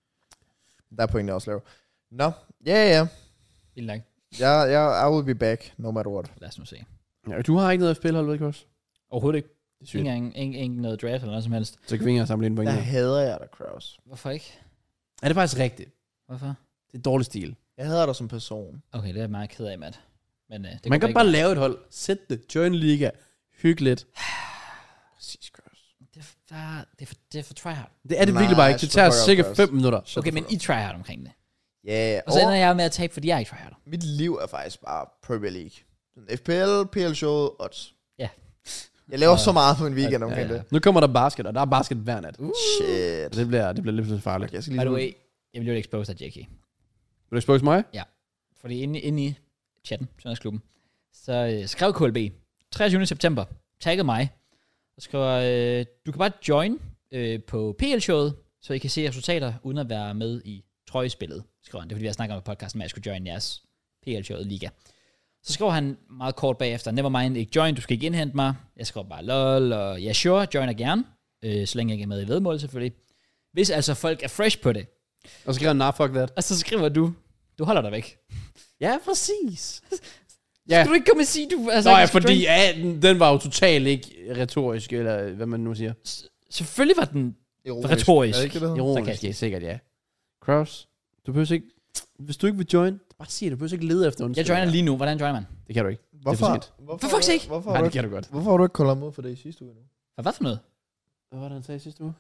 Der er pointene også lav. Nå, ja. Vildt nok. I will be back, no matter what. Lad os nu se. Ja, du har ikke noget FPL, hold, ikke også? Overhovedet ikke. Det er sygt. Ikke noget draft eller noget som helst. Så kan vi ikke samle ind point. Der hader jeg dig, Kraus. Hvorfor ikke? Er det faktisk rigtigt? Hvorfor? Det er dårlig stil. Jeg hader dig som person. Okay, det er jeg meget ked af, Matt. Men, det Man kan bare lave et hold. Sæt det. Join liga. Hygge lidt. Præcis, Kraus. Det er for tryhard. Det er det virkelig bare ikke. Det tager sikkert 5 minutter. Okay, men I tryhard omkring det. Ja, Og så ender jeg med at tabe, fordi jeg ikke tryhard. Mit liv er faktisk bare Premier League. FPL, PL Show, odds. Ja. Jeg laver så meget på en weekend omkring det. Nu kommer der basket, og der er basket hver nat. Shit. Det bliver lidt farligt. Jeg skal By lige the way, jeg bliver jo expose af Jackie. Vil du expose mig? Ja. Fordi inde i chatten, Søndagsklubben, så skrev KLB 23. september, taggede mig, og skrev, du kan bare join på PL-showet, så I kan se resultater, uden at være med i trøjespillet, skrev han. Det er fordi, jeg snakker om i podcasten, at jeg skulle join jeres PL-showet liga. Så skrev han meget kort bagefter, nevermind, ikke join, du skal ikke indhente mig. Jeg skrev bare lol, og ja, sure, joiner gerne, så længe jeg ikke er med i vedmål selvfølgelig. Hvis altså folk er fresh på det. Og så skriver han, nah, fuck that. Og så skriver du holder dig væk. Ja, præcis. Ja. Skal du ikke komme og sige, du... Altså, Nå ja, fordi den var jo totalt ikke retorisk, eller hvad man nu siger. Selvfølgelig var den retorisk. Er det ikke det, Ironisk, ja, sikkert, ja. Kraus, du behøver ikke... Hvis du ikke vil join, bare sig det. Du behøver ikke lede efter Jeg joiner lige nu. Hvordan joiner man? Det kan du ikke. Hvorfor? Det er for fuck's sake. Nej, det kan du godt. Hvorfor har du ikke koldt mod for det i sidste uge nu? Hvad for noget? Hvad var det, han sagde sidste uge?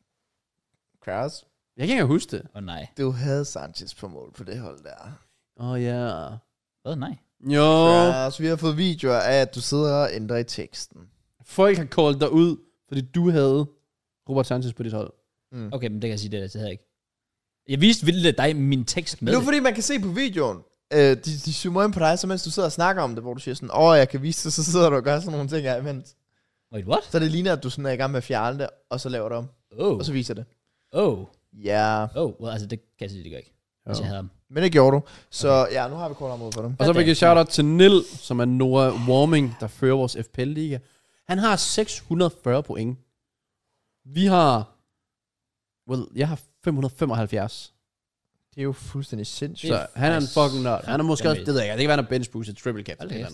Kraus? Jeg kan ikke huske det. Nej. Du havde Sanchez på mål på det hold der. Ja. Hvad? Nej. Jo. Kraus, vi har fået videoer af, at du sidder og ændrer i teksten. Folk har callet dig ud, fordi du havde Robert Sanchez på dit hold. Okay, men det kan jeg sige, det havde jeg ikke. Jeg viste vildt dig min tekst med. Det er fordi, man kan se på videoen. De zoomer ind på dig, så mens du sidder og snakker om det, hvor du siger sådan, jeg kan vise det, så sidder du og gør sådan nogle ting her imens. Wait, what? Så det ligner, at du sådan er i gang med at fjerne det, og så laver du om. Og så viser det. Ja. Well, altså det kan jeg sige, det gør ikke. Hvis jeg havde ham. Men det gjorde du. Så ja, nu har vi kort mod for dem. Og så vil jeg shout out til Nil, som er Nora Warming, der fører vores FPL-liga. Han har 640 point. Vi har... jeg har 575. Det er jo fuldstændig sindssygt. Så han er en fucking nørd. Han er måske også, det ved jeg ikke, det kan være, han er bench boost, triple cap eller noget.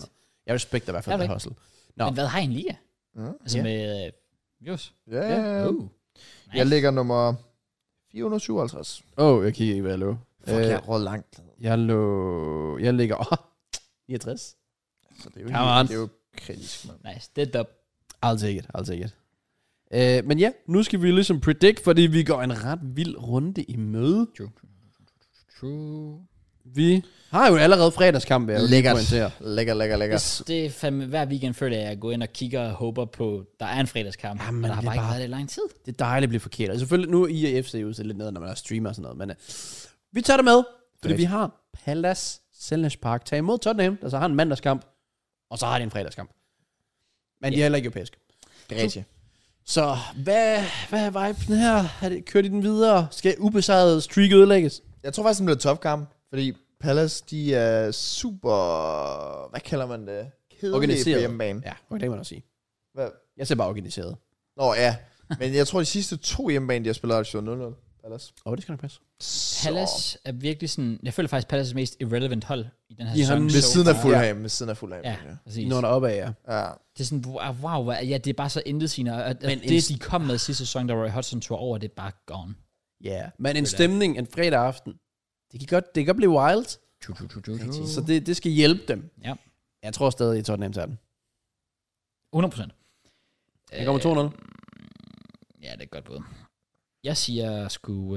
Jeg respekter i hvert fald Ja, det ikke? hustle. Nå. Men hvad har I en liga? Altså Ja. med Jos? Ja. Nice. Jeg ligger nummer 457. Jeg kigger ikke, hvad jeg lå. Fuck, jeg råd langt. Jeg ligger 69. Så det er jo, Come on. det er jo kritisk, man. Nice, det er dub. I'll take it. Men ja, nu skal vi ligesom predict, fordi vi går en ret vild runde i møde. True. Vi har jo allerede fredagskamp, vil jeg jo lige Lækkert. pointere. Lækker. Det er fandme, hver weekend føler jeg, at jeg går ind og kigger og håber på, der er en fredagskamp. Jamen, men der har det er bare ikke bare- været det i lang tid. Det er dejligt at blive forkert. Og selvfølgelig, nu er IAFC jo så lidt ned, når man er streamer og sådan noget. Men vi tager det med, fordi Fedt. vi har Palace Selhurst Park tage imod Tottenham, der så har en mandagskamp, og så har de en fredagskamp. Men de er heller ikke europæisk. Rigtig. Så hvad er viben her? Kører de den videre? Skal ubesejret streak ødelægges? Jeg tror faktisk, det bliver et topkamp, fordi Palace, de er super... Hvad kalder man det? Kedelige Organiseret. på hjemmebane. Ja, det kan man også sige. Hvad? Jeg ser bare organiseret. Nå ja, men jeg tror, de sidste 2 hjemmebane, de har spillet, har de slået 0-0. Palace. Det skal nok passe. Palace er virkelig sådan, jeg føler faktisk Palace er mest irrelevant hold i den her De har sæson. Ved so siden af far. Fulham. Ved siden af Fulham. Ja, præcis. Når der opad, ja. Ja. Det er sådan, wow, ja, det er bare så intetsigende. Og Men det, de kom med sidste sæson, der Roy Hodgson tog over, det er bare gone. Ja, men en stemning en fredag aften, det kan godt blive wild. Så det skal hjælpe dem. Ja. Jeg tror stadig, at Tottenham tager den. 100%. Det kommer 2-0. Ja, det er godt både. Jeg siger sgu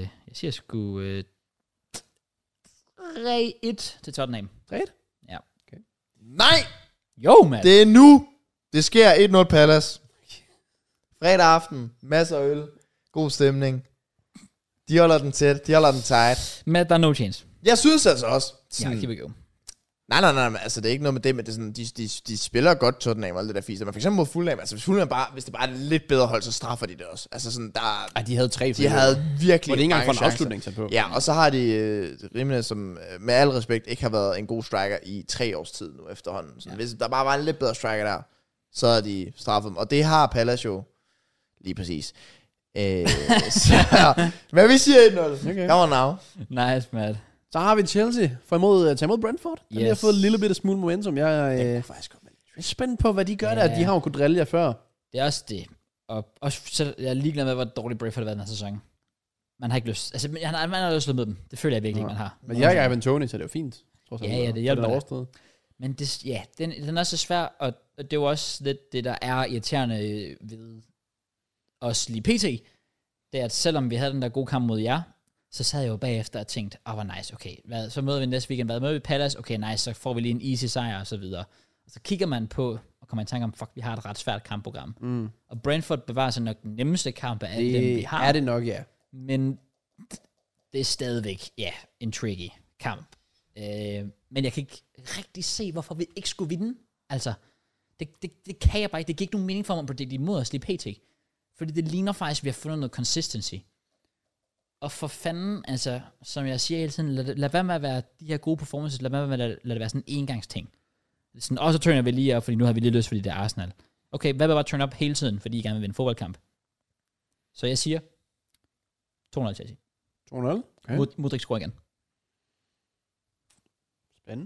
3-1 til Tottenham. 3-1? Ja. Nej! Jo, mand. Det er nu! Det sker 1-0 Palace. Fredag aften. Masser af øl. God stemning. De holder den tæt. De holder den tight. Matt, der er no chance. Jeg synes altså også... Ja, here we go. Nej, men altså det er ikke noget med det, men det er sådan, de spiller godt Tottenham og alt det der fiser. Men for eksempel mod Fulham, altså hvis det bare er et lidt bedre hold, så straffer de det også. Altså sådan, Ej, de havde 3 de havde virkelig hvor det ikke engang mange for en chancer. afslutning sat på. Ja, og så har de rimelig, som med al respekt, ikke har været en god striker i 3 års tid nu efterhånden. Så hvis der bare var en lidt bedre striker der, så er de straffet dem. Og det har Palace jo lige præcis. Men vi siger 1-0. Okay. Come on now. Nice, Matt. Så har vi Chelsea for tage imod Brentford. Yes. De har Yes. fået en lille bitte smule momentum. Jeg Det er kunne faktisk godt være lidt spændt på, hvad de gør Ja. der. De har jo kunnet drille jer før. Det er også det. Og også, så jeg er ligeglad med, hvor dårlig Brentford har været den her sæson. Man har ikke lyst. Altså, man har lyst til med dem. Det føler jeg virkelig ikke, man har. Men jeg er ikke Ivan Tony, så det er jo fint. Ja, det hjælper der da. overstået. Men det, ja, den er så svær, og det er jo også lidt det, der er irriterende ved os lige pt. Det er, at selvom vi havde den der gode kamp mod jer, så sad jeg jo bagefter og tænkte, hvor nice, okay, så møder vi næste weekend, møder vi Palace, okay, nice, så får vi lige en easy sejr og så videre. Og så kigger man på, og kommer i tanke om, fuck, vi har et ret svært kampprogram. Og Brentford bevarer sig nok den nemmeste kamp af alle dem, vi har. Er det nok, ja. Men det er stadigvæk, en tricky kamp. Men jeg kan ikke rigtig se, hvorfor vi ikke skulle vinde. Altså, det kan jeg bare ikke. Det giver ikke nogen mening for mig at predict imod os lige pt. Fordi det ligner faktisk, at vi har fundet noget consistency. Og for fanden, altså, som jeg siger hele tiden, lad være med at være de her gode performances, lad være med at lade det være sådan en engangsting. Sådan, og så turner vi lige op, fordi nu har vi lige lyst, fordi det er Arsenal. Okay, hvad vil bare turn op hele tiden, fordi I gerne vil vinde en fodboldkamp? Så jeg siger 200 Chelsea. 2-0. Okay. Mudrik scorer igen. Spændende.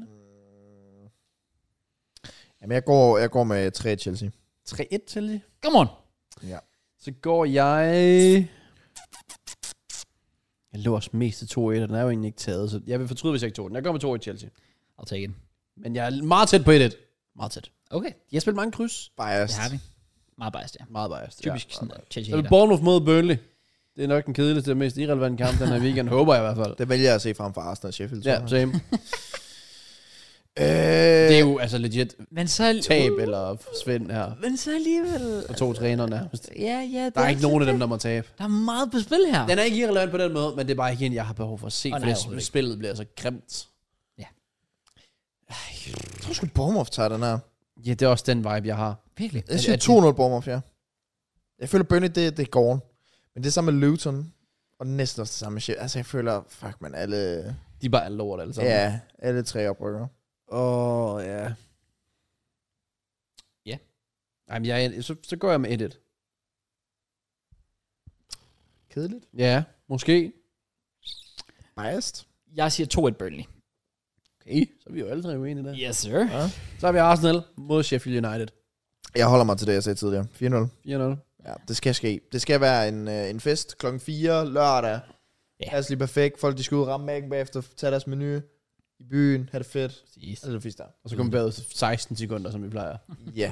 Jamen, jeg går med 3 Chelsea. 3-1 til. Come on! Ja. Så går jeg... Jeg lå også mest til 2-1, og den er jo egentlig ikke taget, så jeg vil fortryde, hvis jeg ikke tog den. Jeg går med 2 i Chelsea. I'll take it. Men jeg er meget tæt på 1-1. Meget tæt. Okay, De har spillet mange kryds. Biased. det har vi. Meget biased, ja. Meget biased. Typisk sådan Chelsea Så hater. Bournemouth mod Burnley. Det er nok den kedeligste og mest irrelevante kamp den her weekend, håber jeg i hvert fald. Det vælger jeg at se frem for Arsenal og Sheffield. tror Ja, jeg. same. Det er jo altså legit Men så... tab eller svend her. Men så alligevel... Og 2 trænere nærmest. Ja, Der er ikke nogen af dem, der må tabe. Der er meget på spil her. Den er ikke irrelevant på den måde, men det er bare ikke en, jeg har behov for at se, nej, for overhovedet ikke. spillet bliver så grimt. Jeg tror sgu, Bournemouth tager den her. Ja, det er også den vibe, jeg har. Virkelig. Jeg siger 2-0 Bournemouth, ja. Jeg føler Burnley, det går. Men det er samme med Luton. Og næsten også det samme med Sheffield. Altså, jeg føler, fuck man, alle... De er bare alle lort alle sammen. Ja, alle 3 oprykker. Ja. Ja. Jamen, så går jeg med 1-1. Kedeligt. Ja, måske. Biased. Jeg siger 2-1 Burnley. Okay, så er vi jo alle tre uenige der. Yes, sir. Ja. Så har vi Arsenal mod Sheffield United. Jeg holder mig til det, jeg sagde tidligere. 4-0. 4-0. Ja, det skal ske. Det skal være en fest klokken 4 lørdag. Ja. Pas lige perfekt. Folk, de skal ud og ramme mækken bagefter, tage deres menu i byen, have det fedt. Præcis. Altså, det fisk der. Og så kommer vi bagud 16 sekunder, som vi plejer. Ja.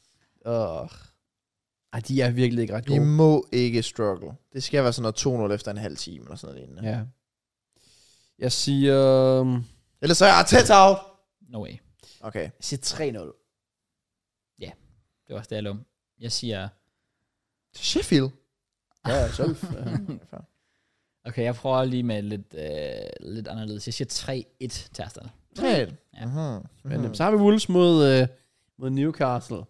Ej, de er virkelig ikke ret Vi gode. må ikke struggle. Det skal være sådan noget 2-0 efter en halv time, eller sådan noget lignende. Ja. Jeg siger... Ellers så er jeg tæt out. No way. Okay. Jeg siger 3-0. Det var også det, jeg lå. Jeg siger... Sheffield. Ja, selv. Okay, jeg prøver lige med lidt anderledes. Jeg siger 3-1 til Arsenal. 3-1. Ja. Men så har vi Wolves mod Newcastle.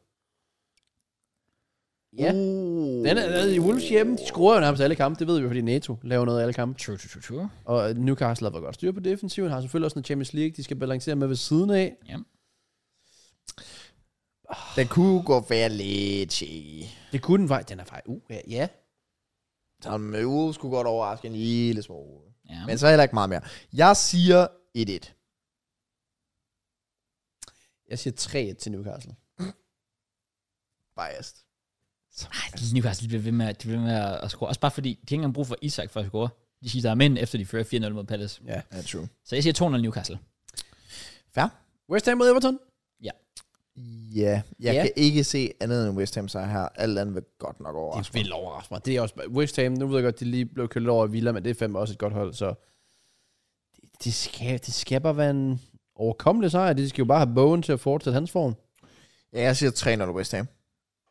Ja. Den er i Wolves hjemme. De scorer jo nærmest alle kampe. Det ved vi, fordi NATO laver noget af alle kampe. True. Og Newcastle har været godt styr på defensiven. Har selvfølgelig også en Champions League, de skal balancere med ved siden af. Ja. Den kunne gå være lidt shaky. Det kunne den faktisk. Den er faktisk... ja. Så med uge skulle godt overraske en lille smule. Ja. Men så heller ikke meget mere. Jeg siger 1-1. Jeg siger 3-1 til Newcastle. Biased. Newcastle de bliver ved med at score. Også bare fordi, de har ikke engang brug for Isak for at score. De siger, der er mænd, efter de fører 4-0 mod Palace. Ja. Ja, true. Så jeg siger 2-0 Newcastle. Fair. West Ham mod Everton? Ja, jeg Ja. kan ikke se andet end West Ham sig her. Alt andet vil godt nok Det overraske mig. vil overraske mig. Det er også... West Ham, nu ved jeg godt, de lige blev kørt over i Villa, men det er fandme også et godt hold, så... Det skal bare være en overkommelig sejr. De skal jo bare have Bowen til at fortsætte hans form. Ja, jeg siger 3-0 West Ham.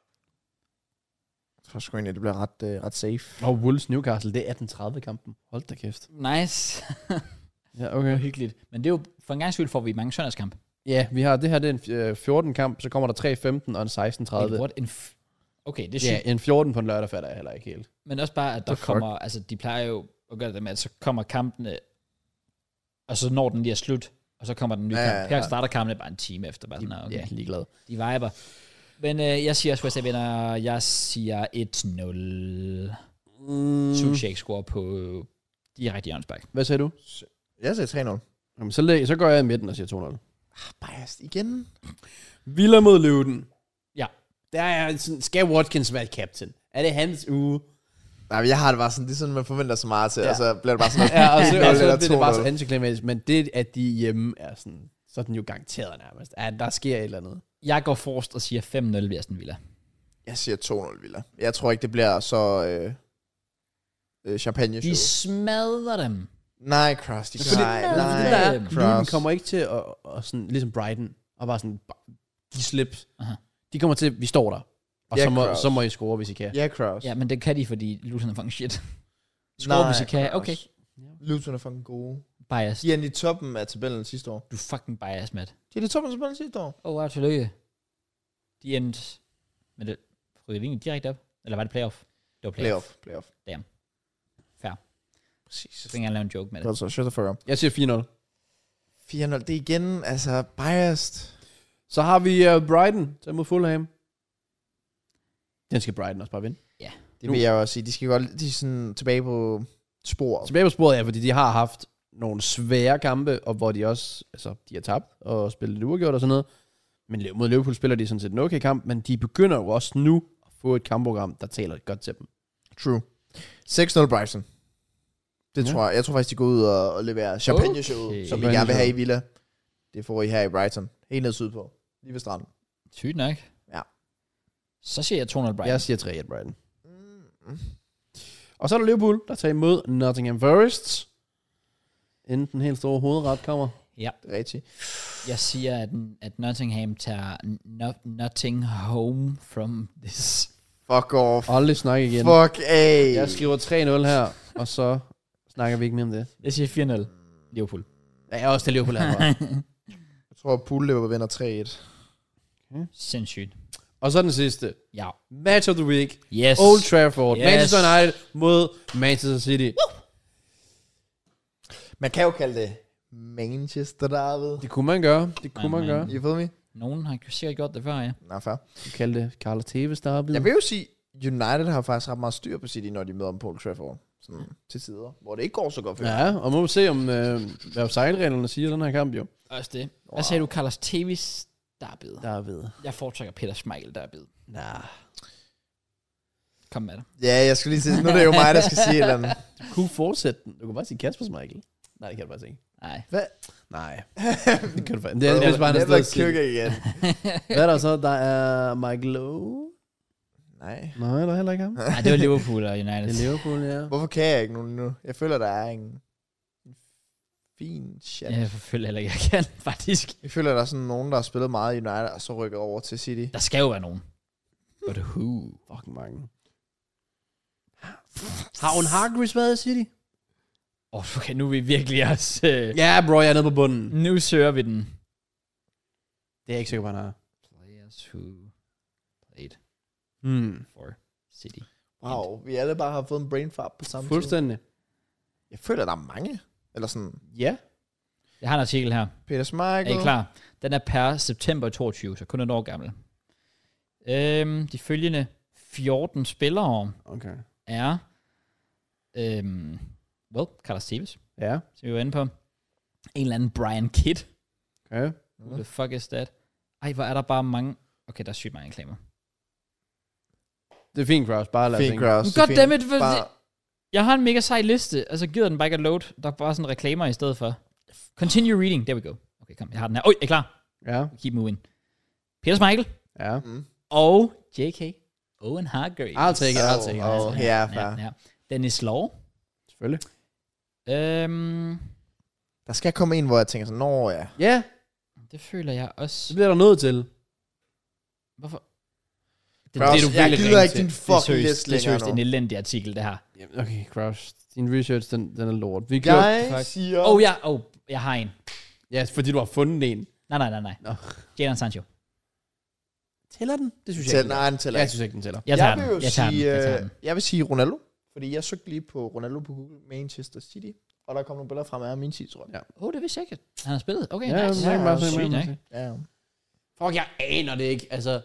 Jeg tror sgu egentlig, det bliver ret safe. Og Wolves Newcastle, det er 18-30 kampen. Hold da kæft. Nice. Ja, Det okay. er hyggeligt. Men det er jo, for en gang skyld får vi mange søndagskamp. Ja, vi har det her, det er en 14 kamp, så kommer der 3-15 og en 16-30. Okay, det er sygt. Ja, en 14 på en lørdag fatter jeg heller ikke helt. Men også bare, at der kommer, altså de plejer jo at gøre det med, at så kommer kampene, og så når den lige er slut, og så kommer den nye kamp. Her starter kampene bare en time efter. Bare sådan, okay. Ja, ligeglad. De viber. Men jeg siger også, West Ham vinder. Jeg siger 1-0. Suchek scorer på direkte hjørnespark. Hvad sagde du? Jeg siger 3-0. Jamen, så går jeg i midten og siger 2-0. Biased igen. Villa mod Luton. Ja. Der er sådan, skal Watkins være captain? Er det hans uge? Nej, men jeg har det bare sådan, det er sådan, man forventer så meget til, Ja. og så bliver det bare sådan Ja, og så, 1-0 og så eller bliver det bare så 2-0. antiklimatisk. Men det, at de hjemme er sådan, så er den jo garanteret nærmest. Ja, der sker et eller andet. Jeg går forrest og siger 5-0 ved Aston Villa. Jeg siger 2-0 Villa. Jeg tror ikke, det bliver så champagne show. De smadrer dem. Nej, Cross. De Fordi- nej, Fordi nej. der er, Cross. Luton kommer ikke til at sådan, ligesom Brighton, og bare sådan, give slip. Aha. De kommer til, vi står der. Og Ja, så, Cross. så må I score, hvis I kan. Ja, Cross. Ja, men det kan de, fordi Luton er fucking shit. Score, hvis I kan. Okay. Luton er fucking gode. Bias. De er i toppen af tabellen sidste år. Du er fucking bias, Matt. De er i toppen af tabellen sidste år. Wow, tillykke. De endte... Men det rykkede de egentlig direkte op? Eller var det playoff? Det var playoff. Playoff. Fair. Præcis. Så vil jeg lave en joke med det. Godt så, shut the fuck up. Jeg siger 4-0. 4-0, det er igen, altså, biased. Så har vi Brighton til mod Fulham. Den skal Brighton også bare vinde. Det vil jeg også sige. De skal godt, de er sådan tilbage på sporet. Tilbage på sporet, ja, fordi de har haft nogle svære kampe, og hvor de også, altså, de har tabt og spillet lidt uafgjort og sådan noget. Men mod Liverpool spiller de sådan set en okay kamp, men de begynder jo også nu at få et kampprogram, der taler godt til dem. True. 6-0 Brighton. Det Ja. tror jeg. Jeg tror faktisk, de går ud og leverer champagne-show, Okay. som vi gerne vil have i Villa. Det får I her i Brighton. Helt ned sydpå. Lige ved stranden. Sygt nok. Ja. Så siger jeg 200 Brighton. Jeg siger 3-1 Brighton. Og så er der Liverpool, der tager imod Nottingham Forest. Inden den helt store hovedret kommer. Ja. Det er rigtigt. Jeg siger, at Nottingham tager nothing home from this. Fuck off. Aldrig snakke igen. Fuck af. Jeg skriver 3-0 her, og så snakker vi ikke mere om det. Jeg siger 4-0. Liverpool. Ja, jeg er også til Liverpool her. Jeg tror, Pool Liverpool vinder 3-1. Sindssygt. Og så den sidste. Ja. Match of the week. Yes. Old Trafford. Yes. Manchester United mod Manchester City. Man kan jo kalde det Manchester David. Det kunne man gøre. Det kunne man Amen. gøre. You feel me? Nogen har sikkert gjort det før, ja. Nå, fair. Du kalde det Carlos Tevez derby. Jeg vil jo sige, United har faktisk ret meget styr på City, når de møder om på Old Trafford. Sådan til tider, hvor det ikke går så godt for dem. Ja, og må vi se, om hvad sejlreglerne siger den her kamp jo. Også det. Hvad sagde du, Carlos Tevez derby? David. Jeg foretrækker Peter Schmeichel derby. Nah. Kom med det. Ja, jeg skulle lige sige, nu er det jo mig, der skal sige et eller andet. Du kunne fortsætte den. Du kan bare sige Kasper Schmeichel. Nej, det kan du bare ikke. Nej. Hvad? Nej. Det kan du faktisk. Det er bare Never noget cook igen. Hvad er der så? Der er Michael Lowe. Nej. Nej, der er heller ikke ham. Nej, det var Liverpool og United. Det er Liverpool, ja. Hvorfor kan jeg ikke nogen nu? Jeg føler, der er en fin chat. Jeg føler heller ikke, jeg kan, faktisk. Jeg føler, der er sådan nogen, der har spillet meget i United, og så rykker over til City. Der skal jo være nogen. But who? Fucking mange. Har hun Hargreaves været i City? Okay, nu er vi virkelig også... Ja, bro, jeg er nede på bunden. Nu søger vi den. Det er jeg ikke sikker på, han har. Players who played for City. Wow, vi alle bare har fået en brain fart på samme tid. Fuldstændig. Jeg føler, der er mange. Eller sådan, Ja. Jeg har en artikel her. Peter Schmeichel. Er I klar? Den er per september 22, så kun et år gammel. De følgende 14 spillere Okay. er... Carlos Tevez, Ja. som vi var inde på. En eller anden Brian Kidd. Okay. Who the fuck is that? Ej, hvor er der bare mange... Okay, der er sygt mange reklamer. Det er fint, Kraus. Bare lad os Fint, tænke. Kraus. Goddammit, Bare... jeg har en mega sej liste, altså gider den bare ikke at load. Der er bare sådan reklamer i stedet for. Continue reading, there we go. Okay, kom, jeg har den her. Oj, er I klar? Ja. Keep moving. Peter Schmeichel Ja. og J.K. Owen Hargreaves. I'll take it. Ja, fair. Ja. Dennis Law. Selvfølgelig. Der skal komme en, hvor jeg tænker sådan, nå ja. Ja, Det føler jeg det også. bliver der nødt til. Hvorfor? Kraus, du jeg virkelig gider ringe ikke til. din Det er fucking liste seriøst længere en nu. elendig artikel, det her. Jamen, okay, Kraus. Din research, den er lort. Vi kører... Jeg siger... Jeg har en. Ja, fordi du har fundet en. Nej. Nå. Jadon Sancho. Tæller den? Det synes jeg ikke. Nej, den tæller Jeg ikke. synes ikke, den tæller. Jeg tager vil den. jo Jeg tager den. sige, Jeg tager den. jeg vil sige Ronaldo, fordi jeg søgte lige på Ronaldo på Google, Manchester City, og der kom nogle billeder frem af min City, tror jeg. Ja. Det vidste jeg ikke. Han har spillet. Okay, Ja, nice. det er bare sådan, Sygt, man ikke? Ja. Fuck, jeg aner det ikke. Altså,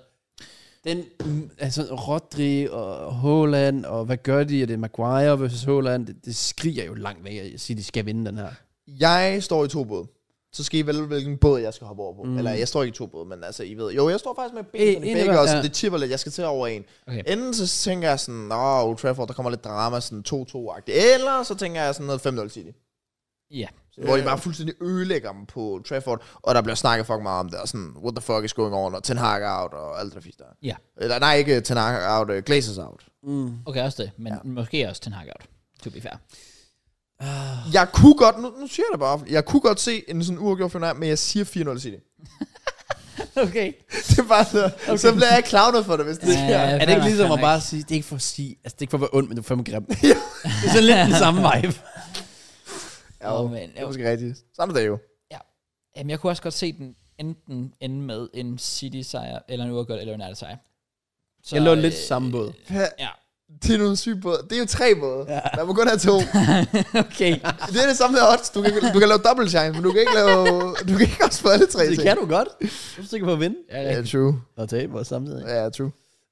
Rodri og Haaland, og hvad gør de? Er det Maguire versus Haaland? Det skriger jo langt væk at sige, at de skal vinde den her. Jeg står i 2 både. Så skal I vælge, hvilken båd jeg skal hoppe over på. Eller jeg står ikke i 2 både, men altså, I ved. Jo, jeg står faktisk med benene i begge også. Det tipper lidt. Jeg skal til over en. Okay. Enten så tænker jeg sådan, Old Trafford, der kommer lidt drama, sådan 2-2-agtigt. Eller så tænker jeg sådan noget 5-0 City. Ja. Hvor de bare fuldstændig ødelægger dem på Trafford, og der bliver snakket fucking meget om det, og sådan, what the fuck is going on, og Ten Hag out, og alt det der fisk der. Ja. Eller nej, ikke Ten Hag out, Glazers out. Okay, også det. Men måske også Ten Hag out. To be fair. Jeg kunne godt, nu siger jeg det bare, jeg kunne godt se en sådan uafgjort final, men jeg siger 4-0 City. Okay. Det er bare så, så bliver jeg clownet for det, hvis det sker. Er det ikke ligesom fair at bare sige, det er ikke for at sige, altså det er ikke for at være ondt, men det er fandme grimt. Det er sådan lidt den samme vibe. Ja, men, det er måske rigtigt. Sådan er det jo. Jamen, jeg kunne også godt se den enten ende med en City-sejr, eller en uafgjort, eller en United-sejr. Så, Jeg lå lidt samme båd. Ja. Det er nogle syge både. Det er jo 3 både. Ja. Der må kun have 2. Okay. Det er det samme med odds. Du kan lave dobbelt chance, men du kan ikke også få alle 3 Det kan du godt. Du er sikker på at vinde. Ja, true. Og tabe os samtidig. Ja, true.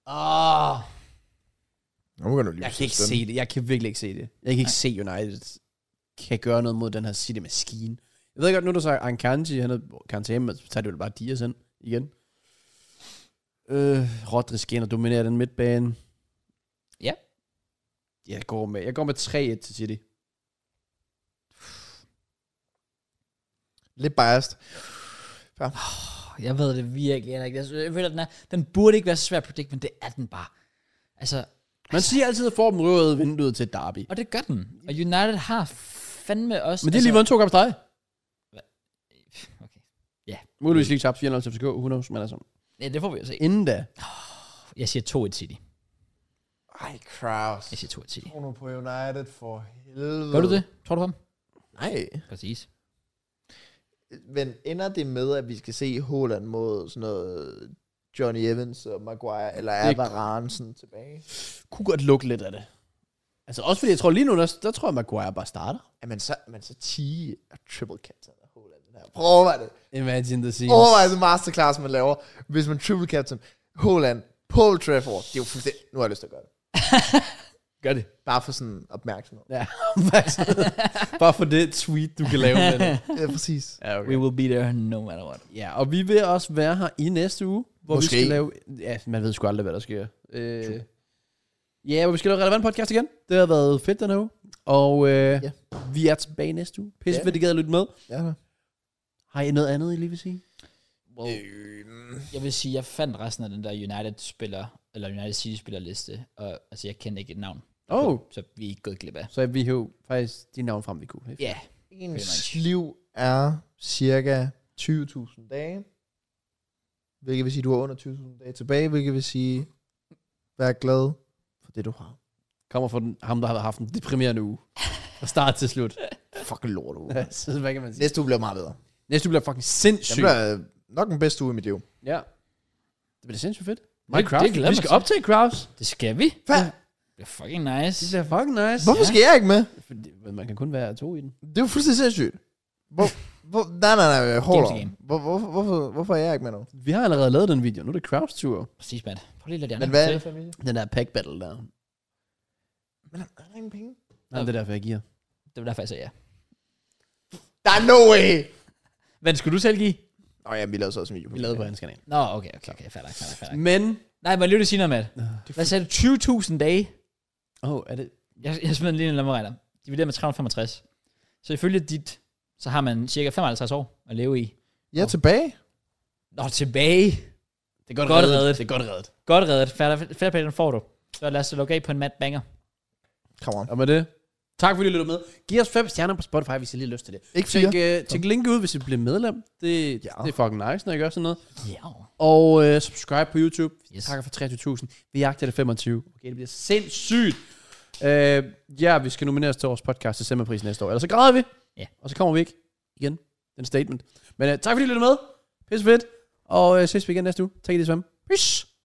Nu kan du lige Jeg kan ikke se det. Jeg kan virkelig ikke se det. Jeg kan ikke se United kan gøre noget mod den her City-maskine. Jeg ved godt, nu du sagde Ankanji, han er karantæne, men så tager det jo bare Dias ind igen. Rodri skal ind og dominere den midtbane. Ja. Jeg går med 3-1 til City. Lidt biased. Ja. Jeg ved det virkelig ikke. Jeg føler, den burde ikke være så svær at predict, men det er den bare. Altså, Man siger altid, at får dem røvet vinduet til derby. og det gør den. Og United har fandme også... Men det er lige vundet 2 kampe streg. Okay. Ja. Muligvis lige tabt 4-0 til FCK, 100, men altså. Ja, det får vi jo se. Inden da. Jeg siger 2-1 City. Ej, Kraus. Jeg siger 2-1 City. Tror nu på United for helvede. Gør du det? Tror du på ham? Nej. Præcis. Men ender det med, at vi skal se Haaland mod sådan noget Johnny Evans og Maguire, eller er Varane sådan tilbage? Kunne godt lukke lidt af det. Altså også fordi, jeg tror lige nu, der tror jeg, Maguire bare starter. Ja, men så 10 og triple captain af Haaland. Den her. Prøv at overveje det. Imagine the scenes. Overvej det masterclass, man laver, hvis man triple captain Haaland på Old Trafford. Det er jo fuldstændig... Nu har jeg lyst til at gøre det. Gør det. Bare for sådan opmærksomhed. Ja, bare for det tweet, du kan lave med det. Ja, præcis. Ja, okay. We will be there no matter what. Ja, og vi vil også være her i næste uge, hvor Måske. vi skal lave... Ja, man ved sgu aldrig, hvad der sker. Ja, hvor vi skal lave relevant podcast igen. Det har været fedt den her uge. Og vi er tilbage næste uge. Pisse fedt, I gad at lytte med. Ja. Har I noget andet, I lige vil sige? Well, jeg vil sige, jeg fandt resten af den der United-spiller, eller United City-spillerliste, og altså, jeg kendte ikke et navn. Så vi er ikke gået glip af. Så vi jo faktisk de navn frem, vi kunne. Ja. Ens liv er cirka 20.000 dage. Hvilket vil sige, du har under 20.000 dage tilbage. Hvilket vil sige, vær glad for det, du har. Kommer fra ham, der har haft en deprimerende uge. Fra start til slut. Fucking lort uge. Ja, så hvad kan man sige? Næste uge bliver meget bedre. Næste uge bliver fucking Det sindssygt. bliver nok den bedste uge i mit liv. Ja. Det bliver sindssygt fedt. Det glæder Vi mig skal til. optage Kraus. Det skal vi. Hvad? Det bliver fucking nice. Det bliver fucking nice. Hvorfor skal jeg ikke med? Fordi, man kan kun være 2 i den. Det er jo fuldstændig sindssygt. Nej, hold Game to on. Hvorfor er jeg ikke med nu? Vi har allerede lavet den video. Nu er det Kraus tur. Præcis, Matt. Prøv lige at lade de Men andre hvad er til. det for en video? Den der pack battle der. Men er der ingen penge? Nej, det er derfor, jeg giver. Det var derfor, jeg sagde ja. Der er no way! Hvad skulle du selv give? Nå ja, vi lavede så også en video. Vi lavede på hans kanal. Nå, okay, fair. Men... Nej, men lige sige noget, Matt. Hvad sagde du? 20.000 dage? er det... Jeg smed lige en lommeregner. Divideret med 365. Så ifølge dit, så har man cirka 55 år at leve i. Jeg er tilbage. Nå, tilbage. Det er godt reddet. Det er godt reddet. Godt reddet. Fair play, den får du. Så lad os logge af på en Matt Banger. Come on. Og med det... Tak fordi I lyttede med. Giv os 5 stjerner på Spotify, hvis I lige har lyst til det. Ikke 4. Tjek link ud, hvis I bliver medlem. Det er fucking nice, når I gør sådan noget. Ja. Og subscribe på YouTube. Yes. Takker for 23.000. Vi jagter det 25. Okay, det bliver sindssygt. Vi skal nomineres til vores podcast til Semmerprisen næste år. Ellers så græder vi. Ja. Og så kommer vi ikke igen. Den statement. Men tak fordi I lyttede med. Pisse fedt. Og ses vi igen næste uge. Tak i det, Svend. Peace.